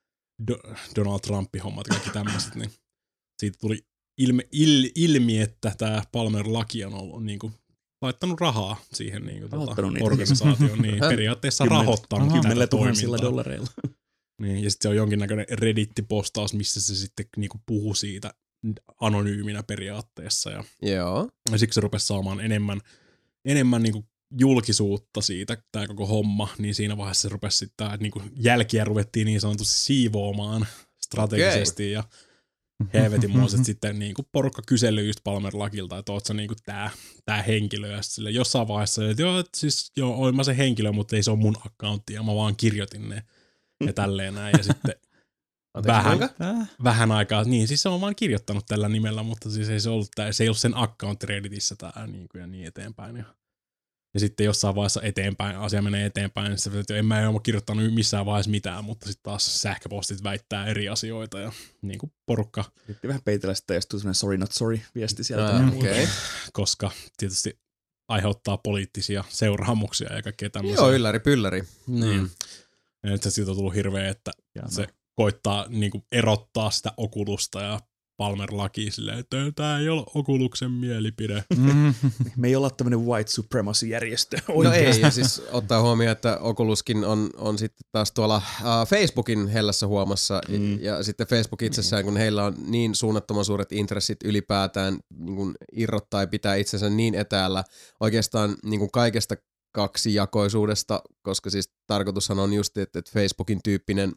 Do- Donald Trump-hommat, kaikki tämmöiset, niin siitä tuli ilme, il, ilmi, että tämä Palmer Lucky on ollut niinku, laittanut rahaa siihen niinku, tota, organisaatioon, niin periaatteessa rahoittanut kymmenellä tuhansilla dollareilla. Niin, ja sitten se on jonkinnäköinen Reddit-postaus, missä se sitten niinku puhuu siitä anonyyminä periaatteessa. Ja, Joo. ja siksi se rupesi saamaan enemmän, enemmän niinku julkisuutta siitä, tämä koko homma, niin siinä vaiheessa se rupesi sitten, että niinku jälkiä ruvettiin niin sanotusti siivoamaan strategisesti, okay. ja helvetinmoiset sitten niinku porukka kyseli just Palmer Luckilta, että oot sä niinku tää, tää henkilö, ja sille jossain vaiheessa, että joo, että siis joo, oon mä se henkilö, mutta ei se ole mun accountti, ja mä vaan kirjoitin ne, ja tälleen näin, ja sitten vähän, vähän aikaa, niin siis se on vaan kirjoittanut tällä nimellä, mutta siis ei se ollut, tää, se ei ollut sen account Redditissä tää niin kuin, ja niin eteenpäin. Ja, ja sitten jossain vaiheessa eteenpäin, asia menee eteenpäin, niin se, että en mä ole kirjoittanut missään vaiheessa mitään, mutta sitten taas sähköpostit väittää eri asioita ja niin kuin porukka. Sitten vähän peitellä sitä, jos tuli sellainen sorry not sorry viesti sieltä. Ah, okay. Koska tietysti aiheuttaa poliittisia seuraamuksia ja kaikkea tämmöisiä. Joo, ylläri pylläri. Niin. Mm. Ja nyt siitä on tullut hirveä, että ja se no. koittaa niinku erottaa sitä Oculusta ja Palmer Lucky silleen, että tämä ei ole Oculuksen mielipide. Mm. Me ei olla tämmöinen white supremacy-järjestö. No ei, ja siis ottaa huomioon, että Oculuskin on, on sitten taas tuolla uh, Facebookin hellässä huomassa, mm. ja sitten Facebook itsessään, kun heillä on niin suunnattoman suuret intressit ylipäätään niin kuin irrottaa ja pitää itsensä niin etäällä oikeastaan niin kuin kaikesta kaksijakoisuudesta, koska siis tarkoitushan on just, että Facebookin tyyppinen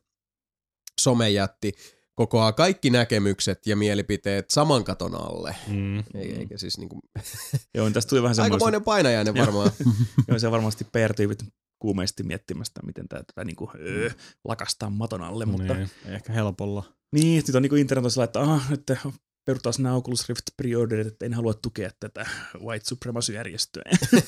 somejätti kokoaa kaikki näkemykset ja mielipiteet saman katon alle. Mm. Eikä siis niinku... Joo, tästä tuli vähän semmoista... Aikamoinen painajainen varmaan. Joo, se varmasti P R-tyypit kuumeisesti miettimästä, miten tätä niinku, öö, lakastaa maton alle, mutta... Niin, ehkä helpolla. Niin, nyt on niinku internet on sillä, että aha, nyt perutaan nämä Oculus Rift pre-orderit, että en halua tukea tätä white supremacy-järjestöä.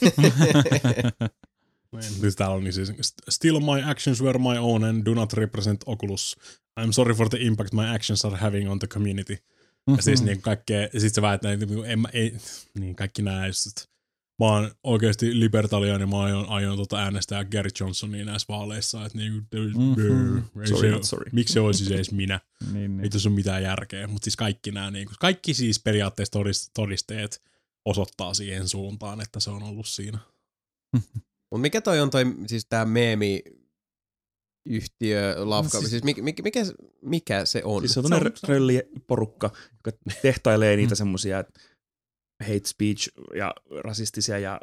Nyt täällä on niin siis, still my actions were my own and do not represent Oculus. I'm sorry for the impact my actions are having on the community. Mm-hmm. Ja siis niin kaikkea, ja sit se väittää, että en, ei, niin kaikki nää, että mä oon oikeesti libertalian ja mä aion, aion tota äänestää Gary Johnsonia näissä vaaleissa, että niin, mm-hmm. sorry, se, sorry. Miksi se olisi edes minä? niin, niin. Ei tässä ole mitään järkeä, mutta siis kaikki nää, niin, kaikki siis periaatteessa todisteet osoittaa siihen suuntaan, että se on ollut siinä. Mutta mikä toi on toi, siis tää meemi yhtiö, lafka, no siis, siis mikä, mikä, mikä se on? Siis se on tämmöinen rölliporukka, joka tehtailee niitä semmosia hate speech ja rasistisia ja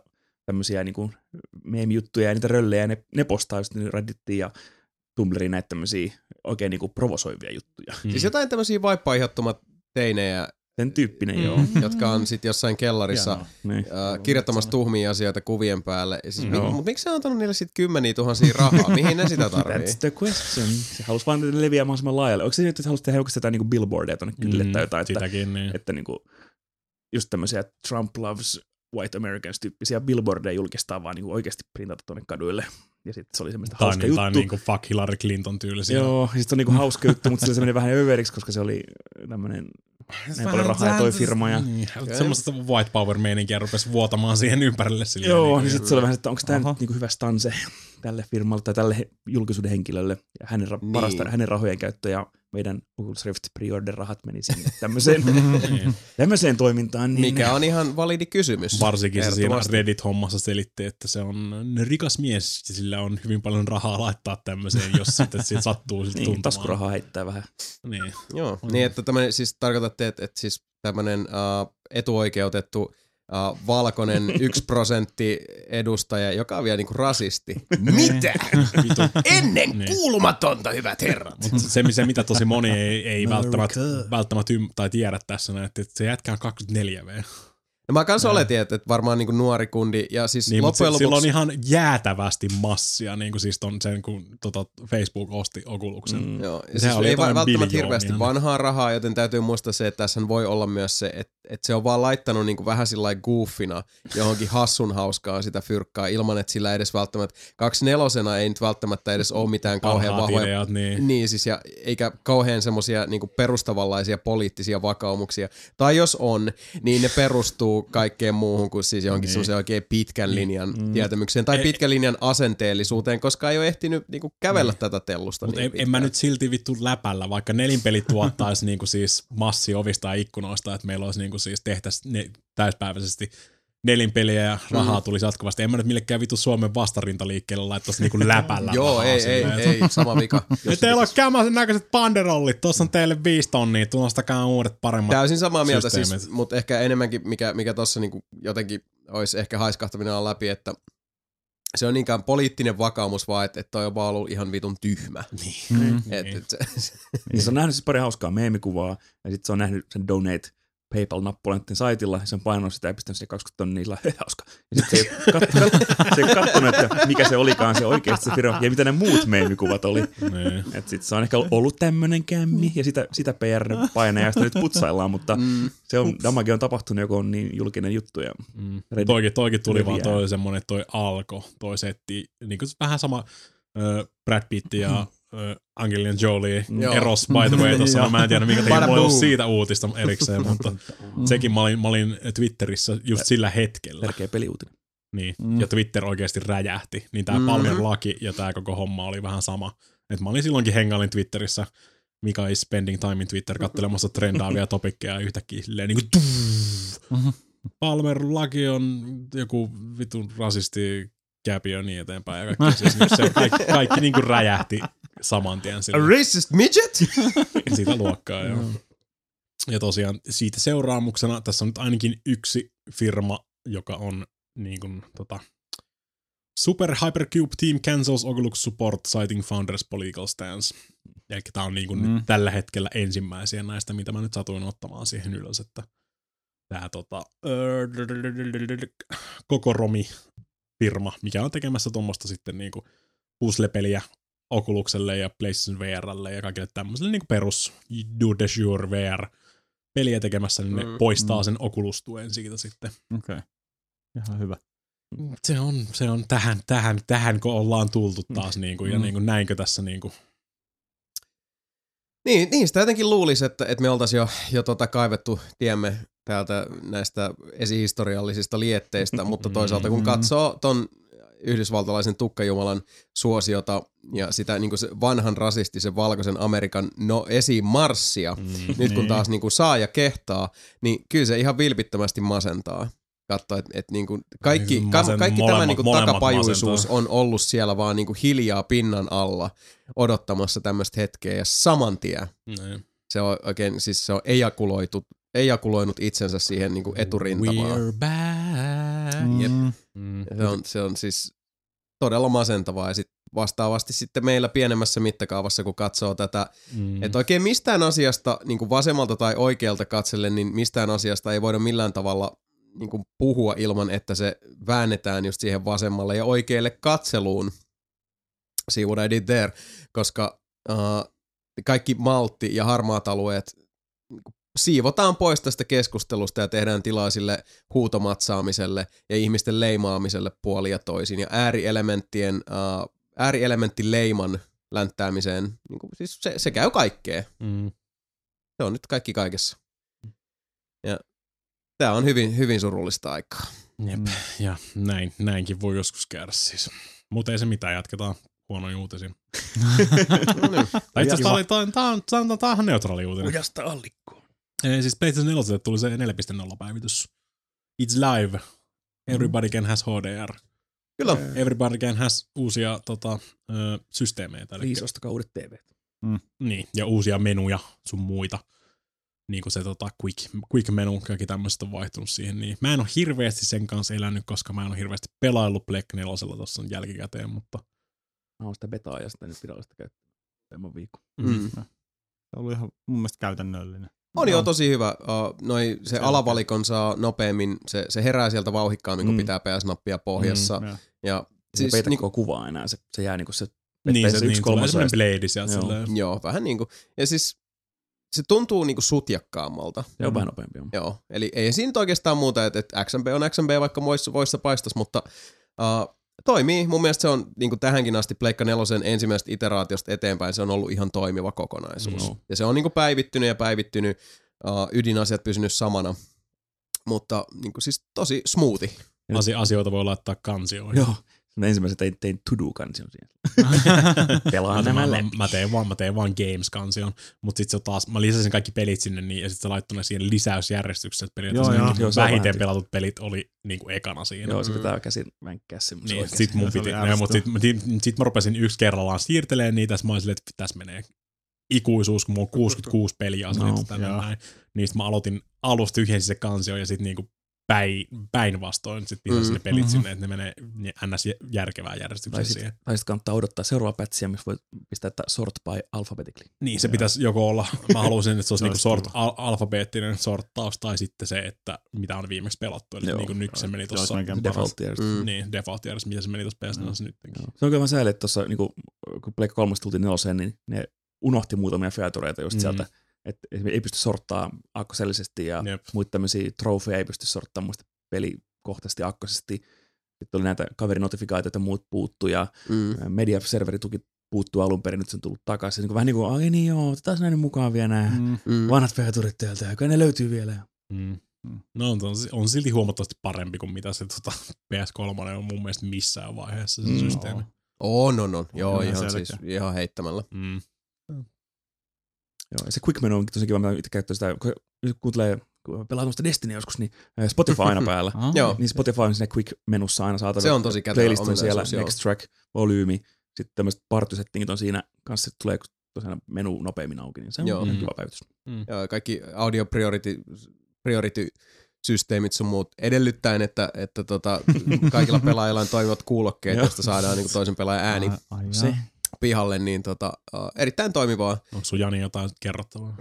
tämmöisiä niinku meemijuttuja ja niitä röllejä, ja ne, ne postaa just Reddittiin ja Tumblriin näitä tämmöisiä oikein niinku provosoivia juttuja. Mm. Siis jotain tämmöisiä vaippaihattomat teinejä, Sen tyyppinen, mm. joo. jotka on sitten jossain kellarissa niin. äh, kirjoittamassa tuhmia asioita kuvien päälle. Siis, no. Mutta miksi se on antanut niille sitten kymmeniä tuhansia rahaa? Mihin ne sitä tarvii? That's the question. Se halusi vaan leviää mahdollisimman laajalle. Onko se nyt, että halusi tehdä oikeasti jotain niinku billboardia tuonne kylle Mm, tai jotain, että, sitäkin, niin. että niinku, just tämmöisiä Trump loves white Americans-tyyppisiä billboardeja julkistaa vaan niinku oikeasti printata tuonne kaduille. Ja sitten se oli semmoista Tai, hauska niin, juttu. tai niinku fuck Hillary Clinton tyylisiä. Joo, siis se on niinku hauska juttu, mutta se meni vähän överiksi, koska se oli tämmöinen näin paljon rahaa ja toi firma. Ja... Niin, semmoista white power meininkiä rupesi vuotamaan siihen ympärille. Silleen, Joo, niin, niin sitten se oli vähän, että onko tämä nyt niinku hyvä stanse tälle firmalle tai tälle he, julkisuuden henkilölle ja hänen, ra- niin. parasta, hänen rahojen käyttö ja meidän Oculus Rift pre-order-rahat meni sinne tämmöiseen, tämmöiseen toimintaan. Niin Mikä on ihan validi kysymys. Varsinkin se siinä Reddit-hommassa selitti, että se on rikas mies ja sillä on hyvin paljon rahaa laittaa tämmöiseen, jos sitten siitä sattuu sitten niin, tuntumaan. taskurahaa heittää vähän. Niin. Joo, mm. niin että tämmönen, siis tarkoitatte, että, että siis tämmöinen uh, etuoikeutettu uh, valkoinen yksi prosentti edustaja, joka on vielä niinku rasisti. Mitä? Ennen Niin. kuulumatonta, hyvät herrat. Mutta se, se, mitä tosi moni ei, ei välttämättä, välttämättä ym- tai tiedä tässä, näin, että se jätkä on kaksikymmentäneljä vuotta. No mä kans oletin, että varmaan niinku nuori kundi, ja siis Niin, mutta loppujen se, lopuksi... sillä on ihan jäätävästi massia, niin kuin siis ton sen, kun tota Facebook osti Oculusen. Mm. Joo, ja Sehän siis oli ei jotain välttämättä biljoonia. hirveästi vanhaa rahaa, joten täytyy muistaa se, että tässä voi olla myös se, että, että se on vaan laittanut niinku vähän sillai goofina johonkin hassun hauskaa sitä fyrkkaa ilman, että sillä edes välttämättä, kaksinelosena ei nyt välttämättä edes ole mitään kauhean Parhaat vahvoja, ideat, niin. niin siis, ja, eikä kauhean semmoisia niinku perustavanlaisia poliittisia vakaumuksia. Tai jos on, niin ne perustuu kaikkeen muuhun kuin siis johonkin Niin. semmoiseen oikein pitkän linjan Mm. tietämykseen tai Ei- pitkän linjan asenteellisuuteen, koska ei ole ehtinyt niinku kävellä Niin. tätä tellusta. Mutta niin en, en mä nyt silti vittu läpällä, vaikka nelinpelit tuottaisi niinku siis massi ovista ja ikkunoista, että meillä olisi niinku siis tehtäisiin ne täyspäiväisesti nelinpeliä ja rahaa Mm. tulisi jatkuvasti. En mä nyt millekään vittu Suomen vastarintaliikkeelle laittaisi niinku läpällä. Joo, rahaa ei, ei, silleen, ei, sama vika. Et teillä on kämäisen näköiset banderollit, tuossa on teille viisi tonnia, tunnustakaa uudet paremmat. Täysin samaa mieltä, systeemit. siis, mutta ehkä enemmänkin, mikä, mikä tuossa niinku jotenkin olisi ehkä haiskahtaminen on läpi, että se on niinkään poliittinen vakaumus, vaan että, että toi on vaan ollut ihan vitun tyhmä. Niin. Mm. Et, Niin. et se, Ja se on nähnyt siis pari hauskaa meemikuvaa, ja sitten se on nähnyt sen donate PayPal-nappulan saitilla, ja se on painanut sitä ja pistänyt se kaksikymmentä tonnia, hauska. Ja sitten se ei kattonut, se ei kattonut, että mikä se olikaan se oikeasti se firma, ja mitä ne muut meemikuvat oli. Niin. Että sitten se on ehkä ollut tämmönen kämmi, ja sitä, sitä P R-painaa, ja sitä nyt putsaillaan, mutta mm, se on, damage on tapahtunut, joku on niin julkinen juttu. Ja Mm. Reddit Toikin, toikin tuli leviää. vaan toi semmonen, että toi alko, toi setti, niin kuin vähän sama ö, Brad Pitt ja ö, Angelina Jolie Joo. eros by the way tuossa, Joo. mä en tiedä mikä Bada teillä voi olla boom. siitä uutista erikseen, mutta sekin mä olin, mä olin Twitterissä just sillä hetkellä, tärkeä peliuutinen. niin, Mm. ja Twitter oikeasti räjähti, niin tää Mhm. Palmer-laki ja tää koko homma oli vähän sama, että mä olin silloinkin hengailin Twitterissä, Mika is spending time in Twitter kattelemassa trendaavia topikkeja yhtäkkiä silleen niin kuin Mhm. Palmer-laki on joku vitun rasisti käpi ja niin eteenpäin. Ja kaikki, siis, se, kaikki, kaikki niin kuin räjähti saman tien a sillä, racist midget? siitä luokkaa. Joo. Ja tosiaan siitä seuraamuksena tässä on nyt ainakin yksi firma, joka on niin kuin, tota, Super Hypercube Team cancels Oculus support citing founders political stance. Eli tää on niin kuin Mm. nyt tällä hetkellä ensimmäisiä näistä, mitä mä nyt satuin ottamaan siihen ylös, että tää tota, öö, koko Romi-firma, mikä on tekemässä tuommoista sitten niinku puzzle-peliä Oculukselle ja PlayStation V R:lle ja kaikille tämmöiselle niinku perus do de jour V R-peliä tekemässä, niin ne Mm. poistaa sen Oculus-tuen siitä sitten. Okei. Okay. Ihan hyvä. Se on, se on tähän, tähän, tähän kun ollaan tultu taas niinku, ja Mm. niinku näinkö tässä niinku. Niin, niin, sitä jotenkin luulisi, että, että me oltaisiin jo, jo tota kaivettu tiemme täältä näistä esihistoriallisista lietteistä, mutta toisaalta kun katsoo ton yhdysvaltalaisen tukkajumalan suosiota ja sitä niin kuin se vanhan rasistisen valkoisen Amerikan no esimarssia, Mm, nyt kun niin. taas niin kuin saa ja kehtaa, niin kyllä se ihan vilpittömästi masentaa. Katso, että et niinku kaikki, Masen- ka, kaikki tämä molemmat- niinku molemmat takapajuisuus masentaa. on ollut siellä vaan niinku hiljaa pinnan alla odottamassa tämmöistä hetkeä ja saman tien Niin. se on oikein, siis se on ejakuloitu ejakuloinut itsensä siihen niin kuin eturintamaan. We're back. Jep. Mm. Se on, se on siis todella masentavaa ja sit vastaavasti sitten meillä pienemmässä mittakaavassa, kun katsoo tätä, Mm. että oikein mistään asiasta niin kuin vasemmalta tai oikealta katsellen, niin mistään asiasta ei voida millään tavalla niin kuin puhua ilman, että se väännetään just siihen vasemmalle ja oikealle katseluun. See what I did there, koska uh, kaikki maltti ja harmaat alueet niin kuin siivotaan pois tästä keskustelusta ja tehdään tilaa sille huutomatsaamiselle ja ihmisten leimaamiselle puoli ja toisin ja äärielementtien, uh, äärielementtileiman länttäämiseen, niin kuin, siis se, se käy kaikkeen. Mm. Se on nyt kaikki kaikessa. Ja tää on hyvin, hyvin surullista aikaa. Jep. Mm. Ja näin, näinkin voi joskus käydä siis. Mutta ei se mitään, jatketaan huonoja uutisia. No niin. Tai itse asiassa tää oli- tää on, tää on, tää on, tää on ihan neutraali uutinen. Ujasta allikkoon. Ee, siis PlayStation neljä tuli se neljä piste nolla päivitys. It's live. Everybody can has H D R. Kyllä. Everybody can has uusia tota, ö, systeemeitä. Eli, Please ostakaa uudet T V. niin, ja uusia menuja sun muita. Niin kuin se tota, quick, quick menu, kaikki tämmöiset on vaihtunut siihen. Niin. Mä en ole hirveästi sen kanssa elänyt, koska mä en ole hirveästi pelaillut Black nelosella tuossa jälkikäteen, mutta Mä oon sitä betaa ja sitä nyt virallista käyttöä. Tämän viikon. Mm. Se on ollut ihan mun mielestä käytännöllinen. On jo tosi hyvä. Uh, noi, se alavalikon saa nopeammin, se, se herää sieltä vauhikkaammin, kun Mm. pitää P S-nappia pohjassa. Mm, Ja Siis siis, peitä niin, koko kuvaa enää. Se, se jää niinku se... niin, se, se niin tulee semmoinen blade sieltä. Joo. silleen. joo, vähän niinku. Ja siis se tuntuu niinku sutjakkaammalta. Se on vähän nopeampi. On. Joo, eli ei siinä nyt oikeastaan muuta, että, että X M B on X M B, vaikka voissa, voissa paistaisi, mutta uh, toimii. Mun mielestä se on niin kuin tähänkin asti Pleikka nelosen ensimmäisestä iteraatiosta eteenpäin, se on ollut ihan toimiva kokonaisuus. No. Ja se on niin kuin päivittynyt ja päivittynyt, uh, ydinasiat pysynyt samana, mutta niin kuin siis tosi smoothi. Asi- asioita voi laittaa kansioihin. Joo. Mä ensimmäisen tein, tein to-do-kansion siihen. Pelaan Mä, nämä mä, läpi. mä, teen vaan, mä teen vaan Games-kansion, mutta sitten se taas, mä lisäsin kaikki pelit sinne niin, ja sitten se laittoi ne siihen lisäysjärjestykseen, että periaatteessa Joo, joo, joo. niin Joo, se on vähiten vähän pelatut pelit oli niinku ekana siinä. Joo, se pitää käsin vänkkää semmoisen Niin, oikein. sit mun Se piti, oli no, mutta sit, sit, sit mä rupesin yksi kerrallaan siirtelemään niitä, ja mä olin silleen, että tässä menee ikuisuus, kun mulla on kuusikymmentäkuusi peliä asetettu No, tänne joo. näin. Niin sit mä aloitin alusta tyhjensin se kansio, ja sit niinku päin, päinvastoin sit lisäsin Mm. ne pelit Mhm. sinne, että ne menee ns. Järkevää järjestykseen Tai siihen. sitten sit kannattaa odottaa seuraavaa pätsiä, missä voi pistää, että sort by alphabetically. Niin, se pitäisi joko olla, mä haluaisin, että se olisi Se niinku olisi sort, kiva. al- alfabeettinen sorttaus, tai sitten se, että mitä on viimeksi pelattu. Eli Joo. niinku nyt se meni Se tuossa, olisi melkein paras. Default järjestys. Mm. niin, default järjestys, mitä se meni tuossa P S neljä nytkin. Se on kyllä vähän sääli, että tuossa, niin kun Pleikka kolme tultiin neloseen, niin ne unohti muutamia featureita just Mm. sieltä, että ei pysty sorttaa akkosellisesti ja Jep. muita tämmöisiä trofeja ei pysty sorttamaan muista pelikohtaisesti akkosesti. Sitten oli näitä kaverinotifikaatioita, muut puuttu ja Mm. media-serverituki puuttuu alun perin, nyt se on tullut takaisin. Niin kuin, vähän niin kuin, ai niin joo, otetaan näin mukaan vielä nämä Mm. Mm. vanhat featuret täältä, ja kai ne löytyy vielä. Mm. No on, on silti huomattavasti parempi kuin mitä se tota, P S kolme on mun mielestä missään vaiheessa se Mm. systeemi. On, on, on. Joo, Ihan ihan, selkeä. siis, ihan heittämällä. Mm. Joo, ja se quick menu on tosi kiva, mä itse käyttänyt sitä, kun kuuntelee, kun pelaa tuosta Destiny joskus, niin äh, Spotify aina päällä. Aha. Joo. Niin Spotify on siinä quick-menussa aina saatavilla. Se on tosi kätevä Playlist on siellä, ominaisuus, joo. next track, volyymi, sitten tämmöiset party-settingit on siinä kanssa, että tulee tosiaan menu nopeammin auki, niin se on Joo. ihan Mm. kiva päivitys. Joo, kaikki audio priority, priority systeemit sun muut edellyttäen, että, että tota, kaikilla pelaajilla on toimivat kuulokkeet, Joo. josta saadaan niin toisen pelaajan ääni Ai, ai Se. jaa. pihalle, niin tota, uh, erittäin toimivaa. Onko sun Jani jotain kerrottavaa?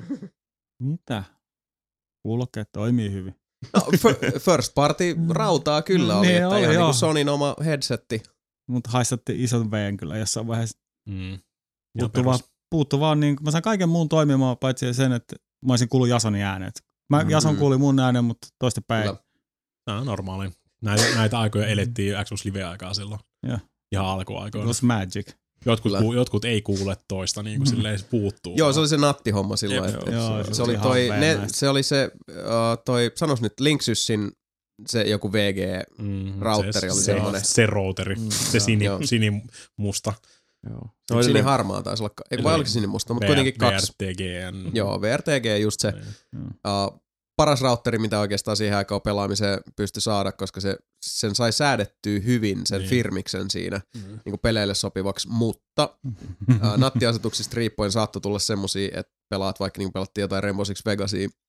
Mitä? Kuulokkeet toimii hyvin. No, f- first party rautaa kyllä oli, Niin että oli, ihan niin joo. kuin Sonyn oma headsetti. Mutta haistattiin ison veen kyllä jossain vaiheessa. Mm. Puuttu vaan, puuttu vaan niin, mä sain kaiken muun toimimaan, paitsi sen, että mä olisin kuullut Jasonin äänet. Mä, Mm. Jason kuuli mun äänen, mutta toistepäin. Kyllä. Tämä on normaali. Näitä, näitä aikoja elettiin Xbox Live-aikaa silloin. Joo. Ihan It alkuaikoina. was magic. Jotkut, Kyllä. ku, jotkut ei kuule toista, niin kuin Mm. silleen se puuttuu. Joo, vaan. se oli se nattihomma silloin. Jep, että, joo. että Joo, se, oli ihan toi, ne, veemäistä. se oli se, uh, toi, sanos nyt, Linksyssin se joku V G, Mm, Routeri oli se, semmoinen. Se, se routeri, Mm, se joo. sini, Joo. sinimusta. Joo. Se se on edelleen- harmaa taisi olla, ei, vai Eli oliko se sinimusta, mutta V- kuitenkin kaksi. V R T G N. Joo, V R T G just se. Niin. Uh, paras routeri, mitä oikeastaan siihen aikaan pelaamiseen pystyi saada, koska se, sen sai säädettyä hyvin, sen Niin. firmiksen siinä Mm. niin kuin peleille sopivaksi, mutta uh, nattiasetuksista riippuen saattoi tulla semmosia, että pelaat vaikka niin kuin pelattiin jotain Rainbow Six Vegasia,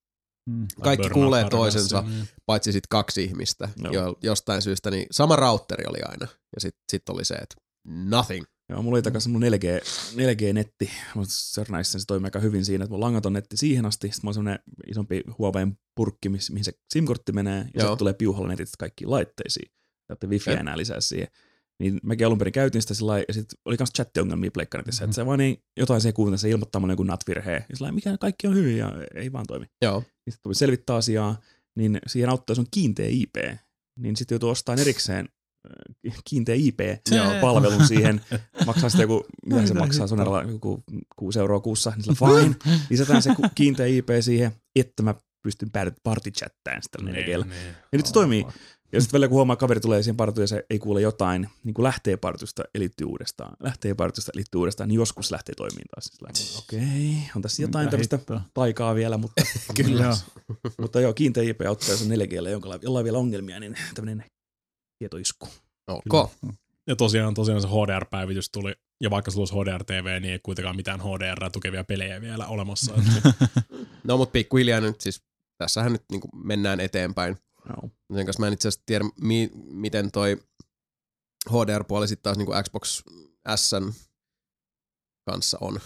Mm. Kaikki Burnout kuulee Paradise, toisensa, niin. paitsi sit kaksi ihmistä. No. Jo, jostain syystä, niin sama routeri oli aina. Ja sit, sit oli se, että nothing. Joo, mulla oli takaisin mun neljä G, neljä G-netti. Sörnäissä se toimii aika hyvin siinä, että mulla on langaton netti siihen asti. Sitten mulla on semmoinen isompi Huawein purkki, mihin se SIM-kortti menee. Ja sitten tulee piuhalla netit kaikkiin laitteisiin. Täytyy wifiä enää lisää siihen. Niin mäkin alun perin käytin sitä sillä lailla, ja sitten oli myös chat-ongelmia pleikkaritissa. Mm-hmm. Että se vaan niin, jotain sekuntia se ilmoittaa mulle joku nat-virheen. Ja sillä mikä kaikki on hyvin ja ei vaan toimi. Joo. Sitten tuli selvittää asiaa, niin siihen auttaa sun kiinteä I P. Niin sitten joutuu ostamaan erikseen kiinteä I P-palvelun siihen. Maksaa sitten joku, mitä se maksaa Soneralla, joku kuusi euroa kuussa. Niin sillä fine, lisätään se kiinteä I P siihen, että mä pystyn party-chattään sitä neljä G:llä. Ja nyt se toimii. Ja sitten välillä kun huomaa, kaveri tulee siihen partuun ja se ei kuule jotain, niin kun lähtee partusta, elittyy uudestaan. Lähtee partusta, elittyy uudestaan, niin joskus lähtee toimiin taas. Okei, okay, on tässä jotain tämmöistä taikaa vielä, mutta kyllä. Mutta joo, kiinteä I P auttaa, jos on neljä G:llä, jolla on vielä ongelmia, niin tämmöinen tietoisku. Okay. Ja tosiaan, tosiaan se H D R-päivitys tuli, ja vaikka sulla olisi H D R-T V, niin ei kuitenkaan mitään H D R-tukevia pelejä vielä olemassa. No, mutta pikkuhiljaa nyt siis, tässähän nyt niin kuin mennään eteenpäin. No. Sen kanssa mä en itse asiassa tiedä, mi- miten toi H D R-puoli sitten taas niin kuin Xbox S:n kanssa on.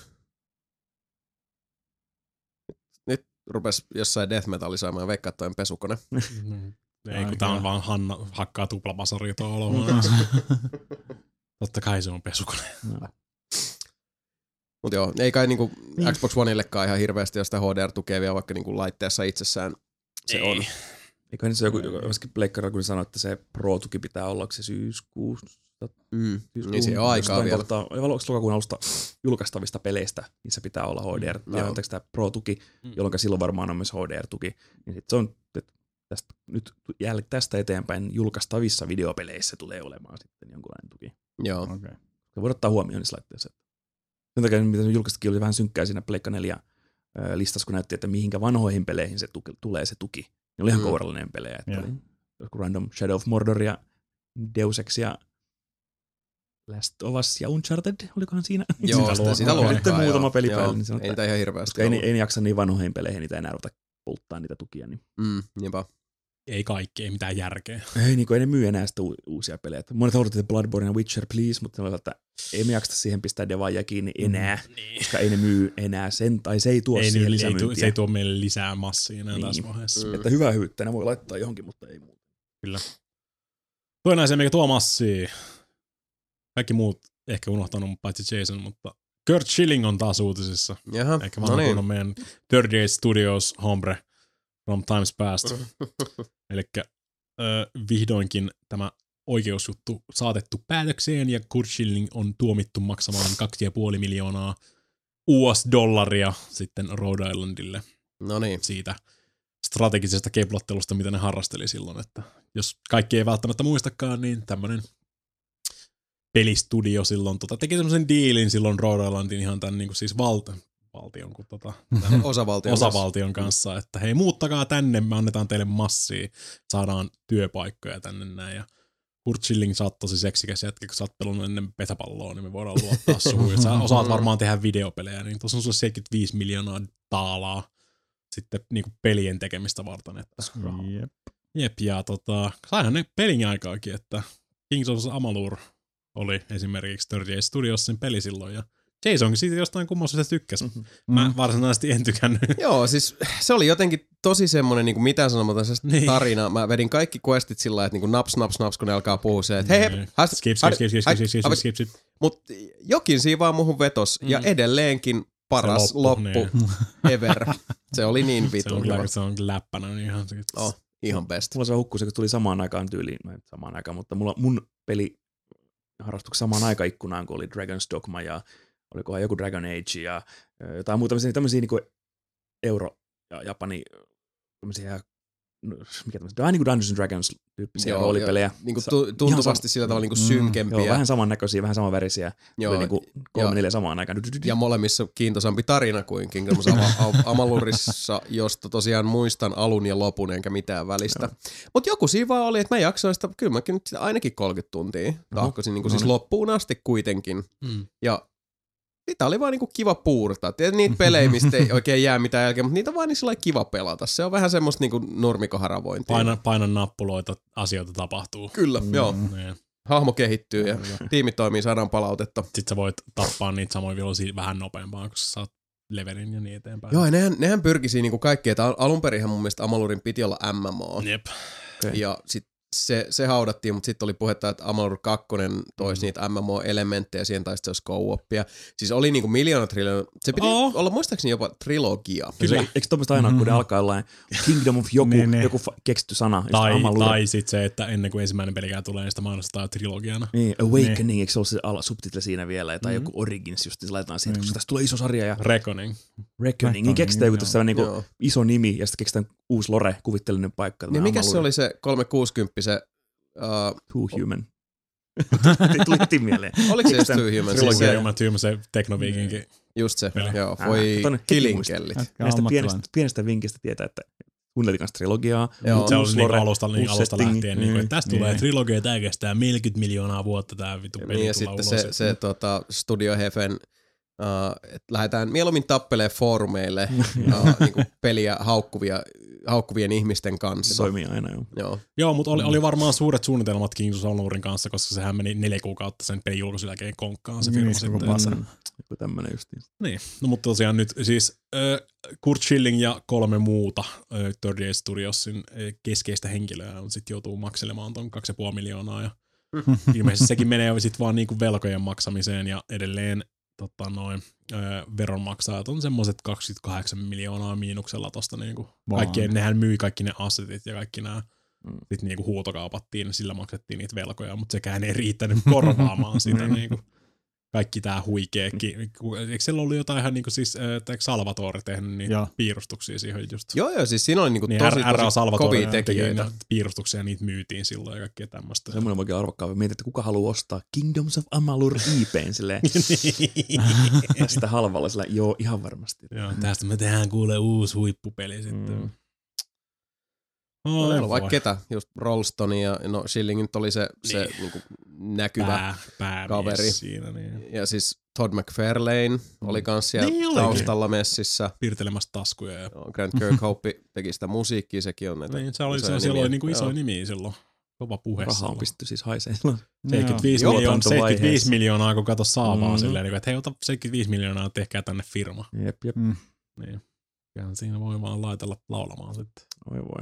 Nyt rupes jossain death metalisoimaan veikkaa toinen pesukone. Ei, kun tää on vaan Hanna hakkaa tuplapasaria tuolla. Totta kai se on pesukone. No. Mut joo, ei kai niinku Xbox Oneillekaan ihan hirveästi, jos sitä H D R-tukevia vaikka niinku laitteessa itsessään se ei. on. Eiköhän se joku, joskin pleikkarilla kun sanoi, että se Pro-tuki pitää olla, onko se syyskuussa? Mm. Niin se on aikaa vielä. Kohtaa, onko lokakuun alusta julkaistavista peleistä, missä pitää olla H D R, ja anteeksi tämä Pro-tuki, mm. jolloin silloin varmaan on myös H D R-tuki. Niin sit se on, että tästä, nyt jäl, tästä eteenpäin julkaistavissa videopeleissä tulee olemaan sitten jonkunlainen tuki. Joo. Okay. Se voi ottaa huomioon niissä laitteissa. Sen takia, mitä se julkaistakin, oli vähän synkkää siinä Pleikka neljä listassa, kun näytti, että mihinkä vanhoihin peleihin se tuki, tulee se tuki. Ne oli ihan mm. kourallinen pelejä. Että yeah. oli joku random Shadow of Mordor ja Deus Ex ja Last of Us ja Uncharted, olikohan siinä? Joo, sitä, sitä luokkaa. Sitten muutama peli päälle. Niin ei niitä ihan hirveästi. Ei, ei jaksa niin vanhoihin peleihin, niitä enää ruveta polttaa niitä tukia. Niin. Mm, niinpä. Ei kaikki, ei mitään järkeä. Ei, niin ei ne myy enää sitä u- uusia pelejä. Monet odotti, että Bloodborne ja Witcher, please, mutta ne että ei me jaksa siihen pistää devaajia kiinni enää, mm, niin. koska ei ne myy enää sen, tai se ei tuo ei, siihen niin, lisämyyntiä. Ei, se ei tuo meille lisää massia enää niin. tässä vaiheessa. Mm. Että hyvää hyvyyttä, ne voi laittaa johonkin, mutta ei muuta. Kyllä. Toinen asia, mikä tuo massia. Kaikki muut ehkä unohtanut, paitsi Jason, mutta Kurt Schilling on taas uutisissa. Jaha, ehkä vähän no niin. On meidän thirty-eight Studios hombre from times past. Elikkä Öö, vihdoinkin tämä oikeusjuttu saatettu päätökseen ja Kurt Schilling on tuomittu maksamaan kaksi pilkku viisi miljoonaa U S-dollaria sitten Rhode Islandille Noniin. siitä strategisesta keplottelusta, mitä ne harrasteli silloin. Että jos kaikki ei välttämättä muistakaan, niin tämmöinen pelistudio silloin tota, teki semmoisen diilin silloin Rhode Islandin ihan tämän niin kuin siis valta, valtion, kuin tota, osavaltion, osavaltion kanssa, että hei muuttakaa tänne, me annetaan teille massia, saadaan työpaikkoja tänne näin. Ja Kurt Schilling sä oot tosi seksikäs jätkä, kun sä oot pelannut ennen pesäpalloa, niin me voidaan luottaa suhun. Sä osaat varmaan tehdä videopelejä, niin tuossa on sulla seitsemänkymmentäviisi miljoonaa taalaa sitten niinku pelien tekemistä varten. Että. Jep. Jep, ja tota, saihan ne pelin aikaakin, että Kings of Amalur oli esimerkiksi thirty-eight Studiosin peli silloin, ja Jasonkin siitä jostain kummoista se tykkäsi. Mm-hmm. Mä varsinaisesti en tykännyt. Joo, siis se oli jotenkin tosi semmoinen niin kuin mitään sanomaton niin. tarina. Mä vedin kaikki questit sillä lailla, että niin kuin naps, naps, naps, kun ne alkaa puhua se, että hei, hei, hei, skip, skip, skip, skip, skip, skip, skip, skip. Mut jokin siinä vaan muhun vetos, mm. ja edelleenkin paras loppu, loppu ever. Se oli niin vitun. Se on kyllä, se on läppänä. Niin ihan, oh, ihan best. Mulla se hukkui, se tuli samaan aikaan tyyliin, no samaan aikaan, mutta mulla, mun peli harrastuksessa samaan aikaikkunaan, kun oli Dragon's Dogma ja olikohan joku Dragon Age ja jotain muuta tämmöisiä, tämmöisiä niin kuin Euro- ja Japani tämmöisiä, mikä tämmöisiä, vähän niin kuin Dungeons and Dragons tyyppisiä joo, roolipelejä. Niin kuin tu- tuntuvasti sillä tavalla niin kuin synkempiä. Joo, vähän samannäköisiä, vähän samanvärisiä. Joo, niin kuin kolme neljä samaan aikaan. Ja molemmissa kiintoisampi tarina kuin Kingdoms of Amalurissa, josta tosiaan muistan alun ja lopun enkä mitään välistä. Mutta joku siinä vaan oli, että mä jaksoin sitä, kyllä mäkin nyt sitä ainakin kolmekymmentä tuntia tahkosin, niin kuin no, siis loppuun asti kuitenkin. Mm. Ja Sitä oli vaan niinku kiva puurtaa. Tiedät, niitä pelejä, mistä ei oikein jää mitään jälkeen, mutta niitä on vaan niin sillä kiva pelata. Se on vähän semmoista niinku nurmikoharavointia. Paina, paina nappuloita, asioita tapahtuu. Kyllä, mm. joo. Niin. Hahmo kehittyy ja tiimi toimii, saadaan palautetta. Sitten sä voit tappaa niitä samoja vihollisia vähän nopeampaan, koska sä saat levelin ja niin eteenpäin. Joo, ja nehän, nehän pyrkisi niinku kaikkea. Alun perinhän mun mielestä Amalurin piti olla M M O. Jep. Okay. Ja sit se, se haudattiin, mutta sitten oli puhetta, että Amalur kaksi toisi mm. niitä M M O-elementtejä, siihen tai sitten se olisi co-opia. Siis oli niinku miljoona triljoona. Se piti oh. olla muistaakseni jopa trilogia. Kyllä. Se, eikö tuommoista aina, kun ne alkaa jollain Kingdom of joku, niin, niin. joku keksitty sana. Tai, tai sitten se, että ennen kuin ensimmäinen pelikään tulee, niin sitä mainostetaan trilogiana. Niin, Awakening, niin. Eikö se ole se ala, subtitle siinä vielä, tai mm. joku Origins, just se laitetaan siihen, mm. koska tästä tulee iso sarja. Ja Reckoning. Reckoning, niin keksitään joku tässä niinku iso nimi, ja sitten keksitään uusi lore, kuvitteellinen paikka. Niin mikä se oli se kolmesataakuusikymmentä se... Uh, Too Human. Tuli heti mieleen. Oliko se just Too Human? Siis se, Human, Human, se Teknoviikinkin. Just se, peli. Joo. Voi äh, killinkellit. Näistä pienestä, pienestä vinkistä tietää, että kuunneltiin kanssa trilogiaa. Joo. Se on niin alusta, niin alusta lähtien, niin, että tästä niin. tulee trilogia, tämä kestää neljäkymmentä miljoonaa vuotta tämä vittu peli. Niin ja sitten ulos. se, se tota, Studio Hefen, uh, että lähdetään mieluummin tappelee foorumeille uh, niinku peliä haukkuvia haukkuvien ihmisten kanssa. Se toimii aina, joo. Joo, joo mutta oli, oli varmaan suuret suunnitelmat Kingdoms of Amalur kanssa, koska sehän meni neljä kuukautta sen pelin julkaisun jälkeen konkkaan se firma niin, sitten. Joku tämmönen justiin. Niin, no mutta tosiaan nyt siis äh, Kurt Schilling ja kolme muuta äh, Third Age Studiosin äh, keskeistä henkilöä on sitten joutuu makselemaan ton kaksi pilkku viisi miljoonaa ja ilmeisesti sekin menee sitten vaan niinku velkojen maksamiseen ja edelleen Totta noin, öö, veronmaksajat on semmoiset kaksikymmentäkahdeksan miljoonaa miinuksella tosta niinku. Kaikkien, nehän myi kaikki ne assetit ja kaikki nämä mm. sit niinku huutokaupattiin, sillä maksettiin niitä velkoja, mutta sekään ei riittänyt korvaamaan sitä niinku. Kaikki tää huikeekin. Eikö siellä ollut jotain ihan niinku siis, eikö Salvatore tehnyt niitä ja. piirustuksia siihen just? Joo joo, siis siinä oli niinku niin tosi, tosi Salvatore kovia tekijöitä. Piirustuksia, niitä myytiin silloin ja kaikkea tämmöistä. Semmoinen voikin arvokkaa. Mietit, että kuka haluaa ostaa Kingdoms of Amalur I P:n silleen. Tästä halvalla sillä, joo, ihan varmasti. Joo, tästä me tehdään kuule uusi huippupeli sitten. Mm. Oh, no, vaikka ketä, just Rolston ja no Schillingin oli se, niin. se niinku näkyvä Pää, kaveri. Siinä, niin. Ja siis Todd McFarlane mm. oli kans siellä niin taustalla messissä. Piirtelemässä taskuja. Ja... No, Grant Kirkhope teki sitä musiikkia, sekin on näitä niin, se oli, se, siellä oli niinku isoja nimiä silloin. Kova puhe. Raha on pistetty siis haisee silloin. seitsemänkymmentäviisi, miljoonaa, seitsemänkymmentäviisi miljoonaa, kun kato saa vaan mm. silleen, että hei, ota seitsemänkymmentäviisi miljoonaa, tehkää tänne firma. Jep, jep. Mm. Niin. Kyllähän siinä voi vaan laitella laulamaan sitten. Oi voi.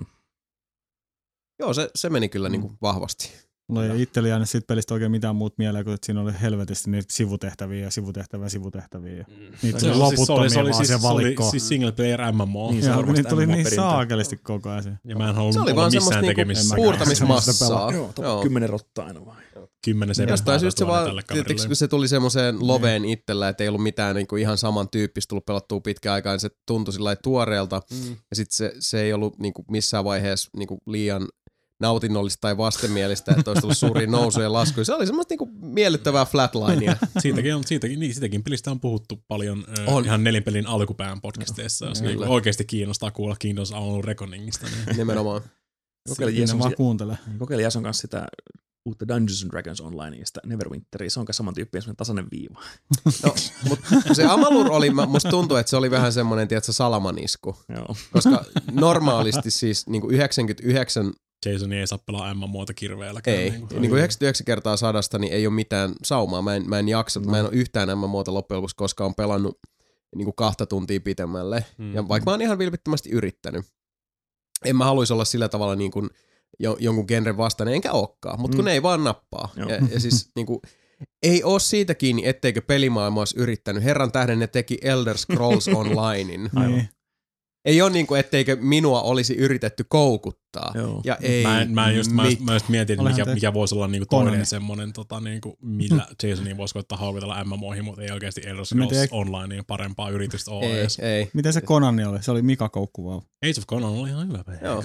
Joo, se, se meni kyllä mm. niin kuin vahvasti. Mulla ei itsellä jäänyt siitä pelistä oikein mitään muut mieleen, kun siinä oli helvetisti niitä sivutehtäviä ja sivutehtäviä sivutehtäviä. Mm. Niitä se oli loputtomia se oli, vaan siis, valikkoon. Se oli siis single player M M O. Niin, ja, niitä tuli niin saakelisti koko ajan. Ja mä en halunnut se oli vaan missään tekemisissä. Niinku puurtamismassaa. Joo, Joo. kymmenen rottaa aina vaan. Kymmenen se jostain syystä se vaan, kun se tuli semmoiseen loveen mm. itsellä, että ei ollut mitään niin kuin ihan samantyyppistä tullut pelattua pitkään aikaan, niin se tuntui sillä tuoreelta. Mm. Ja sitten se, se ei ollut niin kuin missään vaiheessa niin kuin liian nautinnollista tai vastenmielistä, että olisi tullut suuria nousuja ja laskuja. Se oli semmoista niinku miellyttävää flatlinea. siitäkin, on, siitäkin, niin, siitäkin pelistä on puhuttu paljon on. Äh, ihan nelinpelin alkupään podcasteissa, jos niin oikeasti kiinnostaa kuulla Kingdoms of Amalur Reckoningista. Niin. Nimenomaan. Kokeilin Jason, vaan kuuntele. Kokeilin Jason kanssa sitä uutta Dungeons and Dragons Onlineista, Neverwinteria. Se on myös samantyyppinen semmoinen tasainen viiva. No, mutta se Amalur oli, musta tuntuu, että se oli vähän semmoinen, tiedätkö, salamanisku. Joo. Koska normaalisti siis niin kuin yhdeksänkymmentäyhdeksän Jason ei saa pelaa M M O:ta kirveellä. Ei. Niin kuin, niin kuin yhdeksänkymmentäyhdeksän kertaa sadasta niin ei ole mitään saumaa. Mä en, mä en jaksa. No. Mä en ole yhtään M M O:ta loppujen lopuksi koskaan pelannut niin kuin kahta tuntia pitemmälle. Mm. Ja vaikka mä oon ihan vilpittömästi yrittänyt. En mä haluaisi olla sillä tavalla niin kuin jo, jonkun genren vastainen, enkä olekaan. Mutta kun mm. ne ei vaan nappaa. Ja, ja siis niin kuin, ei ole siitä kiinni, etteikö pelimaailma olisi yrittänyt. Herran tähden ne teki Elder Scrolls Onlinein. Aivan. Ei ole niin kuin, etteikö minua olisi yritetty koukuttaa. Ja ei mä, en, mä, just, mä, just, mä just mietin, että mikä, mikä voisi olla niinku toinen semmoinen, tota, niinku, millä Jasonia voisi koittaa haukutella M M O:ihin, mutta ei oikeasti Elder Scrolls Online niin parempaa yritystä ole ei, edes. Ei. Miten se Conani oli? Se oli Mika Koukku vaan. Age of Conan oli ihan hyvä peli. Joo.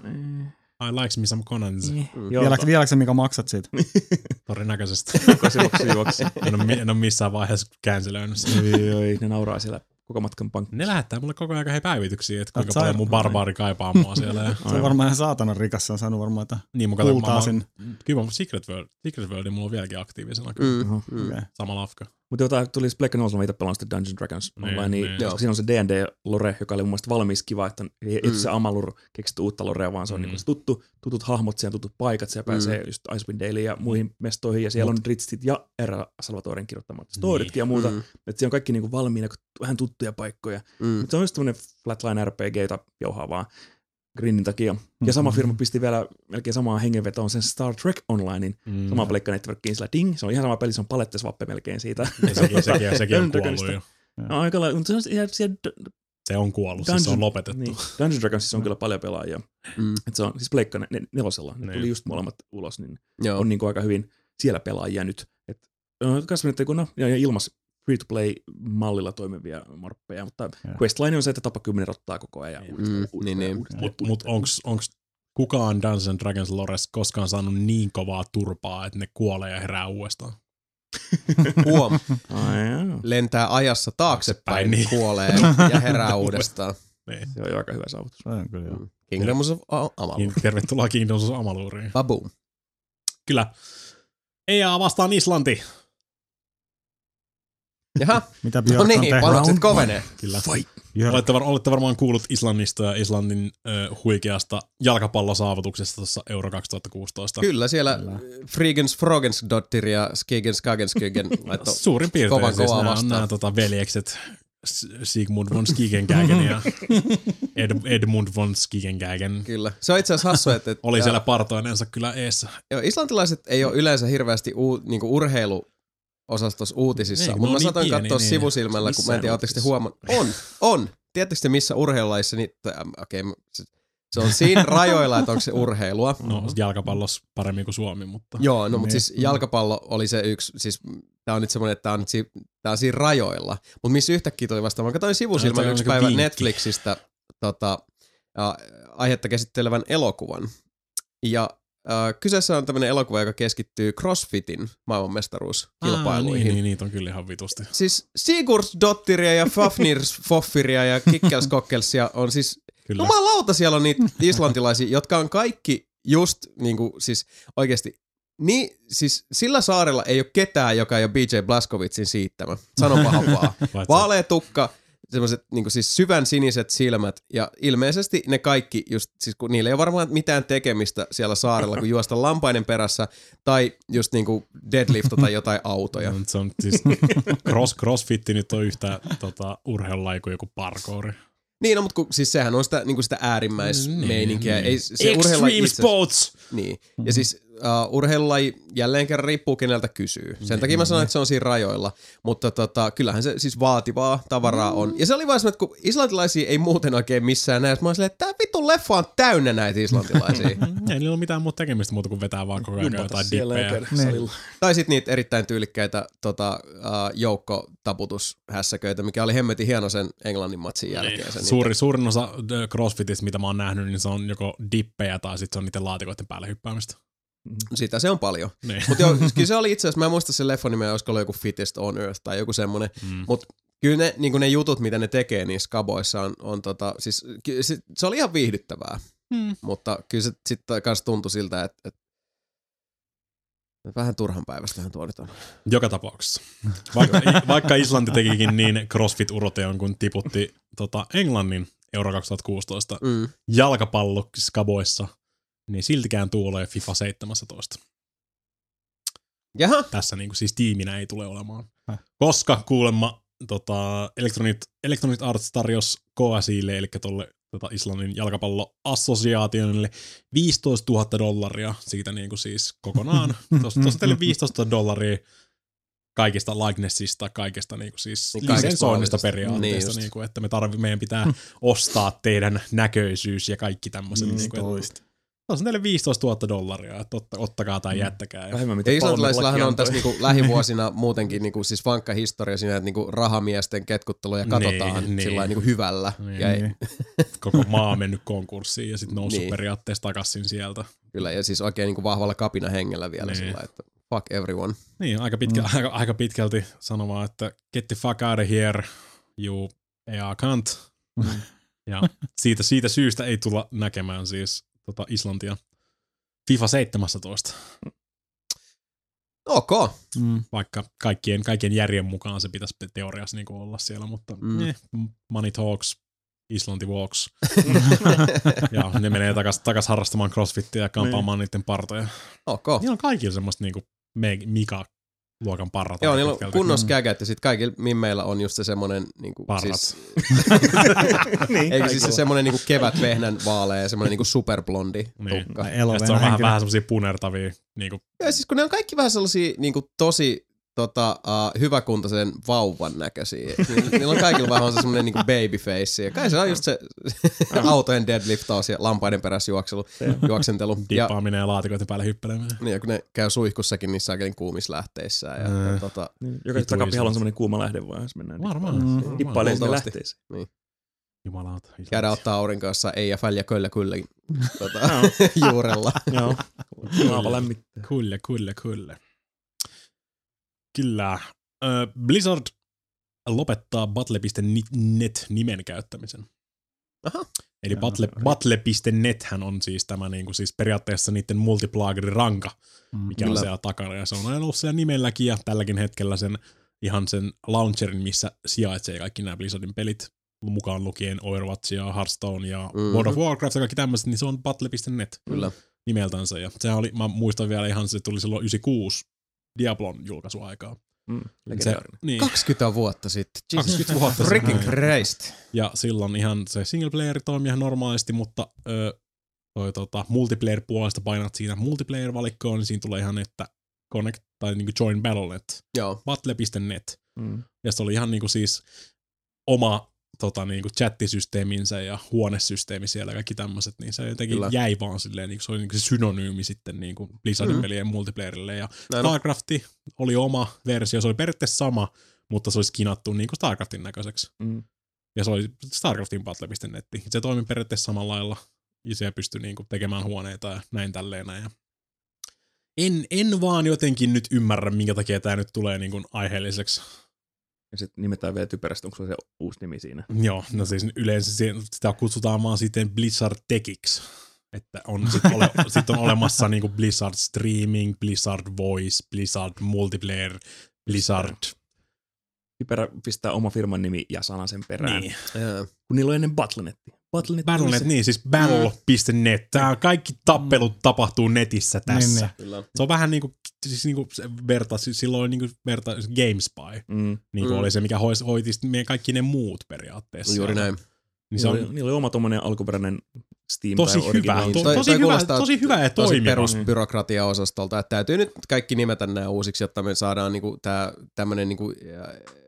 I likes me some Conans. Mm. Vieläkö, vieläkö sä Mika maksat siitä? Todennäköisesti. Juoksi, juoksi. En ole, en ole missään vaiheessa cancelöinyt sitä. Oi, ne nauraa siellä koko matkan pankki. Ne lähettää mulle koko ajan hei päivityksiä, että kuinka paljon mun barbaari kaipaa mua siellä. Ja... se on varmaan ihan saatanan rikas, se on saanut varmaan jotain niin, kultaa sinne. Kyllä mun Secret World, Secret World mulla on vieläkin aktiivisena. Mm, mm. Sama lafka. Mutta jota tuli Black Nose, mä itse pelaan sitä Dungeons Dragons online, niin, niin koska siinä on se D and D-lore, joka oli mun mielestä valmis kiva, että ei mm. se Amalur keksitty uutta lorea, vaan se on mm. niin se tuttu, tutut hahmot, siellä tutut paikat, siellä mm. pääsee just Icewind Daleen ja muihin mestoihin, ja siellä Mut. on Dritsit ja Era Salvatoren kirjoittamat storytkin niin. ja muuta, mm. että siellä on kaikki niin valmiina, vähän tuttuja paikkoja, mm. mutta se on just tämmöinen flatline R P G, jota jauhaa vaan grindin takia. Ja sama firma pisti vielä melkein samaan hengenvetoon sen Star Trek Onlinein, mm. sama Pleikka Networkiin, sillä ding, se on ihan sama peli, se on palettesvappe melkein siitä. Sekin, sekin, sekin on kuollut jo. No, aika lailla, mutta se on, siellä, se on kuollut, Dungeon, siis se on lopetettu. Niin, Dungeons Dragonsissa on kyllä paljon pelaajia. Mm. Et se on siis Pleikka nelosella, ne tuli just molemmat ulos, niin Joo. on niin kuin aika hyvin siellä pelaajia nyt. Et, kasvanette, kun no, ja ilmas free-to-play-mallilla toimivia morppeja, mutta yeah. questline on se, että tapa kymmenen rottaa koko ajan. Mm, niin, niin. Mutta mut onko kukaan Dungeons Dragons lores koskaan saanut niin kovaa turpaa, että ne kuolee ja herää uudestaan? Huom. Oh, lentää ajassa taaksepäin, niin. kuolee ja herää uudestaan. Niin. Se on jo aika hyvä saavutus. Mm. Kingdoms of Amalur. Tervetuloa Kingdoms of Amaluriin. Baboom. Kyllä. E A vastaan Islanti. Jaha, mitä no niin, panokset kovenee. Kyllä. Olette, var, olette varmaan kuullut Islannista ja Islannin äh, huikeasta jalkapallosaavutuksesta tuossa Euro kaksituhattakuusitoista. Kyllä, siellä Frigens Frogensdottir ja Skigen Skagenskygen laittoi suurin piirtein kovan siis kovaa nämä, vastaan. nämä tota, veljekset Sigmund von Skigenkägen ja Ed, Edmund von Skigenkägen. Kyllä, se on itse asiassa hassu, että... että oli siellä partoinensa kyllä eessä. Joo, islantilaiset ei ole yleensä hirveästi u, niinku urheilu osastossa uutisissa, niin, mutta mä niin saatoin pieni, katsoa niin, sivusilmällä, kun mä en tiedä, ootteko te huomannut. On, on. Tiedättekö te missä urheilulajissa, niin, okei, okay, se on siinä rajoilla, että onko se urheilua. No jalkapallossa paremmin kuin Suomi, mutta... Joo, no mutta siis jalkapallo oli se yksi, siis tää on nyt semmoinen, että tää on, si, tää on siinä rajoilla. Mutta missä yhtäkkiä tuli vastaan, mä katsoin sivusilmällä yksi päivä vinkki. Netflixistä tota, äh, aihetta käsittelevän elokuvan. Ja Uh, kyseessä on tämmöinen elokuva, joka keskittyy CrossFitin maailmanmestaruuskilpailuihin. Niin, niin, niitä on kyllä ihan vitusti. Siis Sigurdsdottiria ja Fafnirsfoffiria ja Kikkelskokkelsia on siis, jumalauta siellä on niitä islantilaisia, jotka on kaikki just niinku siis oikeesti, niin siis sillä saarella ei ole ketään, joka ei ole B J Blazkowiczin siittämä. Sano pahan vaan. Vaalea tukka, semmoiset niinku siis syvän siniset silmät ja ilmeisesti ne kaikki just, siis kun niillä ei ole varmaan mitään tekemistä siellä saarella, kun juosta lampainen perässä tai just niinku deadliftata jotain autoja. No, se on siis cross, crossfitti nyt on yhtä tota, urheilulaji kuin joku parkouri. Niin, no, mutta kun, siis sehän on sitä, niinku sitä äärimmäismeininkiä. Niin, ei, se Extreme itse, sports! Niin, ja siis uh, urheilulaji jälleen kerran riippuu keneltä kysyy. Sen takia mä sanoin, että se on siinä rajoilla. Mutta tota, kyllähän se siis vaativaa tavaraa on. Ja se oli vaan semmoinen, että kun islantilaisia ei muuten oikein missään näe, mä oon silleen, että tää vitun leffa on täynnä näitä islantilaisia. Ei niillä ole mitään muuta tekemistä muuta kuin vetää vaan koko ajan jotain dippejä. Niin. Tai sit niitä erittäin tyylikkäitä tota, uh, joukkotaputushässäköitä, mikä oli hemmetin hieno sen Englannin matsin jälkeen. Niin. Suuri, suurin osa CrossFitista, mitä mä oon nähnyt, niin se on joko dippejä tai sitten se on niiden laatikoiden päälle hyppäämistä. Sitä se on paljon. Niin. Mutta joo, kyllä se oli itse asiassa, mä en muista sen leffon nimeä, olisiko ollut joku Fittest on Earth tai joku semmonen. Mm. Mutta kyllä ne, niin ne jutut, mitä ne tekee niissä skaboissa on, on tota, siis se, se oli ihan viihdyttävää. Mm. Mutta kyllä se sitten kanssa tuntui siltä, että, että vähän turhan päivästähän tuo nyt on. Joka tapauksessa. Vaikka, vaikka Islanti tekikin niin CrossFit-uroteon, kun tiputti tota, Englannin Euro kaksituhattakuusitoista mm. jalkapallo skaboissa, niin siltikään tuolee FIFA seitsemäntoista. Jaha. Tässä niin kuin, siis tiiminä ei tule olemaan. Häh? Koska kuulemma tota, Electronic, Electronic Arts tarjosi K S I:lle, eli tuolle tota, Islannin jalkapalloassosiaationille viisitoistatuhatta dollaria siitä niin kuin siis kokonaan. Tuossa teille viisitoista dollaria kaikista likenessista, kaikesta niin kuin siis niin lisensoinnista periaatteesta, niin niin kuin, että me tarvi, meidän pitää ostaa teidän näköisyys ja kaikki tämmöiset. Niin tuossa on teille viisitoistatuhatta dollaria, että otta, ottakaa tai jättäkää. Ja, ja islantilaislahan on tässä niinku lähivuosina muutenkin niinku siis vankka historia siinä, että niinku rahamiesten ketkutteluja katsotaan niin, sillain niinku hyvällä. Niin, ja niin. Koko maa on mennyt konkurssiin ja sitten noussut niin. periaatteessa takaisin sieltä. Kyllä, ja siis oikein niinku vahvalla kapina hengellä vielä niin. Sillä, että fuck everyone. Niin, aika, pitkä, mm. aika, aika pitkälti sanomaan, että get the fuck out of here, you E A can't. Mm. Ja siitä, siitä syystä ei tulla näkemään siis tota Islantia FIFA seitsemäntoista. Ok. Mm. Vaikka kaikkien, kaikkien järjen mukaan se pitäisi teoriassa niin olla siellä, mutta Mm. eh, money talks, Islanti walks. Ja ne menee takas, takas harrastamaan crossfittiä ja kampaamaan niiden partoja. Ok. Niillä on kaikilla semmoista niinku Mika-luokan parrat. Joo, niillä on kunnossa kägät ja sit kaikilla mimmeillä on just se semmonen niinku... Parrat. Siis, niin, eikö siis se semmonen niinku kevätvehnän vaalea ja semmonen niinku superblondi Niin. tukka. Tai Ja sit se on eloveena vähän, henkilö. vähän semmosia punertavia. Niinku, Ja siis kun ne on kaikki vähän sellaisia niinku tosi tota, uh, hyväkuntoisen vauvan näköisiä. Ni- Niillä on kaikilla vähän se semmonen niinku babyface. Ja kai se on just se autojen deadliftaus ja lampaiden perässä juokselu, juoksentelu. Ja, dippaaminen ja laatikoiden päälle hyppelemään. niin, ja kun ne käy suihkussakin niissä oikein kuumissa lähteissään. Ja, Mm. ja, tota, Niin, jokaisen takapihalla on semmoinen kuuma lähde vaan, jos mennään. Varmaan. Mm. varmaan. Dippailee sinne Luultavasti. lähteeseen. Jumalauta. käydään ottaa aurinkoissa ei ja fäl ja köllä kyllä tota, Joo. juurella. Joo. Laava lämmittää. Kyllä, kyllä, kyllä. Kyllä. Ö, Blizzard lopettaa battle piste net nimen käyttämisen. Aha. Eli Joo, battle, ri- battle piste net hän on siis tämä niinku, siis periaatteessa niiden multiplagerin ranka, Mm. mikä Kyllä. on siellä takana. Ja se on aina ollut siellä nimelläkin ja tälläkin hetkellä sen ihan sen launcherin, missä sijaitsee kaikki nämä Blizzardin pelit, mukaan lukien Overwatch ja Hearthstone ja Mhm. World of Warcraft ja kaikki tämmöiset, niin se on battle piste net Kyllä. nimeltänsä. Ja sehän oli, mä muistan vielä ihan, se tuli silloin yhdeksänkymmentäkuusi Diablon julkaisuaikaa. Mm, Se, legendaarinen. niin. kaksikymmentä vuotta sitten. Jesus kaksikymmentä vuotta freaking sitten. Christ. Ja silloin ihan se single player toimii ihan normaalisti, mutta ö, toi, tota, multiplayer puolesta painat siinä multiplayer-valikkoon, niin siinä tulee ihan, että connect tai niinku join battle dot net, Joo. battle piste net. Mm. Ja se oli ihan niinku siis oma tota, niinku chattisysteeminsä ja huonesysteemi siellä ja kaikki tämmöiset, niin se jotenkin Kyllä. jäi vaan silleen, niinku, se oli niinku se synonyymi sitten niinku Blizzardin Mhm. pelien multiplayerille. Ja Näin on. StarCrafti oli oma versio, se oli periaatteessa sama, mutta se oli skinattu niinku StarCraftin näköiseksi. Mm. Ja se oli StarCraftin battle piste net. Se toimi periaatteessa samalla lailla. Ja siellä pystyi niinku tekemään huoneita ja näin tälleen näin. Ja en, en vaan jotenkin nyt ymmärrä, minkä takia tämä nyt tulee niinku aiheelliseksi. Ja sitten nimetään vielä typerästi, onko se uusi nimi siinä? Joo, no siis yleensä se- sitä kutsutaan vaan sitten Blizzard Techiksi. Että on sit, ole, sit on olemassa niinku Blizzard Streaming, Blizzard Voice, Blizzard Multiplayer, Blizzard... Typerä pistää oma firman nimi ja sanan sen perään. Niin. Jaa. Kun niillä on ennen Battlenetti. Battlenet Battle.net, oli se- niin siis battle piste net. Tää kaikki tappelut tapahtuu netissä tässä. Niin, Kyllä. Se on vähän niinku, siis niinku se verta, siis silloin oli niinku verta GameSpy, Mm. niinku Mm. oli se, mikä hoiti, hoiti sitten meidän kaikki ne muut periaatteessa. Juuri sieltä. näin. Niin se Niillä, on oli, niillä oli oma tommonen alkuperäinen Steam tosi tai hyvä, original. to, Toi- tosi, toi hyvä kuulostaa tosi hyvä ja Tosi toimiva. perusbyrokratiaosastolta, että täytyy nyt kaikki nimetä nämä uusiksi, jotta me saadaan niinku tää tämmönen niinku äh,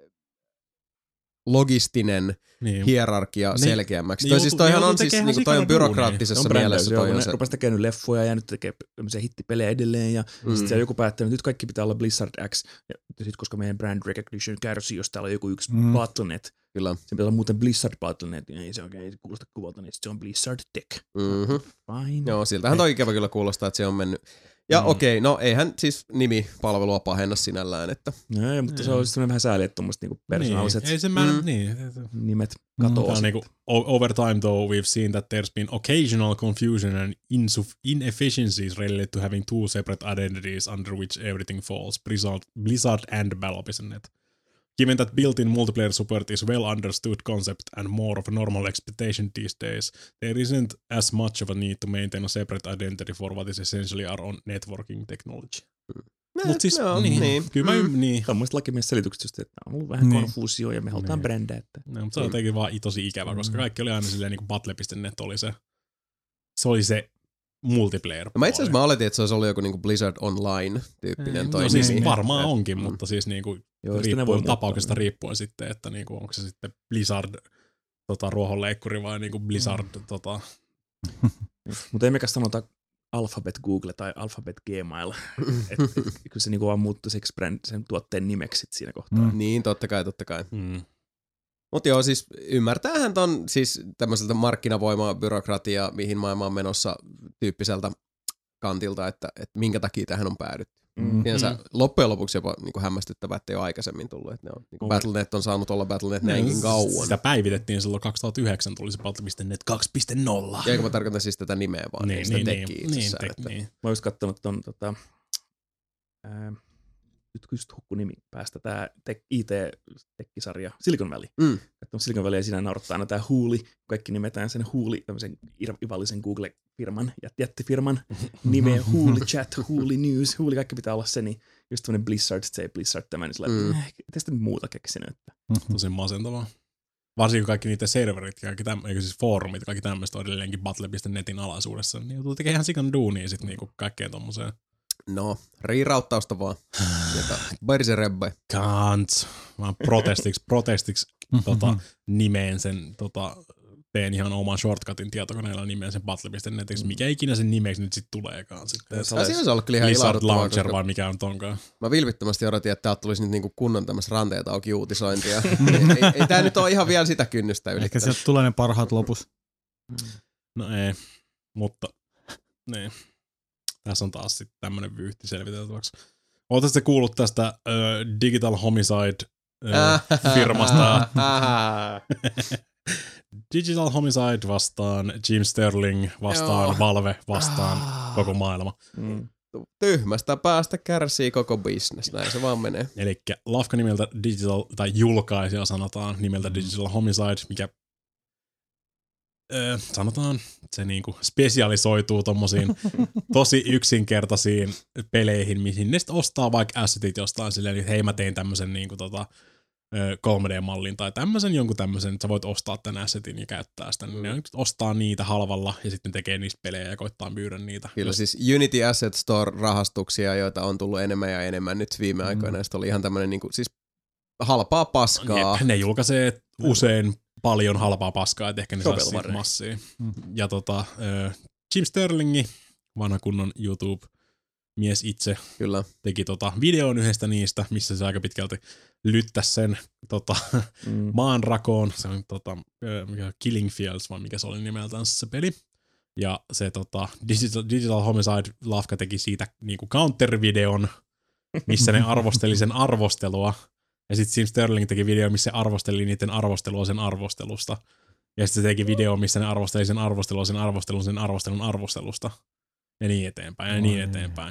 logistinen Niin. hierarkia Ne- selkeämmäksi. ne Toi joutuu- siis ne toihan joutuu on siis tekemään niinku toi on sikana duunia. byrokraattisessa on brändäys, mielessä joo, toi kun on ne se. rupesi tekemään leffoja ja nyt tekee tämmöisiä hittipelejä edelleen ja Mm. mm. sitten siellä joku päättää, että nyt kaikki pitää olla Blizzard X ja sitten koska meidän brand recognition kärsii, jos täällä on joku yksi Mm. mm. Battlenet, Kyllä. se pitää olla muuten Blizzard Battlenet, niin ei se oikein kuulosta kuvalta, niin sit se on Blizzard Tech. Mhm. Fine. Joo, siltähän toi ikävä kyllä kuulostaa, että se on mennyt. Ja Mm. okei, no eihän siis nimipalvelua pahenna sinällään, että No, ei, mutta se Joo. on semmoinen vähän sääli, että tuommoiset niinku persoonalliset Niin. Ei se mä, Mm. mm. niin. nimet Mm. katoaa. Tää on sitten. niinku, o- over time though we've seen that there's been occasional confusion and insuf- inefficiencies related to having two separate identities under which everything falls, Blizzard, Blizzard and battle piste net. Given that built-in multiplayer support is well understood concept and more of a normal expectation these days, there isn't as much of a need to maintain a separate identity for what is essentially our own networking technology. Mut siis, joo, niin, niin. kyllä mä, Mm. niin. Tämmöiset lakimies-selitykset just, että on ollut vähän Niin. konfuusio ja me halutaan Niin. brändää. Että. No, mutta se on jotenkin vaan tosi ikävä, koska kaikki oli aina silleen niin kuin battle piste net oli se, se oli se multiplayer. No mä itse asiassa mä oletin, että se olisi ollut joku niinku Blizzard Online-tyyppinen toi No siis nimi. varmaan Et- onkin, mm. mutta siis niinku Joo, sitten ne riippuu voi muuttaa. tapauksesta riippuen sitten, että niinku, onko se sitten Blizzard tota, ruohonleikkuri vai niinku Blizzard Mm. tota, Mutta ei mekään sanota Alphabet Google tai Alphabet Gmail. et, et, kyllä se niinku vaan muuttui siksi brand, sen tuotteen nimeksi sit siinä kohtaa. Mm. Niin, totta kai, totta kai. mm. Mutta joo, siis ymmärtäähän ton siis tämmöiseltä markkinavoimaa, byrokratia, mihin maailma on menossa tyyppiseltä kantilta, että, että minkä takia tähän on päädytty. Mm. Sinänsä Mm. loppujen lopuksi jopa niin hämmästyttävää, että ei ole aikaisemmin tullut. Että ne on, niin On. Battle piste net on saanut olla Battle piste net Näin, näinkin kauan. Sitä päivitettiin silloin kaksituhattayhdeksän, tuli se battle piste net kaksi piste nolla. Ja eikö mä tarkoitan siis tätä nimeä vaan, niin, sitä tekiä niin, itsessään. tek, että, niin. Mä oon just kattonut ton tota, ää, nyt just hukku nimi päästä, tää te- I T-tekkisarja Silicon Valley. Mm. Katson Silicon Valley ja siinä naurattaa aina tää Hooli. Kaikki nimetään sen Hooli, tämmöisen ivallisen Google-firman, jättifirman nimeä Hooli Chat, Hooli News, Hooli, kaikki pitää olla se, niin just tämmönen Blizzard, se Blizzard tämä, niin sillä mm. eh, tästä nyt muuta keksinyt. Että. Tosi masentavaa. Varsinkin kaikki niiden serverit, kaikki täm, eikö siis foorumit, kaikki tämmöistä on edelleenkin battle piste netin alaisuudessa, niin joutuu tekemään ihan sikan duunia sit niinku kaikkeen tommoseen. No, riirauttausta vaan. Berserebbe. Kants. Mä protestiksi, protestiksi tota, nimeen sen, tota, teen ihan oman shortcutin tietokoneella nimeen sen battle piste netiksi, mikä ikinä sen nimeksi nyt sit tuleekaan sitten. Se olisi ollut kyllä ihan Blizzard ilahduttavaa. Launcher koska vai mikä on tonkaan. Mä vilpittömästi odotin, että täältä tulisi nyt niinku kunnon tämmöistä ranteita auki uutisointia. ei, ei, ei tää nyt ole ihan vielä sitä kynnystä ylittänyt. Ehkä sieltä tulee ne parhaat lopus. No ei, mutta niin. Tässä on taas sitten tämmönen vyyhti selviteltäväksi. Oletko te kuullut tästä uh, Digital Homicide-firmasta? Digital Homicide vastaan Jim Sterling vastaan Joo. Valve vastaan koko maailma. Mm. Tyhmästä päästä kärsii koko business, näin se vaan menee. Elikkä lafka nimeltä Digital, tai julkaisija sanotaan nimeltä Digital Homicide, mikä öö, sanotaan, se niinku spesialisoituu tommosiin tosi yksinkertaisiin peleihin, mihin ne sit ostaa vaikka assetit jostain silleen, että hei mä tein tämmösen niinku tota kolme D-mallin tai tämmöisen jonkun tämmöisen, että sä voit ostaa tämän assetin ja käyttää sitä, niin ne ostaa niitä halvalla ja sitten tekee niistä pelejä ja koittaa myydä niitä. Kyllä siis Unity Asset Store-rahastuksia, joita on tullut enemmän ja enemmän nyt viime aikoina, mm. ja oli ihan tämmöinen niinku, siis halpaa paskaa. Jep, ne julkaisee usein paljon halpaa paskaa, että ehkä ne saisi siitä massia. Mm. Ja tota, äh, Jim Sterlingi, vanha kunnon YouTube-mies itse, Kyllä. teki tota videon yhdestä niistä, missä se aika pitkälti lyttäsi sen tota, mm. maanrakoon. Se on tota, mikä, Killing Fields, vai mikä se oli nimeltään se peli. Ja se tota, Digital, Digital Homicide-lafka teki siitä niinku counter-videon, missä ne arvosteli sen arvostelua. Ja sitten Jim Sterling teki video, missä se arvosteli niiden arvostelua sen arvostelusta. Ja sitten se teki video, missä ne arvosteli sen arvostelua sen arvostelun sen arvostelun arvostelusta. Ja niin eteenpäin, ja niin eteenpäin.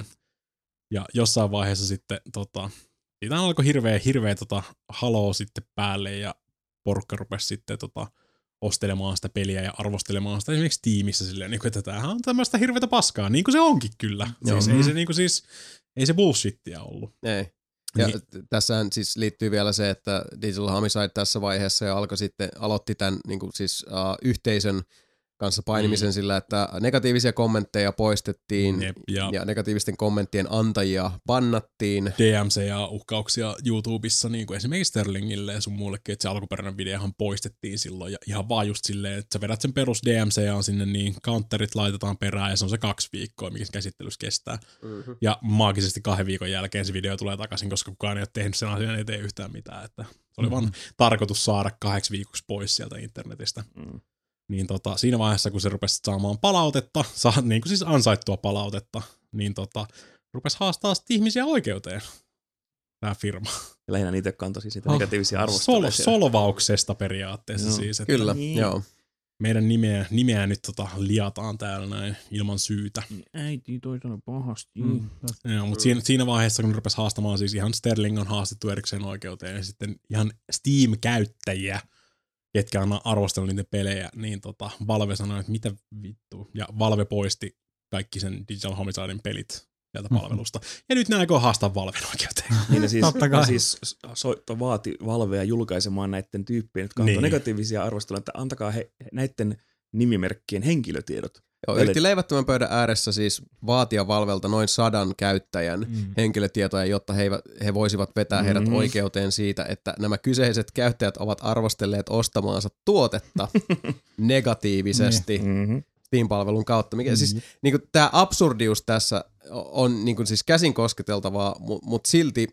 Ja jossain vaiheessa sitten tota, siitä alkoi hirveä, hirveä tota, haloo sitten päälle, ja porukka rupesi sitten tota, ostelemaan sitä peliä ja arvostelemaan sitä esimerkiksi tiimissä silleen, niin kuin, että tämähän on tämmöistä hirveätä paskaa, niin kuin se onkin kyllä. Siis, ei, se, niin kuin, siis, ei se bullshittia ollut. Ei. Ja niin. Tässähän siis liittyy vielä se, että Digital Homicide tässä vaiheessa jo alkoi sitten, aloitti tämän niin kuin siis uh, yhteisön kanssa painimisen mm. sillä, että negatiivisia kommentteja poistettiin Jep, ja, ja negatiivisten kommenttien antajia bannattiin. D M C ja uhkauksia YouTubessa, niin kuin esimerkiksi Sterlingille ja sun muullekin, että se alkuperäinen videohan poistettiin silloin ja ihan vaan just silleen, että sä vedät sen perus D M C on sinne, niin counterit laitetaan perään ja se on se kaksi viikkoa, mikä käsittelyssä kestää. Mm-hmm. Ja maagisesti kahden viikon jälkeen se video tulee takaisin, koska kukaan ei ole tehnyt sen asian eteen yhtään mitään. Että se oli mm-hmm. vaan tarkoitus saada kahdeksi viikoksi pois sieltä internetistä. Mm. Niin tota, siinä vaiheessa, kun se rupesi saamaan palautetta, saa, niin kuin siis ansaittua palautetta, niin tota, rupesi haastaa ihmisiä oikeuteen, tämä firma. Ja lähinnä niitä kantoi siis niitä negatiivisia arvosteluja. Sol, solvauksesta periaatteessa no, siis. Että kyllä, niin. Joo. Meidän nimeä, nimeä nyt tota, liataan täällä näin ilman syytä. Äiti, toi sanoi pahasti. Mm. Joo, mutta siinä, siinä vaiheessa, kun rupesi haastamaan, siis ihan Sterling on haastettu erikseen oikeuteen, ja sitten ihan Steam-käyttäjiä, ketkä on arvostellut niitä pelejä, niin tota, Valve sanoi, että mitä vittu. Ja Valve poisti kaikki sen Digital Homicidein pelit sieltä palvelusta. Ja nyt ne aikoo haastaa Valven oikeuteen. Niin ne siis, ne siis so, vaati Valvea julkaisemaan näiden tyyppien, jotka antoi niin. negatiivisia arvosteluja, että antakaa he, näiden nimimerkkien henkilötiedot. Joo, yritti leivättömän pöydän ääressä siis vaatia Valvelta noin sadan käyttäjän mm. henkilötietoja, jotta he, eivät, he voisivat vetää heidät mm. oikeuteen siitä, että nämä kyseiset käyttäjät ovat arvostelleet ostamaansa tuotetta negatiivisesti mm-hmm. Steam-palvelun kautta. Mikä, mm-hmm. siis, niin kuin, tämä absurdius tässä on niin kuin, siis käsin kosketeltavaa, mutta mut silti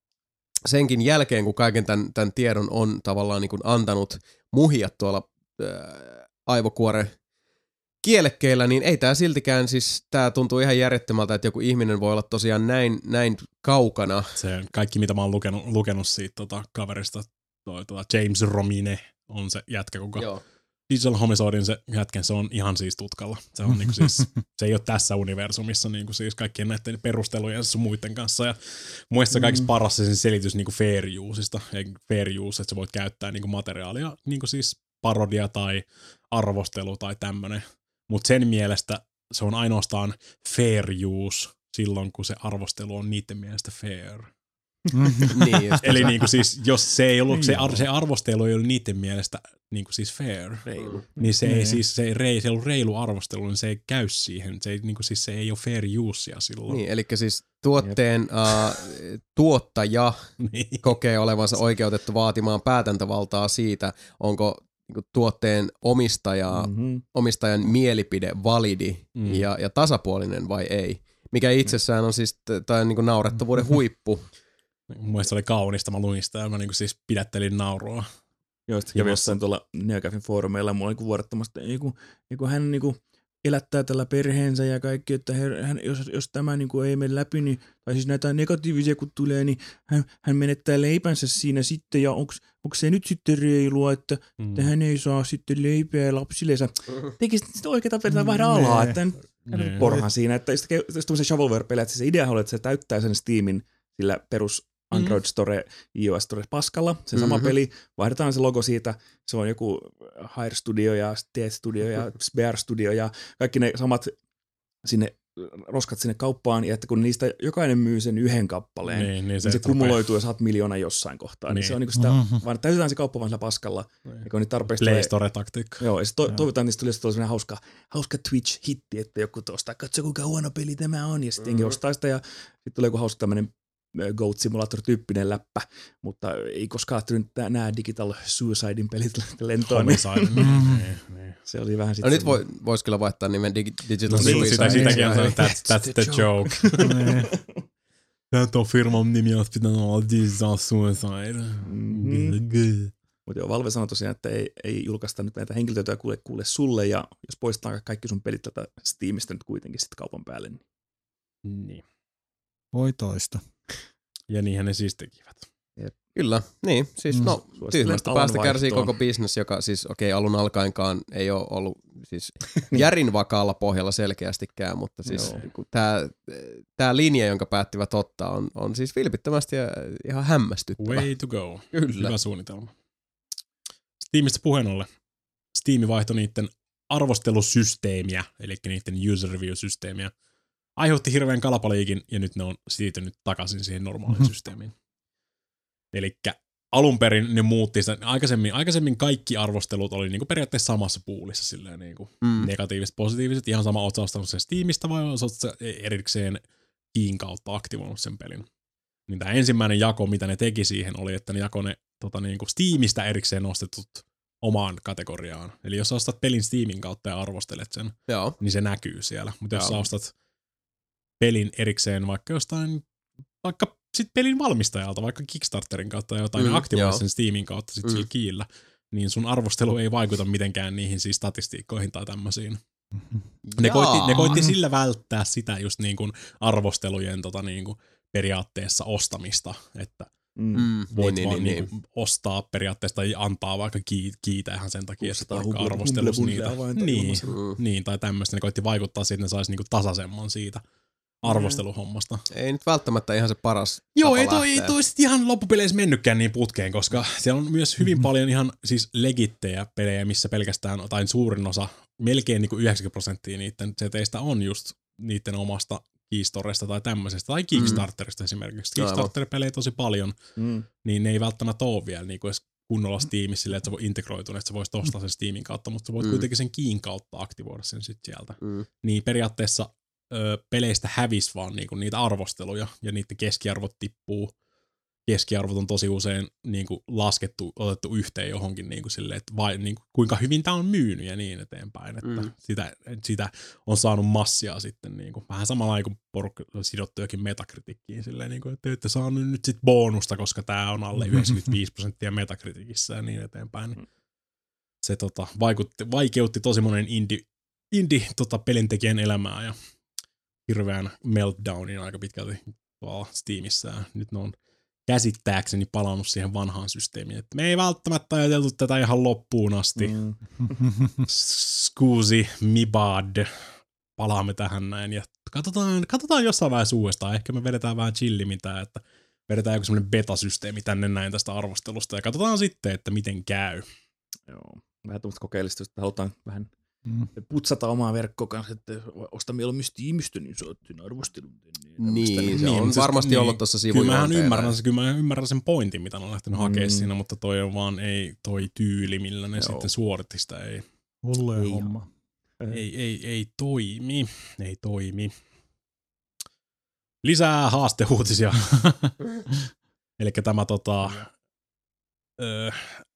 senkin jälkeen, kun kaiken tämän, tämän tiedon on tavallaan niin kuin antanut muhia tuolla äh, aivokuore kielekkeillä, niin ei tää siltikään, siis tää tuntuu ihan järjettömältä, että joku ihminen voi olla tosiaan näin, näin kaukana. Se kaikki, mitä mä oon lukenut, lukenut siitä tota, kaverista, toi, toi, James Romine on se jätkä, kuka Joo. Digital Homicidein se jätken, se on ihan siis tutkalla. Se on niinku siis, se ei ole tässä universumissa niinku siis kaikkien näiden perustelujen sun muiden kanssa. Ja mun mielestä kaikista paras se sen selitys niinku fair useista. Fair use, että sä voit käyttää niinku materiaalia, niinku siis parodia tai arvostelu tai tämmönen. Mutta sen mielestä se on ainoastaan fair use silloin, kun se arvostelu on niiden mielestä fair. niin, eli niinku siis, jos se ei ollut, se, ar- se arvostelu ei ollut niiden mielestä niinku siis fair, Reilu. niin se ei siis, se ei, rei, se ei ollut reilu arvostelu, niin se ei käy siihen, se ei, niinku siis se ei ole fair usea silloin. Niin, eli siis tuotteen uh, tuottaja niin. kokee olevansa oikeutettu vaatimaan päätäntävaltaa siitä, onko niin tuotteen omistaja, mm-hmm. omistajan mielipide validi mm. ja, ja tasapuolinen vai ei. Mikä itsessään on siis tai niin naurettavuuden huippu. Mun mielestä se oli kaunista, mä luin sitä ja mä niin siis pidättelin naurua. Joo, sitten kävi jossain tuolla Neocafin foorumeilla, mulla oli niin vuodattomasti, että joku, joku hän niin kuin elättää tällä perheensä ja kaikki, että hän, jos, jos tämä niin kuin ei mene läpi, niin, tai siis näitä negatiivisia kun tulee, niin hän, hän menettää leipänsä siinä sitten, ja onko se nyt sitten reilua, että, mm. että hän ei saa sitten leipää lapsilleensa. Tekisi sitten oikeaa perää vaihda alaa, että hän porhan siinä, että sitten tuollaisen shovelware-pelejä, että se idea oli, että se täyttää sen Steamin sillä perus Android Store, iOS Store paskalla, se mm-hmm. sama peli, vaihdetaan se logo siitä, se on joku Hire Studio ja Death Studio ja Bear Studio ja kaikki ne samat sinne, roskat sinne kauppaan, ja että kun niistä jokainen myy sen yhden kappaleen, niin, niin, niin se, se kumuloituu ja saat miljoona jossain kohtaa, niin, niin se on niinku sitä, mm-hmm. vaan täytetään se kauppa vaan sillä paskalla, niin. Ja kun niitä tarpeeksi Play Store-taktiikka. Joo, ja se to, toivotaan, että niistä tulisi sellainen hauska, hauska Twitch-hitti, että joku tuosta, katso kuinka huono peli tämä on, ja sitten mm-hmm. ostaa sitä, ja sitten tulee joku hauska tämmöinen Goat Simulator-tyyppinen läppä, mutta ei koskaan lähtenyt nämä Digital Suicidein pelit lentoon. Niin. Se oli vähän sitten... No nyt voi, voisi kyllä vaihtaa nimen Digital no, Suicide. Sitä, sitäkin on sanonut, that's, that's the joke. Tämä firman nimi olisi pitänyt olla Digital Suicide. Mm-hmm. Mutta joo, Valve sanoi tosiaan, että ei, ei julkaista nyt näitä henkilötietoja kuule, kuule sulle, ja jos poistetaan kaikki sun pelit tätä Steamista nyt kuitenkin sitten kaupan päälle. Niin. niin. Voi toista. Ja niinhän ne siis tekivät. Jep. Kyllä, niin. Siis mm. no, tyhmästä päästä kärsii koko business, joka siis okei okay, alun alkaenkaan ei ole ollut siis järin vakaalla pohjalla selkeästikään, mutta siis tämä tää linja, jonka päättivät ottaa, on, on siis vilpittömästi ja ihan hämmästyttävä. Way to go. Kyllä. Hyvä suunnitelma. Steamista puheen ollen. Steam vaihtoi niiden arvostelusysteemiä, eli niiden user review-systeemiä. Aiheutti hirveän kalapaliikin, ja nyt ne on siirtynyt takaisin siihen normaaliin systeemiin. Elikkä alun perin ne muutti sitä. Aikaisemmin, aikaisemmin kaikki arvostelut oli niinku periaatteessa samassa puulissa, silleen niinku mm. negatiiviset, positiiviset. Ihan sama, oot sä ostanut sen Steamista vai oot sä erikseen Kiin kautta aktivoinut sen pelin. Niin tämä ensimmäinen jako, mitä ne teki siihen, oli, että ne jakoi ne tota, niinku Steamista erikseen nostetut omaan kategoriaan. Eli jos sä ostat pelin Steamin kautta ja arvostelet sen, Joo. niin se näkyy siellä. Mutta jos sä ostat pelin erikseen vaikka jostain, vaikka sit pelin valmistajalta, vaikka Kickstarterin kautta ja jotain, mm, ja aktivoi sen Steamin kautta sit mm. sillä kiillä, niin sun arvostelu ei vaikuta mitenkään niihin siis statistiikkoihin tai tämmöisiin. Ne koitti, ne koitti sillä välttää sitä just niin kuin arvostelujen tota niin kuin periaatteessa ostamista, että mm. voit niin, vaan niin, niin, niin. ostaa periaatteessa tai antaa vaikka kiitä ihan sen takia, että vaikka arvostelussa niitä. Niin, mm. niin, tai tämmöistä. Ne koitti vaikuttaa siihen, että ne saisi niin kuin tasaisemman siitä arvosteluhommasta. Ei nyt välttämättä ihan se paras. Joo, ei toi, ei toi sit ihan loppupeleissä mennytkään niin putkeen, koska siellä on myös hyvin mm-hmm. paljon ihan siis legittejä pelejä, missä pelkästään, tai suurin osa, melkein niin kuin yhdeksänkymmentä prosenttia niiden seteistä on just niiden omasta Keystoresta tai tämmöisestä, tai Kickstarterista mm. esimerkiksi. Kickstarter-pelejä tosi paljon, mm. niin ne ei välttämättä ole vielä niin kuin edes kunnolla Steamissa silleen, että se voi integroitua, että sä voisit ostaa sen Steamin kautta, mutta sä voit mm. kuitenkin sen Keyn kautta aktivoida sen sitten sieltä. Mm. Niin periaatteessa Ö, peleistä hävisi vaan niinku niitä arvosteluja ja niiden keskiarvot tippuu. Keskiarvot on tosi usein niinku laskettu, otettu yhteen johonkin niinku silleen, että vai, niinku, kuinka hyvin tämä on myynyt ja niin eteenpäin. Että mm. sitä, sitä on saanut massia sitten niinku, vähän samalla lailla kuin porukka sidottu jokin Metacritickiin silleen, niinku, että ette saanut nyt sit bonusta, koska tämä on alle yhdeksänkymmentäviisi prosenttia Metacriticissa ja niin eteenpäin. Mm. Se tota, vaikutti, vaikeutti tosi monen indie, indie tota, pelintekijän elämää ja hirveän meltdownin aika pitkälti tuolla Steamissa. Nyt ne on käsittääkseni palannut siihen vanhaan systeemiin. Että me ei välttämättä ajateltu tätä ihan loppuun asti. Mm. Scusi, mi bad. Palaamme tähän näin ja katsotaan, katsotaan jossain vaiheessa uudestaan. Ehkä me vedetään vähän chillimitään, että vedetään joku semmoinen beta-systeemi tänne näin tästä arvostelusta ja katsotaan sitten, että miten käy. Joo, vähän tuommoista kokeellista, että halutaan vähän mm. putsata omaa verkkoa kanssa, että osta mieluummin Steamista, niin saat sen arvostelun. Niin, se niin, on siis, varmasti niin, ollut tuossa sivuilla. Kyllä mä ymmärrän, kyllä mä ymmärrän sen pointin, mitä on lähtenyt mm. hakemaan siinä, mutta toi on vaan ei toi tyyli, millä ne Joo. sitten suoritti sitä. Ei. Hulluja homma. Ei, ei, ei toimi. Ei toimi. Lisää haasteuutisia. Eli tämä tota, ö,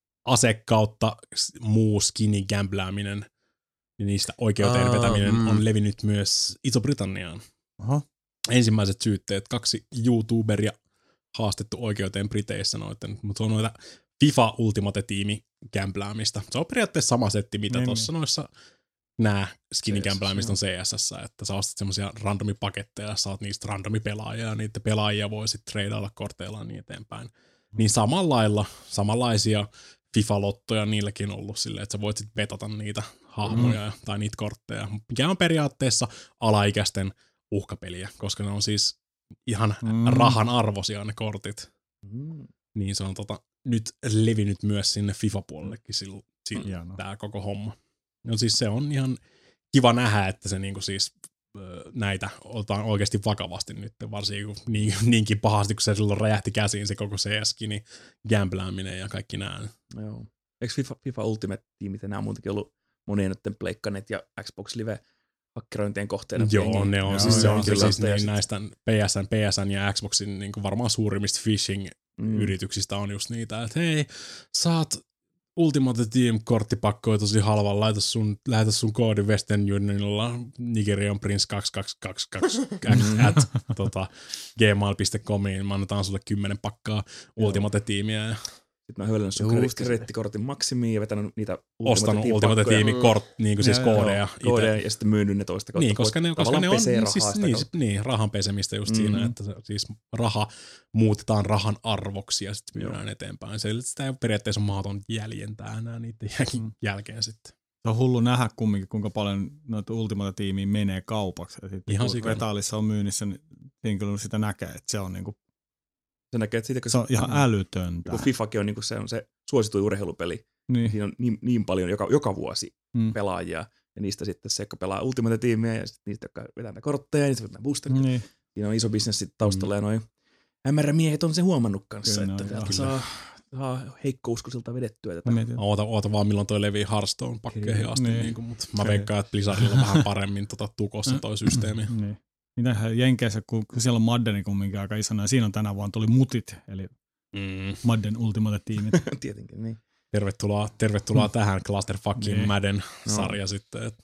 ase kautta muu skinny gamblaaminen ja niistä oikeuteen oh, vetäminen mm. on levinnyt myös Iso-Britanniaan. Aha. Ensimmäiset syytteet, kaksi YouTuberia haastettu oikeuteen Briteissä noitten, mutta se on noita FIFA Ultimate-tiimi gamblaamista. Se on periaatteessa sama setti, mitä niin, tuossa niin. noissa nää skinny-gamblaamista on C S S, että sä ostat semmosia randomipaketteja ja saat niistä randomipelaajia ja niitä pelaajia voi sitten treidailla korteilla ja niin eteenpäin. Mm. Niin samalla lailla, samanlaisia FIFA-lottoja niilläkin on ollut silleen, että sä voit sitten betata niitä hahmoja mm. tai niitä kortteja, mikä on periaatteessa alaikäisten uhkapeliä, koska ne on siis ihan mm. rahan arvoisia ne kortit. Mm. Niin se on tota, nyt levinnyt myös sinne FIFA-puolellekin silloin, silloin tää koko homma. No siis se on ihan kiva nähdä, että se niinku siis näitä otetaan oikeasti vakavasti nyt, varsinkin niin, niinkin pahasti, kun se silloin räjähti käsiin se koko C S-kin, niin gamblaaminen ja kaikki nää. Joo. Eikö FIFA, FIFA Ultimate-tiimit enää muutenkin ollut monien noiden Pleikkanet ja Xbox Live hakkerointien kohteena? Joo, ne on. Joo, siis, joo, se on kyllä siis niin, näistä P S N, P S N ja Xboxin niin kuin varmaan suurimmista phishing-yrityksistä mm. on just niitä, että hei, saat Ultimate Team-korttipakkoja tosi halvalla, laita sun, lähetä sun koodi Western Unionilla Nigerian Prince kaksi kaksi kaksi kaksi at tota, gmail piste comiin, me annetaan sulle kymmenen pakkaa Ultimate-tiimiä. Ja sitten mä oon höllännyt sun kredittikortin maksimiin ja vetänyt niitä ostanut Ultimate Teamin kort, niin kuin siis koodeja. Koodeja ja sitten myynyt ne toista kautta. Niin, koska ne, koska ne on siis, niin, niin, rahan pesemistä just mm-hmm. siinä, että siis raha muutetaan rahan arvoksi ja sitten myydään Joo. eteenpäin. Se, sitä ei periaatteessa ole mahdoton jäljentää enää niiden mm. jälkeen sitten. Se on hullu nähdä kumminkin, kuinka paljon noita Ultimate-tiimiä menee kaupaksi. Ja sitten ihan kun Retaalissa on myynnissä, niin kyllä sitä näkee, että se on niinku Se näkee, että siitä, se on ihan älytöntä. Kun FIFAkin on, niin se, on se suosituin urheilupeli. Niin. Siinä on niin, niin paljon joka, joka vuosi mm. pelaajia. Ja niistä sitten se, joka pelaa Ultimate-tiimiä ja sitten niistä, jotka vetää kortteja ja niistä vetää boosterit. Niin. Siinä on iso bisnes taustalla mm. ja noin hämärämiehet on se huomannut kanssa, kyllä, että täältä saa, saa heikkouskoisilta vedettyä tätä. Oota, oota vaan, milloin toi levii Hearthstone pakkeihin asti, niin. Niin kuin, mutta mä veikkaan, että Blizzardilla vähän paremmin tota, tukossa toi systeemi. Niin. Mitähän Jenkeissä, kun, kun siellä on Maddeni kumminkin aika isona, ja siinä on tänä vuonna tuli mutit, eli mm. Madden Ultimate-tiimit. Tietenkin, niin. Tervetuloa, tervetuloa mm. tähän Clusterfucking niin. Madden-sarja no. sitten.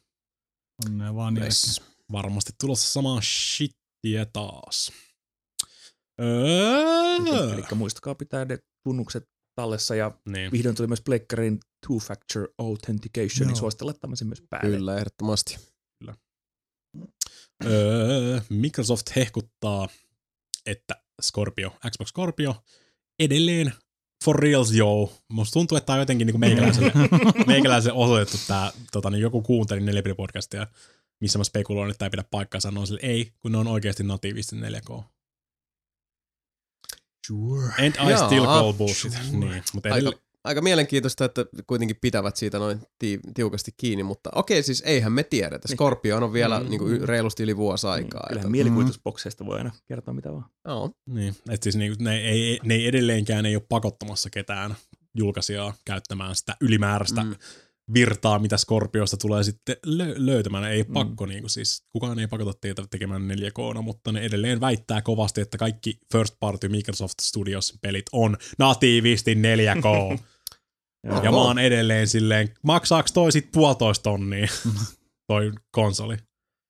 Onnea vaan yes. Varmasti tulossa samaa shittiä taas. Öö. Eli muistakaa pitää ne tunnukset tallessa, ja niin. vihdoin tuli myös Pleikkarin Two-Factor Authentication, niin suositella tämmöisen myös päälle. Kyllä, ehdottomasti. Kyllä. Öö, Microsoft hehkuttaa, että Scorpio, Xbox Scorpio, edelleen for reals yo. Musta tuntuu, että tää on jotenkin niin meikäläiselle, meikäläiselle osoitettu tää, tota, niin joku kuunteli neljä-podcastia, missä mä spekuloin, että tää ei pidä paikkaa sanoa sille ei, kun ne on oikeasti natiivisti neljä K. Sure. And I Jaa, still call bullshit. Sure. Niin, mutta aika, aika mielenkiintoista, että kuitenkin pitävät siitä noin ti- tiukasti kiinni, mutta okei, siis eihän me tiedetä. Scorpio on vielä mm. niin kuin reilusti yli vuosi aikaa. Mm. Kyllähän mielikuvitusbokseista voi aina kertoa mitä vaan. No. Niin, että siis niin, ne, ei, ne ei edelleenkään ei ole pakottamassa ketään julkaisijaa käyttämään sitä ylimääräistä mm. virtaa, mitä Scorpiosta tulee sitten lö- löytämään. Ei mm. pakko, niin kuin siis kukaan ei pakota teitä tekemään neljä K, mutta ne edelleen väittää kovasti, että kaikki first party Microsoft Studios pelit on natiivisti neljä K. Ja mä oon edelleen silleen, maksaaks toi sit puolitoista tonnia, toi konsoli?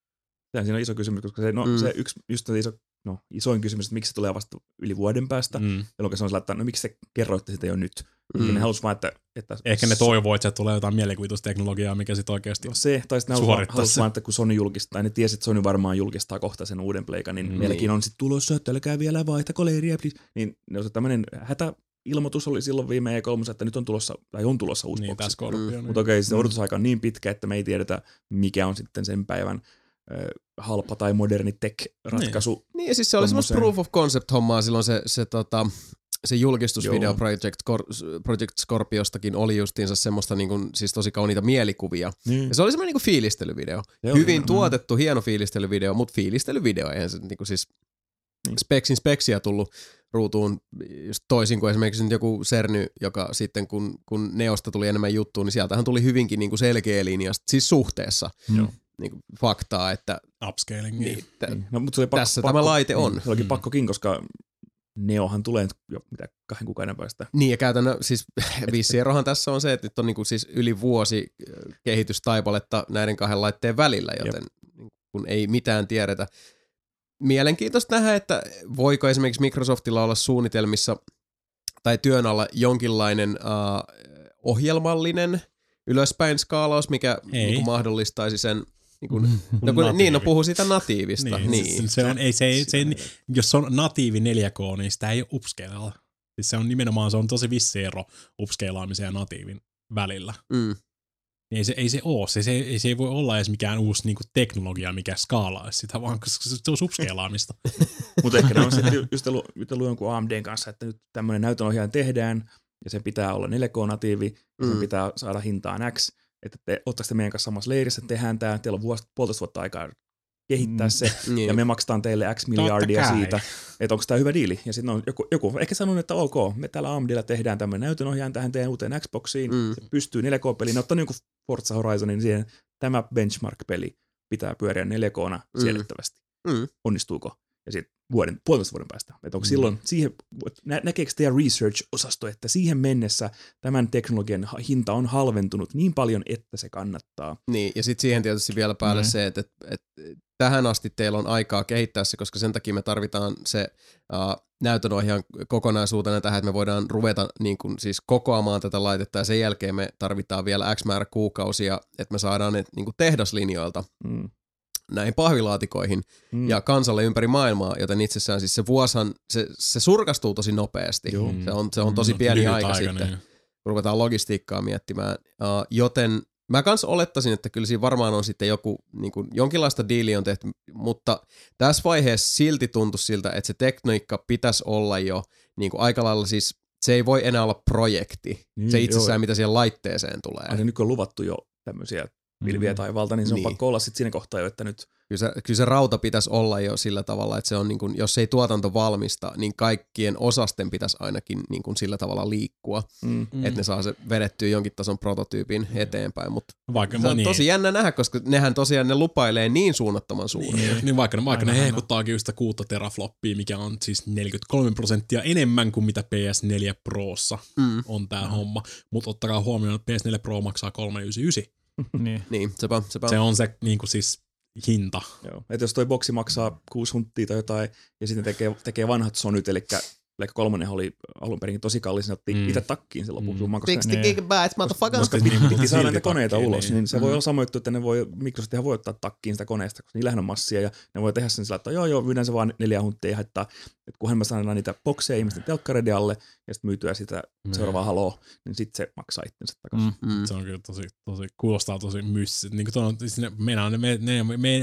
Tämä siinä on iso kysymys, koska se, no, mm. se yksi, just se iso, no, isoin kysymys, että miksi se tulee vasta yli vuoden päästä, mm. jolloin se on sillä, että no miksi te kerroitte sitä jo nyt. Mm. Ne halusi vaan, että, että... Ehkä ne toivoo, että se tulee jotain mielikuvitusteknologiaa, mikä sitten oikeasti no se, tai sitten ne halusi vaan, että kun Sony julkistaa, ne tiesi, että Sony varmaan julkistaa kohta sen uuden pleikan, niin mm. meilläkin on sitten tulossa, että älkää vielä vaihtako leiriä, please. Niin ne on tämmöinen hätä... Ilmoitus oli silloin viime E kolme, että nyt on tulossa, tai on tulossa uusi niin, boksi. Mm. Mutta okei, se odotusaika on niin pitkä, että me ei tiedetä, mikä on sitten sen päivän äh, halpa tai moderni tech-ratkaisu. Niin, niin ja siis se oli semmoista proof of concept-hommaa silloin se, se, tota, se julkistusvideo Project, Cor- Project Scorpiostakin oli justiinsa semmoista niinku, siis tosi kauniita mielikuvia. Niin. Ja se oli semmoinen niinku fiilistelyvideo. Joo, Hyvin no, tuotettu, no. hieno fiilistelyvideo, mutta fiilistelyvideo, eihän se niinku siis niin. speksin speksiä tullut ruutuun just toisin kuin esimerkiksi nyt joku Cerny, joka sitten kun, kun Neosta tuli enemmän juttua, niin sieltähän tuli hyvinkin niinku selkeä linja, siis suhteessa mm. niinku faktaa, että upscaling. Niin, t- niin. No, mutta se oli pakko, tässä pakko, tämä laite on. Niin, se olikin mm. pakkokin, koska Neohan tulee jo mitä kahden kuukauden päästä. Niin ja käytännön, siis vissi erohan tässä on se, että nyt on niinku siis yli vuosi kehitystaipaletta näiden kahden laitteen välillä, joten Jep. kun ei mitään tiedetä. Mielenkiintoista nähdä, että voiko esimerkiksi Microsoftilla olla suunnitelmissa tai työn alla jonkinlainen uh, ohjelmallinen ylöspäin skaalaus, mikä niin mahdollistaisi sen, niin, kuin, no, kun, niin no puhuu siitä natiivista. Niin, niin. Se on, ei, se, ei, se, jos se on natiivi neljä K, niin sitä ei ole upscalella. Siis se on nimenomaan, se on tosi vissi ero upscalaamisen ja natiivin välillä. Mm. Ei se, ei se ole. Se, se, ei, se ei voi olla edes mikään uusi niinku, teknologia, mikä skaalaisi sitä, vaan koska se on upscalaamista. Mutta ehkä ne on sitten jutellut jonkun A M D:n kanssa, että nyt tämmöinen näytönohjaaja tehdään, ja sen pitää olla neljä K-natiivi, ja sen mm. pitää saada hintaan X, että te ottaisitte meidän kanssa samassa leirissä, tehdään tämä, teillä on vuosi, puolitoista vuotta aikaa kehittää se, mm. ja me maksetaan teille X miljardia siitä, että onko tämä hyvä diili. Ja sitten on joku, joku ehkä sanonut, että ok, me täällä A M D:llä tehdään tämmöinen näytönohjaaja tähän teidän uuteen Xboxiin, mm. se pystyy neljä K-peliin, ne ottaa niin kuin Forza Horizonin siihen, tämä benchmark-peli pitää pyöriä neljä K:na mm. siedettävästi. Mm. Onnistuuko? Ja sitten vuoden, puolitoista vuoden päästä. Että onko mm. silloin siihen, nä, näkeekö teidän research-osasto, että siihen mennessä tämän teknologian hinta on halventunut niin paljon, että se kannattaa? Niin, ja sitten siihen tietysti vielä päälle mm. se, että, että, että tähän asti teillä on aikaa kehittää se, koska sen takia me tarvitaan se uh, näytönohjaajan kokonaisuutena tähän, että me voidaan ruveta niin kuin, siis kokoamaan tätä laitetta, ja sen jälkeen me tarvitaan vielä X määrä kuukausia, että me saadaan ne niin kuin tehdaslinjoilta mm. näihin pahvilaatikoihin mm. ja kansalle ympäri maailmaa, joten itsessään siis se vuoshan, se, se surkastuu tosi nopeasti. Joo. Se on, se on tosi mm. pieni aika, aika sitten, niin. kun ruvetaan logistiikkaa miettimään. Uh, joten mä kans olettaisin, että kyllä siinä varmaan on sitten joku, niin kuin, jonkinlaista diiliä on tehty, mutta tässä vaiheessa silti tuntui siltä, että se tekniikka pitäisi olla jo niin kuin aika lailla siis, se ei voi enää olla projekti. Niin, se itsessään, joo. mitä siihen laitteeseen tulee. Aina nyt on luvattu jo tämmöisiä pilviä taivalta, niin se niin. on pakko olla sitten siinä kohtaa jo, että nyt... Kyllä se, kyllä se rauta pitäisi olla jo sillä tavalla, että se on niin kuin, jos ei tuotanto valmista, niin kaikkien osasten pitäisi ainakin niin kuin sillä tavalla liikkua, mm. että ne saa se vedettyä jonkin tason prototyypin mm. eteenpäin, mutta vaikka, se on niin. tosi jännä nähdä, koska nehän tosiaan ne lupailee niin suunnattoman suuria. Niin, niin vaikka, vaikka ne hehkuttaakin just sitä kuutta terafloppia, mikä on siis neljäkymmentäkolme prosenttia enemmän kuin mitä P S neljä Prossa mm. on tää mm. homma, mutta ottakaa huomioon, että P S neljä Pro maksaa kolmesataayhdeksänkymmentäyhdeksän. niin. niin, sepä, sepä. Se on se niin kuin siis hinta. Joo. Että jos toi boksi maksaa kuusi hunttia tai jotain, ja sitten tekee, tekee vanhat Sonyt, eli Pleikka kolmonen oli alun perin tosi kallis, ne otti mm. itse takkiin sen lopuksi. Mm. sixty gigabytes, motherfucker. Koska piti, piti saada näitä koneita takkiin, ulos, niin, niin se mm. voi olla sama juttu, että ne voi, Microsoftihan voi ottaa takkiin sitä koneesta, koska niillähän on massia, ja ne voi tehdä sen sillä, että joo joo, myydään se vaan neljä hunttia, ja haittaa, että kunhan me saadaan niitä bokseja ihmisten telkkareiden alle, ja sitten myytyä sitä mm. seuraavaa haloa, niin sitten se maksaa itsensä takaisin. Mm. Mm. Se on kyllä tosi, tosi kuulostaa tosi myssi. Niin kuin tuon, ne meinaa, ne, ne, ne, ne,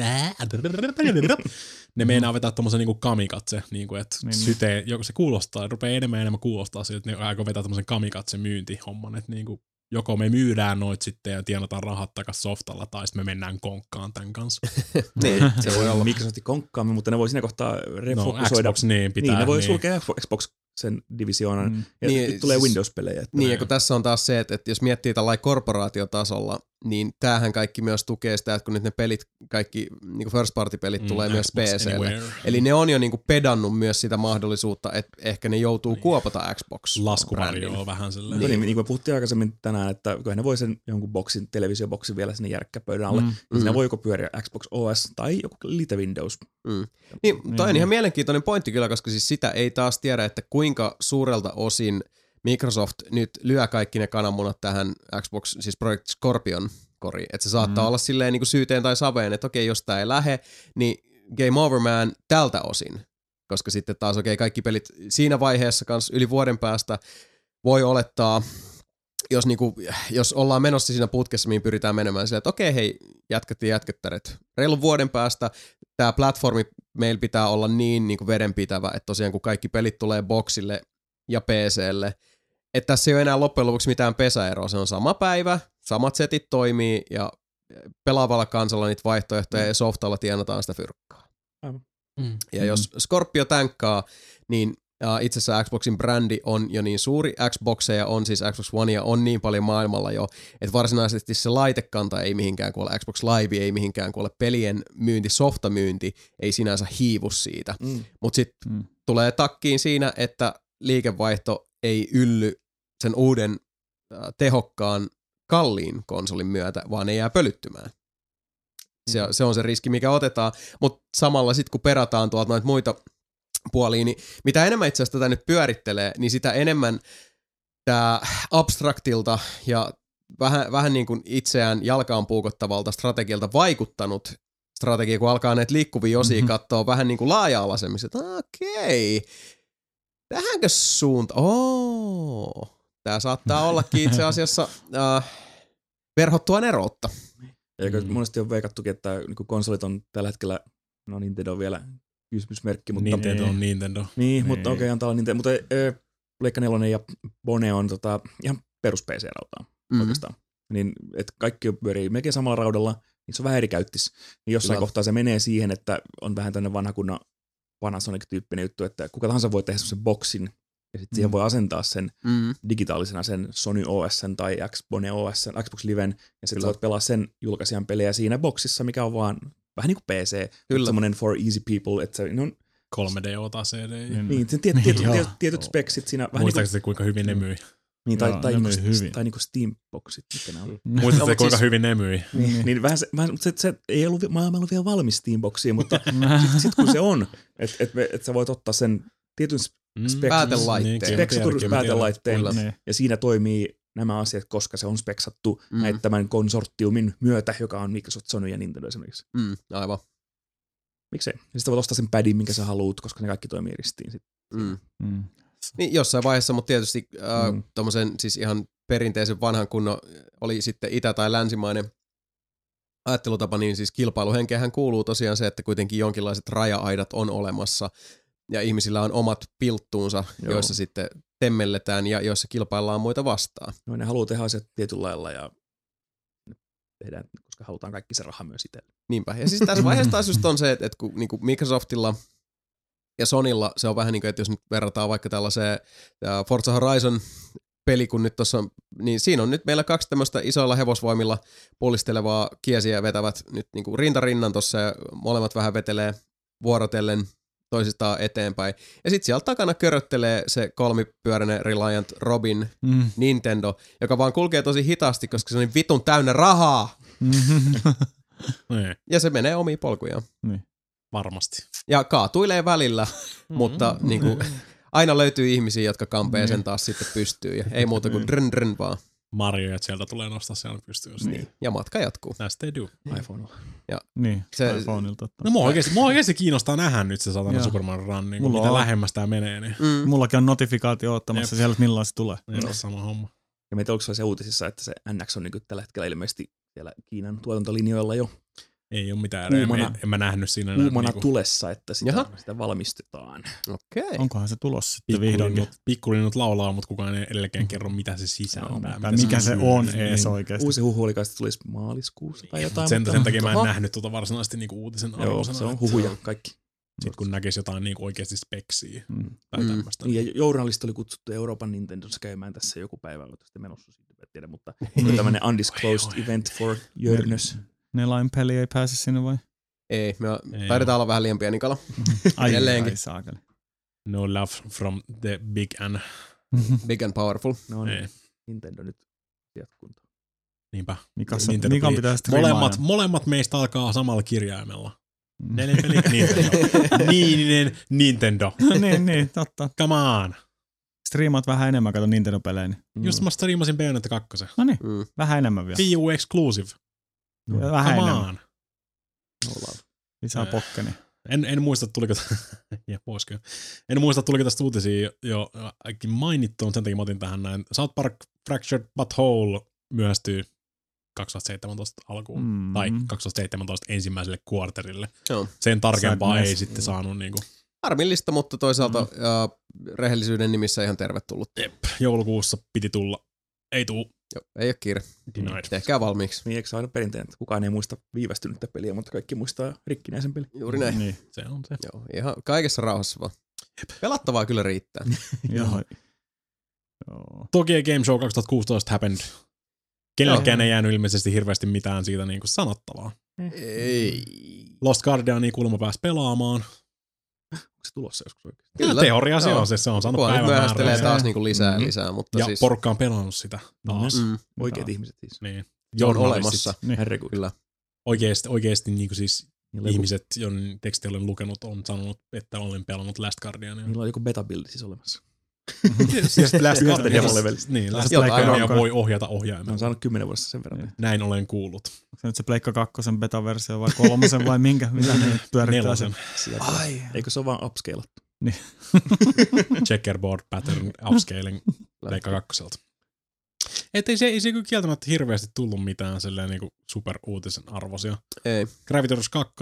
ne meinaa vetää tommosen niinku kamikatse, niinku että niin, syte, joku se kuulostaa, rupeaa enemmän enemmän kuulostaa siltä, että ne aikoo vetää tommosen kamikatse myyntihomman, että niinku joko me myydään noit sitten ja tienataan rahat takas softalla, tai sitten me mennään konkkaan tämän kanssa. niin, se voi olla Microsoftin konkkaamme, mutta ne voi siinä kohtaa refokusoida. No, Xbox, niin, pitää. Niin, ne voi niin. sulkea Xbox sen divisioonan, mm. ja niin, tulee Windows-pelejä. Niin, ja kun tässä on taas se, että, että jos miettii tällainen korporaatiotasolla, niin tämähän kaikki myös tukee sitä, että kun nyt ne pelit, kaikki niin first party pelit mm, tulee myös P C:lle. Eli ne on jo niin kuin pedannut myös sitä mahdollisuutta, että ehkä ne joutuu niin. kuopata Xbox. Laskuvarjoa vähän silleen. Niin. Niin, niin kuin me puhuttiin aikaisemmin tänään, että kun ne voi sen jonkun boksin, televisioboksin vielä sinne järkkäpöydän alle, mm. niin siinä mm. voi joko pyöriä Xbox O S tai joku lite Windows. Mm. Niin, toi on ihan mielenkiintoinen pointti kyllä, koska siis sitä ei taas tiedä, että kuinka suurelta osin Microsoft nyt lyö kaikki ne kananmunat tähän Xbox, siis Project Scorpion koriin. Että se saattaa mm. olla silleen niin kuin syyteen tai saveen, että okei, jos tää ei lähe, niin game over man tältä osin. Koska sitten taas okei, kaikki pelit siinä vaiheessa kanssa yli vuoden päästä voi olettaa, jos, niinku, jos ollaan menossa siinä putkessa, mihin pyritään menemään silleen, että okei, hei, jätkät ja jätkettäret. Reilun vuoden päästä tämä platformi meillä pitää olla niin, niin kuin vedenpitävä, että tosiaan kun kaikki pelit tulee boxille ja P C:lle, että tässä ei ole enää loppujen lopuksi mitään pesäeroa. Se on sama päivä, samat setit toimii ja pelaavalla kansalla niitä vaihtoehtoja mm. ja softalla tienataan sitä fyrkkaa. Mm. Ja jos Scorpio tankkaa, niin uh, itse asiassa Xboxin brändi on jo niin suuri, Xboxeja on siis Xbox Onea on niin paljon maailmalla jo, että varsinaisesti se laitekanta ei mihinkään kuole, Xbox Live ei mihinkään kuole, pelien myynti, softamyynti ei sinänsä hiivu siitä. Mm. Mutta sitten mm. tulee takkiin siinä, että liikevaihto ei ylly sen uuden uh, tehokkaan kalliin konsolin myötä, vaan ne jää pölyttymään. Se, se on se riski, mikä otetaan, mutta samalla sitten kun perataan tuolta noita muita puolia, niin mitä enemmän itse asiassa tätä nyt pyörittelee, niin sitä enemmän tämä abstraktilta ja vähän, vähän niin kuin itseään jalkaan puukottavalta strategialta vaikuttanut strategia, kun alkaa näitä liikkuvia osia mm-hmm. katsoa vähän niin kuin laaja-alaisemmin, että okei, tähänkö suunta? Oo, tämä saattaa ollakin itse asiassa äh, verhottua neroutta. Eikö mm. monesti on veikattukin, että niin konsolit on tällä hetkellä, no Nintendo on vielä kysymysmerkki, mutta... Nintendo on Nintendo. Niin, niin. mutta okei, okay, antaa olla Nintendo. Mutta äh, Pleikka nelonen ja Bone on tota, ihan perus P C-rautaa mm-hmm. oikeastaan. Niin, että kaikki pyörii melkein samalla raudalla, niin se on vähän eri käyttis. Niin jossain Kyllä. kohtaa se menee siihen, että on vähän tämmöinen vanha kunnon Panasonic-tyyppinen juttu, että kuka tahansa voi tehdä semmoisen boksin, ja sitten mm. siihen voi asentaa sen mm. digitaalisena sen Sony O S:n tai Xbone O S:n, Xbox Liven, ja sitten voit pelaa sen julkaisijan pelejä siinä boksissa, mikä on vaan vähän niin kuin P C, semmoinen for easy people, että se on kolme D-ota C D. Niin, niin sen tiet, tietyt, tietyt, tietyt speksit siinä. Muistaakseni niin kuinka hyvin ne myi? Niin, tai, Joo, tai, niinku, hyvin. tai niinku Steam-boksit, mitkä ne oli. Muistatko kuinka siis, hyvin ne myi? Niin, niin vähän se, vähän, se, se ei ollut maailmalla vielä valmis Steam-boksiin, mutta sitten sit kun se on, että et, et sä voit ottaa sen tietyn spek- päätelaitteen, speksatun päätelaitteen, ja siinä toimii nämä asiat, koska se on speksattu mm. näitä tämän konsortiumin myötä, joka on Microsoft, Sony ja Nintendo esimerkiksi. Mm, aivan. Miksei? Ja sitten voit ostaa sen padin, minkä sä haluut, koska ne kaikki toimii ristiin sitten. Mm. Mm. Niin jossain vaiheessa, mutta tietysti äh, mm. tommosen siis ihan perinteisen vanhan kunnon oli sitten itä- tai länsimainen ajattelutapa, niin siis kilpailuhenkeähän kuuluu tosiaan se, että kuitenkin jonkinlaiset raja-aidat on olemassa ja ihmisillä on omat pilttuunsa, Joo. joissa sitten temmelletään ja joissa kilpaillaan muita vastaan. No ne haluaa tehdä asiat tietyllä lailla ja tehdään, koska halutaan kaikki se raha myös itselle. Niinpä. Ja siis tässä vaiheessa taas just on se, että, että kun niin kuin Microsoftilla ja Sonylla se on vähän niin kuin, että jos nyt verrataan vaikka tällaiseen Forza Horizon peli, kun nyt tuossa on, niin siinä on nyt meillä kaksi tämmöistä isoilla hevosvoimilla pullistelevaa kiesiä vetävät nyt niin kuin rintarinnan tuossa ja molemmat vähän vetelee vuorotellen toisistaan eteenpäin. Ja sitten siellä takana köröttelee se kolmipyöräinen Reliant Robin mm. Nintendo, joka vaan kulkee tosi hitaasti, koska se on niin vitun täynnä rahaa. Ja se menee omiin polkujaan. Niin. Varmasti. Ja kaatuilee välillä, mutta niin kuin, aina löytyy ihmisiä, jotka kampee sen taas sitten pystyyn. Ja ei muuta kuin drn drn vaan. Marjoja sieltä tulee nostaa siellä pystyyn. Niin. Ja matka jatkuu. As they do. iPhoneilla. Ja niin, se, iPhoneilta. No mua oikeasti, mua oikeasti kiinnostaa nähdä nyt se satana Super Mario Run, niin mitä on. Lähemmäs tää menee. Niin. Mm. Mullakin on notifikaatio ottamassa siellä, että milloin se tulee. Jep, sama homma. Ja meitä onko se uutisissa, että se N X on niin tällä hetkellä ilmeisesti siellä Kiinan tuotantolinjoilla jo ei ole mitään uumana, en, en mä nähnyt siinä. Uumana niinku tulessa, että sitä, sitä valmistetaan. Okei. Okay. Onkohan se tulossa sitten vihdoinkin? Pikkulinnut laulaa, mutta kukaan ei edelleen kerro, mitä se sisältää. No, mikä se on ees niin, oikeasti. Uusi huhu oli kai, että tulisi maaliskuussa tai jotain. Sen, sen takia mä en nähnyt tuota varsinaisesti niinku uutisen arvosana. Joo, se on huhuja kaikki. Sitten kun näkisi jotain niinku oikeasti speksiä mm. tai mm. tämmöistä. Ja journalisti oli kutsuttu Euroopan Nintendossa käymään tässä joku päivä, mutta sitten menossa siitä tiedä, mutta tämmöinen undisclosed event for Jörnös. Nelain peli ei pääse sinne vai? Ei, me taidetaan olla vähän liian pieni kala. Ai, ai saakeli. No love from the big and... Big and powerful. No niin, Nintendo nyt jatkuntaan. Niinpä. Mikä pitää molemmat, molemmat meistä alkaa samalla kirjaimella. Neljän peli Nintendo. Niin, Nintendo. niin, niin, totta. Come on. Striimaat vähän enemmän, kato Nintendo-pelejä. Niin. Just mä striimasin Bayonetta kakkosen. No niin, mm. vähän enemmän vielä. Wii U Exclusive. No. Vähän Come enemmän. On. Lisää pokkeni. En, en muista, tuliko, ja en muista, tuliko tästä uutisia jo mainittu, sen takia mä otin tähän näin. South Park Fractured But Whole myöhästyy kaksituhattaseitsemäntoista alkuun, mm. tai kaksituhattaseitsemäntoista ensimmäiselle quarterille. Joo. Sen tarkempaa ei sitten saanut niinku. Harmillista, mutta toisaalta mm. ja rehellisyyden nimissä ihan tervetullut. Jep, joulukuussa piti tulla. Ei tuu. Joo, ei ole kiire. Denied. Tehkää valmiiksi. Niin, eikö se aina perinteinen, että kukaan ei muista viivästynyttä peliä, mutta kaikki muistaa rikkinäisen pelin. Juuri näin. Niin, se on se. Joo, ihan kaikessa rauhassa vaan. Jep. Pelattavaa kyllä riittää. Joo. Tokyo Game Show kaksituhattakuusitoista happened. Kenellekään ei jäänyt ilmeisesti hirveästi mitään siitä niinku sanottavaa. Ei. Lost Guardiania kuulemma pääsi pelaamaan. Onko se tulossa joskus oikein? Kyllä. Teoria se on, se, se on saanut päivämäärää. Myöhästelee taas niinku lisää mm-hmm. lisää, mutta ja siis... porukka on pelannut sitä taas. Mm. Oikeat ihmiset siis. Niin. Se on olemassa. Niin. Herregud. Kyllä. Oikeesti, oikeesti niinku siis niin ihmiset, joiden teksti olen lukenut, on sanonut, että olen pelannut Last Guardiania. Niillä on joku beta-buildi siis olemassa. Siis Last Guardiania niin, Last Guardiania voi ohjata ohjaimella. On saanut kymmenen vuodessa sen verran. Näin olen kuullut. Onko se nyt se Pleikka kakkosen beta-versio vai kolmosen vai minkä? Mitä ne nyt pyörittää sen? Ai. Eikö se ole vaan upscalattu? Niin. Checkerboard pattern upscaling Pleikka kakkoselta. Että ei se, ei se kyllä kieltämättä hirveästi tullut mitään silleen niinku superuutisen arvoisia. Ei. Gravity Rush kaksi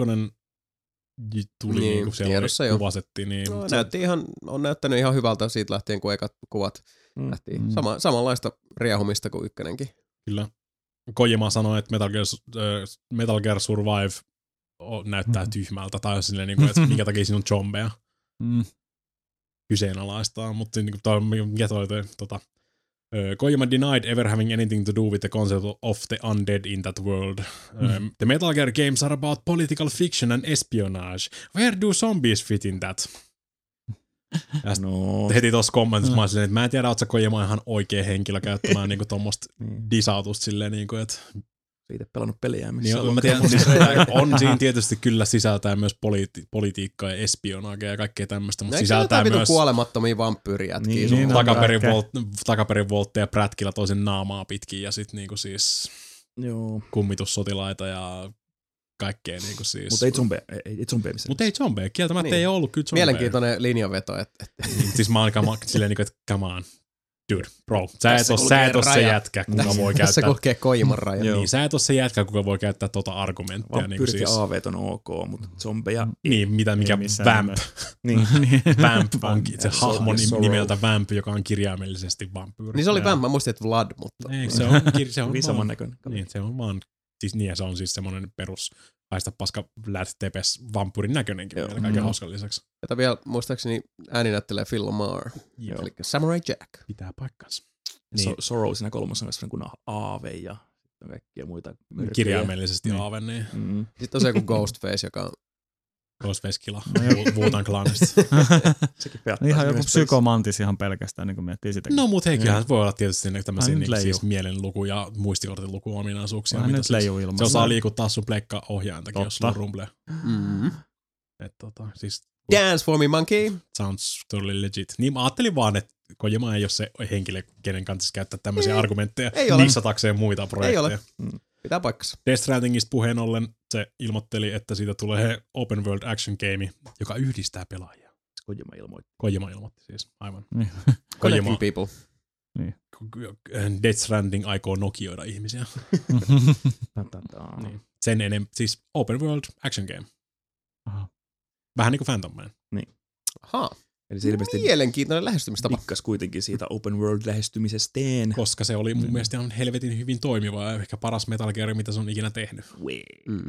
tuli niin, niinku siellä kuvasettiin. Niin, no, näytti ihan, on näyttänyt ihan hyvältä siitä lähtien, kun ekat kuvat mm. lähti. Mm. Sama, samanlaista riehumista kuin ykkönenkin. Kyllä. Kojima sanoi, että Metal Gear, äh, Metal Gear Survive näyttää mm. tyhmältä, tai silleen, niin kuin, että minkä takia siinä on zombeja. Mm. Kyseenalaistaa, mutta niin kuin, mikä toi toi, tota, uh, Kojima denied ever having anything to do with the concept of the undead in that world. Mm. Um, the Metal Gear games are about political fiction and espionage. Where do zombies fit in that? No. Heti tuossa kommentissa mä silleen, että mä en tiedä, ootko sä Kojima ihan oikea henkilö käyttämään niinku tommoista disautusta silleen, niinku, että itse pelannut pelejä, missä niin, on, tiedän, siis, on siinä tietysti kyllä sisältää myös politi- politiikkaa ja espionaagia ja kaikkea tämmöistä, mutta sisältää myös kuolemattomia vampyyrijätkiä. Niin, niin, takaperin, volt, takaperin voltteja prätkillä toisen naamaa pitkin ja sit niinku siis joo. kummitussotilaita ja kaikkea niinku siis. Mutta ei zombeja, ei, ei zombeja missään. Mutta ei zombeja, kieltämättä niin. Ei ollut kyllä zombeja. Mielenkiintoinen linjanveto. Että, että. Siis mä alkaa silleen niinku, että come on. Dude, bro, sä et, ole, sä et ole se jätkä, kuka voi käyttää. Tässä kulkee Kojiman raja. Niin, sä et ole se jätkä, kuka voi käyttää tota argumenttia. Vampyyrit niin ja A V:t on ok, mutta zombeja... Niin, mitä, mikä Vamp. Niin. Vamp onkin se hahmo nimeltä Vamp, joka on kirjaimellisesti vampyyri. Niin se oli Vamp, mä muistin, että Vlad, mutta... Ei, se on, se on hyvin samannäköinen. Niin, se on vaan... Siis niin, se on siis semmoinen perus haista paska Vlad Tepes vampyyrin näköinenkin vielä kaiken mm. hauskan lisäksi. Jota vielä muistaakseni ääni näyttelee Phil LaMarr, eli Samurai Jack. Pitää paikkansa. Niin. So, Sorrow siinä kolmossa on myös kuin Aave ja kaikkia muita. Kirjaimellisesti niin. Aave, niin. Mm. Sitten on se joku Ghostface, joka on... Ghostface Killa, Wu-Tang Clanista. Ihan joku psykomantis ihan pelkästään, niin kuin miettii sitäkin. No mut hei, kyllähän voi olla tietysti tämmöisiä niin, siis mielenluku- ja muistikortinluku-ominaisuuksia. Vähän nyt leijuu ilman. Se osaa liikuttaa sun pleikka-ohjaajantakin, jos sulla on rumble. Mm. Et, tota, siis, dance for me, monkey. Sounds totally legit. Niin mä ajattelin vaan, että Kojima ei ole se henkilö, kenen kannattaisi käyttää tämmöisiä ei, argumentteja nissatakseen muita projekteja. Ei ole. Mm. Pitää paikkansa. Death Strandingista puheen ollen se ilmoitteli, että siitä tulee open world action game, joka yhdistää pelaajia. Kojima ilmoitti. Kojima ilmoitti siis, aivan. Niin. Kojima people. Niin. Death Stranding aikoo nokioida ihmisiä. niin. Sen enemmän, siis open world action game. Aha. Vähän niin kuin Phantom Man. Niin. Ahaa. Eli se ilmeisesti mielenkiintoinen lähestymistapa. Dikkas kuitenkin siitä open world lähestymisesteen. Koska se oli mun mm. mielestä ihan helvetin hyvin toimiva ja ehkä paras Metal Gear, mitä se on ikinä tehnyt. Mm.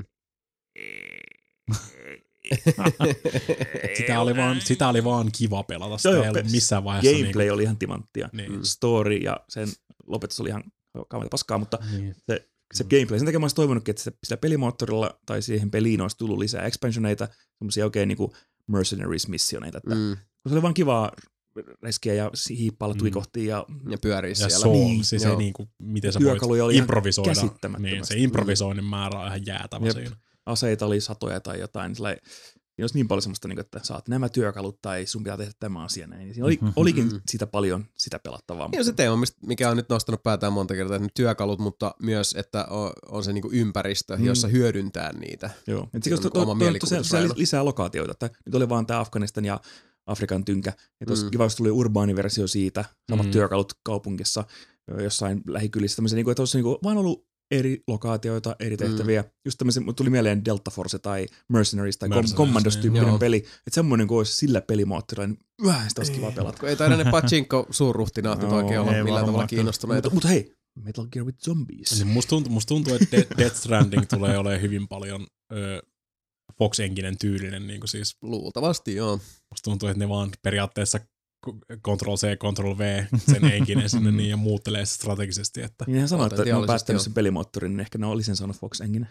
sitä, oli vaan, sitä oli vaan kiva pelata. Sitä ei ollut missään vaiheessa. Gameplay niin kuin... oli ihan timanttia. Niin. Story ja sen lopetus oli ihan kauheita paskaa, mutta Niin. se, se gameplay, sen takia mä olisin toivonutkin, että sillä pelimoottorilla tai siihen peliin olisi tullut lisää expansioneita, semmoisia oikein niinku mercenaries-missioneita, että Mm. se oli vaan kivaa reskiä ja hiippailla Mm. tuikohtiin ja Ja pyörii Ja siellä. soul, Niin, siis joo. se niinku, miten sä Työkaluja oli voit ihan improvisoida. käsittämättömästi. Niin, se improvisoinnin määrä on ihan jäätävä Jep. siinä. aseita oli satoja tai jotain, niin sellainen, siinä olisi niin paljon semmoista, niin kuin, että saat nämä työkalut tai sun pitää tehdä tämä asia näin. Siinä oli, olikin sitä paljon sitä pelattavaa. Ja se teema, mikä on nyt nostanut päätään monta kertaa, että ne työkalut, mutta myös, että on, on se niinku ympäristö, Mm. jossa hyödyntää niitä. Joo. Et Se on to, to, oma to, to, mielikuvitusrajana. lisää lokaatioita. Että nyt oli vaan tämä Afganistan ja Afrikan tynkä. Ja tuossa Mm. kiva, jos tuli urbaaniversio siitä, samat Mm. työkalut kaupungissa, ö, jossain lähikylissä. Tämmöisiä, niin kuin, että olisi niin kuin, vaan ollut eri lokaatioita, eri tehtäviä. Mm. Just tämmöisiä, tuli mieleen Delta Force tai Mercenaries tai Mercenaries, Commandos-tyyppinen joo. peli. Että semmoinen, kun olisi sillä pelimoottorilla, niin vähän sitä olisi kiva pelata. Kun ei taida ne pachinko suurruhtinaat nyt No, oikein olla ei millään varmaan tavalla kyllä. kiinnostuneita. Mutta, mutta hei, Metal Gear with Zombies. Niin musta, tuntuu, musta tuntuu, että De- Death Stranding tulee olemaan hyvin paljon ö, Fox Enginen tyylinen. Niin kuin siis, Luultavasti, joo. musta tuntuu, että ne vaan periaatteessa Ctrl-C, Ctrl-V sen Enginen sinne niin, ja muuttelee sitä strategisesti. Että Niin hän sanoi, että ne on Potentiaalisesti päättänyt joo. sen pelimoottorin, niin ehkä ne on sen saanut Fox Engine.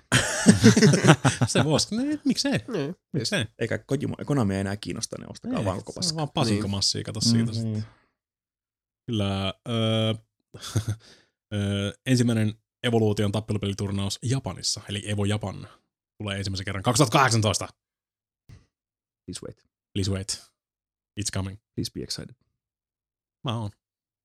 se voisi, niin, miksei? Niin. Miksei? Eikä Kojima, Konami ei enää kiinnosta, ne ostakaa Ei, vaan koko se on paska. vaan pasinkomassia, kato siitä. Mm, niin. Kyllä öö, öö, ensimmäinen Evoluution tappelupeliturnaus Japanissa, eli Evo Japan, tulee ensimmäisen kerran kaksituhattakahdeksantoista. Please wait. Please wait. It's coming. Please be excited. Mä oon.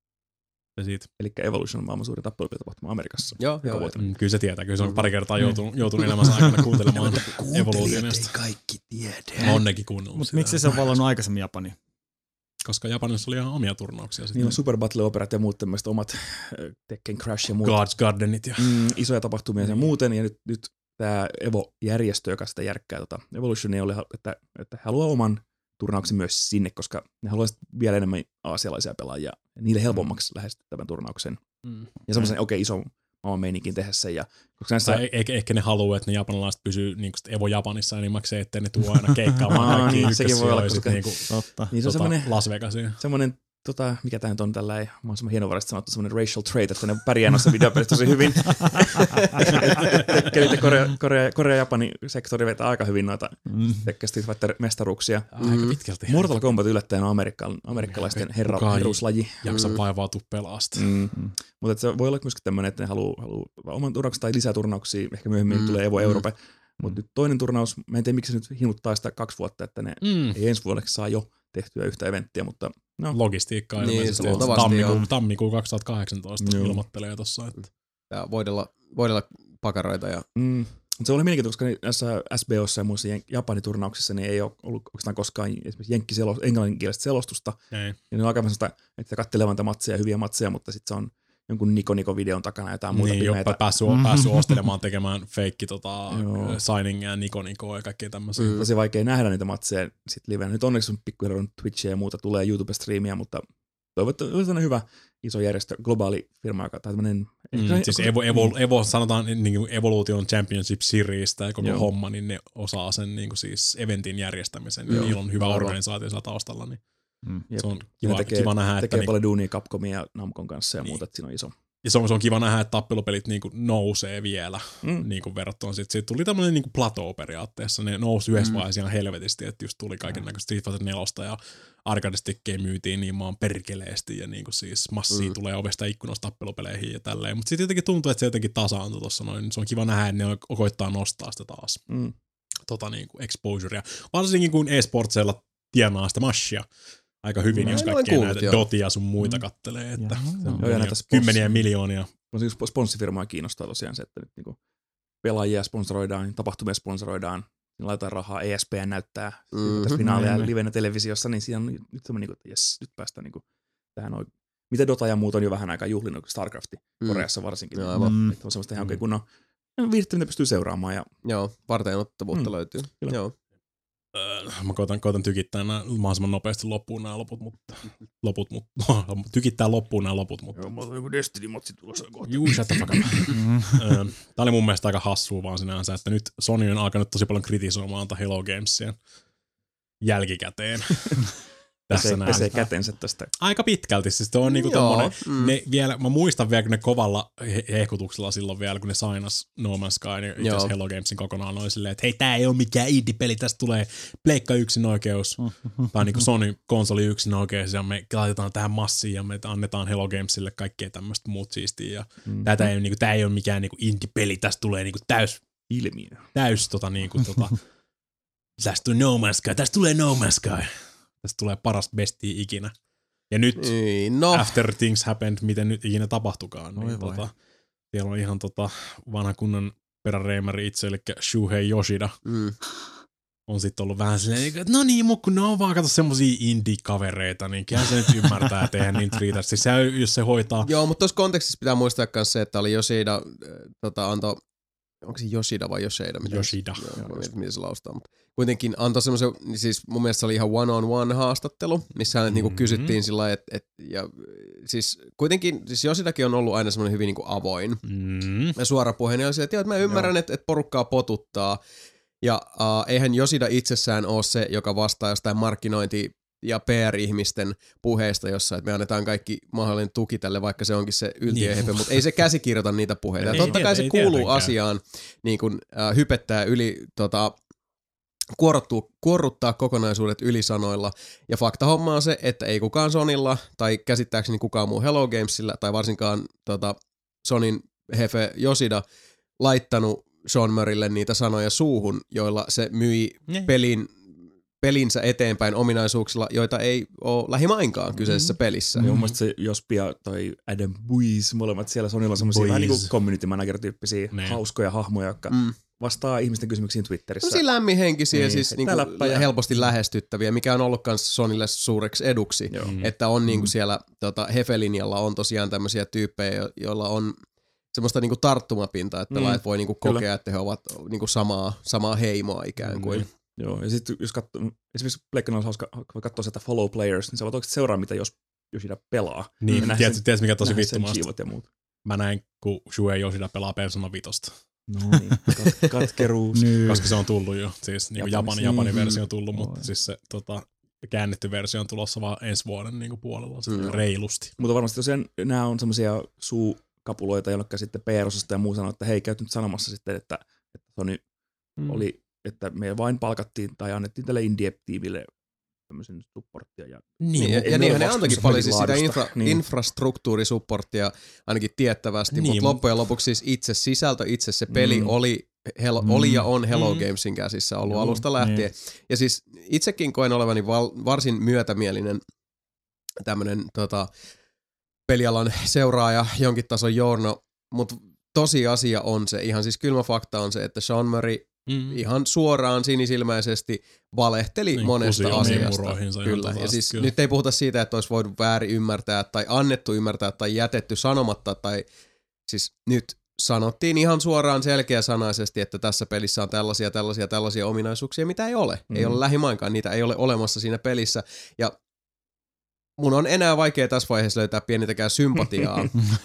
Se siitä. Eli Evolution on maailman suurin tappelupelitapahtuma Amerikassa. Joo, Joka joo. vuotta. Mm, kyllä se tietää. Kyllä se on pari kertaa joutunut, joutunut elämänsä aikana kuuntelemaan Evolutionista. kaikki tiedä. Mä oon nekin kuunnellut Mutta sitä. miksi se on vallannut aikaisemmin Japani? Koska Japanissa oli ihan omia turnauksia. Niin on Super Battle Operat ja muut tämmöiset omat äh, Tekken Crash ja muut God's Gardenit ja mm, isoja tapahtumia ja muuten. Ja nyt, nyt tämä Evo-järjestö, joka sitä järkkää tota Evolution, ei ole, että, että he haluaa oman turnauksen myös sinne, koska ne haluaisivat vielä enemmän aasialaisia pelaajia ja niille helpommaksi lähestyä tämän turnauksen. mm. Ja semmoisen okei okay, iso maailman meininkin tehdä sen. Ja, koska näissä, Tai ehkä, ehkä ne haluaa, että ne japanilaiset pysyy niin Evo Japanissa enimmäkseen, ettei ne tuo aina keikkaamaan Aa, kaikki niin, sekin voi olla, ykkössijoiset koska- niinku, Totta. niin se on tota, semmoinen, Las Vegasiin. semmoinen tota, mikä tämä nyt on tällä mahdollisimman hienovaraisesti sanottu, semmoinen racial trait, että ne pärjää noissa videopelissä tosi hyvin. Tekkelit ja Korea, Korea, Korea Japani sektori vetää aika hyvin noita Mm. Tekken Street Fighter mestaruuksia. Aika pitkälti. Mortal Kombat yllättäen on amerikka, amerikkalaisten herra, Kukaan ei herruslaji. jaksa Mm. vaivautua pelasta. Mm. Mm. Mutta se voi olla myöskin tämmöinen, että ne haluaa haluu oman turnauksen tai lisää turnauksia. Ehkä myöhemmin Mm. tulee Evo Mm. Europe. Mutta nyt toinen turnaus, mä en tiedä miksi se nyt hinuttaa sitä kaksi vuotta, että ne Mm. ei ensi vuodeksi saa jo tehtyä yhtä eventtiä, mutta no. Logistiikkaa Niin, ilmeisesti. luultavasti Tammikuu, joo. tammikuu kaksituhattakahdeksantoista Joo. ilmoittelee tuossa. Että Ja voidella, voidella pakaroita ja Mm. Mutta se oli mielenkiintoista, koska näissä S B O:ssa ja muissa Jen- Japani-turnauksissa niin ei ole ollut oikeastaan koskaan esimerkiksi jenkkiselo- englanninkielistä selostusta. ei. Ja ne on aika sellaista, että katselevan matseja, hyviä matseja, mutta sitten se on jonkun Niko-Niko-videon takana jotain muuta Niin, pimeitä. jopa päässyt, päässyt ostelemaan tekemään feikki tota, Joo. signingia, Niko Nikoa ja kaikkea tämmöisiä. Mm. Tosi vaikea nähdä niitä matseja sit livenä. Nyt onneksi on pikkuhiljaa Twitchia ja muuta, tulee YouTube-striimiä, mutta toivottavasti hyvä iso järjestö, globaali firma, joka tai tämmöinen... Mm, siis Evo, Evo, Evo, sanotaan niin kuin Evolution Championship Series tai koko Joo. homma, niin ne osaa sen niin kuin siis eventin järjestämisen. Ja Joo. niillä on hyvä Aivan. organisaatio siellä taustalla, niin Mm. Jep. se on Ja kiva, ne tekee, kiva nähdä, että tekee niin, paljon duunia Capcomin ja Namcon kanssa ja Niin. muuta, että siinä on iso. ja se on, se on kiva nähdä, että tappelupelit niin kuin nousee vielä Mm. niin kuin verrattuna. Sitten siitä tuli tämmöinen niin kuin plateau periaatteessa. Ne nousi yhdessä Mm. vaiheessa ihan helvetisti, että just tuli kaiken näköistä Street Fighter nelosta ja arcade-stikkejä myytiin niin maan perkeleesti ja niin kuin siis massia Mm. tulee ovesta ikkunoista tappelupeleihin ja tälleen. Mutta sitten jotenkin tuntuu, että se jotenkin tasaantui tuossa noin. Se on kiva nähdä, että ne koittaa nostaa sitä taas. Mm. Tota niin kuin exposurea. Varsinkin kun e-sportseilla tienaa sitä mashia aika hyvin, Mä jos en ole kaikkia kuullut, näitä joo. Dotia sun muita Mm. kattelee. Että Joo. se on Joo, ja näitä sponssi- kymmeniä miljoonia. On siis sponssifirmaa kiinnostaa tosiaan se, että nyt niinku pelaajia sponsoroidaan, tapahtumia sponsoroidaan, niin laitetaan rahaa, E S P N näyttää Mhm. tästä finaalia Mm. livenä televisiossa, niin siinä on nyt semmoinen, niinku, että jes, nyt päästään niinku tähän on, mitä Dota ja muut on jo vähän aikaa juhlinut, Starcrafti, Mm. Koreassa varsinkin. Joo, aivan. Mm. Että on semmoista ihan oikein kunnon viihdettä, mitä pystyy seuraamaan. Ja, Joo, varteenottavuutta Mm. löytyy. Kyllä. Joo. Öö, mä koitan, koitan tykittää nämä mahdollisimman nopeasti loppuun nämä loput, mutta loput, mutta tykittää loppuun nämä loput, mutta joo, mä oon joku Destiny-motsi tulossa kohta. juu, shut the fuck up. Mm. Öö, Tää oli mun mielestä aika hassua vaan sinänsä, että nyt Sony on alkanut tosi paljon kritisoimaan tätä Hello Gamesia jälkikäteen. tässä pesee, näin. pesee kätensä tästä. Aika pitkälti. Siis on niinku tommonen, mm. ne vielä, mä muistan vielä, kun ne kovalla he- hehkutuksella silloin vielä, kun ne sainas No Man's Sky, niin itse asiassa Hello Gamesin kokonaan oli silleen, että hei, tää ei ole mikään indie-peli, tästä tulee Pleikka yksin oikeus, tai niinku Sony konsoli yksin oikeus, ja me laitetaan tähän massiin, ja me annetaan Hello Gamesille kaikkea tämmöistä muut siistiä, ja mm. tätä ei, niinku, tää ei ole mikään niinku indie-peli, tästä tulee niinku täys, ilmiö. täys tota niinku tota, tästä tulee No Man's Sky, tästä tulee No Man's Sky. Tästä tulee paras bestia ikinä. Ja nyt, niin, no. after things happened, miten nyt ikinä tapahtukaan, niin tota, siellä on ihan tota vanha kunnon peräreimari itse, eli Shuhei Yoshida. Mm. On sitten ollut vähän silleen, että no niin, mutta kun ne on vaan kato semmosia indie-kavereita, niin kyllä se nyt ymmärtää, että eihän niin riitä. Siis se, jos se hoitaa... Joo, mutta tuossa kontekstissa pitää muistaa myös se, että oli Yoshida, äh, tota, antoi, onko se Yoshida vai Yoshida? Miten Yoshida. Se, joo, miten se laustaa, mutta kuitenkin antoi semmoisen, siis mun mielestä se oli ihan one-on-one haastattelu, missä hänet mm-hmm. niinku kysyttiin sillä lailla, että, et, ja siis kuitenkin, siis Yoshidakin on ollut aina semmoinen hyvin niinku avoin mm-hmm. ja suorapuheinen, ja sillä, että, että mä ymmärrän, että, että porukkaa potuttaa, ja uh, eihän Yoshida itsessään ole se, joka vastaa jostain markkinointi- ja P R-ihmisten puheista, jossa että me annetaan kaikki mahdollinen tuki tälle, vaikka se onkin se yltiöhepe, niin. Mutta ei se käsikirjoita niitä puheita. Ei, totta kai ei, se ei, kuuluu ei asiaan niin kun, uh, hypettää yli, tota, kuorruttaa kokonaisuudet ylisanoilla. Ja fakta homma on se, että ei kukaan Sonilla tai käsittääkseni kukaan muu Hello Gamesilla tai varsinkaan tota, Sonin hefe Yoshida laittanut Sean Murraylle niitä sanoja suuhun, joilla se myi ne. pelin pelinsä eteenpäin ominaisuuksilla, joita ei ole lähimainkaan kyseisessä pelissä. Mm-hmm. Mun mielestä se Jospia tai Adam Buis, molemmat siellä Sonylla on semmosia vähän niin kuin community manager-tyyppisiä ne. hauskoja hahmoja, jotka mm. vastaa ihmisten kysymyksiin Twitterissä. No siinä lämminhenkisiä niin, siis niinku helposti lähestyttäviä, mikä on ollut myös Sonylle suureksi eduksi, mm. että on niinku mm. siellä tota, Hefe-linjalla on tosiaan tämmöisiä tyyppejä, joilla on semmoista niinku tarttumapintaa, että pelaajat mm. voi niinku kokea, Kyllä. että he ovat niinku samaa, samaa heimoa ikään kuin. Mm. Joo, ja sitten jos katsoo, esimerkiksi Pleikka on hauska katsoa sieltä follow players, niin sä voit oikeasti seuraa, mitä jos Yoshida pelaa. Niin, tiedätkö, tiedätkö mikä tosi vittumaista? Mä näin, kun Shuhei Yoshida pelaa Persona vitosta. No niin, kat- katkeruus. Koska se on tullut jo, siis niin kuin Japanin, Japanin versio on tullut, mutta siis se tota, käännetty versio on tulossa vaan ensi vuoden niin kuin puolella mm. reilusti. Mutta varmasti tosiaan nämä on semmoisia suukapuloita, joilla sitten P R-osasta ja muu sanoo, että hei, käyt nyt sanomassa sitten, että, että Sony mm. oli... että me vain palkattiin tai annettiin tälle indie-tiimille tämmöisen supporttia. Ja, niin, ja, ja niinhän ne antoikin paljon siis sitä infra, niin. infrastruktuurisupporttia ainakin tiettävästi, niin, mutta loppujen lopuksi siis itse sisältö, itse se peli mm. oli, Hello, mm. oli ja on Hello mm. Gamesin käsissä ollut mm. alusta lähtien. Niin. Ja siis itsekin koen olevani val, varsin myötämielinen tämmöinen tota, pelialan seuraaja, jonkin tason journo, mutta tosiasia on se, ihan siis kylmä fakta on se, että Sean Murray Mm. ihan suoraan sinisilmäisesti valehteli niin, monesta asiasta. Kyllä. Ja siis kyllä. Nyt ei puhuta siitä, että olisi voinut väärin ymmärtää tai annettu ymmärtää tai jätetty sanomatta. Tai siis nyt sanottiin ihan suoraan selkeäsanaisesti, että tässä pelissä on tällaisia, tällaisia, tällaisia ominaisuuksia, mitä ei ole. Mm. Ei ole lähimainkaan, niitä ei ole olemassa siinä pelissä. Ja mun on enää vaikea tässä vaiheessa löytää pienintäkään sympatiaa.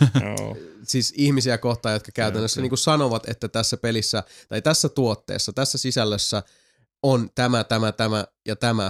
Siis ihmisiä kohtaan, jotka käytännössä niin kuin sanovat, että tässä pelissä tai tässä tuotteessa, tässä sisällössä on tämä, tämä, tämä ja tämä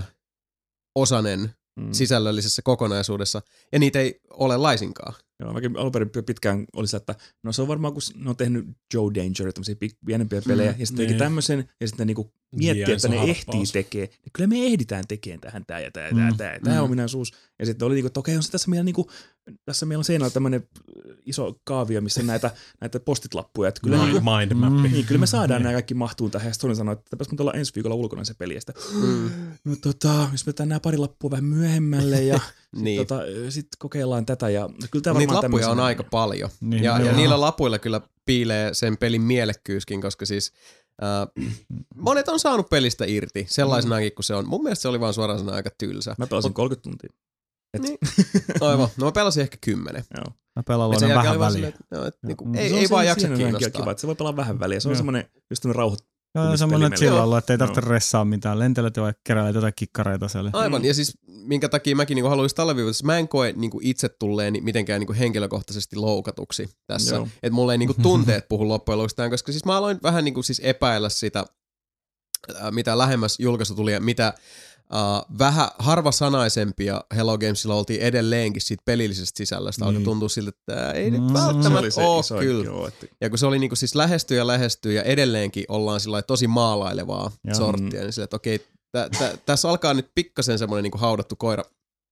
osanen mm. sisällöllisessä kokonaisuudessa, ja niitä ei ole laisinkaan. Joo, mäkin alun perin pitkään oli se, että no se on varmaan, kun ne on tehnyt Joe Danger, tämmöisiä pienempiä pelejä, mm, ja sitten teki tämmöisen, ja sitten ne niinku miettii, että ne harppaus. ehtii tekemään. Niin kyllä me ehditään tekemään tähän tää ja tää ja tää, tää, tää mm. ominaisuus. Ja sitten oli niinku, että okei, on se tässä meillä niinku, tässä meillä on seinällä tämmöinen iso kaavio, missä on näitä, näitä postit-lappuja. Että kyllä, mind, niinku, mind mappi. Niin, kyllä me saadaan nämä kaikki mahtuun tähän. Ja sitten sanoi, että täpäs mutta ollaan ensi viikolla ulkona se peli. Ja sitten, mm. no tota, jos me otetaan nämä pari lappua vähän myöhemmälle ja niin. sit, tota, sitten kokeillaan tätä. Ja kyllä tämä niitä lappuja on aika paljon. Niin, ja, ja niillä lapuilla kyllä piilee sen pelin mielekkyyskin, koska siis äh, monet on saanut pelistä irti sellaisenaankin kuin se on. Mun mielestä se oli vaan suoraan sanoen aika tylsä. Mä pelasin Mut, kolmekymmentä tuntia. Niin. Aivan. No mä pelasin ehkä kymmenen. Joo. Mä pelaan aina vähän väliä. No, niinku, mm. ei, ei vaan jaksa kiinnostaa. Kiva, että se voi pelaa vähän väliä. Se on semmoinen just semmoinen rauhoittumista. Joo, semmoinen chillalla, että ei tarvitse no. ressaa mitään. Lentelet ja keräilet jotain kikkareita siellä. Aivan, mm. ja siis minkä takia mäkin niinku haluaisin alleviivata, mä en koe niinku itse tulleeni mitenkään niinku henkilökohtaisesti loukatuksi tässä. Että mulla ei niinku tunteet puhu loppujen lopuksi tämän, koska siis mä aloin vähän niinku siis epäillä sitä, mitä lähemmäs julkaisu tuli ja mitä uh, vähän harvasanaisempia Hello Gamesilla oltiin edelleenkin siitä pelillisestä sisällöstä. Alkoi Niin. tuntua siltä, että ei nyt Mm. välttämättä ole iso kyllä. joo, että Ja kun se oli niinku siis lähestyy ja lähestyy ja edelleenkin ollaan sillä lailla tosi maalailevaa Joo. sorttia, niin sille, että okei, tä, tä, tässä alkaa nyt pikkasen semmoinen niinku haudattu koira,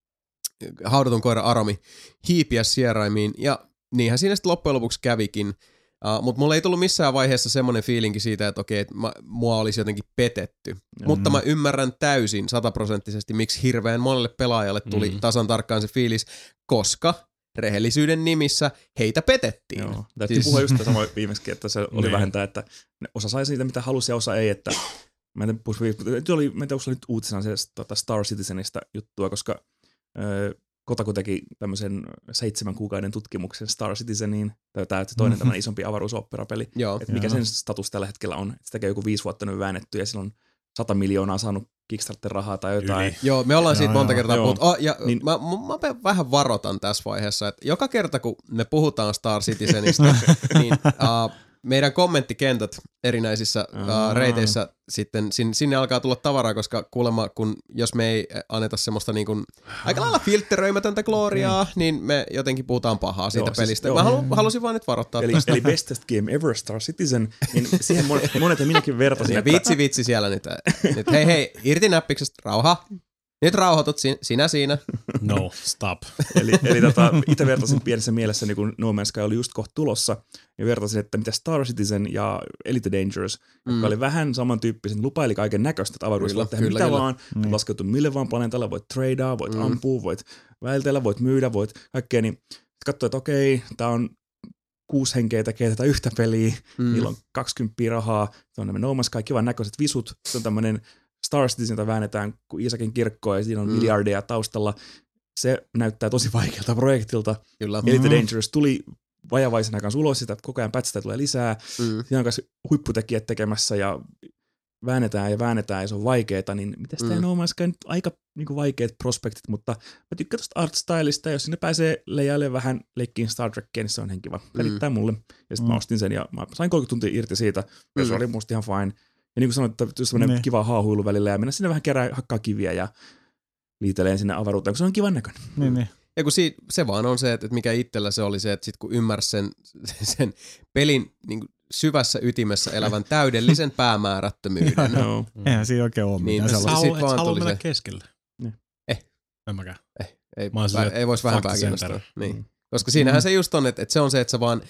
haudatun koira aromi hiipiä sieraimiin, ja niinhän siinä sitten loppujen lopuksi kävikin. Uh, mutta mulla ei tullut missään vaiheessa semmoinen fiilinki siitä, että okei, että mä, mua olisi jotenkin petetty. Mm-hmm. Mutta mä ymmärrän täysin sataprosenttisesti, miksi hirveän monelle pelaajalle tuli mm-hmm. tasan tarkkaan se fiilis, koska rehellisyyden nimissä heitä petettiin. joo. Täytyy Siis- puhua just sitä samoin viimeksi, että se oli Niin. vähentää, että ne osa sai siitä, mitä halusi ja osa ei, että mä en tiedä, puhuis- nyt oli, mä en tiedä, onko se nyt uutisena se tota Star Citizenista juttua, koska ö, Kotaku teki tämmöisen seitsemän kuukauden tutkimuksen Star Citizeniin, tai tämä toinen tämmöinen isompi avaruusoopperapeli, Joo. että mikä Joo. sen status tällä hetkellä on. Sitä on joku viisi vuotta nyt väännetty ja silloin sata miljoonaa saanut Kickstarter-rahaa tai jotain. Yli. Joo, me ollaan Joo, siitä monta joo. kertaa Joo. puhuttu. Oh, ja Niin- niin, mä, mä, mä vähän varoitan tässä vaiheessa, että joka kerta kun me puhutaan Star Citizenista, niin uh, meidän kommenttikentät erinäisissä uh, Aa. reiteissä sitten, sin, sinne alkaa tulla tavaraa, koska kuulemma, kun jos me ei anneta semmoista niin kuin, aika lailla filtteröimätöntä gloriaa, niin me jotenkin puhutaan pahaa siitä Joo, siis- pelistä. joo. Mä halu, halusin vaan nyt varoittaa Eli, tästä. eli bestest game ever Star Citizen, niin siihen monet, monet ja minäkin vertasin. Ja että- vitsi vitsi siellä nyt. nyt. Hei hei, irti näppiksestä, rauha. Nyt rauhoitut, sin- sinä siinä. No, stop. Eli, eli tota, itse vertasin pienessä mielessä, niin kun No Man's Sky oli just kohta tulossa, ja vertasin, että mitä Star Citizen ja Elite Dangerous, mm. jotka oli vähän samantyyppisen, lupaili kaiken näköistä, että avaruudessa Kyllä, voit tehdä kyllä, mitä kyllä. vaan, Niin. mm. laskeutua mille vaan planeetalla, voit tradea, voit Mm. mm. ampua, voit vältellä, voit myydä, voit kaikkea, niin katsoi, että okei, tää on kuusi henkeä tekee tätä yhtä peliä, Mm. mm. niillä on kaksikymmentä rahaa, se on nämä No Man's Sky, kivan näköiset visut, se on tämmöinen Star Citizen, jota väännetään kuin Iisakin kirkkoa ja siinä on Mm. mm. miljardeja taustalla. Se näyttää tosi vaikealta projektilta. Kyllä. Elite Mhm. Dangerous tuli vajavaisen aikaan ulos sitä, että koko ajan pätsitä tulee lisää. Mm. Siinä on myös huipputekijät tekemässä ja väännetään ja väännetään ja se on vaikeeta, niin mitäs tää Mm. No Man's Sky nyt aika niinku vaikeat prospektit, mutta mä tykkään tosta art stylista, jos sinne pääsee leijailemaan vähän leikkiin Star Trekkiin, niin se on ihan kiva. Välittää Mm. mulle. Ja sitten Mm. mä ostin sen ja mä sain kolmekymmentä tuntia irti siitä, ja se Mm. oli musta ihan fine. Ja niin kuin sanoit, että just semmoinen Niin. kiva haahuilu välillä ja mennä sinne vähän kerää, hakkaa kiviä ja liiteleen sinne avaruuteen, kun se on kivan näköinen. Niin, niin. Ja kun si- se vaan on se, että että mikä itsellä se oli se, että sit kun ymmärsi sen, sen pelin niin kuin syvässä ytimessä elävän täydellisen päämäärättömyyden, Joo. Eihän siinä oikein ole Niin, mitään tässä- sellaista. sit Haluat, vaan et halua tuli mennä se- keskelle. Niin. Eh. En mäkään. ei, Mä oon vä- silleen, ei voisi vähempää fuck the kiinnostaa. center. Niin. Mm. Koska siinähän Mm. se just on, että, että se on se, että sä vaan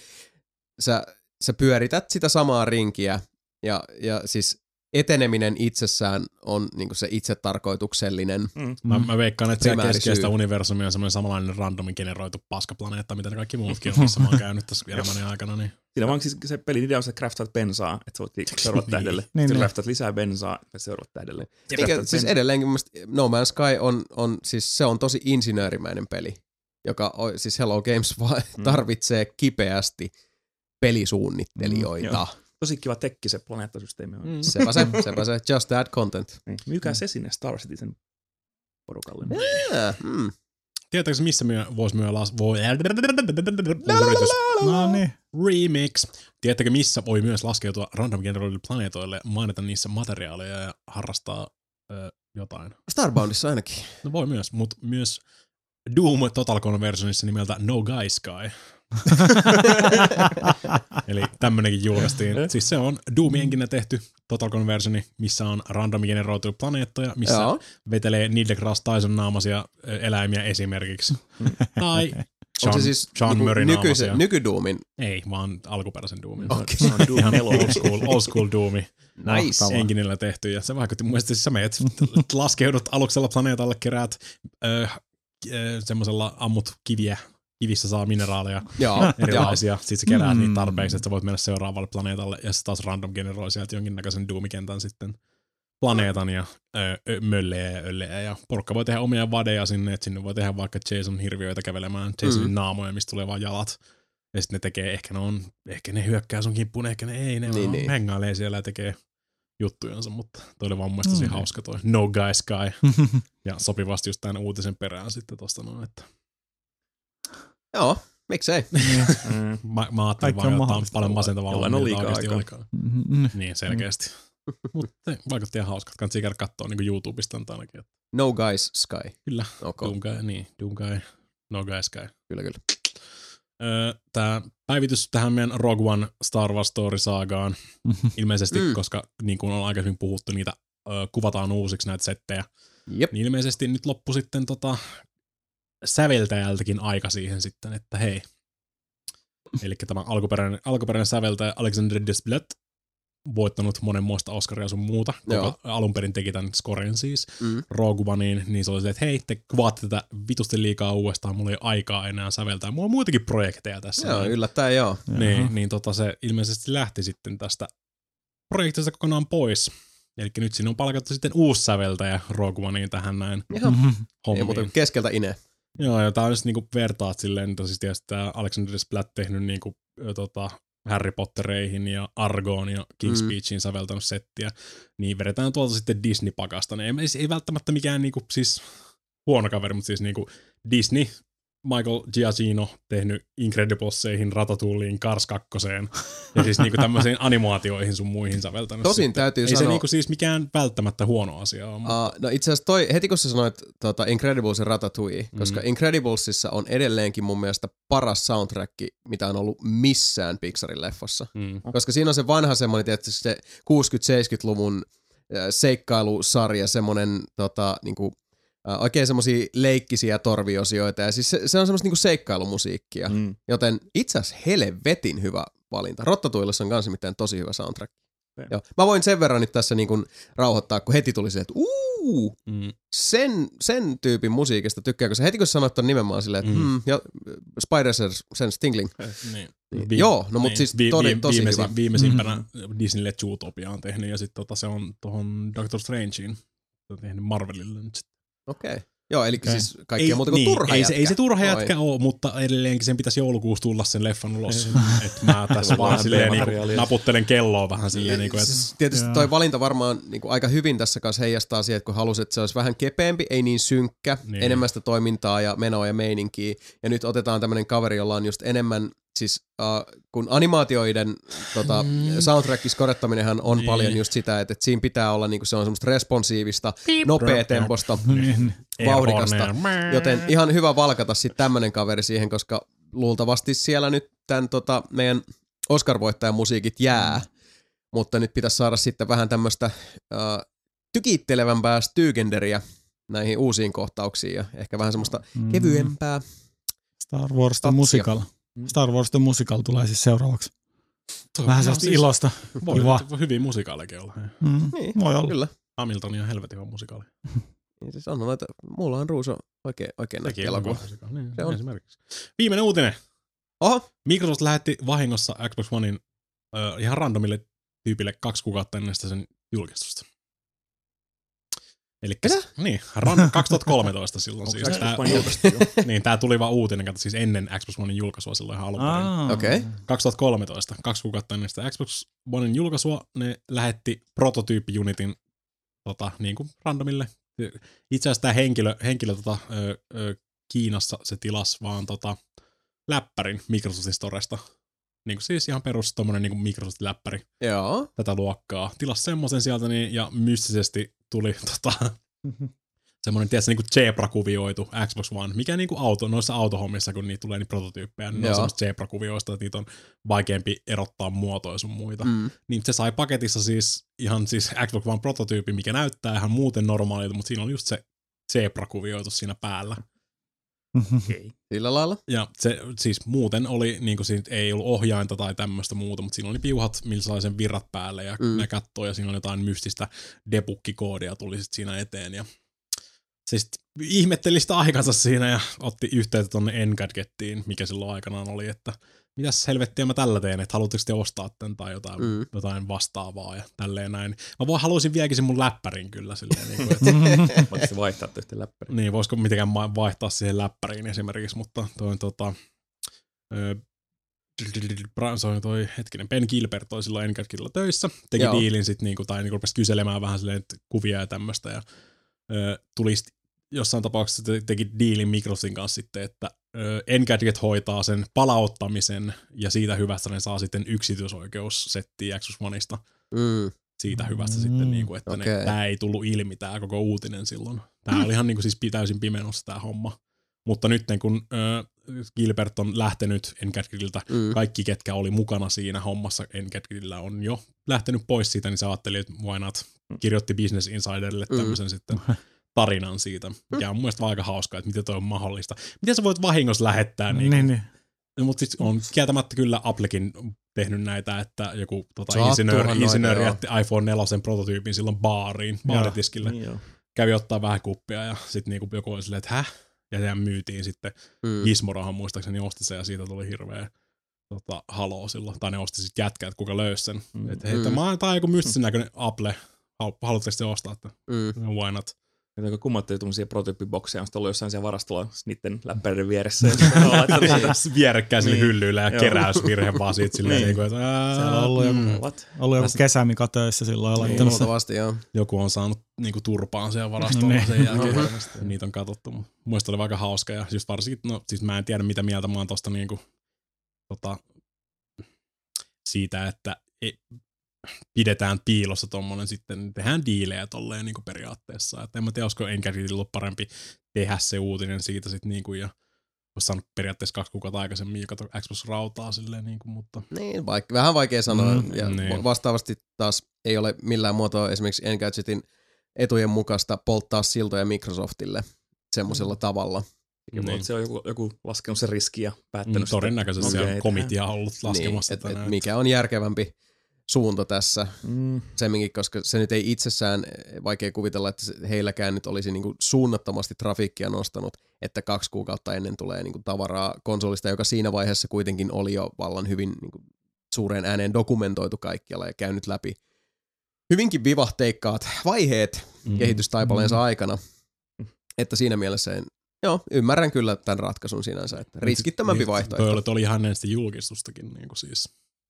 sä, sä pyörität sitä samaa rinkiä ja, ja siis eteneminen itsessään on niin kuin se itsetarkoituksellinen. Mm. Mä, mä veikkaan, että siellä Primääri keskellä sitä syy. universumia on semmoinen samanlainen randomin generoitu paskaplaneetta, mitä ne kaikki muutkin on, missä mä oon käynyt tässä elämäni aikana. Niin. Siinä vaan siis se pelin idea on, että craftaat bensaa, että sä voit liikkua seuraavat Niin. tähdelle. Niin, Sitten niin. craftaat lisää bensaa, että seuraavat tähdelle. Eikä, Craftaat siis ben- edelleenkin mun mielestä No Man's Sky on, on, siis se on tosi insinöörimäinen peli, joka on, siis Hello Games va- Mm. tarvitsee kipeästi pelisuunnittelijoita. Mm, Tosi kiva tekki se planeettasysteemi on. Mm. Sepä se, sepä se, just add content. Niin. Myykää se sinne Star Citizen porukalle. Yeah, mm. Tiedätkö, missä myö, voisi myö las... Voi... Yritys. No niin. Remix. Tiedättekö, missä voi myös laskeutua random generoiduille planeetoille, mainita niissä materiaaleja ja harrastaa ö, jotain? Starboundissa ainakin. No voi myös, mutta myös Doom Total Conversionissa nimeltä No Guy Sky. Eli tämmönenkin julkaistiin. Siis se on Doom-enkinä tehty Total Conversioni, missä on randomi generoituja planeettoja, missä Joo. vetelee Neil deGrasse Tyson naamaisia ö, eläimiä esimerkiksi. Tai Onko John, se siis John niinku Murray nykyisen, naamaisia. nykydoomin? Ei, vaan alkuperäisen Doomin. Okei. Se on Doom Ihan nelonen. old school, old school Doomi. Nice. Mahtavaa. Enginillä tehty. Ja se vaikutti mun mielestä, siis sä meet, laskeudut aluksella planeetalle, keräät ö, ö, semmoisella ammut kiviä. Kivissä saa mineraaleja Joo, joo. erilaisia. Sitten sä keräät Mm. niitä tarpeeksi, että sä voit mennä seuraavalle planeetalle. Ja se taas random generoi sieltä jonkinnäköisen Doomikentän sitten planeetan ja ö, ö, mölleä ja ölleä. Ja porukka voi tehdä omia vadeja sinne, että sinne voi tehdä vaikka Jason-hirviöitä kävelemään, Jasonin Mm. naamoja, mistä tulee vaan jalat. Ja sitten ne tekee, ehkä ne on, ehkä ne hyökkää sun kimppuun, ehkä ne ei, ne Niin, niin, niin. hengailee siellä ja tekee juttujansa, mutta toi oli vaan mun mielestä Mm. tosi hauska toi No Guy Sky. Ja sopivasti just tämän uutisen perään sitten tosta noin, että Joo, miksei. Mm. mä, mä ajattelin Kaikki vaan, on että on mahdollista. paljon masentavaa Jollain olla, on mitä liikaa oikeasti aikaa. olikaan. Mm. Niin, selkeästi. Mutta vaikutti ihan hauskat. Kannattaa käydä katsoa niin YouTubesta ainakin. No Guys Sky. Kyllä. Okay. Doom Guy, niin. Doom Guy. No Guy Sky. Kyllä, kyllä. Öö, Tämä päivitys tähän meidän Rogue One Star Wars Story-saagaan ilmeisesti, mm. koska niin kuin on aikaisemmin puhuttu, niitä ö, kuvataan uusiksi näitä settejä. Jep. Niin ilmeisesti nyt loppu sitten tota, säveltäjältäkin aika siihen sitten, että hei. Eli tämä alkuperäinen, alkuperäinen säveltäjä Alexander Desplat voittanut monen muista Oscaria sun muuta, joka alun perin teki tämän scoren siis mm. Rogue Oneen, niin se oli se, että hei, te kuvaatte tätä vitusti liikaa uudestaan, mulla ei ole aikaa enää säveltää. Mulla on muitakin projekteja tässä. Joo, yllättäen joo. Niin, niin tota se ilmeisesti lähti sitten tästä projektista kokonaan pois. Eli nyt siinä on palkattu sitten uusi säveltäjä Rogue Oneen tähän näin hommiin. Ei muuta keskeltä ine. Joo, ja tää on just niinku vertaat silleen, että siis tietysti tää Alexander Desplat tehnyt niinku tota Harry Pottereihin ja Argoon ja King's mm. Speechiin säveltänyt settiä, niin vedetään tuolta sitten Disney-pakasta. Ei, ei välttämättä mikään niinku siis huono kaveri, mutta siis niinku Disney, Michael Giacchino tehnyt Incredibleseihin, Ratatouilleen, Cars kakkoseen ja siis niinku tämmöisiin animaatioihin sun muihin säveltänyt. Tosin sitten. täytyy ei sanoa... Ei se niinku siis mikään välttämättä huono asia ole. Mutta... Uh, no itse asiassa toi, heti kun sä sanoit tota Incredibles ja Ratatouille, mm. koska Incrediblesissa on edelleenkin mun mielestä paras soundtrack, mitä on ollut missään Pixarin leffossa. Mm. Koska siinä on se vanha semmoinen, tietysti se kuusikymmentä-seitsemänkymmentäluvun seikkailusarja, semmoinen tota, niinku, Uh, oikein semmosia leikkisiä torviosioita, ja siis se, se on semmoista niinku seikkailumusiikkia, mm. joten itse asiassa helvetin hyvä valinta. Ratatouillessa on kans mitään tosi hyvä soundtrack. Joo. Mä voin sen verran nyt tässä niinku rauhoittaa, kun heti tuli se, että uuu, mm. sen, sen tyypin musiikista tykkää, koska heti kun sä sanoit ton nimenomaan silleen, että mm. mm, ja Spider Sense Tingling. Niin. Niin. Vi- Joo, no mut niin. siis todi, vi- vi- tosi viimeisin, hyvä. Viimeisimpänä mm-hmm. Disneylle Zootopia on tehnyt, ja sitten tota, se on tohon Doctor Strangeen on tehnyt Marvelille nyt sitten. Okei. Okay. Joo, eli okay. siis kaikkea ei, muuta kuin niin, turha ei jätkä. Se, ei se turha jätkä ole, mutta edelleenkin sen pitäisi joulukuussa tulla sen leffan ulos. Että mä tässä vaan silleen niinku naputtelen kelloa vähän silleen. Niinku, et... siis tietysti toi valinta varmaan niinku aika hyvin tässä kanssa heijastaa siihen, että kun halusit, että se olisi vähän kepeämpi, ei niin synkkä, niin. enemmän sitä toimintaa ja menoa ja meininkiä. Ja nyt otetaan tämmönen kaveri, jolla on just enemmän, siis uh, kun animaatioiden tota, mm. soundtrackis korettaminenhan on niin. paljon just sitä, että, että siinä pitää olla niinku se on semmoista responsiivista, nopeatemposta, vauhdikasta. Joten ihan hyvä valkata sitten tämmönen kaveri siihen, koska luultavasti siellä nyt tämän tota, meidän Oscar-voittajan musiikit jää, mutta nyt pitäisi saada sitten vähän tämmöistä uh, tykittelevämpää styygenderiä näihin uusiin kohtauksiin ja ehkä vähän semmoista mm. kevyempää Star Wars The Musical. Star Wars The Musical tulee siis seuraavaksi. Toi vähän sellaista siis ilosta. Voi, voi hyviä musikaaleja olla. Mm, niin, voi olla. Kyllä. Hamilton on helvetin hyvä musikaali. Niin siis on noita, mulla on Ruuso oikein, oikein näkki elokuva. Niin, se on. Esimerkiksi. Viimeinen uutinen. Oho. Microsoft lähetti vahingossa Xbox Onein uh, ihan randomille tyypille kaksi kuukautta ennen sitä sen julkistusta. Elikkä niin, ran, kaksituhattakolmetoista silloin siis. Tää, niin, tää tuli vaan uutinen, kato siis ennen Xbox Onein julkaisua silloin ihan alun perin. Okei. Okay. kaksituhattakolmetoista, kaksi kuukautta ennen sitä Xbox Onein julkaisua, ne lähetti prototyyppi-unitin tota, niin kuin randomille. Itse asiassa tää henkilö, henkilö tota, ö, ö, Kiinassa se tilasi vaan tota, läppärin Microsoftin Storesta. Niin kuin siis ihan perus tommonen niin kuin Microsoft-läppäri. Joo. Tätä luokkaa. Tilas semmoisen sieltä niin, ja mystisesti tuli tota, semmoinen, tiedätkö, niin kuin Zebra-kuvioitu Xbox One, mikä niin kuin auto, noissa autohommissa, kun niitä tulee niin prototyyppejä, niin ne on semmoista Zebra-kuvioista, että niitä on vaikeampi erottaa muotoja sun muita. Mm. Niin se sai paketissa siis ihan siis Xbox One prototyyppi, mikä näyttää ihan muuten normaalilta, mutta siinä oli just se Zebra-kuvioitu siinä päällä. Okay. Sillä lailla. Ja se siis muuten oli, niin kuin siinä ei ollut ohjainta tai tämmöistä muuta, mutta siinä oli piuhat, millä sai sen virrat päälle ja mm. ne kattoi ja siinä oli jotain mystistä debug-koodia tuli sitten siinä eteen. Ja se sitten ihmetteli sitä aikansa siinä ja otti yhteyttä tonne Engadgettiin, mikä silloin aikanaan oli, että mitäs helvettiä mä tällä teen, että haluatteko te ostaa tän tai jotain, mm. jotain vastaavaa ja tälleen näin. Mä voin, haluaisin vieläkin sen mun läppärin kyllä silleen. Niin kuin, että voitko vaihtaa yhteen läppäriin? Niin, voisiko mitenkään vaihtaa siihen läppäriin esimerkiksi, mutta toi tota... Öö, se on toi hetkinen, Ben Gilbert toi silloin Engadgetilla töissä, teki Joo. diilin sit niinku, tai niinku rupesi kyselemään vähän silleen kuvia ja tämmöstä ja öö, tuli sit jossain tapauksessa teki diilin Microsoftin kanssa sitten, että Engadget hoitaa sen palauttamisen ja siitä hyvästä ne saa sitten yksityisoikeussettiä Xbox Oneista. Mm. siitä hyvästä mm. sitten, niin kuin, että okay. tämä ei tullut ilmi, tämä koko uutinen silloin. Tämä mm. oli ihan niin kuin, siis täysin pimenossa tämä homma. Mutta nyt kun äh, Gilbert on lähtenyt Engadgettiltä, mm. kaikki ketkä oli mukana siinä hommassa Engadgettillä on jo lähtenyt pois siitä, niin se ajatteli, että why not, kirjoitti Business Insiderille tämmöisen mm. sitten tarinan siitä, mikä on mun mielestä vaan aika hauskaa, että miten toi on mahdollista. Miten sä voit vahingossa lähettää? Niin, niin, niin. No, mutta sitten on kieltämättä kyllä Applekin tehnyt näitä, että joku tota, insinööri, insinööri jätti iPhone neljä prototyypin silloin baariin, baaritiskille. Niin, kävi ottaa vähän kuppia ja sitten niinku joku oli silleen, että häh? Ja sehän myytiin sitten. Mm. Gizmorahan muistaakseni osti sen ja siitä tuli hirveä tota, haloo silloin. Tai ne osti sitten jätkä, että kuka löysi sen. Mm. Että hei, tämä on joku mystisen näköinen Apple. Haluatteko te ostaa? Että mm. why not? Jotenkin kummattiin tuollaisia prototyyppibokseja, on sitten ollut jossain siellä varastolla niiden läppäreiden vieressä. Vierekkäisillä niin. hyllyillä ja keräysvirhe vaan siitä silleen. niin. Niin että, ää, siellä on ollut joku, mm. ollut joku kesämika töissä silloin. Niin, luultavasti, joo. Joku on saanut niinku turpaan siellä varastolla no, sen jälkeen. Mm. Niitä on katsottu. Muista oli aika hauska. Ja just varsinkin, no siis mä en tiedä mitä mieltä mä oon tosta niinku, tota, siitä, että ei, pidetään piilossa tommonen sitten, tehdään diilejä tolleen niinku periaatteessa. Et en mä tiedä, olisiko Engadgetilla ollut parempi tehdä se uutinen siitä sit niinku ja olisi saanut periaatteessa kaksi kuukautta aikaisemmin ja kato Xbox-rautaa silleen niinku, mutta... Niin, vaik- vähän vaikea sanoa. Mm, ja niin. Vastaavasti taas ei ole millään muotoa esimerkiksi Engadgetin etujen mukaista polttaa siltoja Microsoftille semmoisella mm. tavalla. Niin. Se on joku, joku laskenut sen riski ja päättänyt mm, todennäköisesti sitä. Se on komitea ollut laskemassa niin, et, et mikä on järkevämpi suunta tässä, mm. semminkin, koska se nyt ei itsessään, vaikea kuvitella, että heilläkään nyt olisi niinku suunnattomasti trafiikkia nostanut, että kaksi kuukautta ennen tulee niinku tavaraa konsolista, joka siinä vaiheessa kuitenkin oli jo vallan hyvin niinku suureen ääneen dokumentoitu kaikkialla ja käynyt läpi hyvinkin vivahteikkaat vaiheet mm. kehitystaipaleensa mm. aikana, että siinä mielessä en, joo, ymmärrän kyllä tämän ratkaisun sinänsä, että riskittömämpi niin, vaihtoehto. Toi oli ihan ennen sitä julkistustakin niin kuin siis.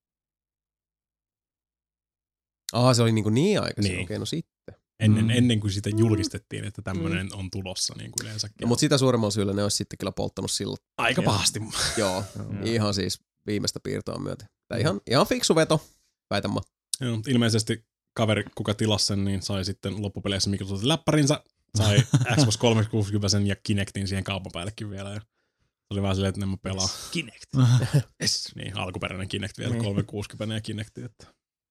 Aha, se oli niin, kuin niin aikaisin, niin. Okei, no sitten. Ennen, mm. ennen kuin sitä julkistettiin, että tämmöinen mm. on tulossa niin kuin yleensäkin. No, mutta sitä suuremmalla syyllä ne olisi sitten kyllä polttanut silloin. Aika ja. pahasti. Joo, ihan siis viimeistä piirtoa myöten. Tämä ihan, ihan fiksu veto, väitän mä. Joo, ilmeisesti kaveri, kuka tilasi sen, niin sai sitten loppupeleissä Microsoftin läppärinsä, sai Xbox kolmesataakuusikymmentä ja Kinectin siihen kaupan päällekin vielä. Ja oli vaan silleen, että ne mä pelaa. Kinect. Niin, alkuperäinen Kinect vielä, kolmesataakuusikymmentä ja Kinecti, että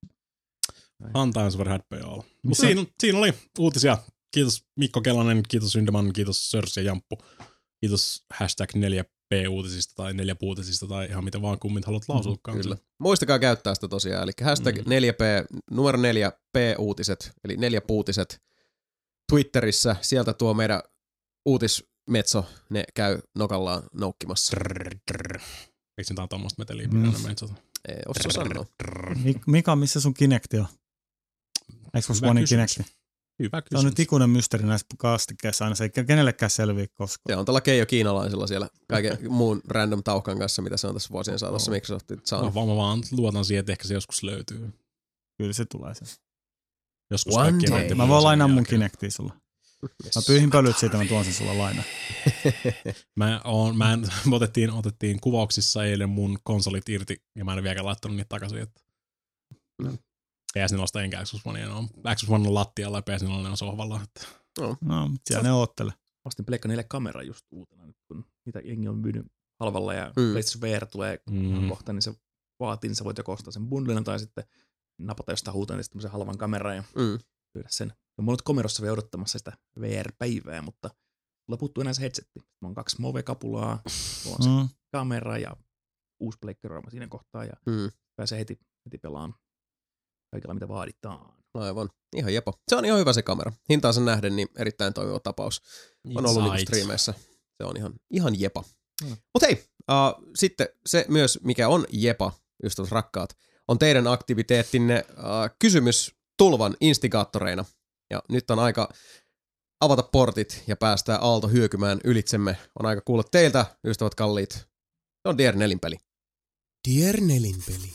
antaa super häppöjä olla. Mutta siinä, siinä oli uutisia. Kiitos Mikko Kellanen, kiitos Syndeman, kiitos Sörs ja Jamppu. Kiitos hashtag neljä p-uutisista tai neljä p-uutisista tai ihan mitä vaan kummit haluat lausuukaan. Kyllä. Muistakaa käyttää sitä tosiaan. Eli hashtag mm. neljä p, numero neljä p-uutiset, eli neljä puutiset Twitterissä. Sieltä tuo meidän uutismetso, ne käy nokallaan noukkimassa. Eikö se tää on tommoista meteliä pidänä mm. metsota? Ei osaa sanoa. Mika, missä sun Kinecti on? Xbox One Kinecti. Hyvä kysymys. Se on nyt ikuinen mysteeri näissä kastikkeissa aina. Se ei kenellekään selviä koskaan. Se on tällä Keijo kiinalaisilla siellä kaiken muun random taukan kanssa, mitä se on tässä vuosien saatossa no. Microsoftin saanut. No, mä vaan luotan siihen, että ehkä se joskus löytyy. Kyllä se tulee se. Joskus One day. Mä voin lainaa mun Kinectia sulla. Yes. Mä pyyhin pölyt siitä, mä tuon sen sulla lainaa. mä, oon, mä en, me otettiin, otettiin kuvauksissa eilen mun konsolit irti, ja mä en vieläkään laittanut niitä takaisin. Että no. P S neljä enkä Xbox One. No, Xbox One on lattialla ja P S neljä on sohvalla. Että. No, no siellä ne oottele. Ostin Pleikka neljä kamera just uutena nyt, kun niitä jengi on myynyt halvalla ja mm. PlayStation V R tulee mm. kohta, niin se vaatii, niin sä voit joko ostaa sen bundlena tai sitten napata jostain huutaan tämmöisen halvan kameran ja mm. pyydä sen. Ja mulla on nyt komerossa vielä odottamassa sitä V R-päivää, mutta mulla puuttuu enää se headsetti. Mulla on kaksi Move-kapulaa, mulla on mm. se kamera ja uusi pleikkariroima siinä kohtaa ja mm. pääsee heti, heti pelaamaan kaikilla mitä vaaditaan. Aivan. Ihan jepo. Se on ihan hyvä se kamera. Hintaansa nähden niin erittäin toimiva tapaus. On ollut niinku striimeissä. Se on ihan, ihan jepa. Mm. Mut hei, uh, sitten se myös mikä on jepa, ystävät rakkaat, on teidän aktiviteettinne uh, kysymys tulvan instigaattoreina. Ja nyt on aika avata portit ja päästää aalto hyökymään ylitsemme. On aika kuulla teiltä, ystävät kalliit. Se on Dier Nelinpeli. Dier Nelinpeli.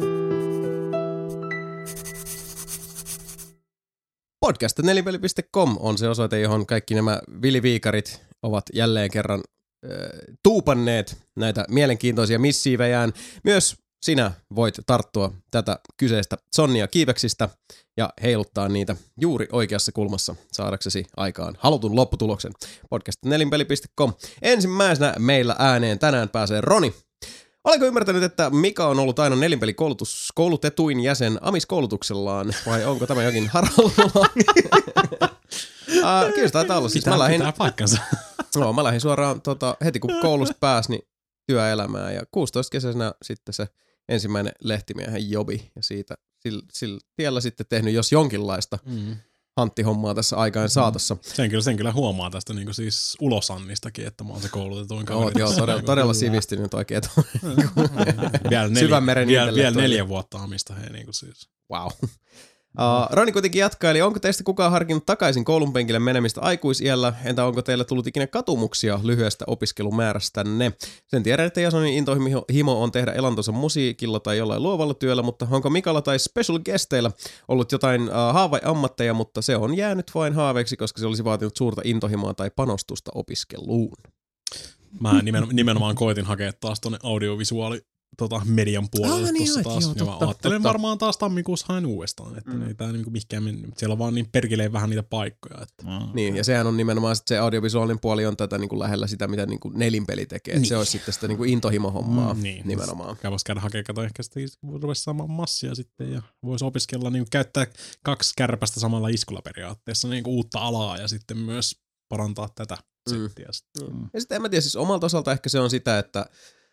podcast nelinpeli piste com on se osoite, johon kaikki nämä viliviikarit ovat jälleen kerran äh, tuupanneet näitä mielenkiintoisia missiivejään. Myös sinä voit tarttua tätä kyseistä sonnia kiipeksistä ja heiluttaa niitä juuri oikeassa kulmassa saadaksesi aikaan halutun lopputuloksen. podcast nelinpeli piste com. Ensimmäisenä meillä ääneen tänään pääsee Roni. Olenko ymmärtänyt, että Mika on ollut aina nelinpelikoulutus koulutetuin jäsen Amis-koulutuksellaan, vai onko tämä jokin harhalla? uh, kyllä se taitaa olla. Siis pitää, mä lähdin, pitää paikkansa. no, mä lähdin suoraan tota, heti kun koulusta pääsi, niin työelämään ja kuusitoista kesäisenä sitten se ensimmäinen lehtimiehen jobi ja siitä sillä, sillä tiellä sitten tehnyt jos jonkinlaista mm. hanttihommaa tässä aikaan saatossa. Sen kyllä, sen kyllä huomaa tästä niin kuin siis ulosannistakin, että mä oon se koulutetuin kaveri. Oot joo, todella, todella sivistynyt oikein. vielä neljä, vielä, vielä neljä vuotta amista he niin kuin siis. Wow. Uh, Roni kuitenkin jatkaa, eli onko teistä kukaan harkinnut takaisin koulun penkille menemistä aikuisiällä, entä onko teillä tullut ikinä katumuksia lyhyestä opiskelumäärästänne? Sen tiedän, että Jasonin intohimo on tehdä elantonsa musiikilla tai jollain luovalla työllä, mutta onko Mikalla tai special guesteilla ollut jotain uh, haavai-ammatteja, mutta se on jäänyt vain haaveiksi, koska se olisi vaatinut suurta intohimoa tai panostusta opiskeluun? Mä nimenomaan, nimenomaan koitin hakea taas tonne audiovisuaali tota, median puolelle ah, niin tuossa taas. Joo, totta, ja mä ajattelen totta. varmaan taas tammikuussa haen uudestaan, että mm. ei tää niinku mihinkään mennyt. Siellä on vaan niin perkeleen vähän niitä paikkoja. Että. Mm. Niin, ja sehän on nimenomaan sit se audiovisuaalinen puoli on tätä niinku lähellä sitä, mitä niinku nelinpeli tekee. Niin. Se olisi sitten sitä niinku intohimo-hommaa mm, niin. nimenomaan. Käy voisi käydä hakemaan, kato ehkä sitten ruvesi saamaan massia sitten ja voisi opiskella, niinku käyttää kaksi kärpästä samalla iskulla periaatteessa, niinku uutta alaa ja sitten myös parantaa tätä mm. settiä. Mm. Ja sitten en mä tiedä, siis omalta osalta ehkä se on sitä, että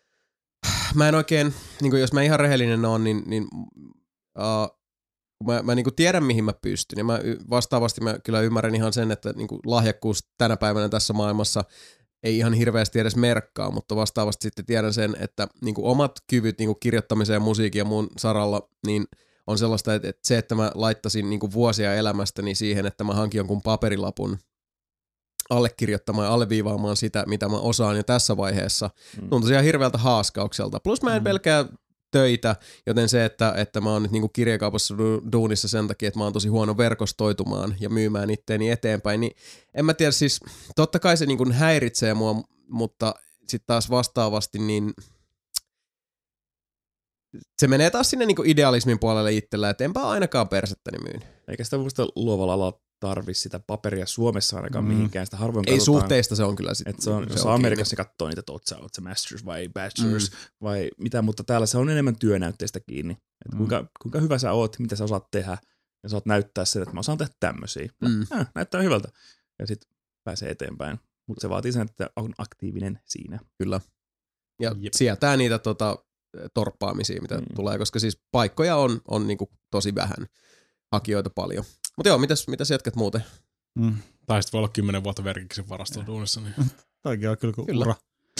mä en oikein, niin kuin jos mä ihan rehellinen oon, niin, niin uh, mä, mä niin kuin tiedän mihin mä pystyn. Ja mä vastaavasti mä kyllä ymmärrän ihan sen, että niin kuin lahjakkuus tänä päivänä tässä maailmassa ei ihan hirveästi edes merkkaa, mutta vastaavasti sitten tiedän sen, että niin kuin omat kyvyt niin kuin kirjoittamisen ja musiikin ja muun saralla, niin on sellaista, että, että se, että mä laittaisin niin kuin vuosia elämästäni siihen, että mä hankin jonkun paperilapun allekirjoittamaan ja alleviivaamaan sitä, mitä mä osaan jo tässä vaiheessa. Mm. Tuntuu ihan hirveältä haaskaukselta. Plus mä en mm. pelkää töitä, joten se, että, että mä oon nyt niinku kirjakaupassa duunissa sen takia, että mä oon tosi huono verkostoitumaan ja myymään itteeni eteenpäin, niin en mä tiedä, siis totta kai se niinku häiritsee mua, mutta sitten taas vastaavasti niin se menee taas sinne niinku idealismin puolelle itsellä, että enpä ainakaan persettäni myyn. Eikä sitä muista luovalla alalla tarvi sitä paperia Suomessa ainakaan mm. mihinkään. Sitä harvoin ei katsotaan. Suhteista se on kyllä sitten. Se on, se on Amerikassa katsoo niitä, että oot sä, oot sä masters vai bachelors mm. vai mitä, mutta täällä se on enemmän työnäytteistä kiinni. Että mm. kuinka, kuinka hyvä sä oot, mitä sä osaat tehdä ja sä oot näyttää sen, että mä osaan tehdä tämmöisiä. Mm. Äh, näyttää hyvältä. Ja sitten pääsee eteenpäin. Mutta se vaatii sen, että on aktiivinen siinä. Kyllä. Ja Jep. sieltää niitä tota, torppaamisia, mitä mm. tulee, koska siis paikkoja on, on niinku tosi vähän. Hakijoita paljon. Mutta joo, mitäs, mitäs jatkat muuten? Mm. Tai sitten voi olla kymmenen vuotta verkiksen varastoduunissa. Niin. Toikin on kyllä kuin kyllä. ura.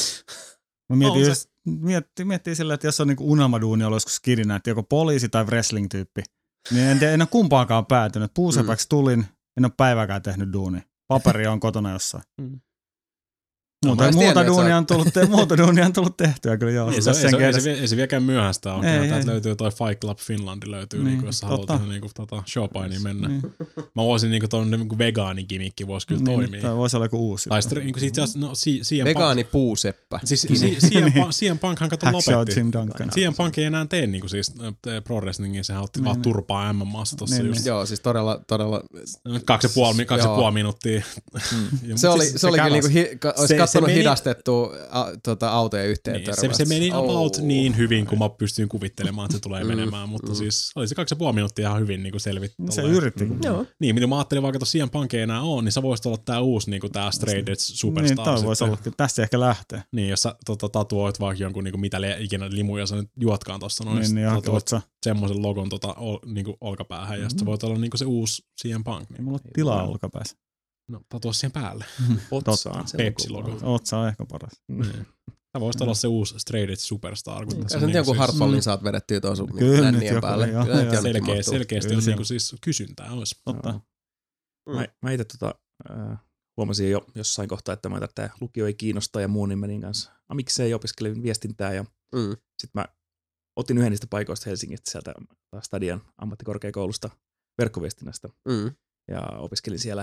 Mä mietin, just, miettii, miettii sillä, että jos on niinku unelmaduuni ollut joskus skidinä, että joko poliisi tai wrestling-tyyppi, niin en, tiedä, en ole kumpaankaan päätynyt. Puusepäksi mm. tulin, en ole päiväkään tehnyt duuni. Paperi on kotona jossain. Mm. Muuta, no, muuta, duunia on tullut te- muuta duunia on tullut tehtyä kyllä joo. Ei se, ei, se, ei, se, ei se vieläkään myöhäistä on. Ei, täältä löytyy toi Fight Club Finland löytyy, niin, niin, jos haluat niin, tota, showpainiin mennä. Niin. Mä voisin niin tuon niin vegaanigimikki voisi kyllä niin, toimia. Tai voisi olla joku uusi. Tai sitten niin siitä, no, si, si, vegaanipuuseppä. Siis C M Punkhan kato lopetti. C M Punk ei enää tee niin kuin siis pro wrestlingin, sehän otti vaan turpaa M M A:ssa tossa just. Joo, siis todella, todella. Kaksi ja puoli, kaksi ja puoli minuuttia. Se oli, se oli kyllä niinku, olisi kattonut hidastettua tota, autojen yhteen niin, se, se meni about oh. niin hyvin, kun mä pystyin kuvittelemaan, että se tulee mm. menemään, mutta mm. siis oli se kaksi ja puoli minuuttia ihan hyvin niin selvittää. Se yritti. Mm. Joo. Niin, mitä mä ajattelin vaikka tuossa C M Punk ei enää ole, niin sä voisit olla tää uusi niin tää Straight Edge Superstar. Niin, toi voisi olla, tästä ehkä lähtee. Niin, jos sä tota, tatuoit vaikka jonkun niin mitä li- ikinä limuja sä nyt juotkaan tossa noin, niin, niin tatuoit semmoisen logon tota, ol, niin olkapäähän, mm-hmm. ja sit sä voit olla niin se uusi C M Punk. Niin. Mulla on tilaa olkapäässä. No, tatua siihen päälle. Otsaan. Pepsi-logo. Otsa on ehkä paras. Sä voisit olla se uusi Straight Edge Superstar. Kun tässä on joku Hardballin saat vedettyä tuon sun nännien päälle. Selkeä, selkeästi on niinku siis kysyntää olisi. Totta. Mä, mä itse tota, äh, huomasin jo jossain kohtaa, että mä tätä lukio ei kiinnosta ja muun, niin menin kanssa amikseen ja opiskelin viestintää. Ja mm. sitten mä otin yhden niistä paikoista Helsingistä sieltä Stadian ammattikorkeakoulusta verkkoviestinnästä. Mm. Ja opiskelin siellä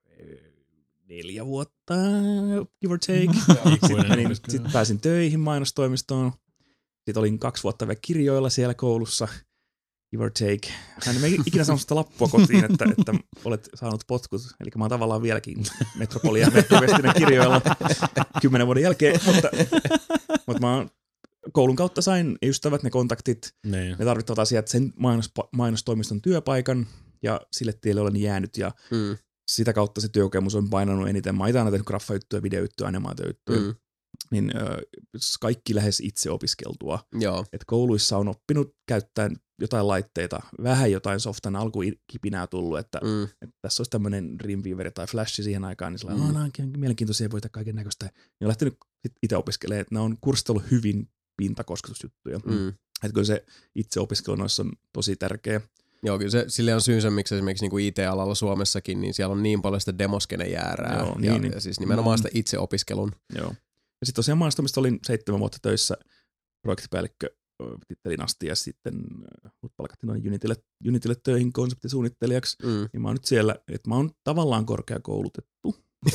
neljä vuotta, give or take. Sitten pääsin töihin mainostoimistoon. Sitten olin kaksi vuotta vielä kirjoilla siellä koulussa, give or take. Hän ei ikinä saanut sitä lappua kotiin, että, että olet saanut potkut. Eli mä oon tavallaan vieläkin Metropolia ja Metrovestinen kirjoilla kymmenen vuoden jälkeen. Mutta, mutta mä oon koulun kautta sain ystävät, ne kontaktit, niin. ne tarvittavat asiat, sen mainos, mainostoimiston työpaikan ja sille tielle olen jäänyt ja mm. sitä kautta se työkokemus on painanut eniten. Mä oon aina tehnyt graffajuttuja, videojuttuja, animaatiojuttuja. Mm. Niin ö, kaikki lähes itse opiskeltua. Joo. Et kouluissa on oppinut käyttämään jotain laitteita, vähän jotain softan alkukipinää tullut, että, mm. että tässä olisi tämmöinen Dreamweaver tai Flash siihen aikaan, niin sellainen, mm. on ainakin mielenkiintoisia, voita kaiken näköistä. Niin on lähtenyt itse opiskelemaan, että ne on kurssit ollut hyvin pintakosketusjuttuja. Mm. Että kyllä se itse opiskelu noissa on tosi tärkeä. Joo, kyllä se sille on syynsä, miksi esimerkiksi niin kuin I T-alalla Suomessakin, niin siellä on niin paljon sitä demoskenejärää. Joo, ja, niin, niin. ja siis nimenomaan sitä itse opiskelun. Joo. Ja sitten tosiaan maastomista olin seitsemän vuotta töissä projektipäällikkö tittelin asti ja sitten mut palkattiin noin Unitylle, Unitylle töihin konseptisuunnittelijaksi. Mm. Niin mä oon nyt siellä, että mä oon tavallaan korkeakoulutettu.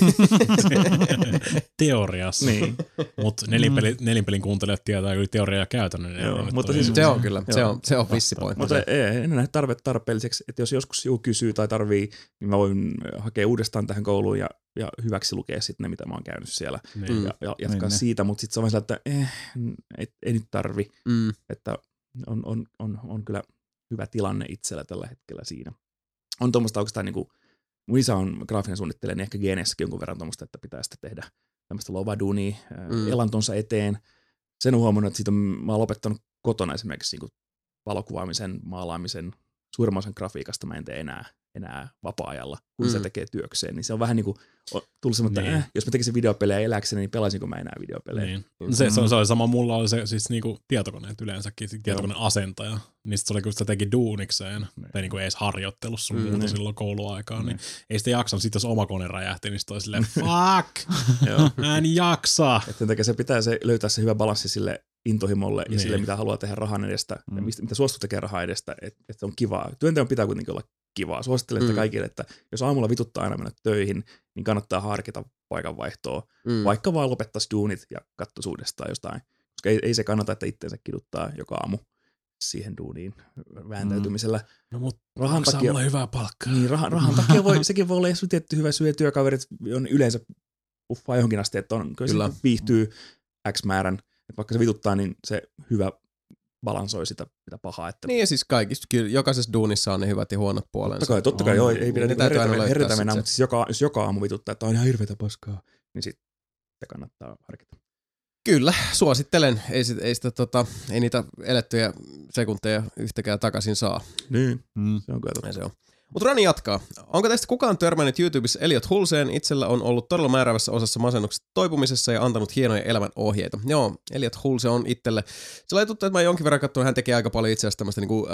Teoriassa. Niin. Mutta nelinpelin, nelinpelin kuuntelijat tietää kyllä teoriaa ja käytännön. Joo, mutta siis, se on kyllä, se on, se on vissipointti. Mutta ei, en näe tarve tarpeelliseksi, että jos joskus joku kysyy tai tarvii, niin mä voin hakea uudestaan tähän kouluun ja, ja hyväksi lukea sitten ne, mitä mä oon käynyt siellä niin. ja, ja jatkaa niin, siitä, mutta sitten se on vaan että eh, ei, ei nyt tarvi, mm. että on, on, on, on kyllä hyvä tilanne itsellä tällä hetkellä siinä. On tuommoista oikeastaan niin kuin mun isä on graafinen suunnittelija, niin ehkä G N S:kin jonkun verran tuommoista, että pitää sitten tehdä tämmöistä lovaduunia mm. elantonsa eteen. Sen on huomannut, että siitä on, mä oon lopettanut kotona esimerkiksi niin valokuvaamisen, maalaamisen, suurimman osan grafiikasta mä en tee enää, enää vapaa-ajalla, kun mm. se tekee työkseen. Niin se on vähän niin kuin tullut semmoinen, että niin. eh, jos mä tekisin videopelejä eläkseni, niin pelaisinko mä enää videopelejä. Niin. Mm. Se, se, on, se oli sama, mulla oli se siis niinku tietokoneet yleensäkin, tietokoneen asentaja. Niin sit se oli, kun sitä teki duunikseen, niin. tai niinku ees harjoittelussa sun mm, muuta niin. silloin kouluaikaan, niin. niin ei sitä jaksanut. Sitten jos oma kone räjähti, niin sit oli silleen, fuck, mä en jaksa. Sen takia se pitää se, löytää se hyvä balanssi sille intohimolle niin. ja sille, mitä haluaa tehdä rahan edestä, mm. ja mistä, mitä suostuu tekemään rahan edestä, että et se on kivaa. Työnteon pitää kuitenkin olla kivaa. Suosittelen sitä mm. kaikille, että jos aamulla vituttaa aina mennä töihin, niin kannattaa harkita paikanvaihtoa, mm. vaikka vaan lopettaisi duunit ja katsoisi uudestaan jostain. Koska ei, ei se kannata, että itseensä kiduttaa joka aamu siihen duuniin vääntäytymisellä. Mm. No mutta rahan takia mulle hyvää palkkaa. Niin, rahan, rahan takia voi, sekin voi olla, jos on tietty hyvä syy ja työkaverit on yleensä puffaa johonkin asti, että on, kyllä viihtyy X määrän, että vaikka se vituttaa, niin se hyvä balansoi sitä, sitä pahaa. Että niin ja siis kaikissa, kyllä jokaisessa duunissa on ne hyvät ja huonot puolensa. Totta kai, totta kai, joo, ei pidä niinku herretä mennä, mutta siis joka, jos joka aamu vituttaa, että on ihan hirveätä paskaa, niin sitten kannattaa harkita. Kyllä, suosittelen. Ei, sit, ei, sitä, tota, ei niitä elettyjä sekunteja yhtäkään takaisin saa. Niin, mm. se on kyllä totta. Se on. Mutta Rani jatkaa. Onko teistä kukaan törmännyt YouTubessa Elliot Hulseen? Itsellä on ollut todella määräävässä osassa masennuksesta toipumisessa ja antanut hienoja elämän ohjeita. Joo, Elliot Hulse on itselle. Sillä ei tuttu, että mä jonkin verran katsoin, hän tekee aika paljon itse asiassa tämmöistä niinku, uh,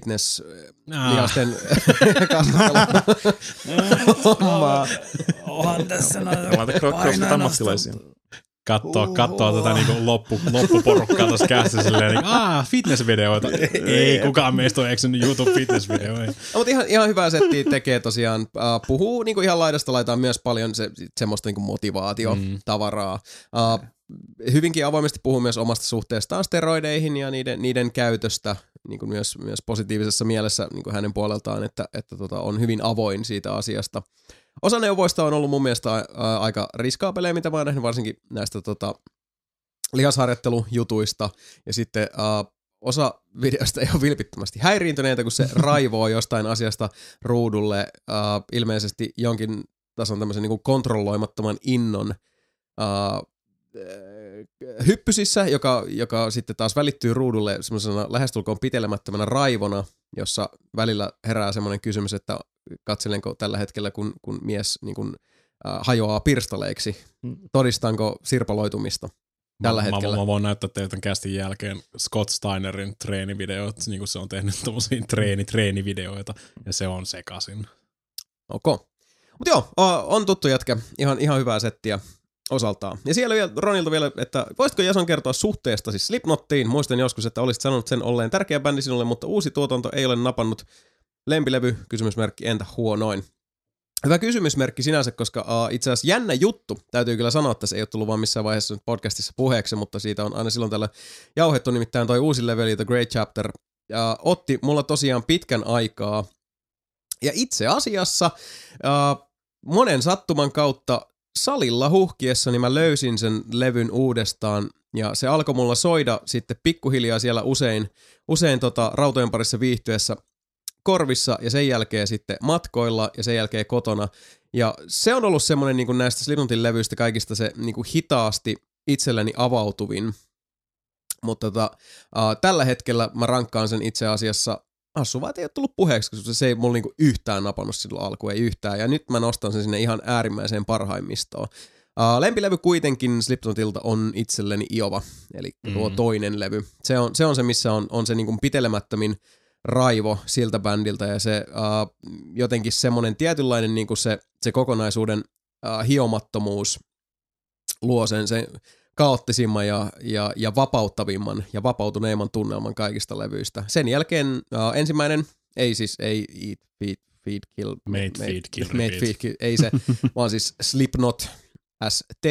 fitness-lihasten kasvattelua. Onhan tässä noita ammattilaisia. Kattoo, kattoo tätä niinku loppu, loppuporukkaa tuossa käsissä silleen, niin, aah, fitnessvideoita. Ei kukaan meistä ole eksynyt YouTube fitnessvideoihin. No, mutta ihan, ihan hyvää settiä tekee tosiaan. Uh, puhuu niinku ihan laidasta laitaan myös paljon se, semmoista niinku motivaatiotavaraa. Uh, hyvinkin avoimesti puhuu myös omasta suhteestaan steroideihin ja niiden, niiden käytöstä niinku myös, myös positiivisessa mielessä niinku hänen puoleltaan, että, että tota, on hyvin avoin siitä asiasta. Osa neuvoista on ollut mun mielestä ä, aika riskaapeleja, mitä mä oon nähnyt varsinkin näistä tota, lihasharjoittelujutuista. Ja sitten ä, osa videoista ei ole vilpittömästi häiriintyneitä, kun se raivoo jostain asiasta ruudulle ä, ilmeisesti jonkin tason tämmöisen niin kuin kontrolloimattoman innon ä, hyppysissä, joka, joka sitten taas välittyy ruudulle semmoisena lähestulkoon pitelemättömänä raivona, jossa välillä herää semmoinen kysymys, että katselenko tällä hetkellä, kun, kun mies niin kun, äh, hajoaa pirstaleiksi, todistanko sirpaloitumista tällä mä, hetkellä? Mä, mä voin näyttää teille tämän castin jälkeen Scott Steinerin treenivideoita, niin kuin se on tehnyt tommosia treeni-treenivideoita, ja se on sekasin. Okei. Okay. Mutta joo, on tuttu jätkä, ihan, ihan hyvää settiä osaltaan. Ja siellä vielä Ronilta vielä, että voisitko Jason kertoa suhteesta siis Slipknottiin? Muistan joskus, että olisit sanonut sen olleen tärkeä bändi sinulle, mutta uusi tuotanto ei ole napannut. Lempilevy, kysymysmerkki, entä huonoin? Hyvä kysymysmerkki sinänsä, koska uh, itse asiassa jännä juttu, täytyy kyllä sanoa, että se ei ole tullut vaan missään vaiheessa nyt podcastissa puheeksi, mutta siitä on aina silloin tällä jauhettu, nimittäin toi uusi leveli, The Great Chapter, uh, otti mulla tosiaan pitkän aikaa, ja itse asiassa uh, monen sattuman kautta salilla huhkiessa, niin mä löysin sen levyn uudestaan, ja se alkoi mulla soida sitten pikkuhiljaa siellä usein, usein tota, rautojen parissa viihtyessä korvissa, ja sen jälkeen sitten matkoilla, ja sen jälkeen kotona. Ja se on ollut semmoinen niin kuin näistä Slipknotin levyistä kaikista se niin kuin hitaasti itselleni avautuvin. Mutta tota, uh, tällä hetkellä mä rankkaan sen itse asiassa, Hassu vaan ei ole tullut puheeksi, koska se ei mulla niinku yhtään napannut silloin alkuun, ei yhtään. Ja nyt mä nostan sen sinne ihan äärimmäiseen parhaimmistoon. Uh, lempilevy kuitenkin Slipknotilta on itselleni Iowa, eli mm. tuo toinen levy. Se on se, on se missä on, on se niinku pitelemättömin raivo siltä bändiltä, ja se uh, jotenkin semmoinen tietynlainen niinku se, se kokonaisuuden uh, hiomattomuus luo sen, sen kaoottisimman ja, ja, ja vapauttavimman ja vapautuneimman tunnelman kaikista levyistä. Sen jälkeen uh, ensimmäinen, ei siis, ei Eat, Feed, Feed, Kill. Made, made Feed, Kill, made, feed, kill ei se, vaan siis Slipknot S T,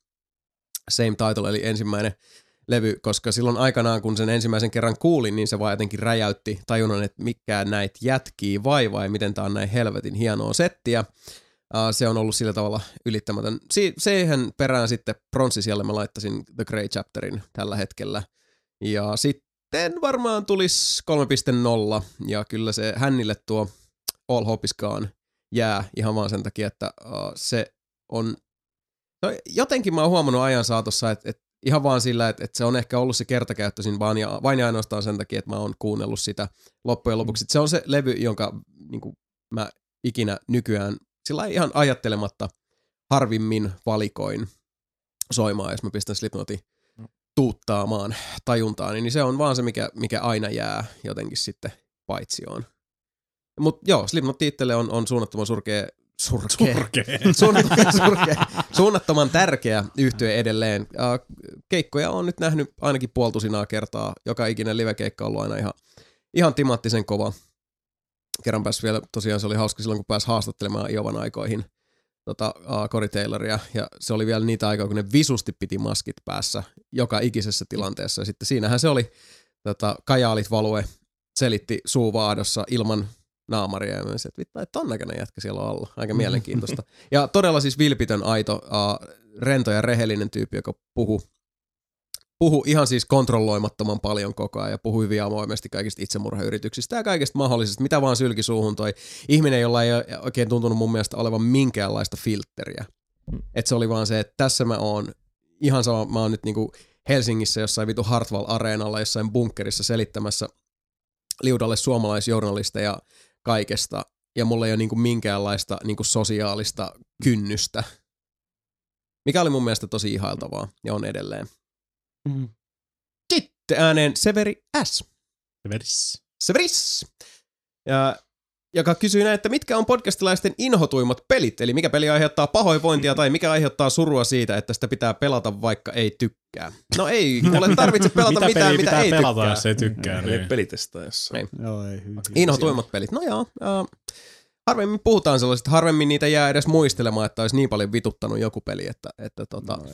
same title, eli ensimmäinen levy, koska silloin aikanaan, kun sen ensimmäisen kerran kuulin, niin se vaan jotenkin räjäytti tajunnan, että mikä näitä jätkii vaivaa ja miten tää on näin helvetin hienoa settiä. Uh, se on ollut sillä tavalla ylittämätön. Si- siihen perään sitten pronssisijalle mä laittaisin The Great Chapterin tällä hetkellä. Ja sitten varmaan tulisi kolme piste nolla, ja kyllä se hännille tuo All Hope Is Gone jää ihan vaan sen takia, että uh, se on... No, jotenkin mä oon huomannut ajan saatossa, että, että ihan vaan sillä, että, että se on ehkä ollut se kertakäyttöisin vaan ja, vain ja ainoastaan sen takia, että mä oon kuunnellut sitä loppujen lopuksi. Se on se levy, jonka niin kuin mä ikinä nykyään sillä ihan ajattelematta harvimmin valikoin soimaan, jos mä pistän Slipknotin tuuttaamaan tajuntaan, niin se on vaan se, mikä, mikä aina jää jotenkin sitten paitsioon. Mutta joo, Slipknot itselle on, on suunnattoman surkea, surkea, surkea. suunnattoman, surkea, suunnattoman tärkeä yhtye edelleen. Keikkoja on nyt nähnyt ainakin puoltusinaa kertaa, joka ikinen livekeikka on ollut aina ihan, ihan timanttisen kova. Kerran pääsi vielä, tosiaan se oli hauska silloin, kun pääsi haastattelemaan Iowan aikoihin tota, uh, Corey Tayloria, ja se oli vielä niitä aikaa, kun ne visusti piti maskit päässä joka ikisessä tilanteessa, ja sitten siinähän se oli, tota, kajaalit value, selitti suuvaadossa ilman naamaria, ja mä sanoin, että vittu, että ton näköinen jätkä siellä on alla, aika mielenkiintoista. Ja todella siis vilpitön, aito, uh, rento ja rehellinen tyyppi, joka puhui Puhu ihan siis kontrolloimattoman paljon koko ajan ja puhui hyvin avoimesti kaikista itsemurhayrityksistä ja kaikista mahdollisista, mitä vaan sylki suuhun toi ihminen, jolla ei oikein tuntunut mun mielestä olevan minkäänlaista filtteriä. Että se oli vaan se, että tässä mä oon ihan sama, mä oon nyt niinku Helsingissä jossain vitu Hartwall-areenalla jossain bunkkerissa selittämässä liudalle suomalaisjournalisteja kaikesta ja mulla ei ole niinku minkäänlaista niinku sosiaalista kynnystä, mikä oli mun mielestä tosi ihailtavaa ja on edelleen. Mm. Sitten ääneen Severi S. Severis. Severis. Ja, joka kysyy näin, että mitkä on podcastilaisten inhotuimmat pelit, eli mikä peli aiheuttaa pahoinvointia tai mikä aiheuttaa surua siitä, että sitä pitää pelata vaikka ei tykkää. No ei, mulle tarvitse pelata mitä mitään, mitä ei pelata, tykkää. jos ei tykkää. Ei pelitestaa jossain. Joo, ei hyvin. Inhotuimmat pelit, no joo. Uh, harvemmin puhutaan sellaisista, harvemmin niitä jää edes muistelemaan, että olisi niin paljon vituttanut joku peli, että, että tota... No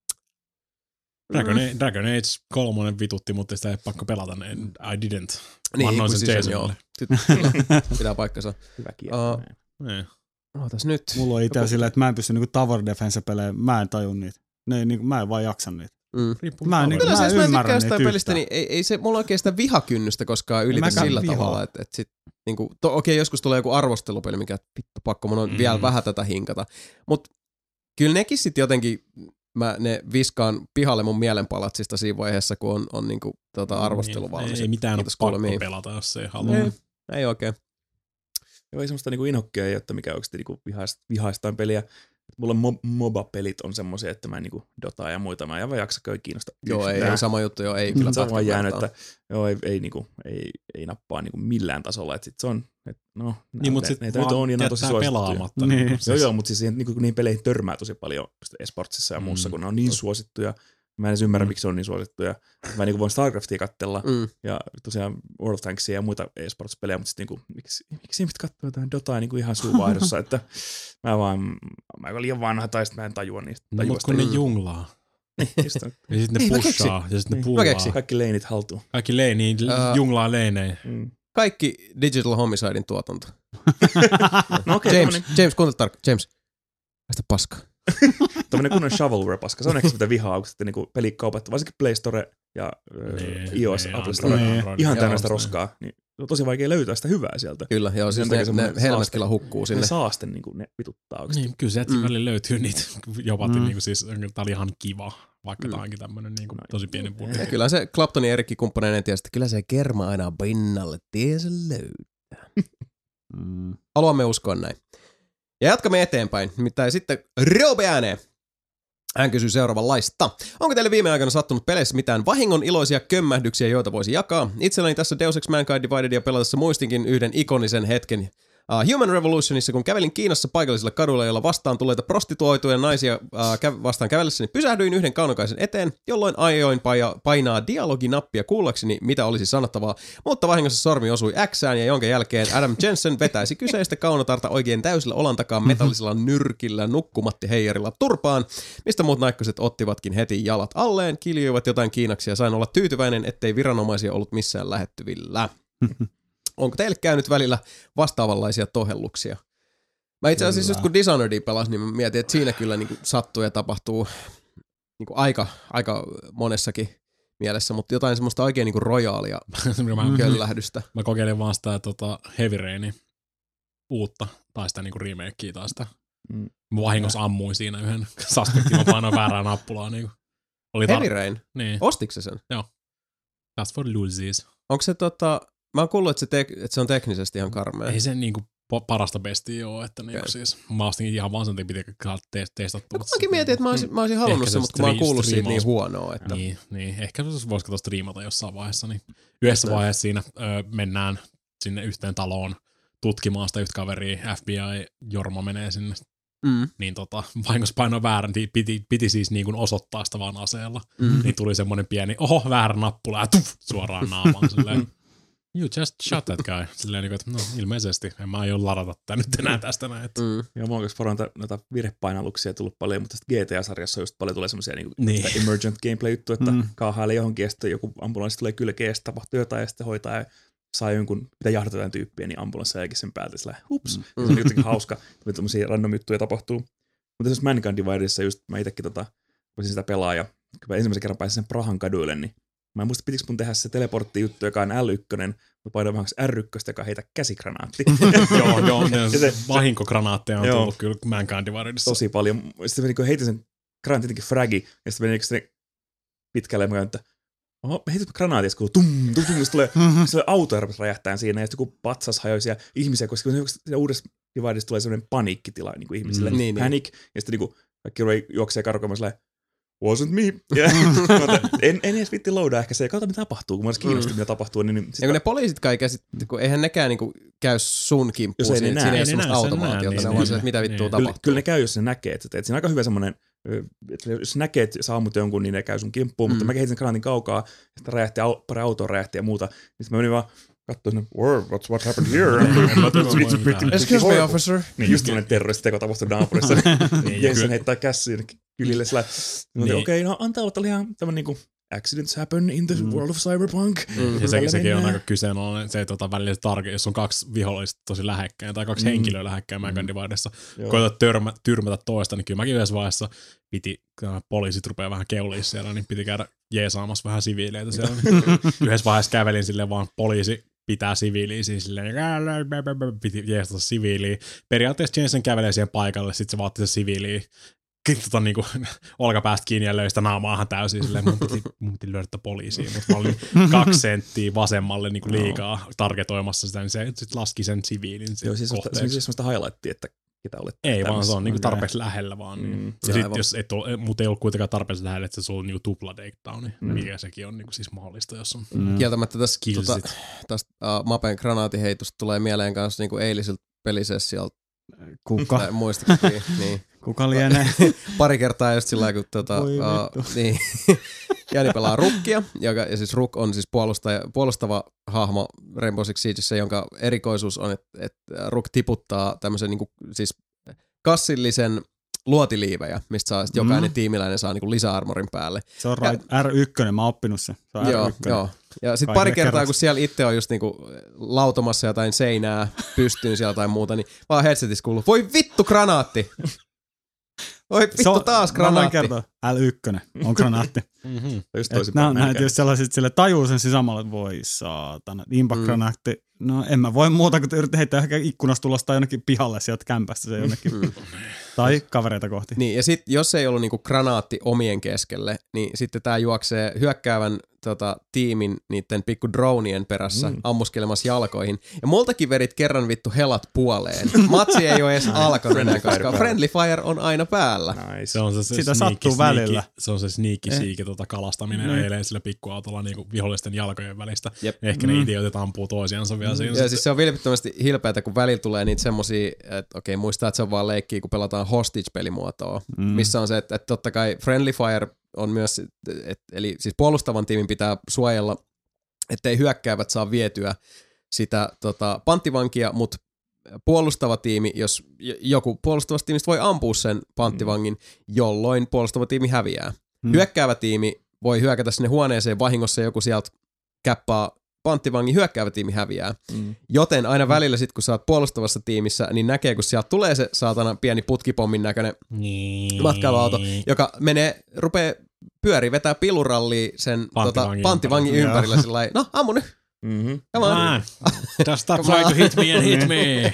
Dragon, mm. Dragon Age kolmonen vitutti, mutta sitä ei pakko pelata, niin I didn't. Niin, Annoin sen Inquisition, joo. Kyllä, pitää paikkansa. Hyvä kieltä. Uh, Ootas nyt. Mulla on itse sillä, että mä en pysty niinku tower defense pelejä, mä en tajun niitä. Ne, niinku, mä en vaan jaksa niitä. Mm. Mä en, niinku, Kyllä mä se, jos mä tykkään niitä pelistä, niin ei, ei se mulla oikein sitä vihakynnystä koskaan ylitä sillä vihaa. Tavalla, että et sit niinku, to, okei, joskus tulee joku arvostelupeli, mikä vittu pakko, mun on mm. vielä vähän tätä hinkata. Mut kyllä nekin sit jotenkin, mä ne viskaan pihalle mun mielenpalatsista siinä vaiheessa, kun on, on niinku tota arvostelu valmis. Ei, ei mitään ole pakko mihin. pelata, jos ei halua. Ei, ei oikein. Joo, ei semmoista niinku inhokkia ei ole, että mikä oikeasti niinku vihaist, vihaistain peliä. Mulla mo- MOBA-pelit on semmoisia, että mä en niinku Dotaa ja muita, mä en vaan jaksa kyllä kiinnosta. Joo, ei, ei sama juttu, joo, ei kyllä se on vaan jäänyt, että joo, ei, ei, niinku, ei, ei nappaa niinku millään tasolla, että sit se on, et, no, niin, mutta sitten vaan jättää pelaamatta. Niin. Joo, joo, mutta siis siihen, niinku, niihin peleihin törmää tosi paljon esportsissa ja muussa, mm. kun ne on niin suosittuja, Mä en edes ymmärrä, mm. miksi se on niin suosittu. Ja mä niin voin StarCraftia katsella ja, Mm. ja tosiaan World of Tanksia ja muita e-sports-pelejä, mutta sitten niin miksi, miksi ihmiset katsoo jotain Dotaa niin ihan suuvaihdossa, että mä vaan, mä oon liian vanha tai sitten mä en tajua niistä. No, mutta kun ne junglaa. Niin, just on. Ja sitten ne Niin, mä pushaa, ja sitten ne Niin. pullaa. Mä keksin. Kaikki leinit haltuun. Kaikki leiniin, Ää. junglaa leineen. Mm. Kaikki Digital Homicidein tuotanto. No okei, James, okay, James, kuuntele tarkkaan. James, päästä paskaa. tommonen kunnon shovelware-paska. Se on ehkä se, mitä vihaa, kun sitten niinku pelikaupat, varsinkin Play Store ja Nee, iOS, nee, Apple Android, Store. Nee. Android. Ihan Joo, täynnä sitä se- roskaa. Niin on tosi vaikea löytää sitä hyvää sieltä. Kyllä, joo, siis Sen ne, takia ne semmoinen helmet saaste- kyllä hukkuu sinne. Ne saaste niin kuin, ne vituttaa oikeasti. Niin, kyllä sieltä Mm. mm. välillä löytyy niitä. Jopa Mm. mm. niin siis, tää oli ihan kiva, vaikka Mm. mm. tää onkin tämmönen niin kuin, No, tosi pieni joo. budjetti. Ja kyllä se Claptonin Erikki kumppaneinen tiesi, että kyllä se kerma aina pinnalle tie se löytää. Mm. Haluamme uskoa näin. Ja jatkamme eteenpäin. Nimittäin sitten Robe ääneen. Hän kysyy seuraavanlaista. Onko teille viime aikoina sattunut peleissä mitään vahingon iloisia kömmähdyksiä, joita voisi jakaa? Itselläni tässä Deus Ex Mankind Dividedia pelatessa muistinkin yhden ikonisen hetken Uh, Human Revolutionissa, kun kävelin Kiinassa paikallisilla kaduilla, joilla vastaan tuleita prostituoituja naisia uh, kä- vastaan kävellessäni, pysähdyin yhden kaunokaisen eteen, jolloin aioin paia- painaa dialoginappia kuullakseni, mitä olisi sanottavaa, mutta vahingossa sormi osui Xään ja jonka jälkeen Adam Jensen vetäisi kyseistä kaunotarta oikein täysillä olan takaa metallisella nyrkillä nukkumatti heijarilla turpaan, mistä muut naikkoset ottivatkin heti jalat alleen, kiljuivat jotain kiinaksi ja sain olla tyytyväinen, ettei viranomaisia ollut missään lähettyvillä. Onko teille käynyt välillä vastaavanlaisia tohelluksia? Mä itse asiassa just kun Dishonoredia pelasin, niin mä mietin, että siinä kyllä niin kuin sattuu ja tapahtuu niin kuin aika, aika monessakin mielessä, mutta jotain semmoista oikein niin kuin rojaalia mä, köllähdystä. mä kokeilin vaan sitä tota, Heavy Rainin uutta, tai sitä niinku remakea tai sitä. Mm. Mä vahingossa ammuin siinä yhden suspektin, mä painoin väärää nappulaa. Niinku. Oli Heavy Rain, Niin, ostitko se sen? that's for losers. Onko se tota, mä oon kuullut, että se, tek, että se on teknisesti ihan karmea. Ei se niinku po- parasta bestiä ole, että niinku Okei. siis mä ostin ihan vaan sen, että piti te- testattua. No, mäkin mietin, että mä olisin, mä olisin halunnut Ehkä sen, se mutta kun mä oon stri- kuullut siitä niin striimaus- huonoa. Että... Niin, niin, ehkä se voisi katsoa striimata jossain vaiheessa. Niin yhdessä vaiheessa siinä ö, mennään sinne yhteen taloon tutkimaan sitä yhtä kaveria, F B I-jorma menee sinne, Mm, niin tota, vahingossa painoin väärän, niin piti, piti siis niin kuin osoittaa sitä vaan aseella. mm. Niin tuli semmoinen pieni, oho, väärä nappula, ja tuff, suoraan naamaan silleen. You just shot that guy. Silleen niin kuin, että no ilmeisesti, en mä aio ladata tää nyt enää tästä näin. Että. Mm. Ja mulla on myös varmaan noita virhepainalluksia tullut paljon, mutta tästä G T A-sarjassa just paljon tulee semmoisia niin Niin. emergent gameplay-juttu, että Mm. mm. kaahailee johonkin ja sitten joku ambulanssi tulee kylkeen ja sitten tapahtuu jotain ja sitten hoitaa ja saa jonkun, pitää jahdata jotain tyyppiä, niin ambulanssi jälkeen sen päältä sillä hups. Mm. Se on jotenkin hauska, että tämmöisiä random juttuja tapahtuu. Mutta jos Mankind Dividessa just mä itsekin tota, voisin sitä pelaa ja kun mä ensimmäisen kerran pääsin sen Prahan kaduille, niin mä en muista pitikö mun tehdä se teleporttijuttu, joka on L yksi, mä painoin vähän R yksi, joka heitä käsikranaatti. joo, joo, ne Ja se- vahinkogranaatteja on Joo. tullut kyllä Mankind Dividedissa. Tosi paljon. Sitten mä niin heitin sen granaatin jotenkin fragi, ja sitten menin sinne pitkälle, ja mä käyn, että oho, mä heitin granaatin, ja kun tum, tum, tum, ja tulee, se auto rupesi räjähtää siinä, ja sitten joku patsas hajoisi, ja ihmisiä, koska siinä uudessa Dividessa tulee sellainen paniikkitila niin kuin ihmisille, Mm, niin, niin. panic, ja sitten niin kuin, kaikki juoksee karkomaan silleen, wasn't me. Ja, en, en edes vitti loudaa ehkä se, ja katso mitä tapahtuu, kun mä olisin kiinnostunut, Mm. mitä tapahtuu. Niin, niin, Ja kun ne poliisit kai käsit, kun eihän nekään niinku käy sun kimppuun, Jos ei ne siinä, näe, siinä ei ei ole ne semmoista näe, sen automaatiota, näe, ne niin, vaan se, niin. että mitä vittua Niin. kyllä, tapahtuu. kyllä ne käy, jos ne näkee. Että, että siinä on aika hyvä semmoinen, että jos näkee, että sä ammut jonkun, niin ne käy sun kimppuun, mutta Mm. mä heitin sen granaatin kaukaa, ja sitten räjähti, au- pari autoa räjähti ja muuta. Niin sitten mä menin vaan katsoa sinne, what's what happened here? It's a pretty, Excuse me, horrible. officer. Niin just semmoinen terroristiteko tapahtui naapurissa. Niin, ja Jensen kyllä- heittää käsiin kylille sillä, niin. Niin. okei, okay, no antaa olla, että oli ihan tämmöinen niinku, accidents happen in the Mm. world of cyberpunk. Mm. Ja Tällä sekin, sekin on mennään. aika kyseenalainen, se tota, välillä se tarke, jos on kaksi vihollista tosi lähekkäin tai kaksi Mm. mm. henkilöä lähekkäin Mankind Dividessa, Joo. koetat törmä, tyrmätä toista, niin kyllä mäkin yhdessä vaiheessa piti, kun poliisit rupeaa vähän keuliin siellä, niin piti käydä jeesaamassa vähän siviileitä siellä. Niin yhdessä vaiheessa kävelin silleen vaan poliisi pitää siviiliä, siis silleen, piti jeestata siviiliä. Periaatteessa Jensen kävelee siihen paikalle, sit se vaatti se siviiliä, tota, niinku, olkapäästä kiinni ja löi sitä naamaahan täysin silleen, mun piti, mun piti löydä poliisiin, mutta mä olin kaksi senttiä vasemmalle niinku liikaa targetoimassa sitä, niin se sit laski sen siviilin Joo, siis semmoista, kohteeksi. semmoista highlightia, että ketä olet Ei vaan se on niinku Okei. tarpeeksi lähellä vaan. Niin. Mm. Ja Joo, sit aivan. jos et ole, mut ei ollut kuitenkaan tarpeeksi lähellä, että se sulla on niinku tupla takedowni, Mm. mikä sekin on niinku siis mahdollista, jos on Mm. Kieltämättä tästä, Skillsit. tota, tästä uh, Mapen granaatiheitosta tulee mieleen kanssa niinku eiliseltä pelisessiolta Kuka? Tai muistaakseni, niin. Kuka lienee? Pari kertaa just sillä kun tota, uh, niin. Jani pelaa Rookia, joka, ja siis Rook on siis puolustaja, puolustava hahmo Rainbow Six Siegessä, jonka erikoisuus on, että, että Rook tiputtaa tämmöisen niin kuin, siis kassillisen luotiliivejä, mistä saa, mm. jokainen tiimiläinen saa niinku lisäarmorin päälle. Se on right, R yksi, mä oon oppinut sen. Se on joo, R yksi. Joo. Ja sitten pari kertaa, kerrasta. Kun siellä itse on just niinku lautomassa jotain seinää pystyyn siellä tai muuta, niin vaan headsetissä kuuluu, voi vittu granaatti! Voi vittu on, taas granaatti! L yksi on granaatti. mm-hmm. Nämä on näitä just sellaiset, sille tajuu sen sisämaalla, että voi saatana, impact-granaatti. Mm. No en mä voi muuta, kun yritän heittää ehkä ikkunasta tulosta tai jonnekin pihalle sieltä kämpästä se jonnekin. Mm. Tai kavereita kohti. Niin, ja sitten jos ei ollut niinku granaatti omien keskelle, niin sitten tää juoksee hyökkäävän tota, tiimin niiden pikku dronien perässä mm. ammuskelemassa jalkoihin. Ja multakin verit kerran vittu helat puoleen. Matsi ei ole edes alkanut enää, koska Friendly Fire on aina päällä. Nice. Se on se, se sitä sneaky, sattuu sneaky, välillä. Se on se sneaky eh. siiki tota kalastaminen mm. eilen sillä pikkuautolla niinku vihollisten jalkojen välistä. Jep. Ehkä mm. ne idiotit ampuu toisiansa vielä mm. siinä. Ja siis se on vilpittömästi hilpeätä, kun välillä tulee niitä semmosia, että okei, muistaa, että se on vaan leikkiä, kun pelataan hostage-pelimuotoa, mm. missä on se, että, että totta kai Friendly Fire on myös, et, eli siis puolustavan tiimin pitää suojella, ettei hyökkäävät saa vietyä sitä tota, panttivankia, mutta puolustava tiimi, jos joku puolustavasta tiimistä voi ampua sen panttivangin, mm. jolloin puolustava tiimi häviää. Mm. Hyökkäävä tiimi voi hyökätä sinne huoneeseen vahingossa, joku sieltä käppää panttivangin, hyökkäävä tiimi häviää. Mm. Joten aina välillä sit, kun sä oot puolustavassa tiimissä, niin näkee, kun sieltä tulee se saatana pieni putkipommin näköinen niin. matkailuauto, joka menee, rupee pyörii, vetää pilurallia sen panttivangin, tota, panttivangin ympärillä sillä lailla, no ammu nyt. Mm-hmm. Come on. Just stop trying to hit me and hit me.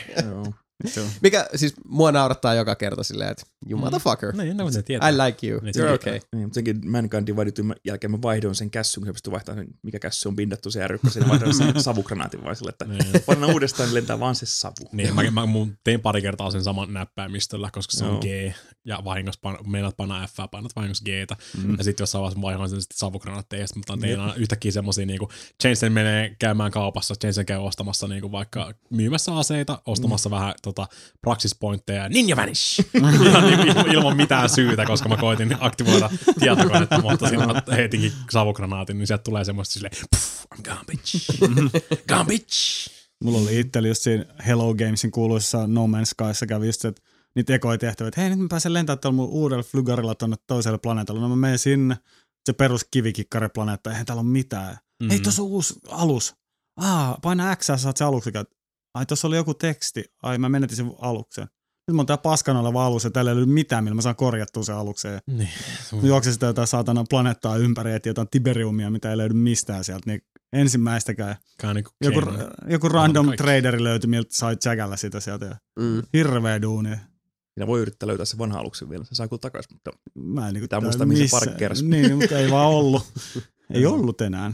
Mikä siis mua naurattaa joka kerta silleen, että you mm. motherfucker. No, no, I like you. Niin, you're okay. Niin, mutta senkin Mankind Dividedin jälkeen mä vaihdoin sen kässyn, kun se pystyy vaihtamaan, mikä kässy on pindattu se R yksi, ja vaihdoin sen savugranaatin vaan sille, että niin. Pannaan uudestaan, niin lentää vaan se savu. Niin, mä, mä tein pari kertaa sen saman näppäimistöllä, koska se no. on G, ja vahingossa pan, meinaat panna F, painat vahingossa G:tä, mm. ja sitten jossain vaiheessa vaihdoin sen savugranaatteja, ja sitten mä tein aina yhtäkkiä semmosia, niinku, Jensen menee käymään kaupassa, Jensen käy ostamassa niinku, vaikka myymässä aseita, ostamassa mm. vähän tota, praxis pointteja, ninja vanish! Ihan ilman mitään syytä, koska mä koitin aktivoida tietokonetta, mutta siinä mä heitinkin savugranaatin, niin sieltä tulee semmoista silleen, I'm gone bitch, gone bitch. Mulla oli itsellä just siinä Hello Gamesin kuuluisessa No Man's Skyssa kävi just, että niitä ekoja tehtäviä, että hei nyt mä pääsen lentämään tällä mun uudella flygarilla tonne toiselle planeetalle. No mä menen sinne, se perus kivikikkariplaneetta, eihän täällä ole mitään. Mm-hmm. Hei, tossa on uusi alus. Aa, paina X, saat se aluksi. Ai, tossa oli joku teksti. Ai, mä menetin sen alukseen. Nyt mä oon tää paskana oleva alus ja täällä ei ole mitään, millä mä saan korjattua sen alukseen. Niin. Mä juoksen sitä jotain saatana planeettaa ympäri, että jotain Tiberiumia, mitä ei löydy mistään sieltä. Niin ensimmäistäkään. Niin joku, joku random traderi löytyi, miltä sai jäkällä sitä sieltä. Mm. Hirveä duuni. Siinä voi yrittää löytää se vanha aluksen vielä. Se saa kyllä takaisin, mutta mä en niin pitää muistaa, mihin se parkkeerasi. Niin, mutta ei vaan ollut. Ei ollut enää.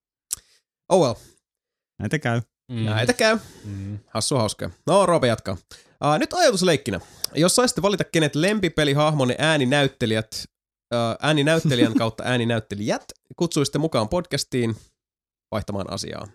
Oh well. Näitä käy. Mm. Näitä käy. Mm. Hassu hauskaa. No, Roope jatkaa. Uh, nyt ajatusleikkinä. Jos saisitte valita kenet lempipelihahmonne ääninäyttelijät, uh, ääninäyttelijän kautta ääninäyttelijät, kutsuisitte mukaan podcastiin vaihtamaan asiaa.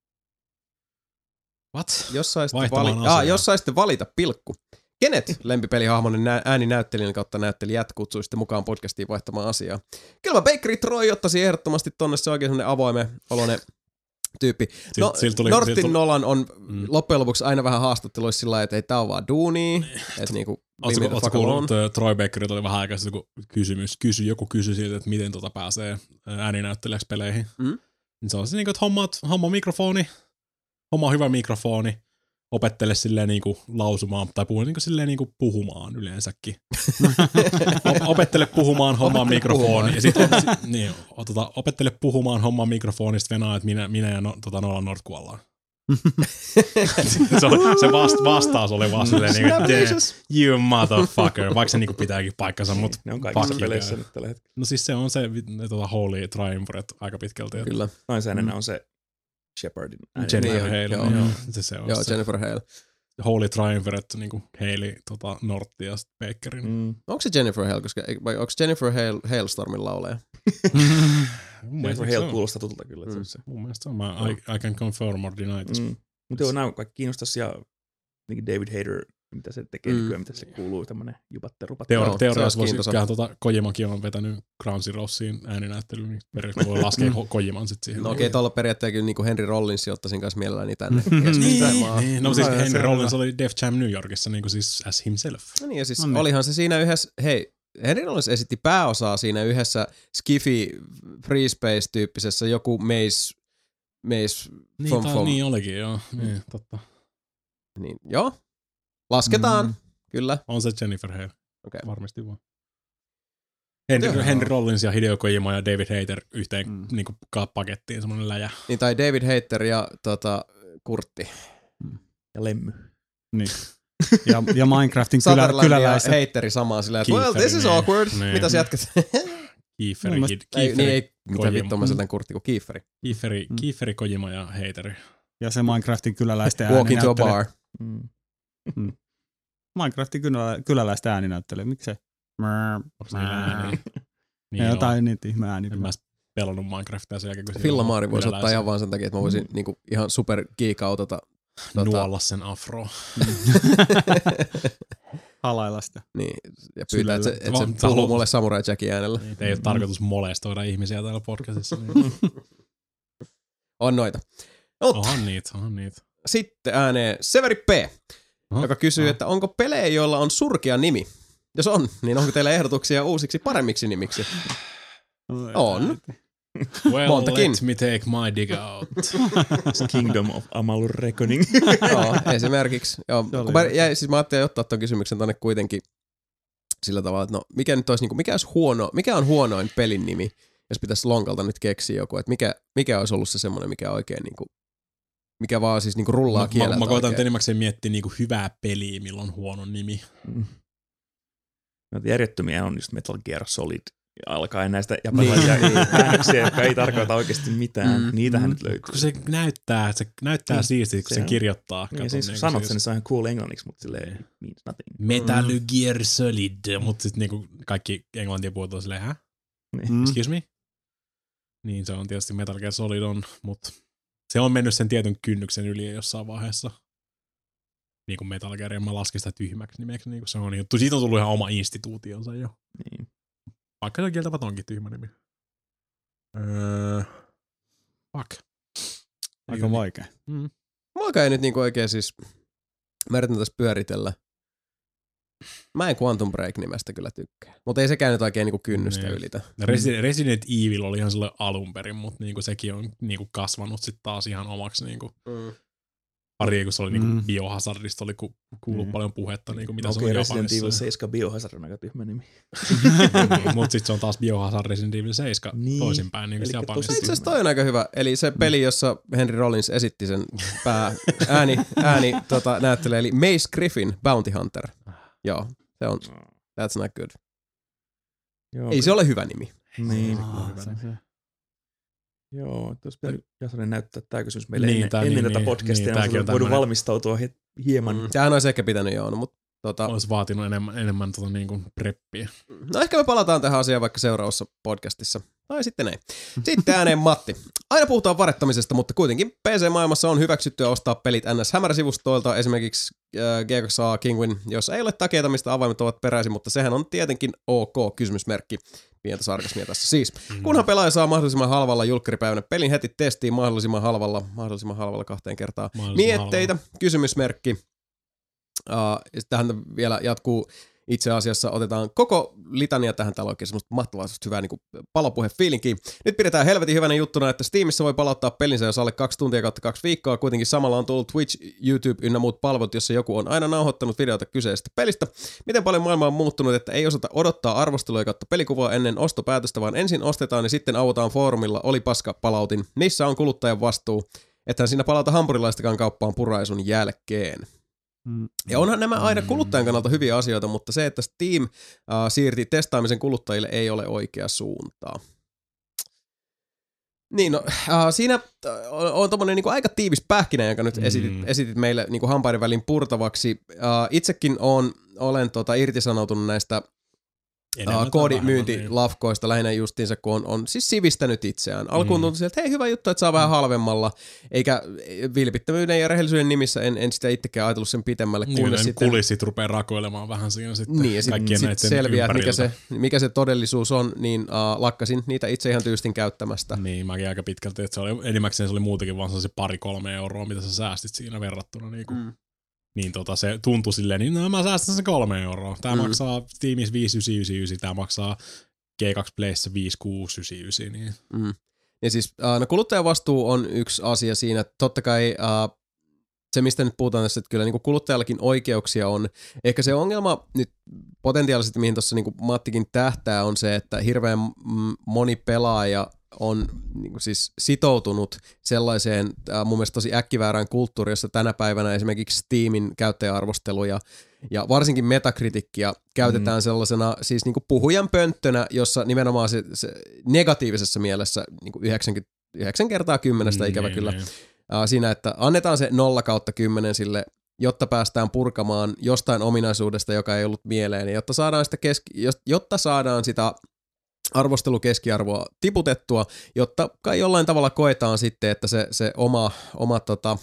What? Jos saisitte, vali- ah, jos saisitte valita, pilkku. Kenet lempipelihahmonne ääninäyttelijän kautta näyttelijät kutsuisitte mukaan podcastiin vaihtamaan asiaa? Kyllä Bakery Troy ottaisi ehdottomasti tonne, se oikein semmonen avoimen oloinen tyyppi. No, Nortin Nolan on mm. loppujen lopuksi aina vähän haastatteluissa sillä lailla, että ei tää on vaan duunia. Että niinku, ootko kuullut, että Troy Bakerilta oli vähän aikaa joku kysymys, kysy, joku kysyi siitä, että miten tota pääsee ääninäyttelijäksi peleihin. Mm? Se on se niinku, että hommaat, homma mikrofoni, homma hyvä mikrofoni, opettele silleen niinku lausumaan, tai puhu niinku silleen niinku puhumaan yleensäkin. Opettele puhumaan, hommaa mikrofoni. Ja sitten niin, tota, opettele puhumaan, hommaa mikrofonista venaa, että minä, minä ja no, tota, Nolan North kuollaan. se, se vast, vastaus oli vaan silleen niinku, you motherfucker, vaikka se niinku pitääkin paikkansa, mutta ne on kaikissa peleissä nyt tällä hetkellä. No siis se on se tota, Holy Triumvirate aika pitkälti. Kyllä. Lainsäädännön mm. on se Shepardin ääni. Jennifer Hale. Joo, joo. Se, se on joo se. Jennifer Hale. Holy Triumvirate, niin kuin Haley, tota, Nortti ja Bakerin. Mm. Onko se Jennifer Hale, koska, vai onko Jennifer Hale Hailstormin lauleja? Jennifer Hale kuulostaa tutulta kyllä. Mm. Se. Mun mielestä se on. Mä, I, I can confirm or deny this. Mm. Mutta joo, nämä kaikki kiinnostaisi ja David Hayter mitä se tekee Mm. nykyään, mitä se kuuluu, tämmönen jupatte rupatte. Teori- Joo, teoriassa se voisi, olisi kyllähän tuota Kojimakin on vetänyt Ground Zerosiin ääninäyttelyyn, niin periaatteessa voi laskea Ko- Kojiman sitten siihen. No okei, okay, tuolla periaatteessa kyllä niin Henry Rollinsin ottaisin kanssa mielelläni tänne keskustelemaan. Niin, no siis Ai, Henry selvä. Rollins oli Def Jam New Yorkissa niin kuin siis as himself. No niin, ja siis No niin. olihan se siinä yhdessä, hei, Henry Rollins esitti pääosaa siinä yhdessä Skiffy Free Space-tyyppisessä joku Maze, Maze Niin, from, tai, from, niin olikin, joo. Niin, totta. niin, joo, lasketaan, Mm. kyllä. On se Jennifer Hale, Okay. varmasti vaan. Henry, Joo. Henry Rollins ja Hideo Kojima ja David Hayter yhteen Mm. niin kuin pakettiin, semmoinen läjä. Niin, tai David Hayter ja tota, Kurtti. Ja lemmy. Niin. Ja, ja Minecraftin kylä, Sutherland ja kyläläiset. Hayteri samaa silleen, että well, Kiefer, this is niin. awkward. Niin. Mitäs jatkat? Kieferi, Mun mielestä- ei, niin ei, mitä Kojima. vittua mä selitän Kurtti kuin Kieferi. Kieferi, Mm. Kieferi, Kojima ja Hayteri. Ja se Minecraftin kyläläisten Walk into a ääninäyttely. bar. Mm. Minecraftin kylä, kyläläisten ääninäyttely. Miksei? Onko niillä ääniä? Niin Ja joo. jotain niitä ihme ääniä. En mä edes pelannut Minecraftia sen jälkeen, kun Filla Maari voisi ottaa kyläläisiä. ihan vaan sen takia, että mä voisin niinku ihan super geekautata. Tota, nuolla sen afro. Halailla sitä. niin, ja pyytää, että se, että se Vaan puhuu haluan- mulle Samurai Jackin äänellä. Niin, ei ole tarkoitus molestoida ihmisiä täällä podcastissa. Niin. On noita. Mutta Onhan niitä, onhan niitä. sitten ääneen Severi P, Oho. joka kysyy, Oho. että onko pelejä, joilla on surkea nimi? Jos on, niin onko teillä ehdotuksia uusiksi paremmiksi nimiksi? On. Well, Montakin. let me take my dig out. Kingdom of Amalur Reckoning. Joo, esimerkiksi. Joo, Se oli kun mä, hyvä. jäi, siis mä ajattelin ottaa tuon kysymyksen tonne kuitenkin sillä tavalla, että no mikä nyt olisi, niin kuin, mikä, olisi huono, mikä on huonoin pelin nimi, jos pitäisi lonkalta nyt keksiä joku, että mikä, mikä olisi ollut se semmoinen, mikä oikein niin kuin, mikä vaan siis niin kuin rullaa Mä, kieleltä mä, mä koitan oikein. enimmäkseen miettiä niinku hyvää peliä, millä on huono nimi. Mm. No, järjettömiä on just Metal Gear Solid. Alkaen näistä japanilaisia äännöksiä, jotka ei tarkoita oikeasti mitään. Mm. Niitähän Mm. nyt löytyy. Kun se näyttää, se näyttää Niin, siistiltä, kun se se on. kirjoittaa. Niin, Kato, siis niinku sanot siis- sen, niin se on ihan cool englanniksi, mutta silleen means nothing. Metal Gear Solid, mutta sitten niinku kaikki englantia puhutaan on silleen, hä? Niin. Mm. Excuse me? Niin se on tietysti Metal Gear Solid on, mutta se on mennyt sen tietyn kynnyksen yli jossain vaiheessa. Niin kuin Metal Gear, ja mä laskin sitä tyhmäksi nimeksi. Niin kuin se on, niin, siitä on tullut ihan oma instituutionsa jo. Niin. Vaikka se kieltävät onkin tyhmä nimi. Öö, fuck. Aika vaikea. Mm. Muakaan ei nyt niinku oikein siis, mä yritän tässä pyöritellä. Mä en Quantum Break-nimestä kyllä tykkää. Mutta ei sekään nyt oikein niinku kynnystä Niin. ylitä. Resident, Resident Evil oli ihan silloin alun perin, mutta niinku sekin on niinku kasvanut sitten taas ihan omaksi. Niinku, Mm. pari, kun se oli niinku Mm. Biohazardista, oli ku, kuullut Mm. paljon puhetta, niinku, mitä Okei, se on Resident Evil Japanissa. seitsemän Biohazard on aika tyhmä nimi. Mutta sitten se on taas Biohazard Resident Evil seitsemän Niin. toisinpäin niin kuin Elikkä Japanissa. tosi- Itse asiassa toi on aika hyvä. Eli se peli, jossa Henry Rollins esitti sen pää, ääni, ääni tota, näyttelee, eli Mace Griffin, Bounty Hunter. Joo, se on, that's not good. Joo, Ei se ole hyvä nimi. Niin. Ah, se- se- Joo, tuossa pitäisi Jasonen näyttää tämä kysymys meille Niin, ennen, tää- ennen niin, tätä niin, podcastia. niin, Niin, tääkin on olisi voinut tämmönen- valmistautua he, hieman. Mm. Sehän olisi ehkä pitänyt joo, no, mutta tota, Olisi vaatinut enemmän, enemmän tota niinku preppiä. no ehkä me palataan tähän asiaan vaikka seuraavassa podcastissa. Tai sitten ei. Sitten ääneen Matti. Aina puhutaan varettamisesta, mutta kuitenkin P C-maailmassa on hyväksyttyä ostaa pelit N S-hämäräsivustoilta, esimerkiksi äh, G kaksi A Kinguin, jossa ei ole takeita, mistä avaimet ovat peräisin, mutta sehän on tietenkin ok, kysymysmerkki. Pientä sarkasmia tässä siis. Kunhan pelaaja saa mahdollisimman halvalla julkkaripäivänä pelin heti testiin mahdollisimman halvalla, mahdollisimman halvalla kahteen kertaan. Mahdollisimman Mietteitä, kysymysmerkki. Uh, tähän vielä jatkuu itse asiassa, otetaan koko litania tähän, täällä on oikein semmoista mahtavaa, semmoista hyvää niin palopuhe-fiilinkiä. Nyt pidetään helvetin hyvänä juttuna, että Steamissa voi palauttaa pelinsä jos alle kaksi tuntia kautta kaksi viikkoa. Kuitenkin samalla on tullut Twitch, YouTube ynnä muut palvelut, jossa joku on aina nauhoittanut videota kyseisestä pelistä. Miten paljon maailma on muuttunut, että ei osata odottaa arvosteluja kautta pelikuvaa ennen ostopäätöstä, vaan ensin ostetaan ja sitten autaan foorumilla oli paska palautin. Missä on kuluttajan vastuu? Ethän siinä palauta hampurilaistakaan kauppaan puraisun jälkeen. Mm. Ja onhan nämä aina kuluttajan kannalta hyviä asioita, mutta se, että Steam uh, siirti testaamisen kuluttajille, ei ole oikea suuntaa. Niin, no, uh, siinä uh, on, on tommonen niinku aika tiivis pähkinä, jonka nyt esitit, Mm. esitit meille niinku hampaiden väliin purtavaksi. Uh, itsekin on, olen tota, irtisanoutunut näistä uh, koodimyyntilafkoista lähinnä justiinsa, kun on, on siis sivistänyt itseään. Alkuun tuntui sieltä, että hei, hyvä juttu, että saa vähän halvemmalla, eikä vilpittömyyden ja rehellisyyden nimissä en, en sitä itsekään ajatellut sen pitemmälle. Niin, ne sitten kulissit rupeaa rakoilemaan vähän siinä sitten niin, ja sit, kaikkien sit näiden selviää, mikä ympäriltä. se, mikä se todellisuus on, niin uh, lakkasin niitä itse ihan tyystin käyttämästä. Niin, mäkin aika pitkälti, että se oli, enimmäkseen se oli muutenkin vaan se pari kolme euroa, mitä sä säästit siinä verrattuna. Niin, kuin, mm. niin tota, se tuntui silleen, niin no, mä säästän se kolme euroa. Tää mm. maksaa Steamissa viisi yhdeksän yhdeksän, tää maksaa G kaksi Playssä viisi kuusi yhdeksän yhdeksän. Niin. Mm. Ja siis uh, no kuluttajavastuu on yksi asia siinä, että totta kai uh, se, mistä nyt puhutaan tässä, että kyllä niin kuin kuluttajallakin oikeuksia on. Ehkä se ongelma nyt potentiaalisesti, mihin tuossa niin kuin Mattikin tähtää, on se, että hirveän moni pelaaja on niin kuin siis sitoutunut sellaiseen äh, mun mielestä tosi äkkiväärään kulttuuriin, jossa tänä päivänä esimerkiksi Steamin käyttäjäarvosteluja ja varsinkin metakritiikkiä käytetään mm. sellaisena siis niin kuin puhujan pönttönä, jossa nimenomaan se, se negatiivisessa mielessä niin kuin yhdeksänkymmentäyhdeksän kertaa kymmenestä mm, ikävä niin, kyllä. Niin. Siinä, että annetaan se nolla kautta kymmenen sille, jotta päästään purkamaan jostain ominaisuudesta, joka ei ollut mieleen, ja jotta saadaan sitä, keski, jotta saadaan sitä arvostelukeskiarvoa tiputettua, jotta kai jollain tavalla koetaan sitten, että se, se oma, oma tota,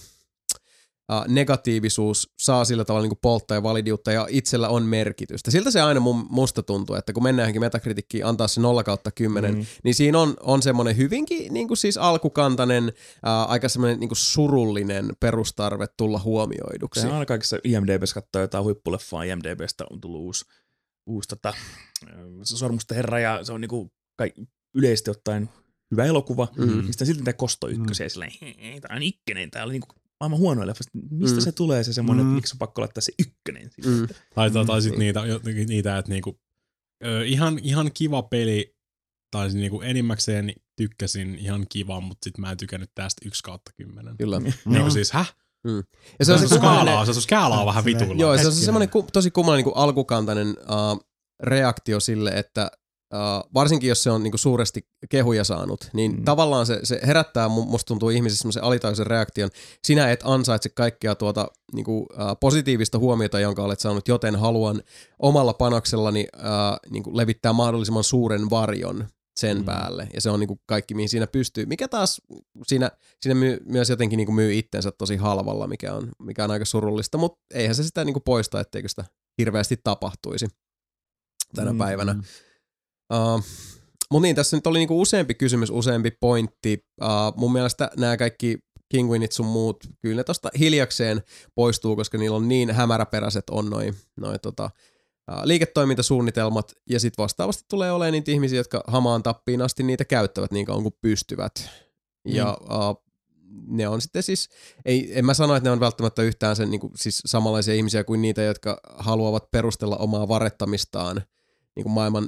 Uh, negatiivisuus saa sillä tavalla niin kuin polttaa ja validiutta ja itsellä on merkitystä. Siltä se aina mun, musta tuntuu, että kun mennään johonkin metakritikkiin antaa se nolla kautta kymmenen, mm. niin siinä on, on semmoinen hyvinkin niin kuin siis alkukantainen, uh, aika semmoinen niin kuin surullinen perustarve tulla huomioiduksi. Sehän aina kaikissa I M D B:ssä katsoo jotain huippuleffaa, I M D B:stä on tullut uusi, uusi tota, Sormusten herra ja se on niin kuin kaik, yleisesti ottaen hyvä elokuva, mm. mistä silti tämä kosto ykkösiä mm. silleen, tämä on ykkönen, tämä oli niin kuin aivan huono leffa. Mistä mm. se tulee se semmoinen, mm. että miksi on pakko laittaa se ykkönen? Mm. Tai, tai, tai sitten niitä, niitä, että niinku, ö, ihan, ihan kiva peli, tai niinku enimmäkseen tykkäsin ihan kiva, mutta sitten mä en tykännyt tästä yksi kautta kymmenen. Kyllä. Niinku siis, häh? Mm. Ja se on se, se skaalaa, se skaalaa on vähän vitulla. Joo, se on semmoinen ku, tosi kummallinen niin alkukantainen uh, reaktio sille, että Uh, varsinkin jos se on niinku suuresti kehuja saanut, niin mm. tavallaan se, se herättää, musta tuntuu ihmisissä semmoisen alitajuisen reaktion. Sinä et ansaitse kaikkea tuota niinku, uh, positiivista huomiota, jonka olet saanut, joten haluan omalla panoksellani uh, niinku levittää mahdollisimman suuren varjon sen mm. päälle. Ja se on niinku kaikki, mihin siinä pystyy. Mikä taas siinä, siinä myy, myös jotenkin niinku myy itsensä tosi halvalla, mikä on, mikä on aika surullista, mutta eihän se sitä niinku poista, etteikö sitä hirveästi tapahtuisi tänä mm. päivänä. Uh, mutta niin, tässä nyt oli niinku useampi kysymys, useampi pointti. Uh, mun mielestä nämä kaikki Kinguinit sun muut, kyllä ne tosta hiljakseen poistuu, koska niillä on niin hämäräperäiset on noi, noi tota, uh, liiketoimintasuunnitelmat, ja sitten vastaavasti tulee olemaan niitä ihmisiä, jotka hamaan tappiin asti niitä käyttävät niin kauan kuin pystyvät. Mm. Ja uh, ne on sitten siis, ei, en mä sano, että ne on välttämättä yhtään sen, niinku, siis samanlaisia ihmisiä kuin niitä, jotka haluavat perustella omaa varettamistaan niinku maailman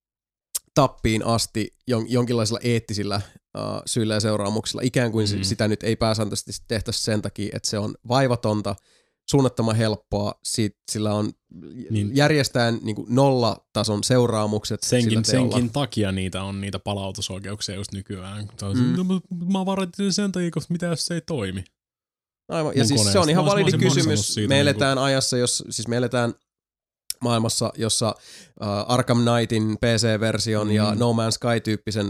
tappiin asti jon, jonkinlaisilla eettisillä uh, syillä ja seuraamuksilla. Ikään kuin mm. sitä nyt ei pääsääntöisesti tehtäisi sen takia, että se on vaivatonta, suunnattoman helppoa, siitä, sillä on niin. järjestään niin kuin nollatason seuraamukset. Senkin, senkin takia niitä on niitä palautusoikeuksia just nykyään. Mm. Mä varoitin sen takia, koska mitä jos se ei toimi. Aivan. Ja siis se on ihan validi kysymys. Me eletään niin kuin ajassa, jos, siis me eletään maailmassa, jossa uh, Arkham Knightin P C-version mm. ja No Man's Sky-tyyppisen,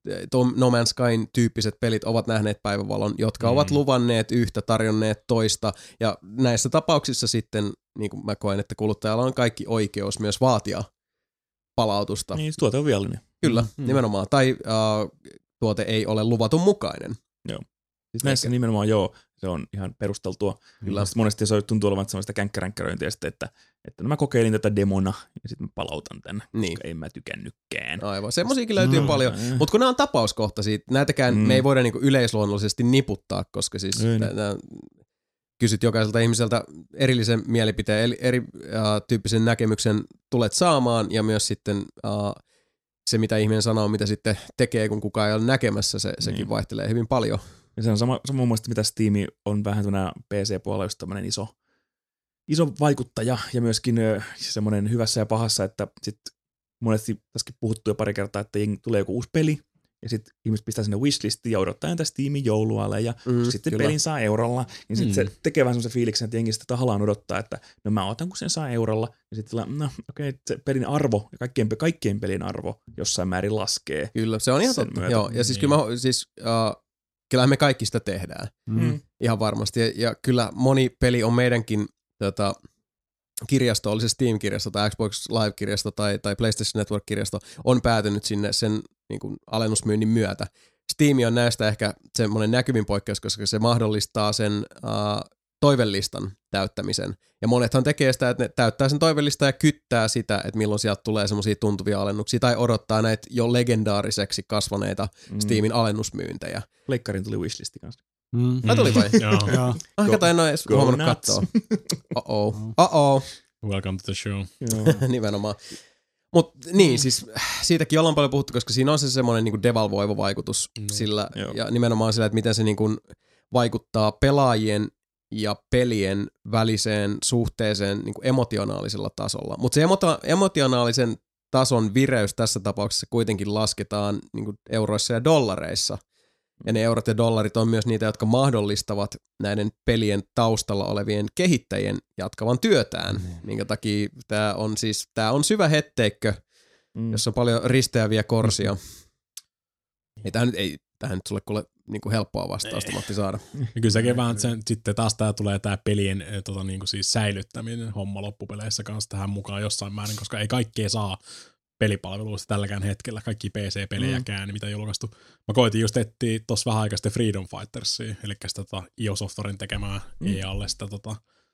No Man's Skyn tyyppiset pelit ovat nähneet päivävalon, jotka mm. ovat luvanneet yhtä, tarjonneet toista, ja näissä tapauksissa sitten, niin kuin mä koen, että kuluttajalla on kaikki oikeus myös vaatia palautusta. Niin, tuote on viallinen. Kyllä, mm. nimenomaan. Tai uh, tuote ei ole luvatun mukainen. Joo. Siis näissä Eikä. nimenomaan joo, se on ihan perusteltua. Kyllä. Monesti se tuntuu olevan sellaista känkkäränkäröintiä, että, että no mä kokeilin tätä demona ja sitten mä palautan tän, niin. koska en mä tykännykkään. Aivan, semmoisiakin löytyy no, paljon. Mutta kun nämä on tapauskohtaisia, näitäkään mm. me ei voida niinku yleisluonnollisesti niputtaa, koska siis nää, kysyt jokaiselta ihmiseltä erillisen mielipiteen, eri, eri uh, tyyppisen näkemyksen tulet saamaan, ja myös sitten uh, se, mitä ihminen sanoo, mitä sitten tekee, kun kukaan ei ole näkemässä, se, sekin niin. vaihtelee hyvin paljon. Ja se on sama, sama muista, mitä Steam on vähän tuona P C-puolella just tämmöinen iso, iso vaikuttaja ja myöskin ö, semmoinen hyvässä ja pahassa, että sitten monesti tässäkin puhuttu jo pari kertaa, että tulee joku uusi peli ja sitten ihmiset pistää sinne wishlistiin ja odottaa entä Steamin joulualle ja Mm, sitten kyllä. pelin saa eurolla, niin sitten Mm. se tekee vähän semmoisen fiiliksen, että jengi sitä tahallaan odottaa, että no mä otan kun sen saa eurolla ja sitten no okei, okay, se pelin arvo ja kaikkien, kaikkien pelin arvo jossain määrin laskee. Kyllä, se on ihan sen totta. myötä. Joo, ja siis Niin. kyllä mä, siis, uh, kyllähän me kaikki sitä tehdään. Mm. Ihan varmasti. Ja, ja kyllä moni peli on meidänkin tota, kirjasto, oli se Steam-kirjasto tai Xbox Live-kirjasto tai, tai PlayStation Network-kirjasto, on päätynyt sinne sen niin kuin alennusmyynnin myötä. Steam on näistä ehkä semmoinen näkyvin poikkeus, koska se mahdollistaa sen uh, toivelistan täyttämisen. Ja monethan tekee sitä, että ne täyttää sen toivelistan ja kyttää sitä, että milloin sieltä tulee semmoisia tuntuvia alennuksia, tai odottaa näitä jo legendaariseksi kasvaneita Mm. Steamin alennusmyyntejä. Pleikkarin tuli wishlisti kanssa. Mm. Ai tuli vai? Joo. Joo. Ah, Go- kato, en ole edes go huomannut nuts. katsoa. Uh-oh. Uh-oh. Welcome to the show. Joo. Nimenomaan. Mutta niin, siis siitäkin ollaan paljon puhuttu, koska siinä on se semmoinen niinku devalvoiva vaikutus No, sillä, joo. ja nimenomaan sillä, että miten se niinku vaikuttaa pelaajien ja pelien väliseen suhteeseen niinku emotionaalisella tasolla. Mutta se emota- emotionaalisen tason vireys tässä tapauksessa kuitenkin lasketaan niinku euroissa ja dollareissa. Ja ne eurot ja dollarit on myös niitä, jotka mahdollistavat näiden pelien taustalla olevien kehittäjien jatkavan työtään. Mm. Minkä takia tämä on siis, tää on syvä hetteikkö, Mm. jossa on paljon risteäviä korsia. Ei tähän nyt, ei, tähän nyt sulle kuule niinku helppoa vastausta, Matti, saada. Ja kyllä sekin vähän, sen, sitten taas tää tulee tää pelien eh, tota, niinku siis säilyttäminen homma loppupeleissä kanssa tähän mukaan jossain määrin, koska ei kaikkea saa pelipalveluista tälläkään hetkellä, kaikki P C-pelejäkään, mm. mitä ei julkaistu. Mä koitin just etsiä tossa vähän aikaa sitten Freedom Fightersia, eli sitä tota, I O Softwaren tekemää mm. E A:lle sitä tota,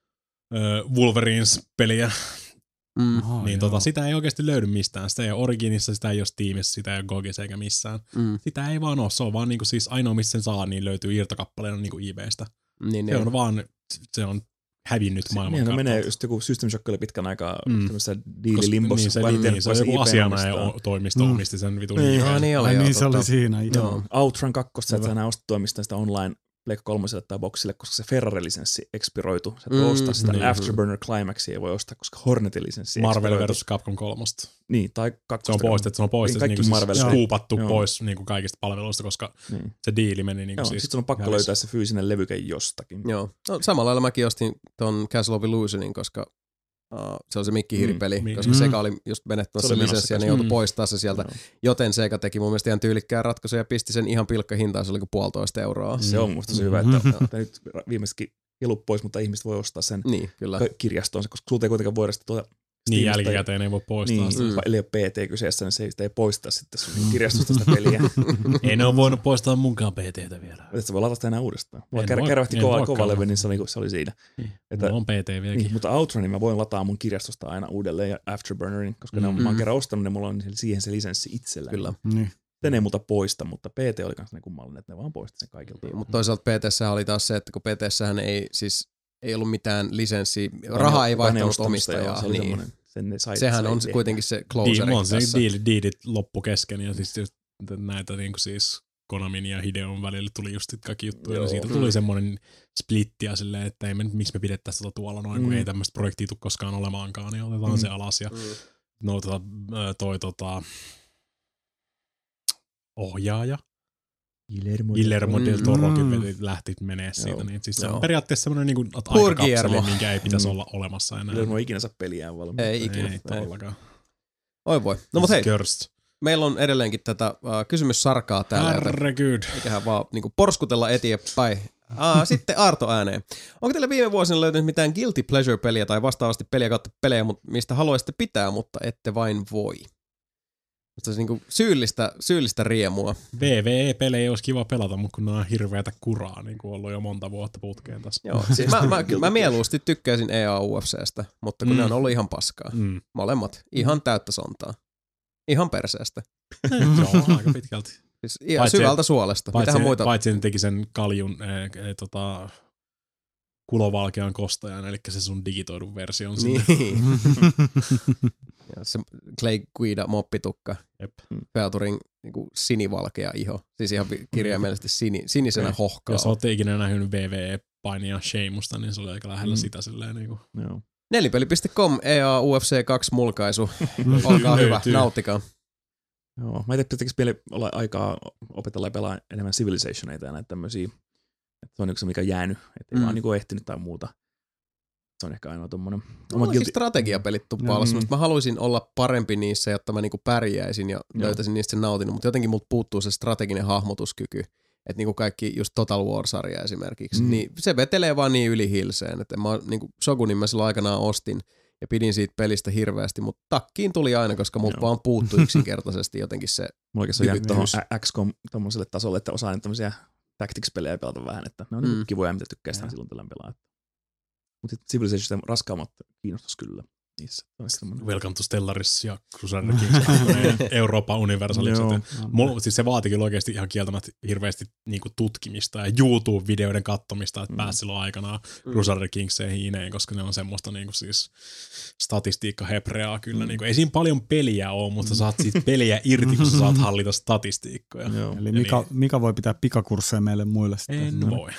ö, Wolverines-peliä, Mm. Aha, niin joo. tota, sitä ei oikeasti löydy mistään. Sitä ei ole Originissa, sitä ei ole Steamissa, sitä ei ole G O Gissa eikä missään. Mm. Sitä ei vaan ole, se on vaan niinku siis ainoa, missä sen saa, niin löytyy irtokappaleena niinku eBaystä. Niin, Se niin. on vaan, se on hävinnyt maailman Niin, no kartalta. menee just joku System Shock oli pitkän aikaa Mm. tämmöisessä diililimbossa. Niin, se, kun niin, se on joku asianajo-toimisto Mm. omisti sen vitun Niin. eBayn. Ah, niin oli, Ai joo, niin, se totta. oli siinä. Joo. Joo. Outrun kakkosta sä et Hyvä. saa enää ostettua mistään sitä online Pleikka kolmoselle tai boxille, koska se Ferrari-lisenssi expiroitu. Sä et Mm, voi ostaa sitä niin. Afterburner Climaxia ei voi ostaa, koska Hornetin-lisenssi Marvel expiroitu. versus Capcom kolmosta. Niin, tai Se kakkosta. on poistettu, se on poistettu, Kaikki niin siis Marvel- skuupattu Joo. pois niin kuin kaikista palveluista, koska Niin. se diili meni niin Joo, kuin siis sit sun on pakko jäljessä. löytää se fyysinen levyke jostakin. Joo. No, samalla lailla mäkin ostin ton Castle of Illusionin, koska uh, se on se mikkihiiripeli, Mm, koska mm. Sega oli just menettämässä Se oli menossa lisenssiä ja ne kanssa. joutui Mm. poistaa se sieltä. Joo. Joten Sega teki mun mielestä ihan tyylikkään ratkaisun ja pisti sen ihan pilkkahintaan, se oli kuin puolitoista euroa. Se on musta se hyvä, että että nyt viimeiskin helut pois, mutta ihmiset voi ostaa sen Niin, kyllä. kirjastoonsa, koska sulta ei kuitenkaan voida sitä tuota Niin Steamista jälkikäteen ei voi poistaa Niin, sitä. Mm. mm. ellei ole P T kyseessä, niin se ei, sitä ei poistaa sitten sun kirjastosta sitä peliä. Ei ne ole voinut poistaa munkaan P T:tä vielä. Et sä voi latata sitä enää uudestaan. Mulla En kär, voi- kärvähti en kova, voikaan. kova levy, niin se oli, se oli siinä. Että, Mulla on P T vieläkin. niin, mutta Outronin mä voin lataa mun kirjastosta aina uudelleen ja Afterburnerin, koska ne on, Mm. mä oon kerran ostanut ne, mulla on siihen se lisenssi itsellä. Kyllä. Niin. Sitten ne ei muuta poista, mutta P T oli kanssa ne kummallinen, että ne vaan poisti sen kaikilta. Niin, mutta toisaalta P Ts:hän oli taas se, että kun P Ts:hän ei siis ei ollut mitään lisenssiä, raha ei vaihtanut omistajaa. Se oli Niin. semmoinen, sen ne sai, Sehän sai on tehdä. kuitenkin se Diil, closer on se tässä. diili, diilit loppu kesken ja siis just näitä niin kuin siis Konamin ja Hideon välillä tuli just sit kaikki juttuja. Ja Joo. siitä tuli semmoinen splittiä silleen, että ei me, miksi me pidettäisiin tota tuolla noin, kun Mm. ei tämmöistä projektia tule koskaan olemaankaan, niin otetaan Mm. se alas. Ja Mm. no tota, toi tota, ohjaaja, Guillermo, Guillermo del Mm. Torokin Mm. veti- lähti menee siitä. Joo. Niin, siis se Joo. on periaatteessa semmoinen niin kuin Poor aikakapseli, Guillermo. minkä ei pitäisi Mm. olla olemassa enää. Guillermo ei ikinä saa peliään valmiin. Ei ikinä. Ei Ei. todellakaan. Oi voi. No mut hei, Cursed. meillä on edelleenkin tätä uh, kysymyssarkaa täällä, joten Herregud. eiköhän vaan niinku porskutella eteenpäin. Aa, sitten Arto ääneen. Onko teillä viime vuosina löytynyt mitään guilty pleasure-peliä tai vastaavasti peliä kautta pelejä, mistä haluaisitte pitää, mutta ette vain voi? Se olisi niinku syyllistä, syyllistä riemua. V V E-pelejä olisi kiva pelata, mutta kun nämä on hirveätä kuraa, niin kuin ollut jo monta vuotta putkeen tässä. Joo, siis mä, mä, mä mieluusti tykkäisin E A U F C:stä, mutta kun Mm. ne on ollut ihan paskaa. Mm. Molemmat. Ihan täyttä sontaa. Ihan perseestä. Joo, aika pitkälti. Siis ihan Paitsi- syvältä suolesta. Paitsi, Mitähän muita? paitsi ne teki sen kaljun eh, eh, tota, kulovalkean kostajan, eli se sun digitoidun version sinne. Niin. Ja se Clay Guida moppitukka. Jep. Featurin niinku sinivalkea iho. Siis ihan vi- kirjaimellisesti sini, sinisenä hohkaa. Jos olette ikinä nähnyt V V E-painia Sheamusta, niin se oli aika lähellä Mm. sitä silleen niin kuin. Joo. Nelipeli piste com E A U F C kaksi mulkaisu. Olkaa hyvä, Löytyy. nauttikaa. Joo, mä itse tekisi mieli olla aikaa opetella ja pelaa enemmän Civilizationeita ja näitä tämmöisiä. Se on yksi, mikä on jäänyt, ettei mm. vaan niinku ehtinyt tai muuta. Se on ehkä ainoa tommonen. Mulla guilty... strategiapelit tuppaa olla semmoista. Mä haluaisin olla parempi niissä, jotta mä niinku pärjäisin ja Joo. löytäisin niistä sen nautinnon, mutta jotenkin multa puuttuu se strateginen hahmotuskyky. Että niinku kaikki just Total War-sarja esimerkiksi, mm. niin se vetelee vaan niin yli hilseen. Että mä niinku Shogunin mä silloin aikanaan ostin ja pidin siitä pelistä hirveästi, mutta takkiin tuli aina, koska multa vaan puuttui yksinkertaisesti jotenkin se Mulla oikeastaan jäänyt tuohon X COM tommoselle tasolle, että osaan tämmöisiä tactics-pelejä pelata vähän, että ne on mm. kivoja, mitä tykkää sitä silloin tällään pelaa. Mutta sitten Civilization raskaammat kiinnostus kyllä. Niissä. Welcome to Stellaris ja Crusader Kings Euroopan universalit. Mulla, siis se vaati kyllä oikeasti ihan kieltämättä hirveästi niinku tutkimista ja YouTube-videoiden katsomista, että mm. pääsi silloin aikanaan mm. Crusader Kingseihin ineen, koska ne on semmoista niinku siis statistiikka-hepreaa kyllä. Mm. Niinku, ei siinä paljon peliä ole, mutta sä saat siitä peliä irti, kun sä saat hallita statistiikkoja. Eli Mika, niin. Mika voi pitää pikakursseja meille muille. En no. voi.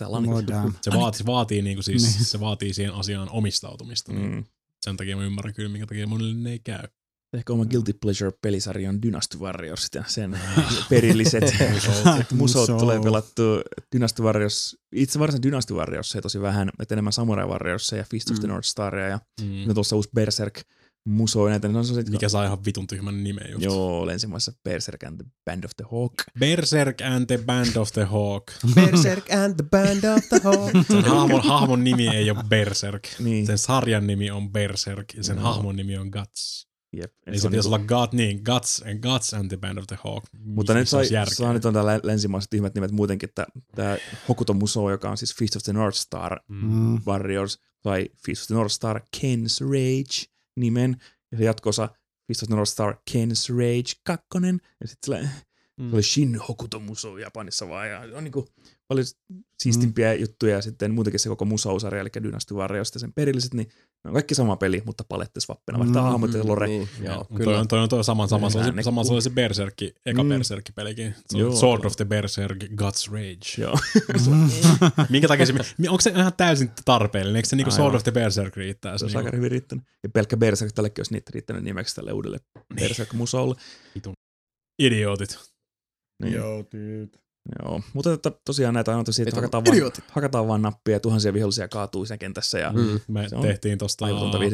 Se vaatii, vaatii, niinku siis, niin. se vaatii siihen asiaan omistautumista. Niin. Mm. Sen takia mä ymmärrän kyllä, minkä takia monille ne ei käy. Ehkä oma Guilty Pleasure-pelisarja on Dynasty Warriors ja sen perilliset musot tulee pelattu. Dynasty Warriors, itse varsinaisen Dynasty Warriors ei tosi vähän, että enemmän Samurai Warriors ja Fist of the mm. North Staria ja mm. ne tuossa uusi Berserk muso näitä. Ne on sellaiset, mikä saa ihan vitun tyhmän nimen just. Joo, länsimaissa Berserk and the Band of the Hawk. Berserk and the Band of the Hawk. Berserk and the Band of the Hawk. Sen hahmon, hahmon nimi ei ole Berserk. Niin. Sen sarjan nimi on Berserk ja sen no. hahmon nimi on Guts. Jep. Eli se, se pitäisi olla God, niin, Guts, and Guts and the Band of the Hawk. Mutta nyt sai, saa nyt on täällä länsimaiset tyhmät nimet muutenkin, että tämä Hokuto Musou, joka on siis Fist of the North Star mm. Warriors, sai Fist of the North Star Ken's Rage nimen. Ja se jatko-osa Fist of the North Star Ken's Rage kakkonen. Ja sitten sillä mm. oli Shin Hokuto Musou Japanissa vaan. Ja on niinku paljon siistimpiä mm. juttuja. Ja sitten muutenkin se koko Musou-sarja, eli Dynasty Warriors ja sen perilliset, niin ne on kaikki sama peli, mutta palettisvappina. Vaikka tämä hahmot ja lore. Niin, joo, kyllä. Toi on, toi on toi sama, sama, se oli, sama se oli se Berserkki, eka mm. Berserkki-pelikin. Joo, Sword of the Berserk, Guts Rage. Joo. Minkä takia se, onko se ihan täysin tarpeellinen? Eikö se niinku Sword of the Berserk riittää? Se on aika hyvin riittänyt. Ja pelkkä Berserk tällekin olisi niitä riittänyt nimeksi tälle uudelle Berserk-musoulle. Vitun idiootit. Niin. Joo, tyyt. Joo, mutta että tosiaan näitä on tosiaan, että hakataan vaan, hakataan vaan nappia ja tuhansia vihollisia kaatuu siinä kentässä. Ja mm. Me tehtiin tosta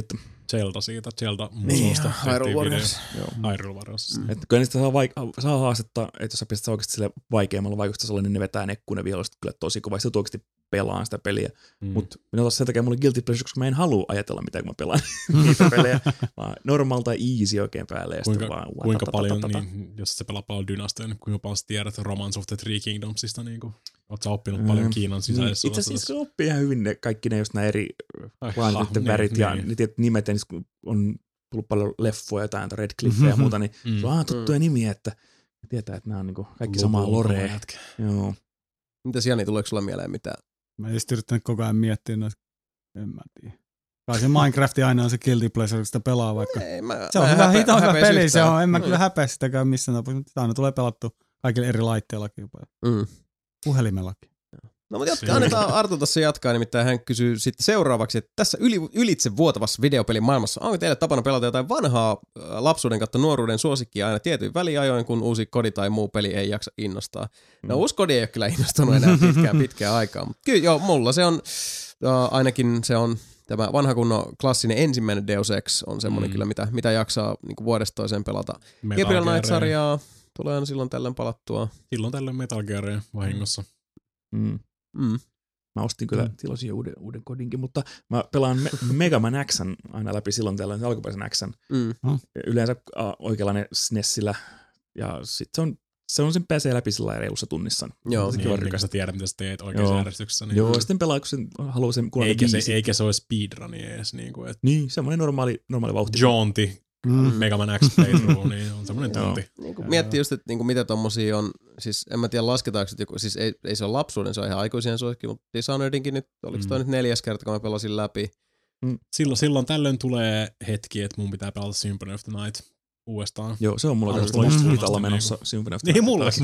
Zelda siitä, Zelda musosta. Niin, Hyrule Warriors. Hyrule Warriors. Mm. Että kyllä niistä saa, vaik- saa haastetta, että jos sä pistät oikeasti sille vaikeammalla vaikutustasolla, niin ne vetää nekkuun ne viholliset kyllä tosi kovaa. Sitten oikeasti pelaan sitä peliä. Mm. Mutta minä taas sen takia mulle guilty pleasure, koska mä en halua ajatella mitä, kun mä pelaan niitä pelejä. Vaan normal tai easy oikein päälle. Ja kuinka, vaan, kuinka paljon, niin, jos sä pelaa paljon Dynastia, niin kuinka paljon sä tiedät Romance of the Three Kingdomsista? Niin kuin, oot sä oppinut mm. paljon Kiinan sisäisessä? Itse asiassa se oppii ihan hyvin ne, kaikki ne just nämä eri planeettien värit niin, ja niin. ne tietyt nimet. Ja on tullut paljon leffoja, jotain Red Cliffeä ja muuta, niin mm. se on tuttuja mm. nimiä, että tietää, että nämä on niin kaikki samaa lorea. Joo. Mitäs Jani, tuleeko sulla mieleen mitään? Mä en yrittänyt koko ajan miettiä noita, en mä tiedä. Kai se Minecraft aina on se guilty pleasure, kun sitä pelaa vaikka. Ei, mä, se on hyvä, hito, hyvä peli, yhtään. Se on, en mä kyllä häpeä sitäkään missään tapauksessa, mutta aina tulee pelattu kaikille eri laitteillakin. Mm. Puhelimellakin. No mutta jatka, annetaan Arto tässä jatkaa, nimittäin hän kysyy sitten seuraavaksi, että tässä yli, ylitse vuotavassa videopelin maailmassa, onko teille tapana pelata jotain vanhaa lapsuuden kautta nuoruuden suosikkia aina tietyin väliajoin, kun uusi kodi tai muu peli ei jaksa innostaa? No mm. uusi kodi ei ole kyllä innostunut enää pitkään, pitkään aikaa, mutta kyllä joo, mulla se on, uh, ainakin se on tämä vanha kunnon klassinen ensimmäinen Deus Ex on semmoinen mm. kyllä, mitä, mitä jaksaa niin kuin vuodesta toiseen pelata. Gabriel Knight-sarjaa tulee aina silloin tällöin palattua. Silloin tällöin Metal Gearia vahingossa. Mm. Mm. Mä ostin kyllä, mm. tilasin jo uuden, uuden kodinkin, mutta mä pelaan Me- Mega Man X:n aina läpi silloin tällainen alkuperäisen X:n. Mm. Yleensä uh, oikeanlainen S N E Sillä ja sit se on se on sen pääsee läpi sillä reilussa tunnissa. Joo, niin, niin kun sä tiedät, mitä sä teet oikeassa järjestyksessä. Niin joo, sitten pelaa, kun sen haluaa sen kuulla eikä se, eikä se ole speedruni edes. Niin, kuin, et niin semmoinen normaali, normaali vauhti. Jaunty, mm. Mega Man X playthrough, niin on semmoinen tunti. Niin miettii just, että niin mitä tommosia on, siis en mä tiedä lasketaanko, että joku, siis ei, ei se ole lapsuuden, se on ihan aikuisien suosikki, mutta Dishonoredinkin nyt, oliko mm. toi nyt neljäs kerta, kun mä pelasin läpi. Mm. Silloin, silloin tällöin tulee hetki, että mun pitää pelata Symphony of the Night uudestaan. Joo, se on mulla myös Vitalla menossa Symphony of the Night. Niin mullakin.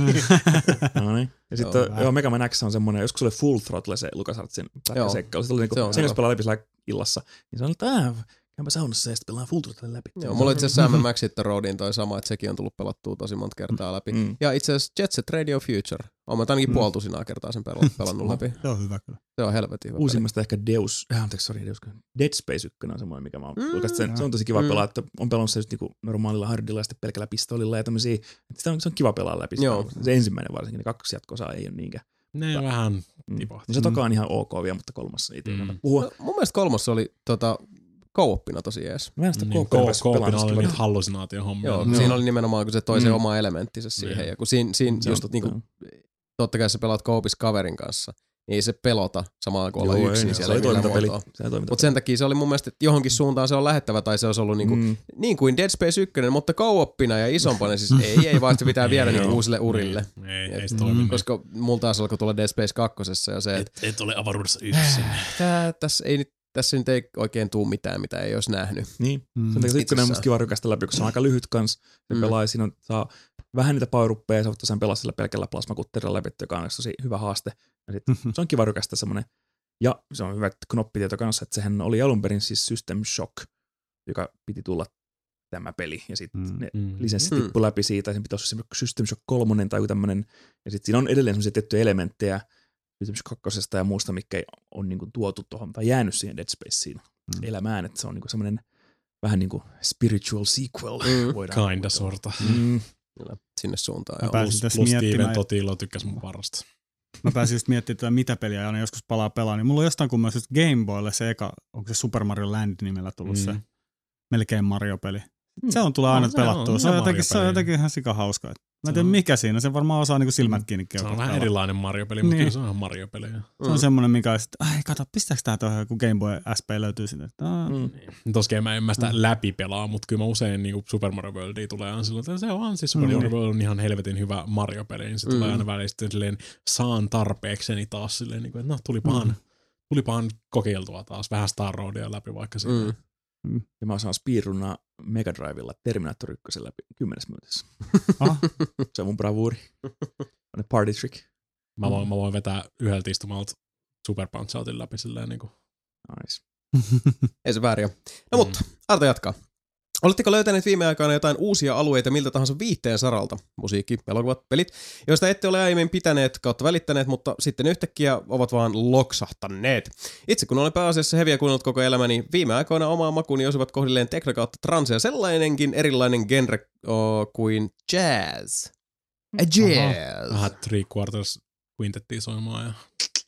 No niin. Ja sitten joo, Mega Man X on semmoinen, joskus se oli Full Throttle se LucasArtsin pätkäseikkailu. Se oli niinku, sen kanssa pelaa läpi sillä illassa. Niin se on, että äh, käympä saunassa ja sitten pelaan Full Throttle läpi. Joo, mulla itse asiassa Sam Max Hit the Roadin toi sama, että sekin on tullut pelattua tosi monta kertaa läpi. Mm. Ja itse asiassa Jet Set Radio Future. Oon mä ainakin mm. puoli tusinaa kertaa sen pelannut läpi. Se on hyvä kyllä. Se on helvetin hyvä. Uusimmasta ehkä Deus, äh, anteeksi, sorry, Deus, Dead Space yksi on semmoinen, mikä mä oon mm. sen, se on tosi kiva mm. pelaa, että on pelannut se just niinku normaalilla hardilla ja sitten pelkällä pistoolilla ja tämmöisiä, että on, se on kiva pelaa läpi. Joo. Se ensimmäinen varsinkin, ne kaksi jatko-osaa ei ole niinkään. Ne on vähän tipahti. Mm. Se toka on ihan ok vielä, mutta kolmas ei tiedä mm. puhua. No, mun mielestä kolmas oli tota, co-oppina tosi jees. Mä en sitä niin, co-opina oli niitä hallusinaatiohommia. Joo, mm. siinä oli nimenomaan, kun se toi se mm. oma elementtinsä siihen. Mm. Ja kun siinä, siinä just, niinku, totta kai sä pelaat co-opissa kaverin kanssa, niin ei se pelota samalla kuin olla yksin ei, siellä. Se toimintapeli. Mutta sen takia se oli mun mielestä, että johonkin suuntaan se on lähettävä, tai se olisi ollut niinku, mm. niin kuin Dead Space yksi, mutta co-opina ja isompana, siis ei, ei vaan se pitää viedä niinku uusille urille. Ei, ei, ei se toimi. Koska mulla taas alkoi tulla Dead Space kakkosessa ja se, että... Et, et ole avaruudessa yksin. Tää, tässä ei nyt Tässä nyt ei oikein tuu mitään, mitä ei olisi nähnyt. Niin, mm. sen takia ykkönen on musta kiva rykästä läpi, koska se on aika lyhyt kans. Se mm. pelaa, siinä on, saa vähän niitä power-uppeja ja sä voit tosiaan pelaa sillä pelkällä plasmakutterilla läpi, joka on tosi hyvä haaste. Ja sit mm-hmm. se on kiva rykästä semmonen. Ja se on hyvä knoppitieto kanssa, että sehän oli alun perin siis System Shock, joka piti tulla tämä peli. Ja sitten mm. ne mm. lisenssit tippu mm. läpi siitä, ja sen pitäisi olla System Shock kolmonen tai joku tämmönen. Ja sitten siinä on edelleen semmoisia tiettyjä elementtejä System Shock kakkosesta ja muusta, mikä on niinku tuotu tuohon tai jäänyt siihen Dead Spaceen mm. elämään. Että se on niinku semmoinen vähän niinku spiritual sequel. Mm. Kinda sorta. Mm. Sinne suuntaan. Plus, plus Steven Totilo tykkäsi mun parasta. Mä pääsin just miettimään, mitä peliä aina joskus palaa pelaa, niin mulla on jostain kumman just Game Boylle se eka, onko se Super Mario Land nimellä tullut mm. se melkein Mario-peli. Mm. Se on tulee aina no, pelattua. Se on, jotenkin, se on jotenkin ihan sika hauska. Mä en tiedä mikä siinä, se varmaan osaa niinku silmät kiinni. Se on vähän erilainen Mario-peli, mutta niin. Se on ihan Mario-peli. Se mm. on semmoinen, mikä on sitten, ai kato, pistääkö tää tuohon, kun Game Boy S P löytyy sinne. Mm. Tosiaan mä en mä sitä mm. läpi pelaa, mutta kyllä mä usein niinku Super Mario Worldia tulee aina silloin, että se on siis Super Mario mm. World on ihan helvetin hyvä Mario-peli, niin se mm. tulee aina välistä silleen, saan tarpeekseni taas silleen, että no tulipahan, mm. tulipahan kokeiltua taas vähän Star Roadia läpi vaikka silleen. Mm. Mm. Ja mä osaan speedrunnaa Mega Drivella Terminator yksi läpi kymmenessä minuutissa. Ah. Se on mun bravuuri. On party trick. Mä voin, mä voin vetää yhdeltä istumalta Super Punch-Outin läpi silleen niinku. Nice. Ei se väärin. No mutta, Arto jatkaa. Oletteko löytäneet viime aikoina jotain uusia alueita miltä tahansa viihteen saralta, musiikki, elokuvat, pelit, joista ette ole aiemmin pitäneet kautta välittäneet, mutta sitten yhtäkkiä ovat vaan loksahtaneet? Itse kun olen pääasiassa heviä kuunnellut koko elämäni, viime aikoina omaa makuuni osuvat kohdilleen tekno kautta transe ja sellainenkin erilainen genre oh, kuin jazz. A jazz. Aha, Three Quarters Quintettia soimaan ja...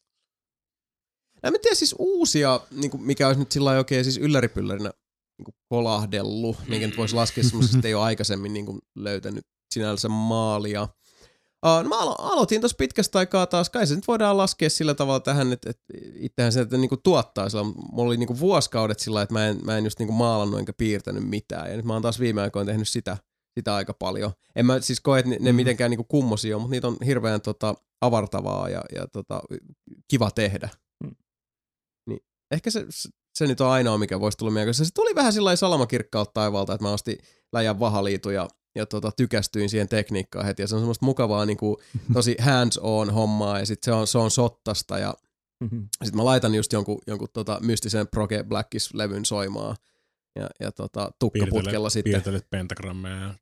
En mä tiedä siis uusia, niin mikä olisi nyt sillä lailla oikein siis ylläripyllärinä niin kolahdellut, minkä nyt voisi laskea semmoisesta, että ei ole aikaisemmin niin kuin löytänyt sinänsä maalia. Uh, no mä alo- aloitin tuossa pitkästä aikaa taas, kai se nyt voidaan laskea sillä tavalla tähän, että, että itsehän se että, niin kuin tuottaa sillä. Mulla oli niin kuin vuosikaudet sillä, että mä en, mä en just niin kuin maalannut enkä piirtänyt mitään, ja nyt mä oon taas viime aikoina tehnyt sitä, sitä aika paljon. En mä siis koe, että ne, ne mm. mitenkään niin kuin kummosia on, mutta niitä on hirveän tota, avartavaa ja, ja tota, kiva tehdä. Mm. Niin, ehkä se... Se nyt on ainoa, mikä voisi tulla mieleen. Se tuli vähän sillä lailla salamakirkkaalta taivaalta, että mä ostin läjän vahaliitu ja, ja tota, tykästyin siihen tekniikkaan heti. Ja se on semmoista mukavaa niin kuin, tosi hands-on hommaa ja sitten se on, se on sottasta. Ja mm-hmm. sitten mä laitan just jonkun, jonkun tota, mystisen Proge Blackis-levyn soimaan. Ja, ja tota, tukkaputkella sitten. Piirtelet pentagrammeja ja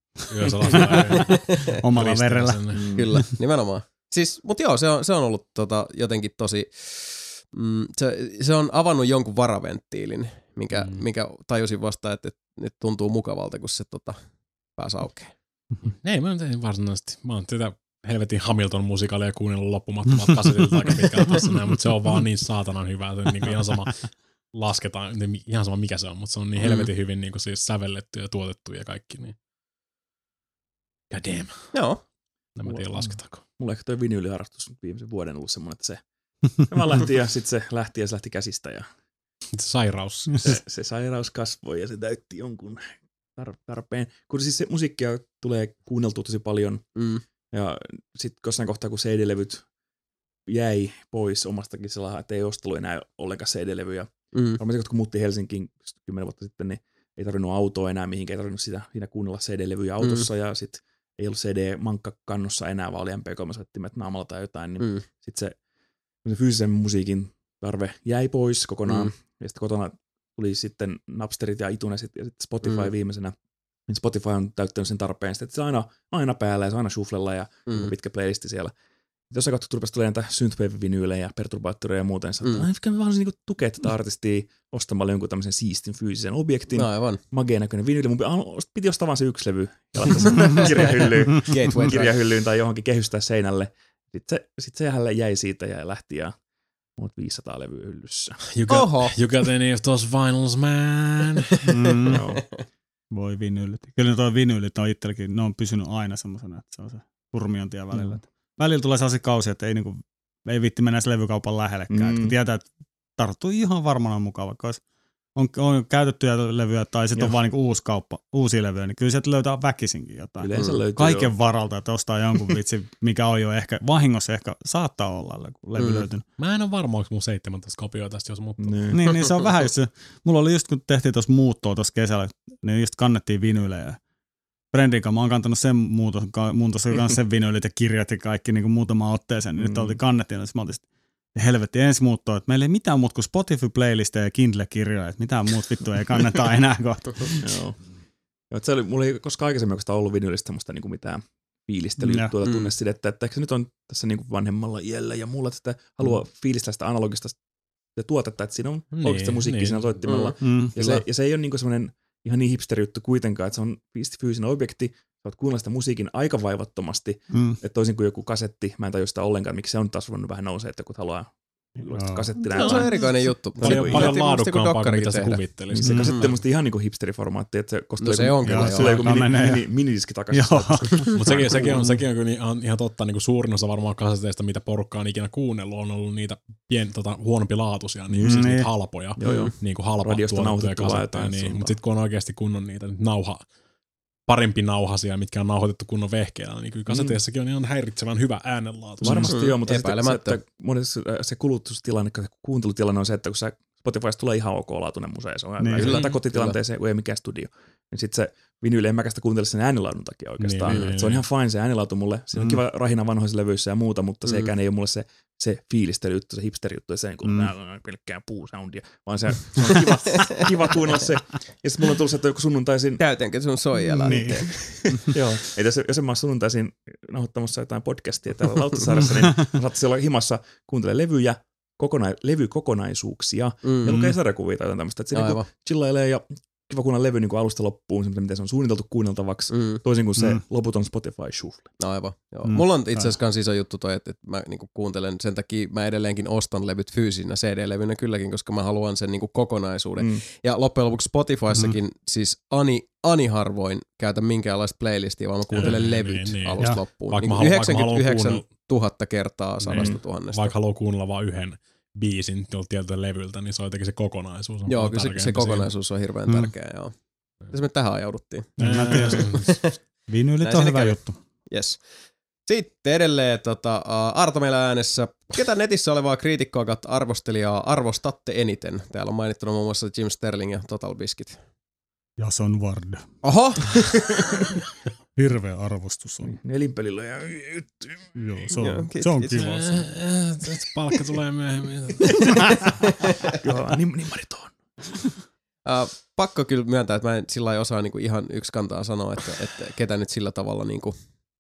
omalla verellä. Mm. Kyllä, nimenomaan. Siis, mutta joo, se on, se on ollut tota, jotenkin tosi... Mm, se, se on avannut jonkun varaventtiilin, minkä, mm. minkä tajusin vasta, että, että nyt tuntuu mukavalta, kun se tota, pääsi aukeaa. Ei, mä en tein varsinaisesti. Mä oon tätä helvetin Hamilton-musikaalia kuunnellut loppumattomat kasetilta aika pitkään tässä näin, mutta se on vaan niin saatanan hyvä, että niin ihan sama lasketaan, ihan sama mikä se on, mutta se on niin helvetin hyvin niin kuin siis sävelletty ja tuotettu ja kaikki. Niin. God damn. Joo. En mä tiedä, lasketaanko. Mulla ehkä toi vinyyliharrastus viimeisen vuoden ollut semmoinen, että se mä lähti ja sitten se lähti ja se lähti käsistä. Ja se sairaus. Se, se sairaus kasvoi ja se täytti jonkun tar- tarpeen. Kun siis se musiikkia tulee kuunneltua tosi paljon. Mm. Ja sitten jossain kohtaa, kun C D-levyt jäi pois omastakin sellainen, että ei ostellut enää ollenkaan C D-levyjä. Mm. Varmasti kun muutti Helsinkiin kymmenen vuotta sitten, niin ei tarvinnut autoa enää mihinkään, ei tarvinnut sitä, siinä kuunnella C D-levyjä autossa. Mm. Ja sitten ei ollut C D-mankka kannossa enää, vaan oli M P kolme-soittimet naamalla tai jotain. Niin mm. sitten se se fyysisen musiikin tarve jäi pois kokonaan. Mm. Ja sitten kotona tuli sitten Napsterit ja iTunesit ja sitten Spotify Mm. viimeisenä. Niin Spotify on täyttänyt sen tarpeen, että se on aina, aina päällä ja se on aina shufflella ja Mm. pitkä playlisti siellä. Jos sä katsot, rupesi tulemaan näitä synthwave-vinyylejä ja perturbaattoreja ja muuten, niin Mm. sä vaan niinku tukea tätä artistia ostamalla jonkun tämmöisen siistin fyysisen objektin. No aivan. Mageen näköinen vinyyli. Mun piti ostaa vaan se yksi levy ja laittaa sen kirjahyllyyn, Gateway. kirjahyllyyn tai johonkin kehystää seinälle. Sitten se, sit se hänelle jäi siitä ja lähti ja muut viisisataa levyä hyllyssä. You got, Oho. you got any of those vinyls, man? Mm. Joo. Voi vinyylit. Kyllä toi vinyylit on itselläkin, ne on pysynyt aina semmosena, että se on se turmiontie välillä. Mm. Välillä tulee sellaisia kausia, että ei, niinku, ei viitti mennä edes levykaupan lähellekään. Mm. Tietää, että tarttuu ihan varmana mukaan, vaikka olisi, on, on käytettyjä levyjä tai sitten on vaan niinku uusi kauppa, uusia levyjä, niin kyllä sieltä löytää väkisinkin jotain. Yleensä mm. löytyy Kaiken jo. varalta, että ostaa jonkun vitsi, mikä on jo ehkä, vahingossa ehkä saattaa olla, kun levy mm. löytynyt. Mä en ole varma, onko mun seitsemäntoista kopioa tästä, jos muuttuu. Niin. niin, niin se on vähän just se. Mulla oli just, kun tehtiin tuossa muuttoa tuossa kesällä, niin just kannettiin vinyylejä. Brandin kanssa mä oon kantanut sen muutos, muutos kanssa sen vinyylit ja kirjat ja kaikki niin kuin muutamaan otteeseen. Niin mm. nyt oltiin kannettiin, ja mä oltiin helvetti ensi muuttoa, että meillä ei mitään muuta kuin Spotify-playlista ja Kindle-kirjoja, että mitään muut vittu ei kanneta enää kohta. Joo. Joo, se oli, mulla ei koskaan aikaisemmin oikeastaan ollut vinyylistä semmoista niin mitään fiilistelyjuttua tai tunnesidettä, että ehkä se nyt on tässä niin kuin vanhemmalla iällä ja mulla tästä haluaa fiilistää sitä analogista tuotetta, että siinä on niin, oikeasti musiikki niin. siinä soittimella. Mm. Ja, se, ja se ei ole niin semmoinen ihan niin hipsteri-juttu kuitenkaan, että se on fyysinen objekti, sä oot kuunnella sitä musiikin aika vaivattomasti, mm. että toisin kuin joku kasetti, mä en tajua sitä ollenkaan, miksi se on taas ruvennut vähän nousee, että kun haluaa kasettina. No, se on erikoinen juttu. Paljon, paljon laadukkaampaa kuin mitä se kuvitteli. Se kasetti on musta ihan niinku hipsteriformaatti, että se kostuu no, se on kyllä, joo. Joku mini, mini, minidiski takaisin. Mutta sekin, sekin, on, sekin on kyllä ihan, ihan totta, niin kuin suurin osa varmaan kaseteista, mitä porukka on ikinä kuunnellut, on ollut niitä pien, tota, huonompi laatuisia, niin, mm, siis niitä halpoja, niin kuin halpa tuotettuja kasetteja. Niin, mutta sitten kun on oikeasti kunnon niitä nauha, parempi nauhasia, mitkä on nauhoitettu kunnon vehkeellä, niin kyllä kaseteissakin on ihan häiritsevän hyvä äänenlaatu. Varmasti mm, joo, mutta epäilemättä. Se, että monesti se kulutustilanne, se kuuntelutilanne on se, että kun se Spotifysta tulee ihan ok-laatuinen museo, se on niin, kyllä, kotitilanteeseen, kun ei mikään studio. Niin sitten se vinyyli en mäkästä kuuntele sen äänenlaadun takia oikeastaan. Niin, niin, se on ihan fine se äänenlaatu mulle. Se on mm. kiva rahina vanhoissa levyissä ja muuta, mutta mm. sekään ei ole mulle se, se fiilistelyjuttu, se hipsterijuttu, se kun mm. on pelkkää puusoundia, vaan se, se on kiva, kiva kuunnella se. Ja sitten mulla on tullut se, että joku sunnuntaisin... Täytänkö sun soijalla? Niin. Joo. Ei tässä, jos en mä ole sunnuntaisin nauhoittamassa jotain podcastia täällä Lauttasaaressa, niin mä saattaisin olla himassa kuuntele levyjä, kokona- levykokonaisuuksia mm. ja lukee sarjakuvia tai jotain tämmöistä. Että se niinku chillailee ja kiva kuunnella levy niinku alusta loppuun, miten se on suunniteltu kuunneltavaksi, mm. toisin kuin se mm. loputon Spotify shuffle. No aivan, joo. Mm. Mulla on itse asiassa kans iso juttu toi, että, että mä niinku kuuntelen, sen takia mä edelleenkin ostan levyt fyysinä C D-levynä kylläkin, koska mä haluan sen niinku kokonaisuuden. Mm. Ja loppujen lopuksi Spotifyssakin mm. siis ani, ani harvoin käytä minkäänlaista playlistia, vaan mä kuuntelen mm, levyt niin, niin. alusta ja. loppuun. Vaikka niin yhdeksänkymmentäyhdeksäntuhatta kertaa sadasta tuhannesta. Vaikka haluaa kuunnella vaan yhden biisin tietyltä levyltä, niin se on jotenkin se kokonaisuus. On joo, kyllä se, se kokonaisuus on hirveän mm. tärkeä, joo. Tässä me tähän ajauduttiin. Mä tiedän. Vinyylit on hyvä käy. juttu. Yes. Sitten edelleen tota, uh, Arto meillä äänessä. Ketä netissä olevaa kriitikkoa kautta arvostelijaa arvostatte eniten? Täällä on mainittuna muun muassa Jim Sterling ja Total Biscuit. Jason Ward. Oho! Hirveä arvostus on. Nelinpelillä ja... Joo, se on, Joo, se on kiva. Palkka tulee myöhemmin. Joo, nimarit on. Uh, pakko kyllä myöntää, että mä en sillä lailla osaa niinku ihan yksi kantaa sanoa, että, että ketä nyt sillä tavalla niinku...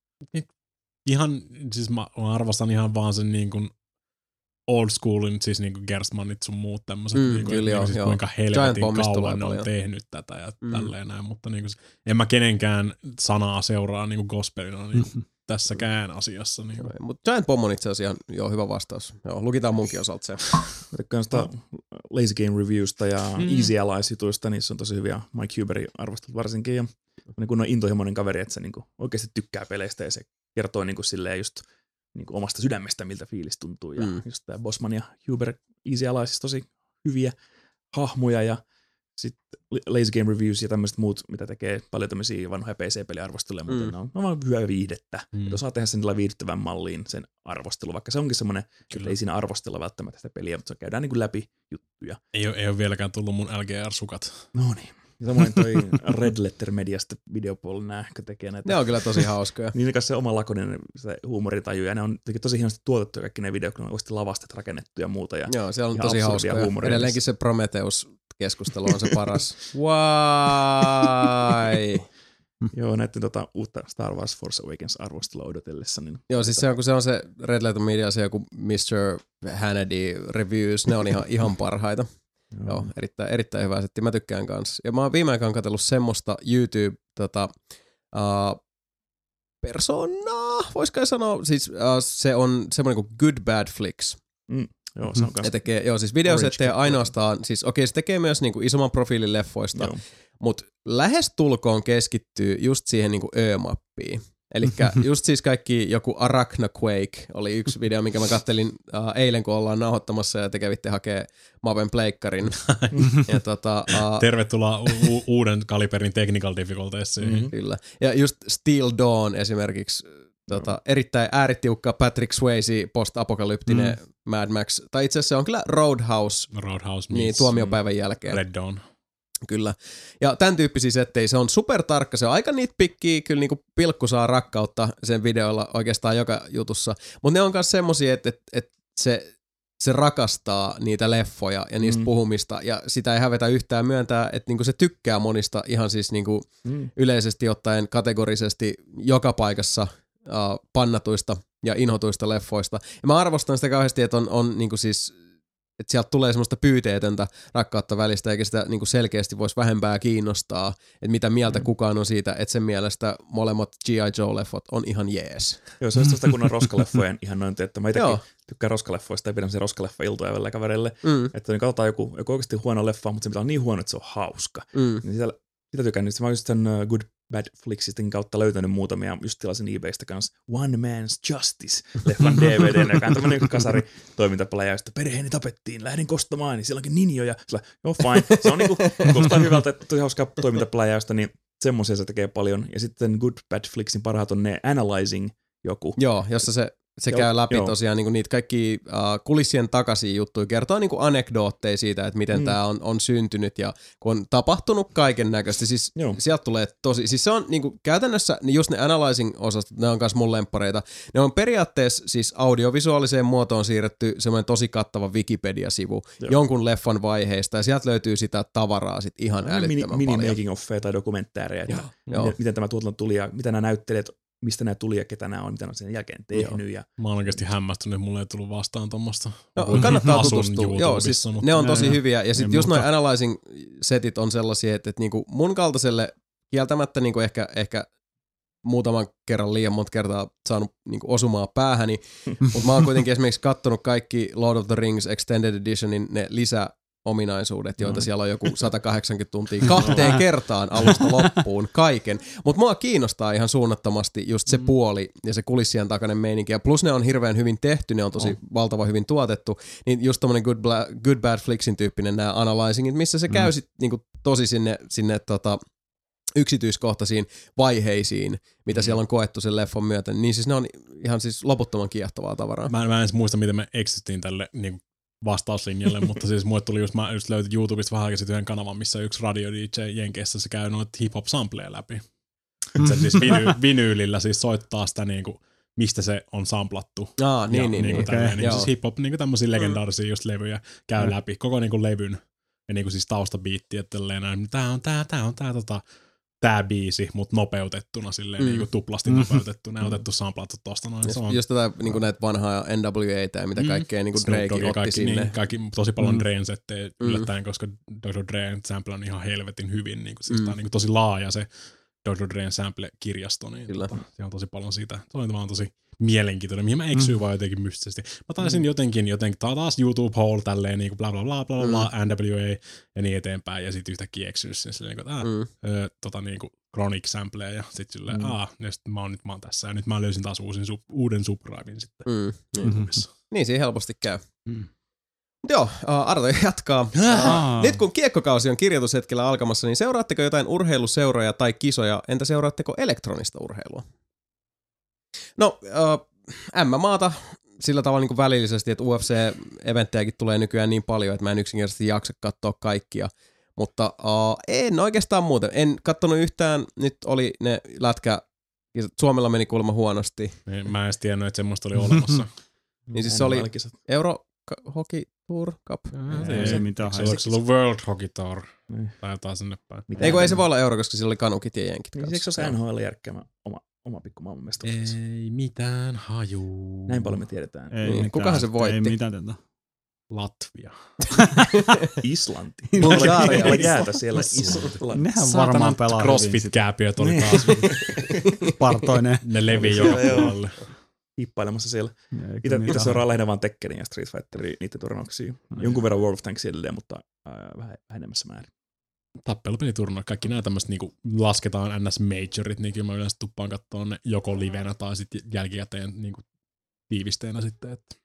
Ihan, siis mä arvostan ihan vaan sen niinku old schoolin, siis niinku Gerstmannit sun muut tämmöset, mm, niinku, kyllä, niinku, siis kuinka helvetin kauan ne on paljon. tehnyt tätä ja mm. tälleen näin, mutta niinku, en mä kenenkään sanaa seuraa niinku gospelina niinku, mm. tässäkään asiassa. Niinku. Mutta Giant Bomb on itse asiassa ihan hyvä vastaus. Joo, lukitaan munkin osalta se. Tykkään sitä Lazy Game Reviewsta ja mm. Easy Allies-jutuista, niissä on tosi hyviä Mike Huberin arvostelut varsinkin. Ja kun on intohimoinen kaveri, että se niinku oikeasti tykkää peleistä ja se kertoo niinku silleen just niinku omasta sydämestä, miltä fiilis tuntuu. Ja mm. just tää Bosman ja Huber Easy Allies tosi hyviä hahmoja ja sitten Lazy Game Reviews ja tämmöiset muut, mitä tekee paljon tämmöisiä vanhoja P C-peliarvosteluja, mutta mm. ne on, ne on vaan hyvää viihdettä. Mm. Että osaa tehdä sen viihdyttävän malliin sen arvostelu, vaikka se onkin semmoinen, että ei siinä arvostella välttämättä sitä peliä, mutta se käydään niin kuin läpi juttuja. Ei ole, ei ole vieläkään tullut mun L G R-sukat. No niin. Ja samoin toi Red Letter Mediasta videopuolella nämä, jotka tekee näitä. Ne on kyllä tosi hauskoja. Niin kanssa se oma lakoninen se huumoritaju, ja ne on tosi hienosti tuotettu kaikki ne videot, kun on oikeasti lavastet rakennettu ja muuta. Ja joo, siellä on tosi hauskoja. Edelleenkin se Prometheus keskustelu on se paras. Why? Joo, näiden tota, uutta Star Wars Force Awakens arvostelua odotellessa. Niin Joo, siis se on, kun se on se Red Letter Media, se joku mister Hannity Reviews, ne on ihan, ihan parhaita. Joo, Joo erittäin, erittäin hyvä setti, mä tykkään kanssa. Ja mä oon viime aikoina katsellut semmoista YouTube tota, uh, personaa, voisiko sanoa, siis uh, se on semmoinen kuin Good Bad Flicks. Mm. Joo, se on kanssa. Tekee, joo, siis videosettejä ainoastaan, siis okei, se tekee myös niinku isomman profiilin leffoista, mutta lähestulkoon keskittyy just siihen niinku Ö-mappiin. Elikkä just siis kaikki joku Arachna Quake oli yksi video, minkä mä kattelin uh, eilen, kun ollaan nauhoittamassa ja te kävitte hakee Maven pleikkarin. ja tota, uh, Tervetuloa u- uuden kaliberin technical difficultiesiin. Mm-hmm. Kyllä. Ja just Steel Dawn esimerkiksi, tota, erittäin ääritiukka Patrick Swayze post-apokalyptinen mm. Mad Max. Tai itse asiassa se on kyllä Roadhouse, Roadhouse niin, tuomiopäivän jälkeen. Red Dawn. Kyllä. Ja tämän tyyppisiä settejä, se on supertarkka, se on aika nitpickiä, kyllä niinku pilkku saa rakkautta sen videolla oikeastaan joka jutussa. Mutta ne on myös semmosia, että et, et se, se rakastaa niitä leffoja ja niistä mm. puhumista, ja sitä ei hävetä yhtään myöntää, että niinku se tykkää monista ihan siis niinku mm. yleisesti ottaen kategorisesti joka paikassa uh, pannatuista ja inhotuista leffoista. Ja mä arvostan sitä kauheasti, että on, on niinku siis, että sieltä tulee semmoista pyyteetöntä rakkautta välistä, eikä sitä niinku selkeästi voisi vähempää kiinnostaa, että mitä mieltä mm. kukaan on siitä, että sen mielestä molemmat G I. Joe-leffot on ihan jees. Joo, se on sitä kunnon roskaleffojen ihannointi, että mä itsekin tykkään roskaleffoista ja pidän sen roskaleffa-iltoja välillä kavereille, mm. että niin katsotaan joku, joku oikeasti huono leffa, mutta se pitää olla niin huono, että se on hauska. Mm. Niin sitä, sitä tykkään, niin mä oon just sen uh, Good Bad Flicksistin kautta löytänyt muutamia, just tilasin eBaystä kanssa One Man's Justice-leffan D V D, joka on tämmöinen kasari toimintapläjäystä. Perheeni tapettiin, lähdin kostamaan, niin siellä onkin ninjoja. Sillä, joo, fine. Se on niinku, kuulostaa hyvältä, että tosi hauskaa toimintapläjäystä, niin semmoisia se tekee paljon. Ja sitten Good Bad Flicksin parhaat on ne Analyzing joku. Joo, jossa se Se joo, käy läpi joo. tosiaan niinku niitä kaikki uh, kulissien takaisia juttuja, kertoo niinku anekdootteja siitä, että miten mm. tämä on, on syntynyt ja kun on tapahtunut kaiken näköistä. Siis joo. sieltä tulee tosi, siis se on niinku käytännössä just ne analyzing-osastot, ne on myös mun lemppareita. Ne on periaatteessa siis audiovisuaaliseen muotoon siirretty semmoinen tosi kattava Wikipedia-sivu joo. jonkun leffan vaiheista ja sieltä löytyy sitä tavaraa sit ihan no, älyttömän mini, paljon. Mini making-offeja tai dokumentääreja, että miten, miten tämä tuotanto tuli ja mitä nämä näyttelijät mistä nämä tuli ja ketä nämä on, mitä ne on sen jälkeen tehnyt. Ja mä oon oikeasti hämmästynyt, että mulle ei tullut vastaan tuommoista. No, kannattaa tutustua. Joo, siis mutta ne on tosi hyviä. Ja sitten just noin analyzing-setit on sellaisia, että, että niinku mun kaltaiselle kieltämättä niinku ehkä, ehkä muutaman kerran liian monta kertaa saanut niinku osumaa päähäni, mutta mä oon kuitenkin esimerkiksi kattonut kaikki Lord of the Rings Extended Editionin ne lisä ominaisuudet, joita no. siellä on joku sata kahdeksankymmentä tuntia kahteen kertaan alusta loppuun kaiken. Mutta mua kiinnostaa ihan suunnattomasti just se mm. puoli ja se kulissien takainen meininki. Ja plus ne on hirveän hyvin tehty, ne on tosi oh. valtavan hyvin tuotettu. Niin just tommonen Good, Bla- Good Bad Flicksin tyyppinen nämä analyzingit, missä se mm. käy sit niinku tosi sinne, sinne tota yksityiskohtaisiin vaiheisiin, mitä mm. siellä on koettu sen leffon myötä. Niin siis ne on ihan siis loputtoman kiehtovaa tavaraa. Mä, mä en muista, miten me eksistiin tälle niin vastauslinjalle, mutta siis mulle tuli just, mä just löytin YouTubesta vähän aikaisemmin yhden kanavan, missä yksi radio D J Jenkeissä se käy noita hip-hop sampleja läpi. Se siis viny, vinyylillä siis soittaa sitä niinku, mistä se on samplattu. Aa, niin, ja, niin, niinku niin. niin siis hip-hop, niinku tämmöisiä legendaarisia just levyjä käy mm. läpi, koko niinku levyn ja niinku siis taustabiitti, että tää on tää, tää on tää tota, tää biisi, mutta nopeutettuna silleen mm. niinku tuplasti mm. nopeutettu, ne on otettu samplattu tosta noin. Just, just tätä niinku näitä vanhaa N W A:tä ja mitä mm. kaikkea niinku Drake otti kaikki, sinne. Niin, kaikki, tosi paljon mm. Dreen settejä yllättäen, koska doktor Dren sample on ihan helvetin hyvin, niinku, siis mm. tää on niinku tosi laaja se doktor Dren sample-kirjasto, niin tota, se on tosi paljon siitä. Se on vaan tosi mielenkiintoinen, mihin mä eksyin mm. vaan jotenkin mystisesti. Mä taisin mm. jotenkin, jotenkin taas YouTube haul tälleen, niin kuin bla bla bla bla bla, mm. N W A ja niin eteenpäin, ja sit yhtäkkiä eksynyt sen silleen, että äh, mm. ö, tota niinku Chronic sampleja, ja sit silleen, mm. aah, ja sit mä oon nyt mä oon tässä, ja nyt mä löysin taas uusin, su- uuden subdriven sitten. Mm. Mm-hmm. Niin, siinä helposti käy. Mm. Joo, uh, Arto jatkaa. Uh, nyt kun kiekkokausi on kirjoitushetkellä alkamassa, niin seuraatteko jotain urheiluseuroja tai kisoja, entä seuraatteko elektronista urheilua? No, uh, M M A:ta sillä tavalla niin kuin välillisesti, että U F C-eventtejäkin tulee nykyään niin paljon, että mä en yksinkertaisesti jaksa katsoa kaikkia. Mutta uh, en oikeastaan muuten. En kattonut yhtään, nyt oli ne lätkä, Suomella meni kuulemma huonosti. Mä en edes tiennyt, että semmoista oli olemassa. Niin siis se oli Euro Hockey Tour Cup. Ei, ei mitään. Se olisi ollut World Hockey Tour. Niin. Tai jotain sinne päin. Ei kun ei se voi olla euro, koska sillä oli kanukit ja jenkit Niin, kanssa. eikö se ole N H L järkkäämä oma, oma pikku maailmanmestaruus? Ei mitään hajuu. Näin paljon me tiedetään. Ei Niin, mitään. kukahan se voitti? Ei mitään tätä. Latvia. Islanti. Bulgaria. Olla jäätä siellä Islannissa. Nehän varmaan pelaa hyvin sitä. CrossFit-kääpiöt oli Niin. taas. Partoinen. Ne levii joka Joo. puolelle. Hippailemassa siellä. Eikä Itse, mitään. itse seuraa lähinnä vaan Tekkenin ja Street Fighterin niiden turnauksia. Jonkun verran World of Tanks edelleen, mutta ää, vähän vähenemmässä määrin. Tappelupeliturnaukset, kaikki nämä tämmöiset niinku lasketaan N S-majorit, niin kyllä mä yleensä tuppaan katsoa ne joko livenä tai sitten jälkikäteen niinku tiivisteenä sitten. Että.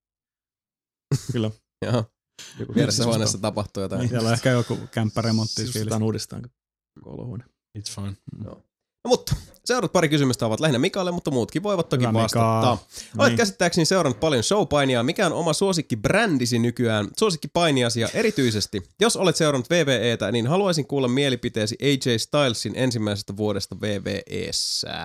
Kyllä. Joo. Joku Vieressä huoneessa tapahtuu jotain. Siellä on ehkä joku kämppäremontti fiilis. Siustetaan uudestaan kouluhuone. It's fine. No, mutta seuraavat pari kysymystä ovat lähinnä Mikalle, mutta muutkin voivat toki Hyvä, vastata. Mika. Olet Niin. käsittääkseni seurannut paljon showpainia. Mikä on oma suosikkibrändisi nykyään? Suosikkipainiasi ja erityisesti, jos olet seurannut V V E:tä, niin haluaisin kuulla mielipiteesi A J Stylesin ensimmäisestä vuodesta V V E:ssä.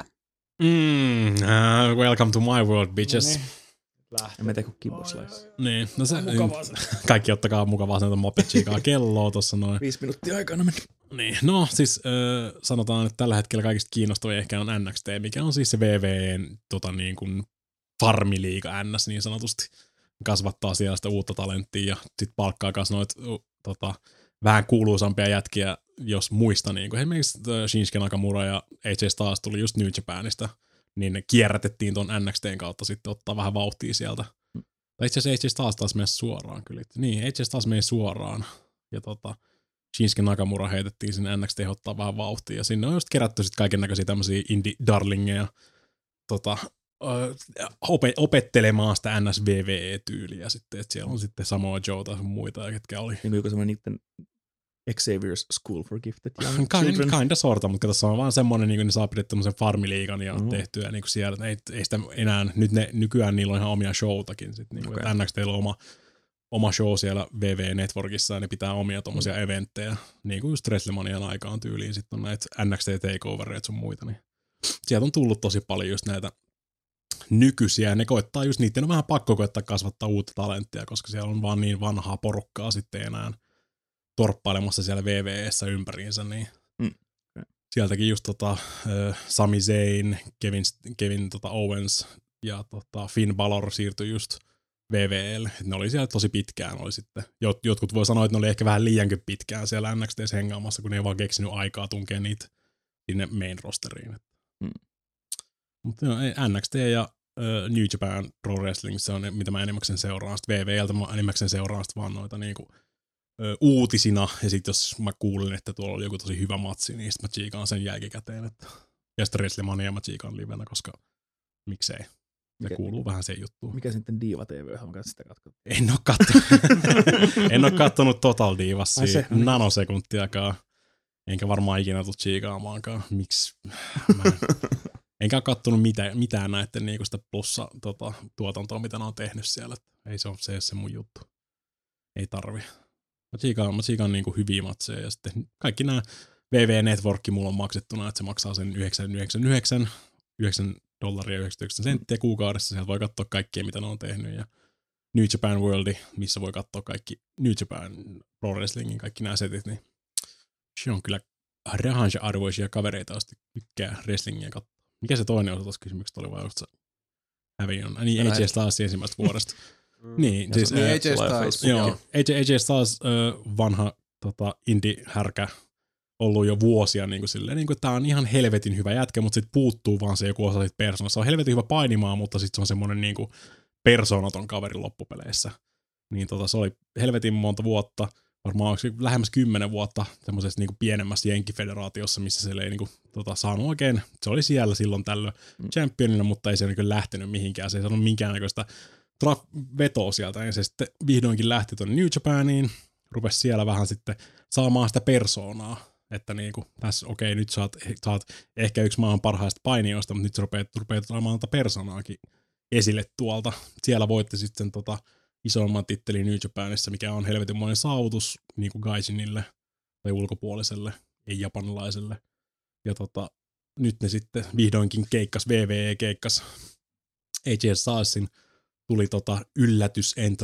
Mm, uh, welcome to my world, bitches. En mä tiedä, kun kiboslice. Niin, no se, kaikki ottakaa mukavaa sen mopetsiikaa kelloa tossa noin. Viisi minuuttia aikana meni. Niin, no siis äh, sanotaan, että tällä hetkellä kaikista kiinnostavin ehkä on N X T, mikä on siis se V V E:n tota niin kuin farmiliiga N S niin sanotusti. Kasvattaa siellä sitä uutta talenttia ja sit palkkaa kanssa noit uh, tota, vähän kuuluisampia jätkiä, jos muista. Niin kuin esimerkiksi Shinsuke Nakamura ja A J Styles tuli just New Japanista, niin ne kierrätettiin ton N X T:n kautta sitten ottaa vähän vauhtia sieltä. Mm. Tai itse asiassa A J Styles taas meni suoraan kyllä. Niin, A J Styles meni suoraan. Ja tota, Shinsuke Nakamura heitettiin sinne N X T ottaa vähän vauhtia. Ja sinne on just kerätty sitten kaiken näköisiä tämmöisiä indie-darlingeja tota, opet- opettelemaan sitä N S V V E-tyyliä sitten. Että siellä on sitten Samoa Joe tai muita, ketkä oli. Niin kuin joku semmoinen niiden Xavier's School for Gifted Young Kind, Children. kinda sorta, mutta tässä on vaan semmoinen, niin kuin ne saa pidetty tämmöisen farmiliigan ja Mm. tehtyä niin kuin siellä. Ei, ei sitä enää, nyt ne, nykyään niillä on ihan omia showtakin. Sit, niin kuin, Okay. N X T:llä on oma, oma show siellä V V Networkissa ja ne pitää omia tommosia mm. eventtejä. Niin kuin just WrestleManian aikaan tyyliin. Sitten on näitä N X T takeovereita sun muita. Niin sieltä on tullut tosi paljon just näitä nykyisiä. Ne koittaa just niiden on vähän pakko koittaa kasvattaa uutta talenttia, koska siellä on vaan niin vanhaa porukkaa sitten enää torppailemassa siellä V V E:ssä ympäriinsä, niin Mm. sieltäkin just tota, äh, Sami Zayn, Kevin, Kevin tota Owens ja tota Finn Balor siirtyi just V V E:lle. Ne oli siellä tosi pitkään. Oli sitten. Jot, jotkut voi sanoa, että ne oli ehkä vähän liiankin pitkään siellä N X T:ssä hengaamassa, kun ne ei vaan keksinyt aikaa tunkea niitä sinne main rosteriin. Mm. Mutta joo, ei, N X T ja uh, New Japan Pro Wrestling, se on ne, mitä mä enimmäkseen seuraan. Sitten V V Ltä mä enimmäkseen seuraan sit vaan noita niinku, ö, uutisina. Ja sitten jos mä kuulin, että tuolla oli joku tosi hyvä matsi, niin sit mä tsiikaan sen jälkikäteen. Että, ja sitten WrestleMania mä tsiikaan livenä, koska miksei. Se Mikä- kuuluu vähän sen juttuun. Mikä sitten Diva T V, haluan sitä katsoa. En oo kattonut, en oo kattonut Total Ai Divassia se, no niin. nanosekuntiakaan. Enkä varmaan ikinä tuu tsiikaamaankaan. Miksi? Mä en, enkä oo kattonut mitään, mitään näiden niinku sitä plussa tota, tuotantoa, mitä ne on tehnyt siellä. Ei se ole se, se mun juttu. Ei tarvi. Mä tsiikaan, mä tsiikaan niinku hyviä matseja ja sitten kaikki nämä V V Networkki mulla on maksettuna, että se maksaa sen yhdeksän yhdeksänkymmentäyhdeksän, yhdeksän dollaria yhdeksänkymmentäyhdeksän senttiä kuukaudessa. Sieltä voi katsoa kaikkea, mitä ne on tehnyt. Ja New Japan Worldi, missä voi katsoa kaikki New Japan Pro Wrestlingin, kaikki nämä setit, niin se on kyllä rahansa arvoisia kavereita, joista tykkää wrestlingiä katsoa. Mikä se toinen osa tuossa kysymyksestä oli, vai just se Häviön? Niin, A J Styles ensimmäisestä vuodesta. Niin, siis Niin, ää, A J Styles. joo, A J, A J Styles äh, vanha tota, indie-härkä, ollut jo vuosia niin kuin silleen, niin kuin, että tää on ihan helvetin hyvä jätkä, mutta sit puuttuu vaan se joku osa siitä persoonasta. Se on helvetin hyvä painimaan, mutta sit se on semmonen niin kuin persoonaton kaveri loppupeleissä. Niin tota, se oli helvetin monta vuotta, varmaan onko se lähemmäs kymmenen vuotta semmoisessa niin kuin pienemmässä jenkkifederaatiossa, missä se ei niin kuin, tota, saanut oikein, se oli siellä silloin tällöin Mm. championina, mutta ei se niin lähtenyt mihinkään, se ei saanut minkäännäköistä traf- vetoa sieltä, ja se sitten vihdoinkin lähti tuonne New Japaniin, rupesi siellä vähän sitten saamaan sitä persoonaa, että niinku tässä okei, nyt sä oot, sä oot ehkä yksi maailman parhaista painijoista, mutta nyt sä rupeat, rupeat saamaan tätä persoonaakin esille tuolta. Siellä voitte sitten tota isomman tittelin New Japanissa, mikä on helvetinmoinen saavutus niinku gaijinille tai ulkopuoliselle, ei japanilaiselle. Ja tota, nyt ne sitten vihdoinkin keikkas, V V E keikkas A J Stylesin, tuli tota yllätys entrant,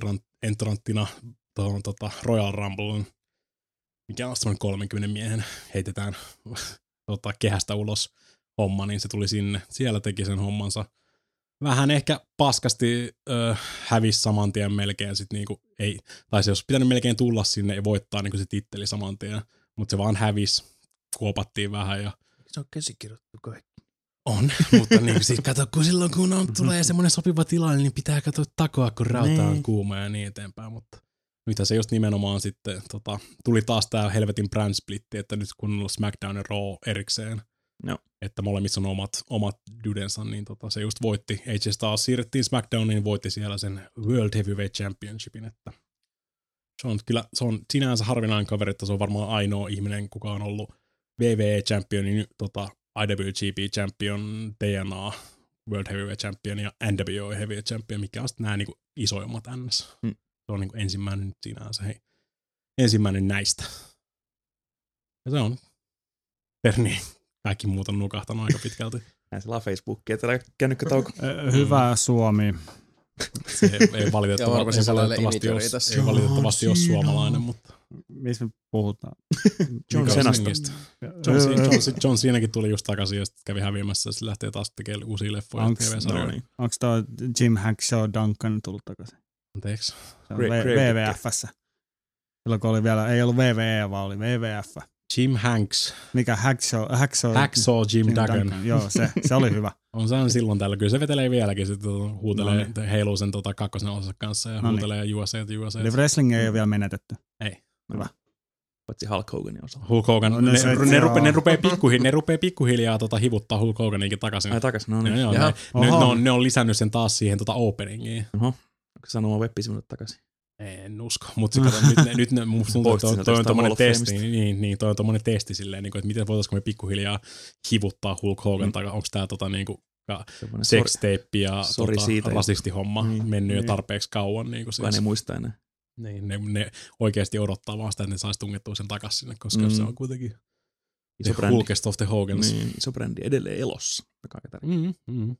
entranttina tuohon tota Royal Rumbleen, mikä on semmoinen kolmenkymmenen miehen, heitetään tota, kehästä ulos homma, niin se tuli sinne. Siellä teki sen hommansa. Vähän ehkä paskasti ö, hävisi saman tien melkein sit niinku, ei, tai se olisi pitänyt melkein tulla sinne ja voittaa niinku se titteli saman tien, mutta se vaan hävisi, kuopattiin vähän ja se on käsikirjoittu kaikki. on, mutta niin sit kato, kun silloin kun on, tulee semmoinen sopiva tilanne, niin pitää katsoa takoa, kun rauta on kuuma ja niin eteenpäin, mutta nythän se just nimenomaan sitten, tota, tuli taas tää helvetin brand splitti, että nyt kun on SmackDown ja Raw erikseen, no. että molemmissa on omat, omat dudensa, niin tota, se just voitti. A J Styles siirrettiin SmackDowniin, niin voitti siellä sen World Heavyweight Championshipin, että se on kyllä, se on sinänsä harvinainen kaveri, että se on varmaan ainoa ihminen, kuka on ollut W W E Champion, tota, I W G P Champion, T N A World Heavyweight Champion ja N W O Heavyweight Champion, mikä on sitten nämä niinku isoimmat ns. Mm. Se on niinku ensimmäinen sinänsä, hei, ensimmäinen näistä. Ja se on Terni. Kaikki muut on nukahtanut aika pitkälti. Näin selaa Facebookia, täällä kännykkätauko. Hyvä Suomi. Se ei valitettavasti, ei valitettavasti, jos, ei valitettavasti ole suomalainen, mutta... Missä me puhutaan? John Cenasta. John, John, John Cenakin tuli just takaisin ja sitten kävi häviämässä ja sitten lähtee taas tekemään uusia leffoja. Onko no, tuo Jim Hackshaw Duncan tullut takaisin? Anteeksi. Se on W W F:ssä. Silloin kun oli vielä, ei ollut W W E, vaan oli W W F. Jim Hanks. Mikä Hacksaw? Hacksaw, Hacksaw Jim, Jim Duggan. Duggan. Joo, se, se oli hyvä. On se silloin tällä. Kyllä se vetelee vieläkin. Sitten huutelee, no niin. heiluu sen tota, kakkosen osansa kanssa ja no huutelee niin. U S A ja U S A. Eli wrestling ei ole vielä menetetty. Ei. Hyvä. Paitsi Hulk Hoganin osalta. Hulk Hogan. No, ne, ne, ne, ne, rupe, ne, rupee pikkuhi, ne rupee pikkuhiljaa tota, hivuttaa Hulk Hoganinkin takaisin. Ai takaisin, no niin. Ne, ne, ne, ne, on, ne on lisännyt sen taas siihen tota openingiin. Oho. Onko se sanoo web-sivuille takaisin? En usko, mutta nyt, ne, nyt ne, musta tuntuu, että toi, toi on tommonen testi, niin, niin, toi on tommonen testi silleen, niin että miten voitaisiko me pikkuhiljaa hivuttaa Hulk Hogan, mm. tai onko tää tota niinku sextape ja tota, rasistihomma niin, mennyt niin. jo tarpeeksi kauan. Niin kuin siis. Ne muista enää. Niin, ne, ne oikeasti odottaa vaan sitä, että ne saisi tungettua sen takaisin sinne, koska mm. se on kuitenkin iso the Hulkest of the Hogans. Niin, iso brändi edelleen elossa. Mm, mm.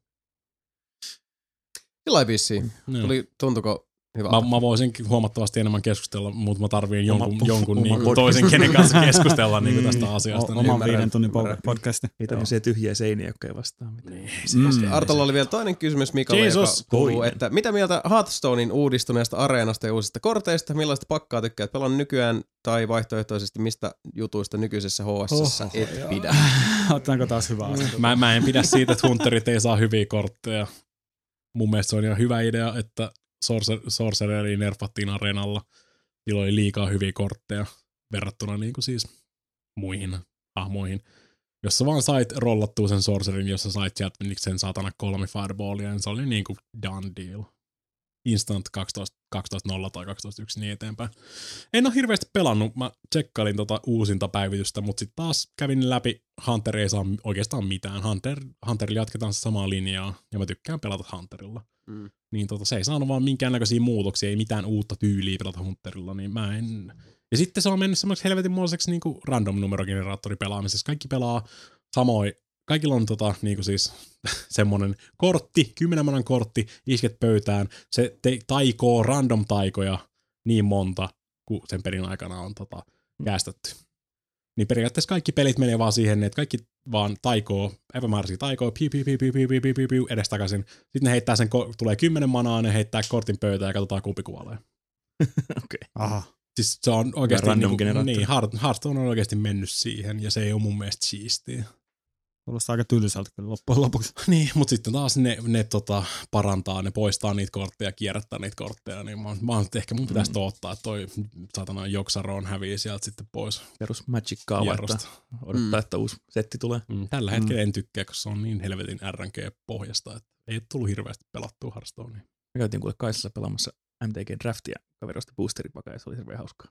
Sillä vissiin. Mm. Tuli, tuntuko hyvältä? Mä, mä voisin huomattavasti enemmän keskustella, mutta mä tarviin jonkun, oma, jonkun oma niin toisen, kenen kanssa keskustella niin kuin tästä asiasta. O, oman niin viiden tunnin podcasti. Ei tämmöisiä tyhjiä seiniä, jotka ei vastaa mitään. Niin, mm. Artolla oli vielä toinen kysymys Mikalle, joka kuuluu, että mitä mieltä Hearthstonein uudistuneesta areenasta ja uusista korteista, millaista pakkaa tykkäät pelaa nykyään tai vaihtoehtoisesti mistä jutuista nykyisessä H S:ssä et joo. pidä? Otetaanko taas hyvä asia? Mä, mä en pidä siitä, että Hunterit ei saa hyviä kortteja. Mun mielestä se on ihan hyvä idea, että Sorcer- Sorcereria nerfattiin areenalla. Sillä oli liikaa hyviä kortteja verrattuna niin kuin siis muihin hahmoihin. Jos sä vaan sait rollattua sen Sorcerin, jos sä sait sieltä sen saatana kolme fireballia, niin se oli niin kuin done deal. Instant kaksitoista nolla tai kaksitoista yksi niin eteenpäin. En ole hirveästi pelannut. Mä tsekkailin tota uusinta päivitystä, mutta sitten taas kävin läpi. Hunter ei saa oikeastaan mitään. Hunter, Hunterilla jatketaan samaa linjaa, ja mä tykkään pelata Hunterilla. Mm. Niin tota, se ei saanut vaan minkäännäköisiä muutoksia, ei mitään uutta tyyliä pelata Hunterilla, niin mä en... Ja sitten se on mennyt semmoiseksi helvetinmuotoiseksi niinku random-numerogeneraattori pelaamisessa. Kaikki pelaa samoin. Kaikilla on tota, niinku siis semmoinen kortti, kymmenen manan kortti, isket pöytään. Se te- taikoo random-taikoja niin monta, kun sen pelin aikana on tota, käästetty. Niin periaatteessa kaikki pelit menee vaan siihen, että kaikki vaan taikoo, epämääräisiä taikoo, piu, piu, piu, piu, piu, piu, piu, piu, edestakaisin. Sitten ne heittää sen, tulee kymmenen manaa, ne heittää kortin pöytään ja katsotaan kumpi kuolee. Okei. Okay. Aha. Siis se on oikeasti, niin, niin Hearthstone on oikeasti mennyt siihen, ja se ei ole mun mielestä siistiä. Kuulostaa aika tylsältä kyllä loppujen lopuksi. Niin, mutta sitten taas ne, ne tota, parantaa, ne poistaa niitä kortteja, kierrättää niitä kortteja, niin mä, mä ehkä mun pitäisi mm. toottaa, että toi satana Joksaroon hävii sieltä sitten pois. Perus Magic-kaava, että odottaa, mm. että uusi setti tulee. Mm, tällä mm. hetkellä en tykkää, koska se on niin helvetin R N G-pohjasta, että ei tullut hirveästi pelattua Hearthstonea. Me käytiin kuule Kaisalla pelaamassa M T G-draftia kaverosta boosteripakaa, ja se oli hirveän hauskaa.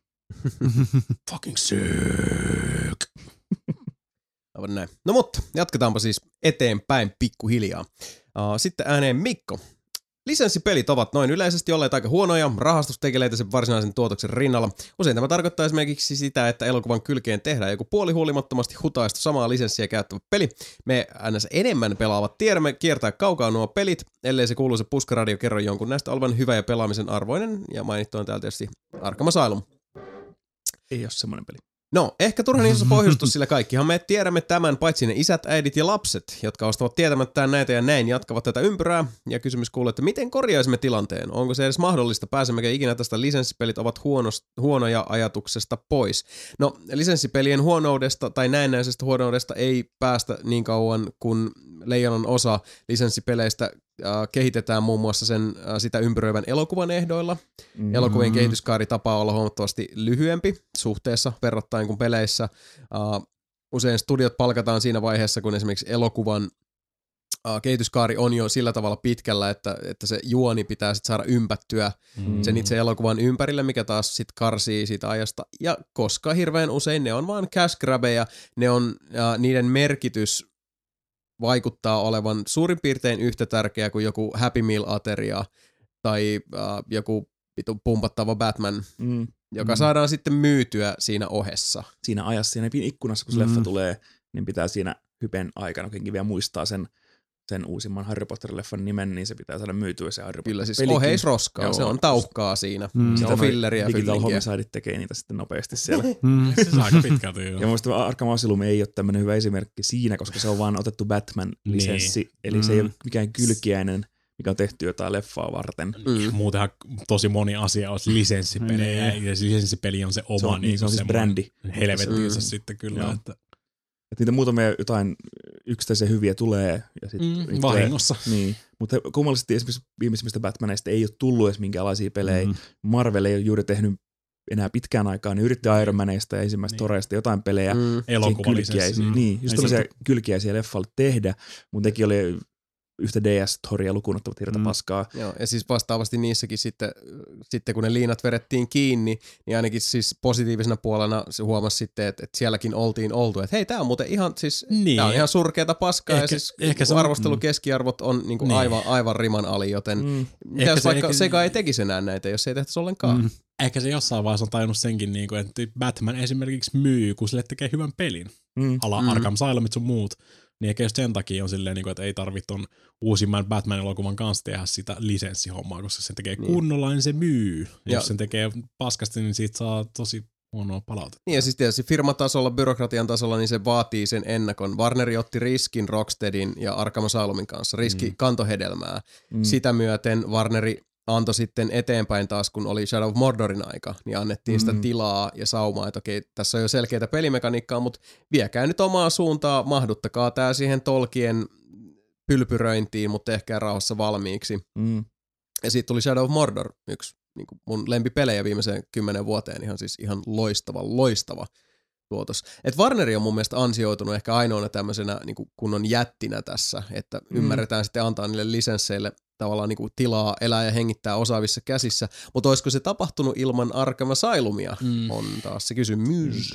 Fucking sick! Aivan näin. No mutta, jatketaanpa siis eteenpäin pikkuhiljaa. Uh, sitten ääneen Mikko. Lisenssipelit ovat noin yleisesti olleet aika huonoja rahastustekeleitä sen varsinaisen tuotoksen rinnalla. Usein tämä tarkoittaa esimerkiksi sitä, että elokuvan kylkeen tehdään joku puolihuolimattomasti hutaistu samaa lisenssiä käyttävä peli. Me ns. Enemmän pelaavat tiedämme kiertää kaukaa nuo pelit, ellei se kuuluisa puskaradio kerro jonkun näistä olevan hyvä ja pelaamisen arvoinen. Ja mainittu on täällä tietysti Arkham Asylum. Ei ole semmoinen peli. No, ehkä turhan iso pohjustus, sillä kaikkihan me tiedämme tämän, paitsi ne isät, äidit ja lapset, jotka ostavat tietämättään näitä ja näin jatkavat tätä ympyrää. Ja kysymys kuuluu, että miten korjaisimme tilanteen? Onko se edes mahdollista? Pääsemmekö ikinä tästä lisenssipelit ovat huonos, huonoja ajatuksesta pois? No, lisenssipelien huonoudesta tai näennäisestä huonoudesta ei päästä niin kauan, kun leijonan osa lisenssipeleistä äh, kehitetään muun muassa sen, äh, sitä ympäröivän elokuvan ehdoilla. Mm-hmm. Elokuvien kehityskaari tapaa olla huomattavasti lyhyempi suhteessa verrattain kuin peleissä. Uh, usein studiot palkataan siinä vaiheessa, kun esimerkiksi elokuvan uh, kehityskaari on jo sillä tavalla pitkällä, että, että se juoni pitää sit saada ympättyä mm. sen itse elokuvan ympärille, mikä taas sit karsii siitä ajasta. Ja koska hirveän usein ne on vaan cash grabeja, ne on, uh, niiden merkitys vaikuttaa olevan suurin piirtein yhtä tärkeä kuin joku Happy Meal-ateria tai uh, joku pumpattava Batman, mm. joka mm. saadaan sitten myytyä siinä ohessa. Siinä ajassa, siinä ikkunassa, kun se mm. leffa tulee, niin pitää siinä hypen aikana, kuitenkin vielä muistaa sen, sen uusimman Harry Potter-leffan nimen, niin se pitää saada myytyä se Harry Potter. Kyllä siis oheisroskaa, joo. Se on tauhkaa siinä. Mm. Se on filleriä. Digital Homicideit tekee niitä sitten nopeasti siellä. Mm. Se saa aika pitkälti, joo. Ja muista Arkham Asylum ei ole tämmöinen hyvä esimerkki siinä, koska se on vaan otettu Batman-lisenssi, niin. Eli mm. se ei ole mikään kylkiäinen, mikä on tehty jotain leffaa varten. Mm. Muutenhan tosi moni asia olisi lisenssipelejä, mm. ja se lisenssipeli on se oma se on, niin, se on siis brändi. Helvettiinsä mm. sitten kyllä. Että... että niitä muutamia jotain yksittäisiä hyviä tulee. Ja sit mm, vahingossa. Tulee, niin. Mutta kummallisesti esimerkiksi viimeisimmistä Batmaneista ei ole tullut edes minkäänlaisia pelejä. Mm. Marvel ei ole juuri tehnyt enää pitkään aikaan, niin yritti Iron Maneista ja ensimmäistä niin. Toreista jotain pelejä. Mm. Elokuvallisesti. Mm. Niin, just tällaisia kylkiäisiä leffalle tehdä, mutta nekin oli yhtä D S-toria lukuun ottavat hirveätä mm. paskaa. Joo, ja siis vastaavasti niissäkin sitten, sitten kun ne liinat vedettiin kiinni, niin ainakin siis positiivisena puolena se huomasi sitten, että, että sielläkin oltiin oltu, että hei, tää on muuten ihan, siis, niin. tää on ihan surkeata paskaa, ehkä, ja siis ehkä arvostelukeskiarvot on niin kuin niin. aivan, aivan riman ali, joten mm. jos vaikka ehkä, Sega ei tekisi enää näitä, jos ei tehtäisi ollenkaan. Mm. Ehkä se jossain vaiheessa on tajunnut senkin, niin kuin, että Batman esimerkiksi myy, kun sille tekee hyvän pelin. Mm. Ala mm. Arkham Asylumit sun muut. Niin ehkä just sen takia on silleen, että ei tarvitse ton uusimman Batman-elokuvan kanssa tehdä sitä lisenssihommaa, koska se tekee niin. kunnolla, niin se myy. Ja jos sen tekee paskasti, niin siitä saa tosi huonoa palautetta. Niin ja siis tietysti firmatasolla, byrokratian tasolla, niin se vaatii sen ennakon. Warneri otti riskin Rocksteadin ja Arkham Asylumin kanssa. Riski mm. kantohedelmää. Mm. Sitä myöten Warneri antoi sitten eteenpäin taas, kun oli Shadow of Mordorin aika, niin annettiin mm. sitä tilaa ja saumaa, että okei, tässä on jo selkeitä pelimekaniikkaa, mutta viekää nyt omaa suuntaa, mahduttakaa tää siihen Tolkien pylpyröintiin, mutta ehkä rauhassa valmiiksi. Mm. Ja siitä tuli Shadow of Mordor, yksi niin kuin mun lempipelejä viimeiseen kymmenen vuoteen, ihan siis ihan loistava, loistava tuotos. Et Warneri on mun mielestä ansioitunut ehkä ainoana tämmöisenä niin kuin kunnon jättinä tässä, että mm. ymmärretään sitten antaa niille lisensseille tavallaan niin kuin tilaa elää ja hengittää osaavissa käsissä, mutta olisiko se tapahtunut ilman Arkham Asylumia, mm. on taas se kysymys.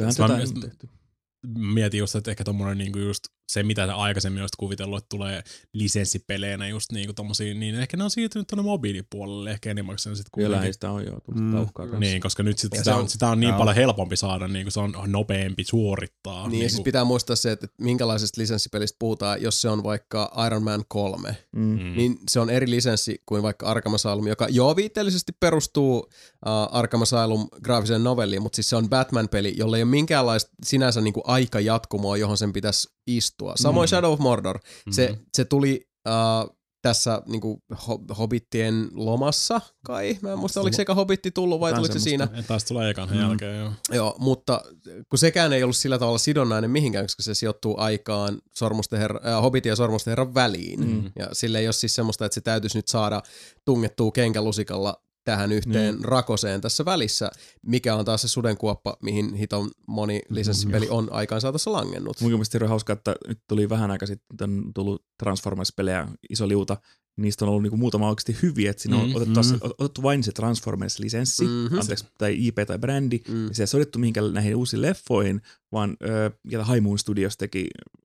Mietin just, että ehkä tommonen niinku just se, mitä se aikaisemmin olisi kuvitellut, että tulee lisenssipeleinä just niinku tommosia, niin ehkä ne on siirtynyt tonne mobiilipuolelle ehkä enimmäkseen sit kuitenkin. Kyllä sitä on jo mm. tauhkaa kanssa. Niin, koska nyt sit sitä, on, sitä on niin joo. paljon helpompi saada, niinku se on nopeampi suorittaa. Niin, niinku. Ja siis pitää muistaa se, että minkälaisesta lisenssipelistä puhutaan, jos se on vaikka Iron Man kolme, mm. niin se on eri lisenssi kuin vaikka Arkham Asylum, joka joo viitteellisesti perustuu uh, Arkham Asylum graafiseen novelliin, mutta siis se on Batman-peli, jolla ei ole minkäänlaista sinänsä niinku aikajatkumoa, johon sen pitäisi istua. Samoin mm. Shadow of Mordor. Mm. Se, se tuli uh, tässä niinku Hobbitien lomassa kai. Mä en muista, oliko se eka Hobbitti tullut vai tuliko se siinä? Taas tulee ekan mm. jälkeen, joo. Joo, mutta kun sekään ei ollut sillä tavalla sidonnainen mihinkään, koska se sijoittuu aikaan Sormusten herra, äh, Hobbitin ja Sormusten herran väliin. Mm. Ja sille ei ole siis semmoista, että se täytyisi nyt saada tungettua kenkälusikalla tähän yhteen mm. rakoseen tässä välissä, mikä on taas se sudenkuoppa, mihin hiton moni lisenssipeli on aikaan saatossa langennut. Mun mielestä on hauskaa, että nyt tuli vähän aika sitten on tullut Transformers-pelejä, iso liuta, niistä on ollut niinku muutama oikeasti hyviä, että siinä on mm. otettu, mm. otettu vain se Transformers-lisenssi, mm-hmm. anteeksi, tai I P tai brändi, mm. ja se ei sodettu mihinkään näihin uusiin leffoihin, vaan äh, High Moon Studios teki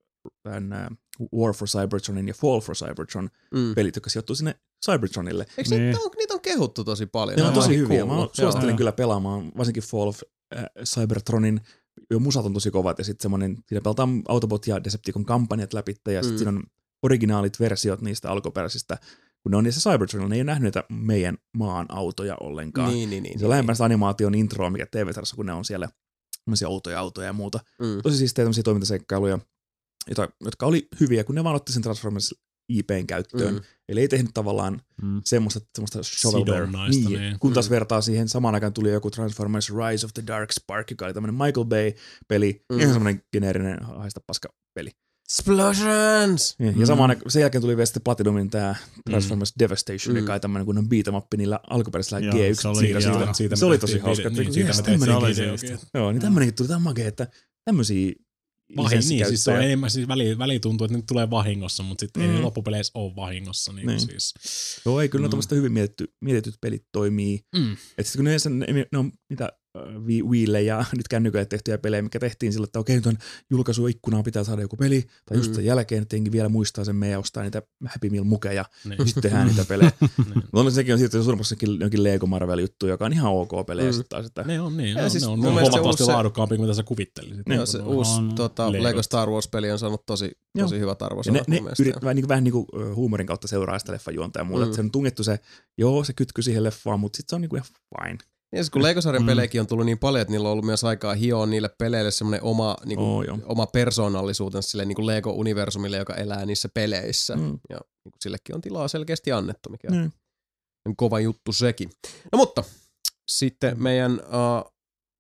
tämän War for Cybertronin ja Fall for Cybertron Mm. pelit, jotka sijoittuu sinne Cybertronille. Eikö Niin. niitä, on, niitä on kehuttu tosi paljon? Ne on tosi ainakin hyviä. Mä kuullut. suosittelen Joo. kyllä pelaamaan, varsinkin Fall of äh, Cybertronin. Jo musat on tosi kovat ja sitten semmoinen, siinä pelataan Autobot ja Decepticon kampanjat läpi ja sitten Mm. siinä on originaalit versiot niistä alkuperäisistä, kun ne on niissä Cybertronilla, ne ei ole nähnyt niitä meidän maan autoja ollenkaan. Niin, niin, niin. Se on lähempänä sitä animaation introa, mikä T V-sarjassa, kun ne on siellä tämmöisiä outoja autoja ja muuta. Mm. Tosi siistejä tämmöisiä toimintaseikkailuja, jota, jotka oli hyviä, kun ne vaan otti sen Transformers I P:n käyttöön. Mm. Eli ei tehnyt tavallaan Mm. semmoista, semmoista shovelware. Sidonnaista, Niin, niin. kun taas Mm. vertaa siihen, samaan aikaan tuli joku Transformers Rise of the Dark Spark, joka oli tämmöinen Michael Bay-peli, Mm. mm. ihan semmoinen geneerinen haista paska-peli. Explosions! Ja, Mm. ja samaan aikaan, sen jälkeen tuli vielä sitten Platinumin tämä Transformers Devastation, Mm. joka oli tämmöinen kunnon beat-em-up niillä alkuperäisellä Joo, G yksi se oli siirroilla. hieno. Siitä Se me oli tehtiin tosi hauska, video- että Niin, siitä me yes, tehtiin tämmöinen oli videokin. siistiä. Joo, niin tämmöinenkin tuli, tämä on makea, että tämmöisiä Vahin, niin, siis se on lisenssikäyttöjä. enemmän, siis väli, väli tuntuu, että ne tulee vahingossa, mutta sitten mm. ei Mm. ne loppupeleissä ole vahingossa. Niin Niin. siis. Joo, ei, kyllä mm. Mm. ne hyvin mietitty, mietityt pelit toimii. Mm. Että sitten kun ne, sen, ne, ne on mitä äh, Wiille ja nyt kännyköille tehtyjä pelejä, mikä tehtiin sillä, että okei, nyt on julkaisuikkunaa, pitää saada joku peli, tai just Mm. sen jälkeen, että jengi vielä muistaa sen meidän ostaa niitä Happy Meal mukeja, Niin. ja sitten tehdään niitä pelejä. Niin. Mutta sekin on sitten suurimmassakin jonkin Lego Marvel-juttu, joka on ihan ok pelejä Mm. sitten taas. Että Ne on niin, Ja ne on, siis ne on, mun ne on mielestä se huomattavasti uusi se- laadukkaampi kuin mitä sä kuvittelisit. Joo, se No, uusi on tota, Legot. Lego Star Wars-peli on saanut tosi, Joo. tosi hyvät ja arvosanat ne, mun ne mielestä. yrit, vähän, niin kuin, vähän niin kuin uh, huumorin kautta seuraa sitä leffan juonta ja muuta. Mm. Mm. Se on tungettu se, joo, se kytky siihen leffaan, mutta sitten se on niin kuin ihan fine. Ja siis kun Lego-sarjan Mm. pelejäkin on tullut niin paljon, että niillä on ollut myös aikaa hioa niille peleille semmoinen oma, niin kuin, Oo, joo. oma persoonallisuutensa sille niin kuin Lego-universumille, joka elää niissä peleissä. Mm. Ja niin kuin sillekin on tilaa selkeästi annettu, mikä Mm. on kova juttu sekin. No mutta sitten meidän uh,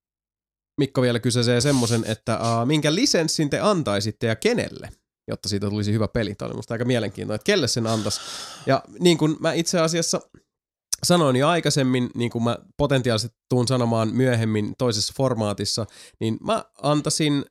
Mikko vielä kysyisee semmoisen, että uh, minkä lisenssin te antaisitte ja kenelle, jotta siitä tulisi hyvä peli. Tämä oli musta aika mielenkiintoinen, että kelle sen antaisi. Ja niin kuin mä itse asiassa sanoin jo aikaisemmin, niin kuin mä potentiaalisesti tuun sanomaan myöhemmin toisessa formaatissa, niin mä antaisin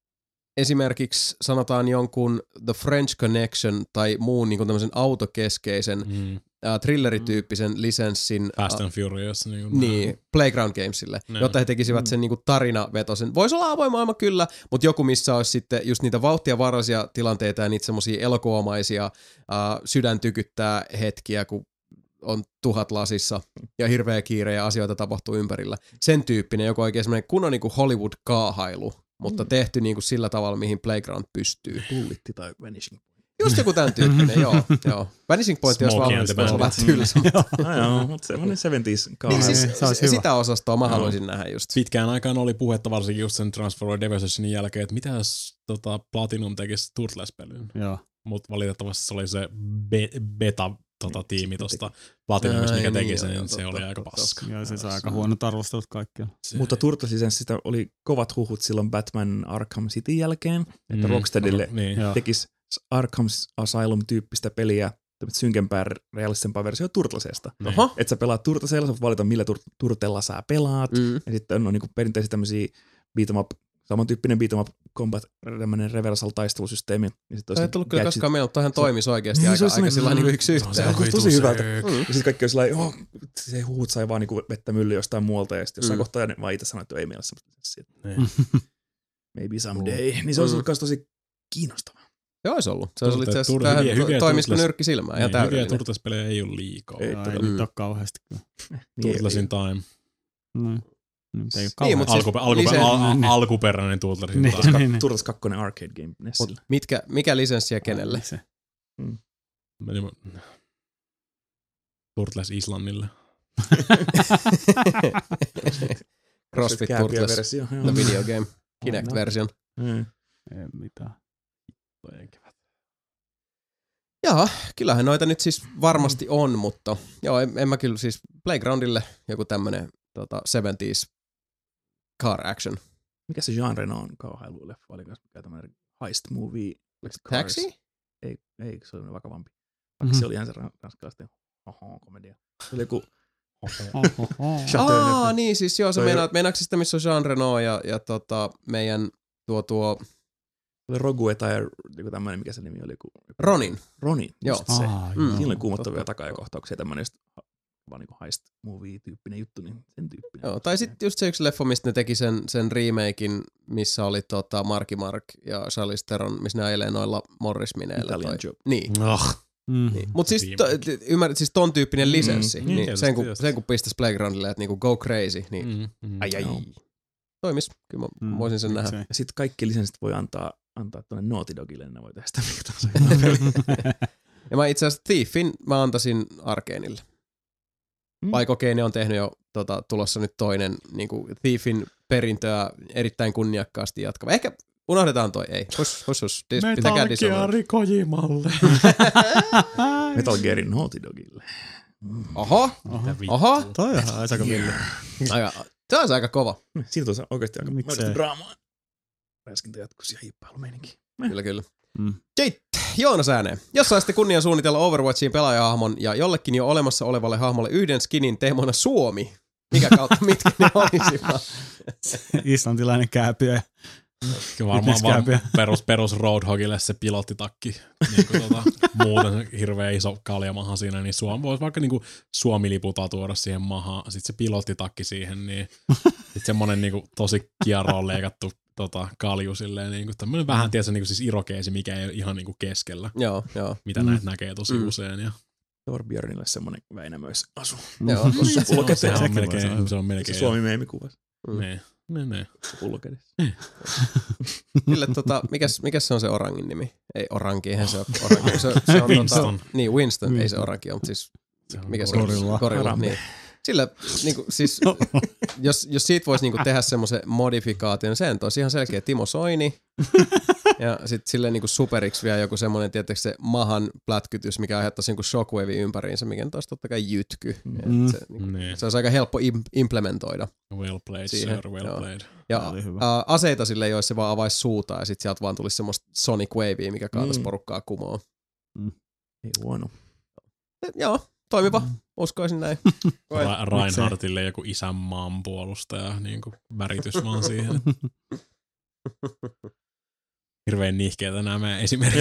esimerkiksi sanotaan jonkun The French Connection tai muun niin kuin tämmöisen autokeskeisen Mm. äh, thrillerityyppisen lisenssin Fast äh, and Furious. Niin, kuin niin, Playground Gamesille, Ne. jotta he tekisivät sen niin kuin tarinavetosen. Voisi olla avoin maailma kyllä, mutta joku missä olisi sitten just niitä vauhtia varaisia tilanteita ja niitä semmoisia elokuvamaisia äh, sydän tykyttää hetkiä, kun on tuhat lasissa ja hirveä kiire ja asioita tapahtuu ympärillä. Sen tyyppinen, joku oikein semmoinen kunnon niin kuin Hollywood-kaahailu, mutta Mm. tehty niin kuin sillä tavalla, mihin Playground pystyy. Bullitti tai Vanishing. Just joku tämän tyyppinen, joo, joo. Vanishing Point, jos Smokey vaan and the olisi vähän Bandit. tylsä. No joo, mutta semmoinen seventies Niin kaahailu. siis se olisi se, hyvä. sitä osastoa mä haluaisin nähdä just. Pitkään aikaan oli puhetta varsinkin just sen Transformer Devastationin jälkeen, että mitä jos tota, Platinum tekisi Turtles-pelin. Joo. Mutta valitettavasti se oli se be- beta-tiimi tota, tosta Platinumista, mikä Ai teki niin, sen, joo, se totta, oli aika totta. paska. Joo, se saa aika huonot arvostelut kaikkialla. Se- Mutta Turtles-lisenssistä oli kovat huhut silloin Batman Arkham City jälkeen, että Mm, Rocksteadille Niin. Joo. tekisi Arkham Asylum-tyyppistä peliä, synkempää, realistisempaa versiota Turtlesesta. Niin. Oho. Että sä pelaat Turtlesella, sä voit valita millä tur- Turtella sä pelaat, Mm. ja sitten on, on niinku perinteisiä tämmöisiä beat 'em up, samantyyppinen beat 'em up combat, tämmöinen reversal taistelusysteemi. Ja sit Tämä ei tullut kyllä gadget- koskaan meillä, mutta tähän toimisi oikeasti Niin, aika, se aika, olisi aika semmoinen- sillä niin yksi No, yhteen. se on on tosi hyvältä. Mm. Ja sitten kaikki on sellainen, oh, se huut sai vaan niinku vettä mylly jostain muualta, ja sitten jossain Mm. kohtaa ne vaan itse sanoi, että ei meillä semmoista. Niin. Maybe someday. Niin se olisi Mm. ollut myös tosi kiinnostavaa. Se olisi ollut. Se olisi ollut itse asiassa, Tur- tähän hyviä- hyviä toimisiko Turtles- nyrkki silmään, ihan Niin, hyviä täydellinen. Turtles-pelejä ei ole liikaa. Ei Joo, ei todella. nyt ole kauheasti kyllä. Niin, Turtles in Time. No. Nyt ei ole Niin, kauheasti. mut siis Alkupe- alkupe- lisen- al- niin. alkuperäinen Turtles in Niin. Time. niin. Turtles kaksi arcade game Mut Nessillä. mitkä, mikä lisenssi ja kenelle? Se. Turtles Islannille. CrossFit Kääpiä Turtles, versio. joo. the video game, Kinect-version. Mm. Ei mitään. Joo, kyllähän noita nyt siis varmasti on, mutta joo, en, en mä kyllä siis Playgroundille joku tämmönen tota, seventies car action. Mikä se genre on kauhailuileffa? Oli kanssa mikä tämmöinen heist movie? Oliko se Cars? Taxi? Ei, ei, se oli vakavampi. Mhm. Mm-hmm. Se oli ihan se ra- ranskalaisten oho, komedia. Se oli joku Ohoho. Chateau Aa, Neuf. niin siis joo, se Toi- meinaat, meinaatko sitä, missä on Jean Reno ja, ja tota, meidän tuo tuo Se oli Rogue tai joku tämmöinen, mikä se nimi oli? Joku, joku Ronin. Ronin, Joo. just se. Aa, Mm. joo. Siinä oli kuumottavia totta, takajakohtauksia, tämmöinen just vaan niinku heist movie-tyyppinen juttu, niin sen tyyppinen. Joo, tai sitten just se yksi leffa, mistä ne teki sen, sen remakein, missä oli tota Marky Mark ja Charlize Theron, missä ne ajelee noilla Morris-mineillä. Italian Job. Niin. Oh. Mm. Niin. Mutta siis, to, ymmärrät, siis ton tyyppinen lisenssi, Mm, niin niin, sen, kun, tietysti. sen kun pistäisi Playgroundille, että niinku go crazy, niin Mm, mm. ai ai. Joo. Toimis, kyllä mä Mm, voisin sen nähdä. miksei. Ja sitten kaikki lisenssit voi antaa, antaa tuonne Naughty Dogille, niin ne voi tehdä sitä mikä tahansa. Ja mä itse asiassa Thiefin mä antaisin Arkeenille. Mm. Vaikka okei, ne on tehnyt jo tota, tulossa nyt toinen niin kuin Thiefin perintöä erittäin kunniakkaasti jatkava. Ehkä unohdetaan toi, ei. Hus, hus, hus. Dis, pitäkää Dishonored. Metal Kojimalle. Metal Gearin Naughty Dogille. Oho, Oho. oho. Toi on aika villi. Aika, se on aika kova. Siitä on oikeasti aika Miksei? oikeasti draamaa. Räskintä jatkuisi ja hiippailumeininki. Kyllä, kyllä. Mm. Jeit, Joonas ääneen. Jos saisitte kunnian suunnitella Overwatchiin pelaajahahmon ja jollekin jo olemassa olevalle hahmolle yhden skinin teemona Suomi, mikä kautta mitkä ne olisivat? Islantilainen kääpiö. Kyllä varmaan vaan Fitness-kääpiö. perus, perus Roadhogille se pilottitakki. Niin kuin tota, muuten hirveä iso kaljamaha siinä, niin Suomi voisi vaikka niin kuin Suomi-liputa tuoda siihen mahaan, sitten se pilottitakki siihen, niin sitten semmoinen niin kuin tosi kierroon leikattu tota, kalju silleen, niin kuin tämmöinen vähän tietysti niin kuin siis irokeesi, mikä ei ole ihan niin kuin keskellä, Joo, joo. mitä Mm. näitä näkee tosi Mm. usein. Ja Torbjörnille semmoinen Väinämöis asu. Joo, se, tossa. on, se, on Sekin voisi melkein, olla. se on Se melkein. Suomi-meemikuvassa. Mm. Ne, ne, ne. Pullo kädessä. Kyllä, tota, mikäs, mikäs se on se orangin nimi? Ei oranki, eihän se ole oranki. Se, se on Winston. Tota, niin, Winston, Winston. ei se oranki ole, mutta siis Se on mikä se Gorilla. on? Gorilla. Harambe. Niin. Sillä, niinku, siis, jos, jos siitä voisi niinku tehdä semmoisen modifikaation, niin se on ihan selkeä Timo Soini. Ja sitten silleen niinku superiksi vielä joku semmoinen, tietysti se mahan plätkytys, mikä aiheuttaisi niinku shockwave ympäriinsä, mikä on taas totta kai jytky. Mm. Et Se, niinku, Niin. se olisi aika helppo im- implementoida. Well played, Siihen, sir, well joo. played. Ja Tää oli hyvä. ä, aseita sille, joissa se vaan avaisi suuta ja sitten sieltä vaan tulisi semmoista Sonic Wavea, mikä kaataisi Mm. porukkaa kumoon. Ei huono. Eh, Joo, toimiva. Uskoisin näin. Koe. Ra- Reinhardtille joku isänmaan puolustaja, niin kuin väritys vaan siihen. Hirveän nihkeetä nämä meidän esimerkit.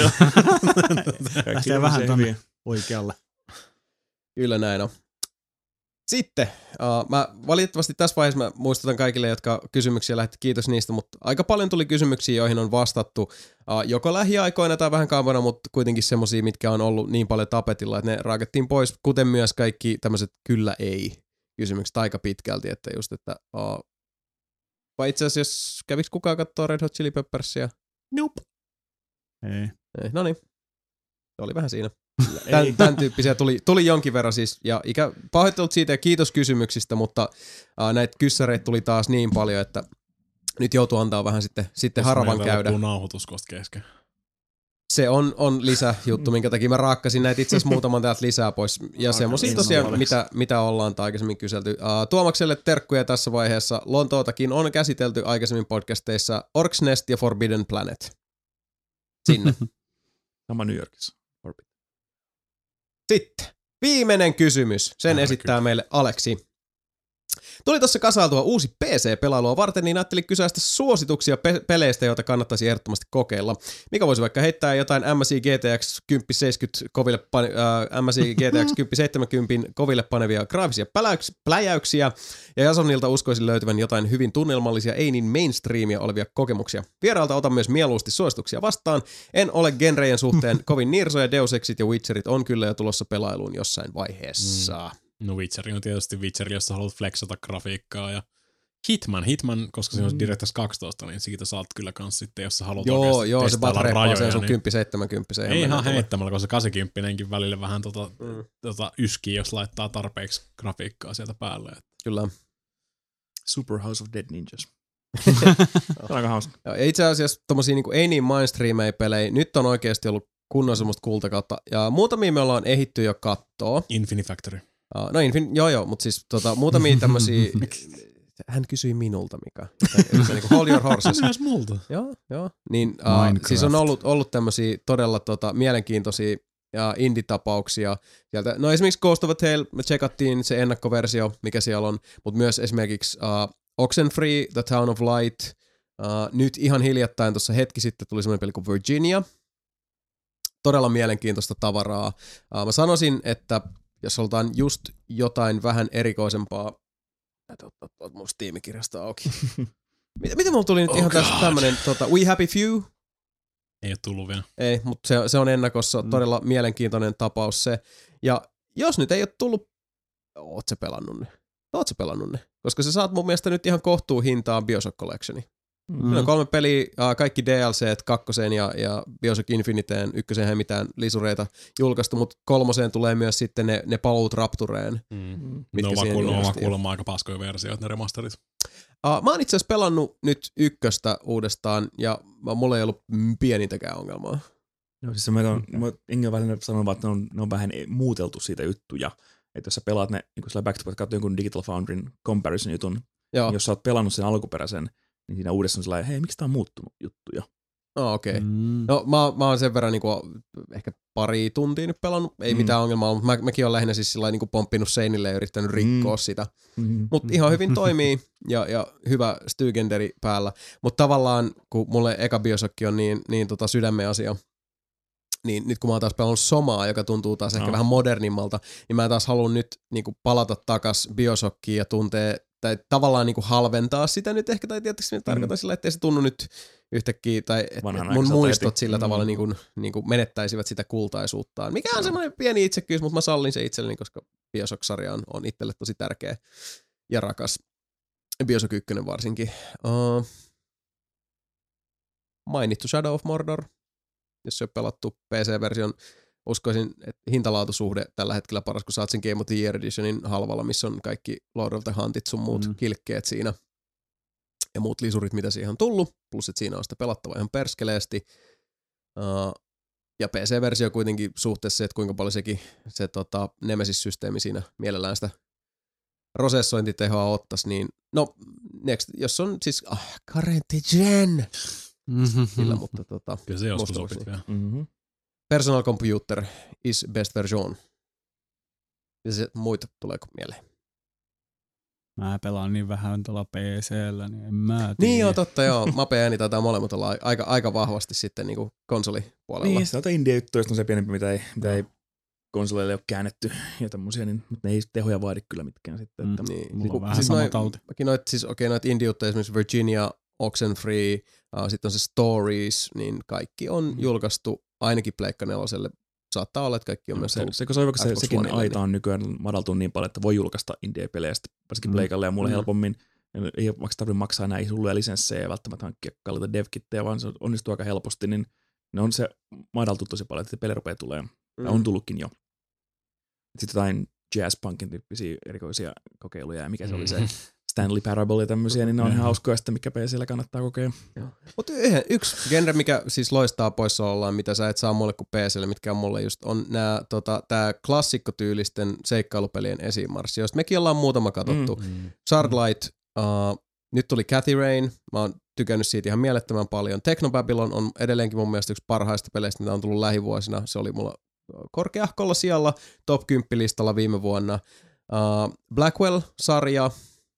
Lähtee vähän tonne oikealle. Kyllä näin on. Sitten, uh, mä valitettavasti tässä vaiheessa mä muistutan kaikille, jotka kysymyksiä lähetti, kiitos niistä, mutta aika paljon tuli kysymyksiä, joihin on vastattu uh, joko lähiaikoina tai vähän kauempana, mutta kuitenkin semmosia, mitkä on ollut niin paljon tapetilla, että ne raakettiin pois, kuten myös kaikki tämmöiset kyllä ei kysymykset aika pitkälti, että just, että uh, vai itse asiassa käviks kukaan katsoa Red Hot Chili Peppersia? Nope. Ei. Ei, no niin, se oli vähän siinä. Tän, tämän tyyppisiä tuli, tuli jonkin verran siis, ja ikä, pahoittelut siitä ja kiitos kysymyksistä, mutta uh, näitä kyssäreitä tuli taas niin paljon, että nyt joutuu antaa vähän sitten, sitten haravan käydä. Meillä nauhoitus kohta kesken. Se on, on lisäjuttu, minkä takia mä raakkasin näitä itse asiassa muutaman täältä lisää pois. Ja semmosia tosiaan, mitä, mitä ollaan tai aikaisemmin kyselty. Uh, Tuomakselle terkkuja tässä vaiheessa. Lontootakin on käsitelty aikaisemmin podcasteissa Orcs Nest ja Forbidden Planet. Sinne. Sama New Yorkissa. Sitten, viimeinen kysymys. Sen Älä esittää kyllä. meille Aleksi. Tuli tuossa kasailtua uusi P C-pelailua varten, niin ajattelin kysäistä suosituksia pe- peleistä, joita kannattaisi ehdottomasti kokeilla. Mikä voisi vaikka heittää jotain M S I G T X kymmenen seitsemänkymmentä koville pane- äh, M S I G T X kymmenen seitsemänkymmentä koville panevia graafisia pläyks- pläjäyksiä, ja Jasonilta uskoisin löytyvän jotain hyvin tunnelmallisia, ei niin mainstreamia olevia kokemuksia. Vieraalta otan myös mieluusti suosituksia vastaan. En ole genrejen suhteen kovin nirso, ja Deus Exit ja Witcherit on kyllä jo tulossa pelailuun jossain vaiheessa. Mm. No Witcher on tietysti Witcher, jos sä haluat flexata grafiikkaa ja Hitman, Hitman, koska se on Mm. DirectX kaksitoista, niin siitä saat kyllä kans sitten, jos sä haluat Joo, oikeasti joo, se testailla batreppaa rajoja, sen sun niin kymmenen seitsemänkymmentä. ei ihan heittämällä, koska se kahdeksankymmentäkin välillä vähän tota, Mm. tota yskii, jos laittaa tarpeeksi grafiikkaa sieltä päälle. Kyllä. Super House of Dead Ninjas. Se on aika hauska. Ja itse asiassa tommosia niinku ei niin mainstream-pelejä, nyt on oikeasti ollut kunnon semmoista kultakautta, ja muutamia me ollaan ehitty jo kattoo. Infinity Factory. Uh, no infin, joo joo, mutta siis tota, muutamia tämmösiä, hän kysyi minulta, Mika. Joten, niinku hold your horses. Myös multa. Joo, joo. Niin, uh, siis on ollut, ollut tämmösiä todella tota, mielenkiintoisia ja indie-tapauksia. Sieltä, no esimerkiksi Ghost of a Tale, me checkattiin se ennakkoversio, mikä siellä on, mutta myös esimerkiksi uh, Oxenfree, The Town of Light. Uh, nyt ihan hiljattain tuossa hetki sitten tuli semmoinen peli kuin Virginia. Todella mielenkiintoista tavaraa. Uh, mä sanoisin, että jos halutaan just jotain vähän erikoisempaa, täytyy ottaa tuolta mun Steam-kirjasta auki. Miten, miten mulla tuli nyt Oh ihan tästä God. tämmönen tota, We Happy Few? Ei ole tullut vielä. Ei, mutta se, se on ennakossa mm. todella mielenkiintoinen tapaus se. Ja jos nyt ei ole tullut, oot sä pelannut ne? Oot sä pelannut ne? Koska sä saat mun mielestä nyt ihan kohtuu hintaan Bioshock Collectioni. Mm. Siinä on kolme peliä, kaikki D L C:t kakkoseen ja, ja Bioshock Infiniteen, ykköseen ei mitään lisureita julkaistu, mutta kolmoseen tulee myös sitten ne, ne paluut Raptureen. Mm. Ne on vaan kuulemma aika paskoja versioita, ne remasterit. Uh, mä oon itse asiassa pelannut nyt ykköstä uudestaan ja mulla ei ollut pienintäkään ongelmaa. No siis mä, mä Inge on vähän sanonut, että ne on, ne on vähän muuteltu siitä juttuja. Että jos sä pelaat ne, niin kun sä back to back, katsoin jonkun Digital Foundryn comparison jutun, niin jos sä oot pelannut sen alkuperäisen, niin siinä uudessa on sellainen, hei, miksi tää on muuttunut juttuja? No okei. Okay. Mm. No mä, mä oon sen verran niin kuin, ehkä pari tuntia nyt pelannut, ei mm. mitään ongelmaa, mutta mä, mäkin oon lähinnä siis sillä niin kuin pomppinut seinille ja yrittänyt rikkoa mm. sitä. Mm. Mutta ihan hyvin toimii ja, ja hyvä stygenderi päällä. Mutta tavallaan, kun mulle eka Bioshock on niin, niin tota sydämen asia, niin nyt kun mä oon taas pelannut Somaa, joka tuntuu taas no. ehkä vähän modernimmalta, niin mä taas haluan nyt niin kuin palata takas Bioshockiin ja tuntee, tai tavallaan niin kuin halventaa sitä nyt ehkä, tai tietysti mm. tarkoitan sillä, ettei se tunnu nyt yhtäkkiä, tai et, et mun muistot heti. Sillä mm. tavalla niin kuin, niin kuin menettäisivät sitä kultaisuuttaan. Mikä on no. semmoinen pieni itsekkyys, mutta mä sallin se itselleni, koska Bioshock-sarja on, on itselle tosi tärkeä ja rakas. Bioshock yksi varsinkin. Uh, mainittu Shadow of Mordor. Jos se on pelattu P C-version, uskoisin, että hintalaatusuhde tällä hetkellä paras, kun saat sen Game of the Year Editionin halvalla, missä on kaikki Lord of the Huntit sun muut mm. kilkkeet siinä ja muut lisurit, mitä siihen on tullut, plus että siinä on sitä pelattava ihan perskeleesti. Uh, ja P C-versio kuitenkin suhteessa se, että kuinka paljon sekin se tota, Nemesis-systeemi siinä mielellään sitä prosessointitehoa ottaisi, niin no, next, jos on siis ah, current gen, Mm-hmm. sillä, mutta tota, kyllä se joskus opit vielä. Mm-hmm. Personal computer is best version. Ja se muita tuleeko mieleen? Mä pelaan niin vähän tuolla P C:llä, niin en mä tiedä. Niin joo, totta joo. Mape ja ääni taitaa molemmat olla aika, aika vahvasti sitten niinku konsolipuolella. Niin, se on indie-juttu, jos on se pienempi, mitä ei, mitä ei konsoleille ole käännetty ja tämmöisiä, niin, mutta ne ei tehoja vaadi kyllä mitkään sitten. Mm, että, niin, mulla on vähän siis sama noi, tauti. Noit, siis okei, okay, noita indie-juttuja, esimerkiksi Virginia, Oxenfree, uh, sitten on se Stories, niin kaikki on mm. julkaistu ainakin Pleikka neloselle. Saattaa olla, että kaikki on no, myös se, se, se, se, sekin aita on nykyään madaltunut niin paljon, että voi julkaista indie-pelejä varsinkin mm. Pleikalle ja mulle mm. helpommin. Ei ole tarvitse maksaa näin hulluja lisenssejä ja välttämättä hankkia kalliita devkittejä, vaan se onnistuu aika helposti, niin ne on se madaltunut tosi paljon, että peli rupeaa tulee. Mm. Ja on tullutkin jo. Sitten jotain jazzpunkin tyyppisiä erikoisia kokeiluja ja mikä mm. se oli se Stanley Parable ja tämmöisiä, niin ne on ihan hauskoja sitten, mikä P C:llä kannattaa kokea. Mutta yksi genre, mikä siis loistaa poissaolollaan, mitä sä et saa mulle kuin P C:lle, mitkä on mulle just, on nää, tota, tää klassikkotyylisten seikkailupelien esimarssi, josta mekin ollaan muutama katsottu. Mm. Shardlight, uh, nyt tuli Cathy Rain, mä oon tykännyt siitä ihan mielettömän paljon. Technobabylon on edelleenkin mun mielestä yksi parhaista peleistä, mitä on tullut lähivuosina. Se oli mulla korkeahkolla sijalla top kymmenen listalla viime vuonna. Uh, Blackwell-sarja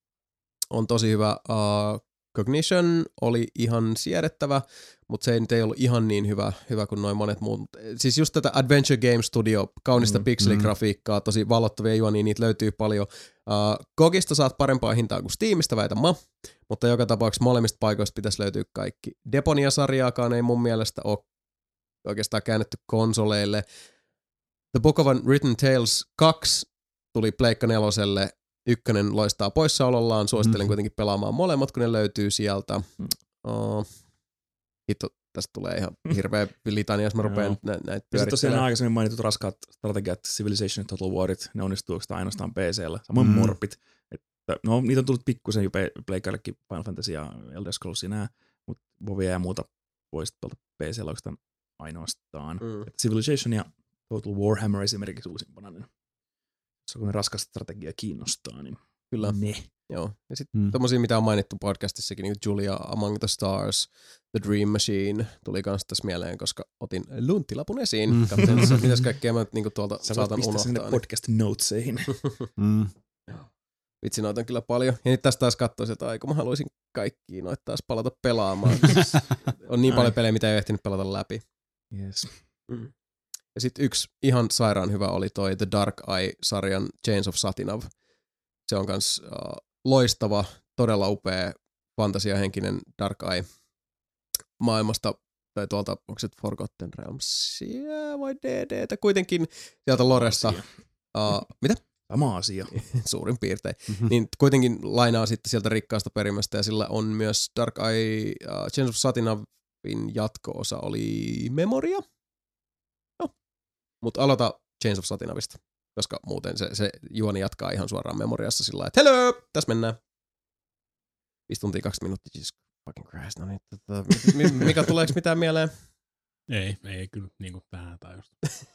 on tosi hyvä. Uh, Cognition oli ihan siedettävä, mutta se ei nyt ei ollut ihan niin hyvä, hyvä kuin noin monet muut. Siis just tätä Adventure Game Studio, kaunista mm, pikseligrafiikkaa, tosi valottavia juonia, niitä löytyy paljon. Uh, Gogista saat parempaa hintaa kuin Steamista, väitän mä, mutta joka tapauksessa molemmista paikoista pitäisi löytyä kaikki. Deponia-sarjaakaan ei mun mielestä ole oikeastaan käännetty konsoleille. The Book of Unwritten Tales kaksi tuli Pleikka neloselle. Ykkönen loistaa poissaolollaan. Suosittelen mm. kuitenkin pelaamaan molemmat, kun ne löytyy sieltä. Oh. Hitto, tästä tulee ihan hirveä litania, jos mä rupean nä- näitä pyörittelemään. Sitten tosiaan aikaisemmin mainitut raskaat strategiat, Civilization ja Total Warit, ne onnistuu ainoastaan P C:llä. Samoin mm. morpit. Että, no, niitä on tullut pikkusen jo Pleikkaillekin, Final Fantasy ja Elder Scrolls ja nää, mutta Vovia ja muuta voisi tuolta P C:llä oikeastaan ainoastaan. Mm. Civilization ja Total Warhammer esimerkiksi uusimpana, niin se on raskas strategia kiinnostaa, niin kyllä. Ne. Joo. Ja sitten mm. tommosia, mitä on mainittu podcastissakin, niin Julia Among the Stars, The Dream Machine tuli kans tässä mieleen, koska otin lunttilapun esiin. Mm. Katsoin, että mitäs kaikkea mä niin tuolta sä saatan unohtaa. Sä voit pistää sinne podcast notesihin. mm. Vitsi, noita on kyllä paljon. Ja nyt tästä taas katsoisin, että aiko mä haluaisin kaikkia noita taas palata pelaamaan. Siis on niin paljon pelejä, mitä ei ehtinyt pelata läpi. Yes. Mm. Ja sitten yksi ihan sairaan hyvä oli toi The Dark Eye-sarjan Chains of Satinav. Se on kans uh, loistava, todella upea fantasiahenkinen Dark Eye maailmasta, tai tuolta, onko se Forgotten Realmsia vai D D:tä, kuitenkin sieltä Loresta. Uh, mitä? Sama asia. Suurin piirtein. Mhm. Niin kuitenkin lainaa sitten sieltä rikkaasta perimästä, ja sillä on myös Dark Eye, uh, Chains of Satinavin jatko-osa oli Memoria. No. Mutta aloita Chains of Satinavista, koska muuten se, se juoni jatkaa ihan suoraan Memoriassa sillä lailla, että hello, tässä mennään. Viisi tuntia, kaksi minuuttia, siis fucking Christ, no niin, tota, mikä tuleeko mitään mieleen? Ei, ei kyllä niinku vähän tai just.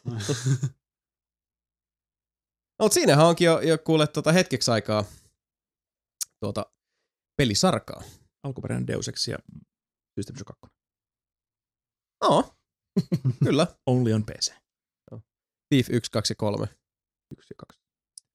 No, siinähän onkin jo, jo kuule tota hetkeksi aikaa tuota pelisarkaa. Alkuperäinen Deus Ex ja System Shock kaksi. No, kyllä. Only on P C. Thief yksi, kaksi ja kolme. Yksi ja kaksi.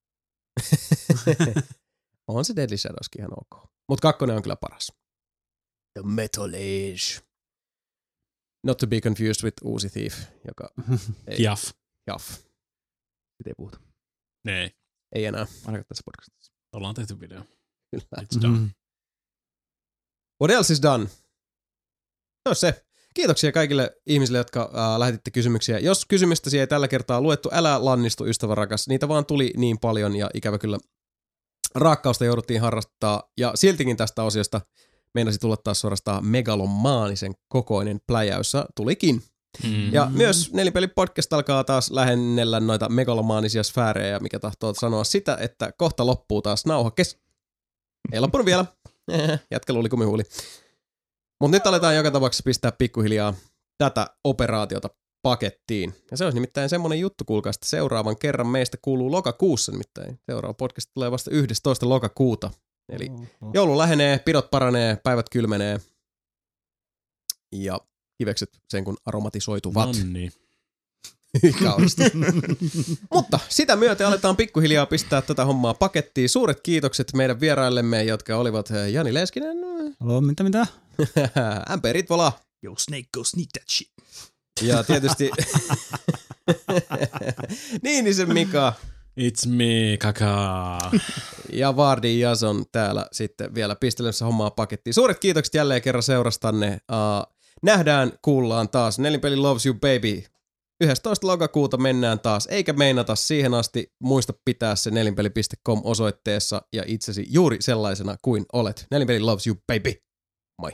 On se Deadly Shadowskin ihan ok. Mut kakkonen on kyllä paras. The Metal Age. Not to be confused with uusi Thief, joka ei... Jaff. Jaff. Siitä ei puhuta. Ei. Ei enää. Ainakaan tässä podcastissa. Ollaan tehty video. Kyllä. It's done. Mhm. What else is done? Se on se. Kiitoksia kaikille ihmisille, jotka äh, lähetitte kysymyksiä. Jos kysymystäsi ei tällä kertaa luettu, älä lannistu, ystävä rakas. Niitä vaan tuli niin paljon ja ikävä kyllä raakkausta jouduttiin harrastaa. Ja siltikin tästä osiosta meinasi tulla taas suorastaan megalomaanisen kokoinen pläjäys. Tulikin. Mm. Ja myös Nelipeli-podcast alkaa taas lähennellä noita megalomaanisia sfäärejä, mikä tahtoo sanoa sitä, että kohta loppuu taas nauha kes... Ei loppunut vielä. Jätkä luuli kumihuuli. Mutta nyt aletaan joka tapauksessa pistää pikkuhiljaa tätä operaatiota pakettiin. Ja se olisi nimittäin semmoinen juttu, kuulkaa, että seuraavan kerran meistä kuuluu lokakuussa nimittäin. Seuraava podcast tulee vasta yhdestoista lokakuuta. Eli joulu lähenee, pidot paranee, päivät kylmenee ja kivekset sen kun aromatisoituvat. Nonni. Kaunista. Mutta sitä myöten aletaan pikkuhiljaa pistää tätä hommaa pakettiin. Suuret kiitokset meidän vieraillemme, jotka olivat Jani Leskinen. Halo, mitä mitä? M P Ritvola. Yo, Snake, go sneak that shit. Ja tietysti Niinisen Mika. It's me, kaka. Ja Vardi Jason täällä sitten vielä pistelemässä hommaa pakettiin. Suuret kiitokset jälleen kerran seurastanne. Uh, nähdään, kuullaan taas. Nelinpeli loves you baby. yhdestoista lokakuuta mennään taas, eikä meinata siihen asti. Muista pitää se nelinpeli piste com osoitteessa ja itsesi juuri sellaisena kuin olet. Nelinpeli loves you baby. Moi.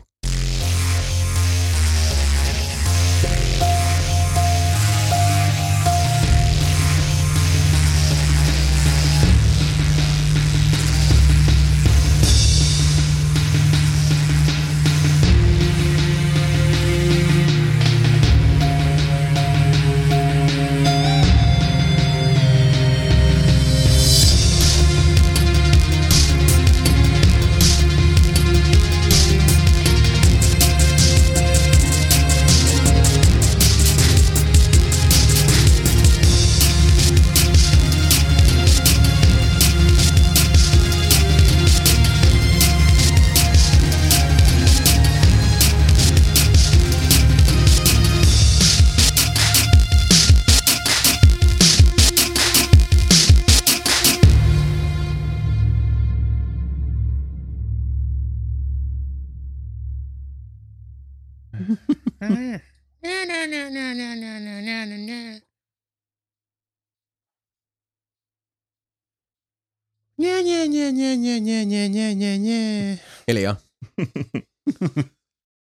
Nye, nye, nye, nye, nye, nye, nye, nye, nye. Hiljaa.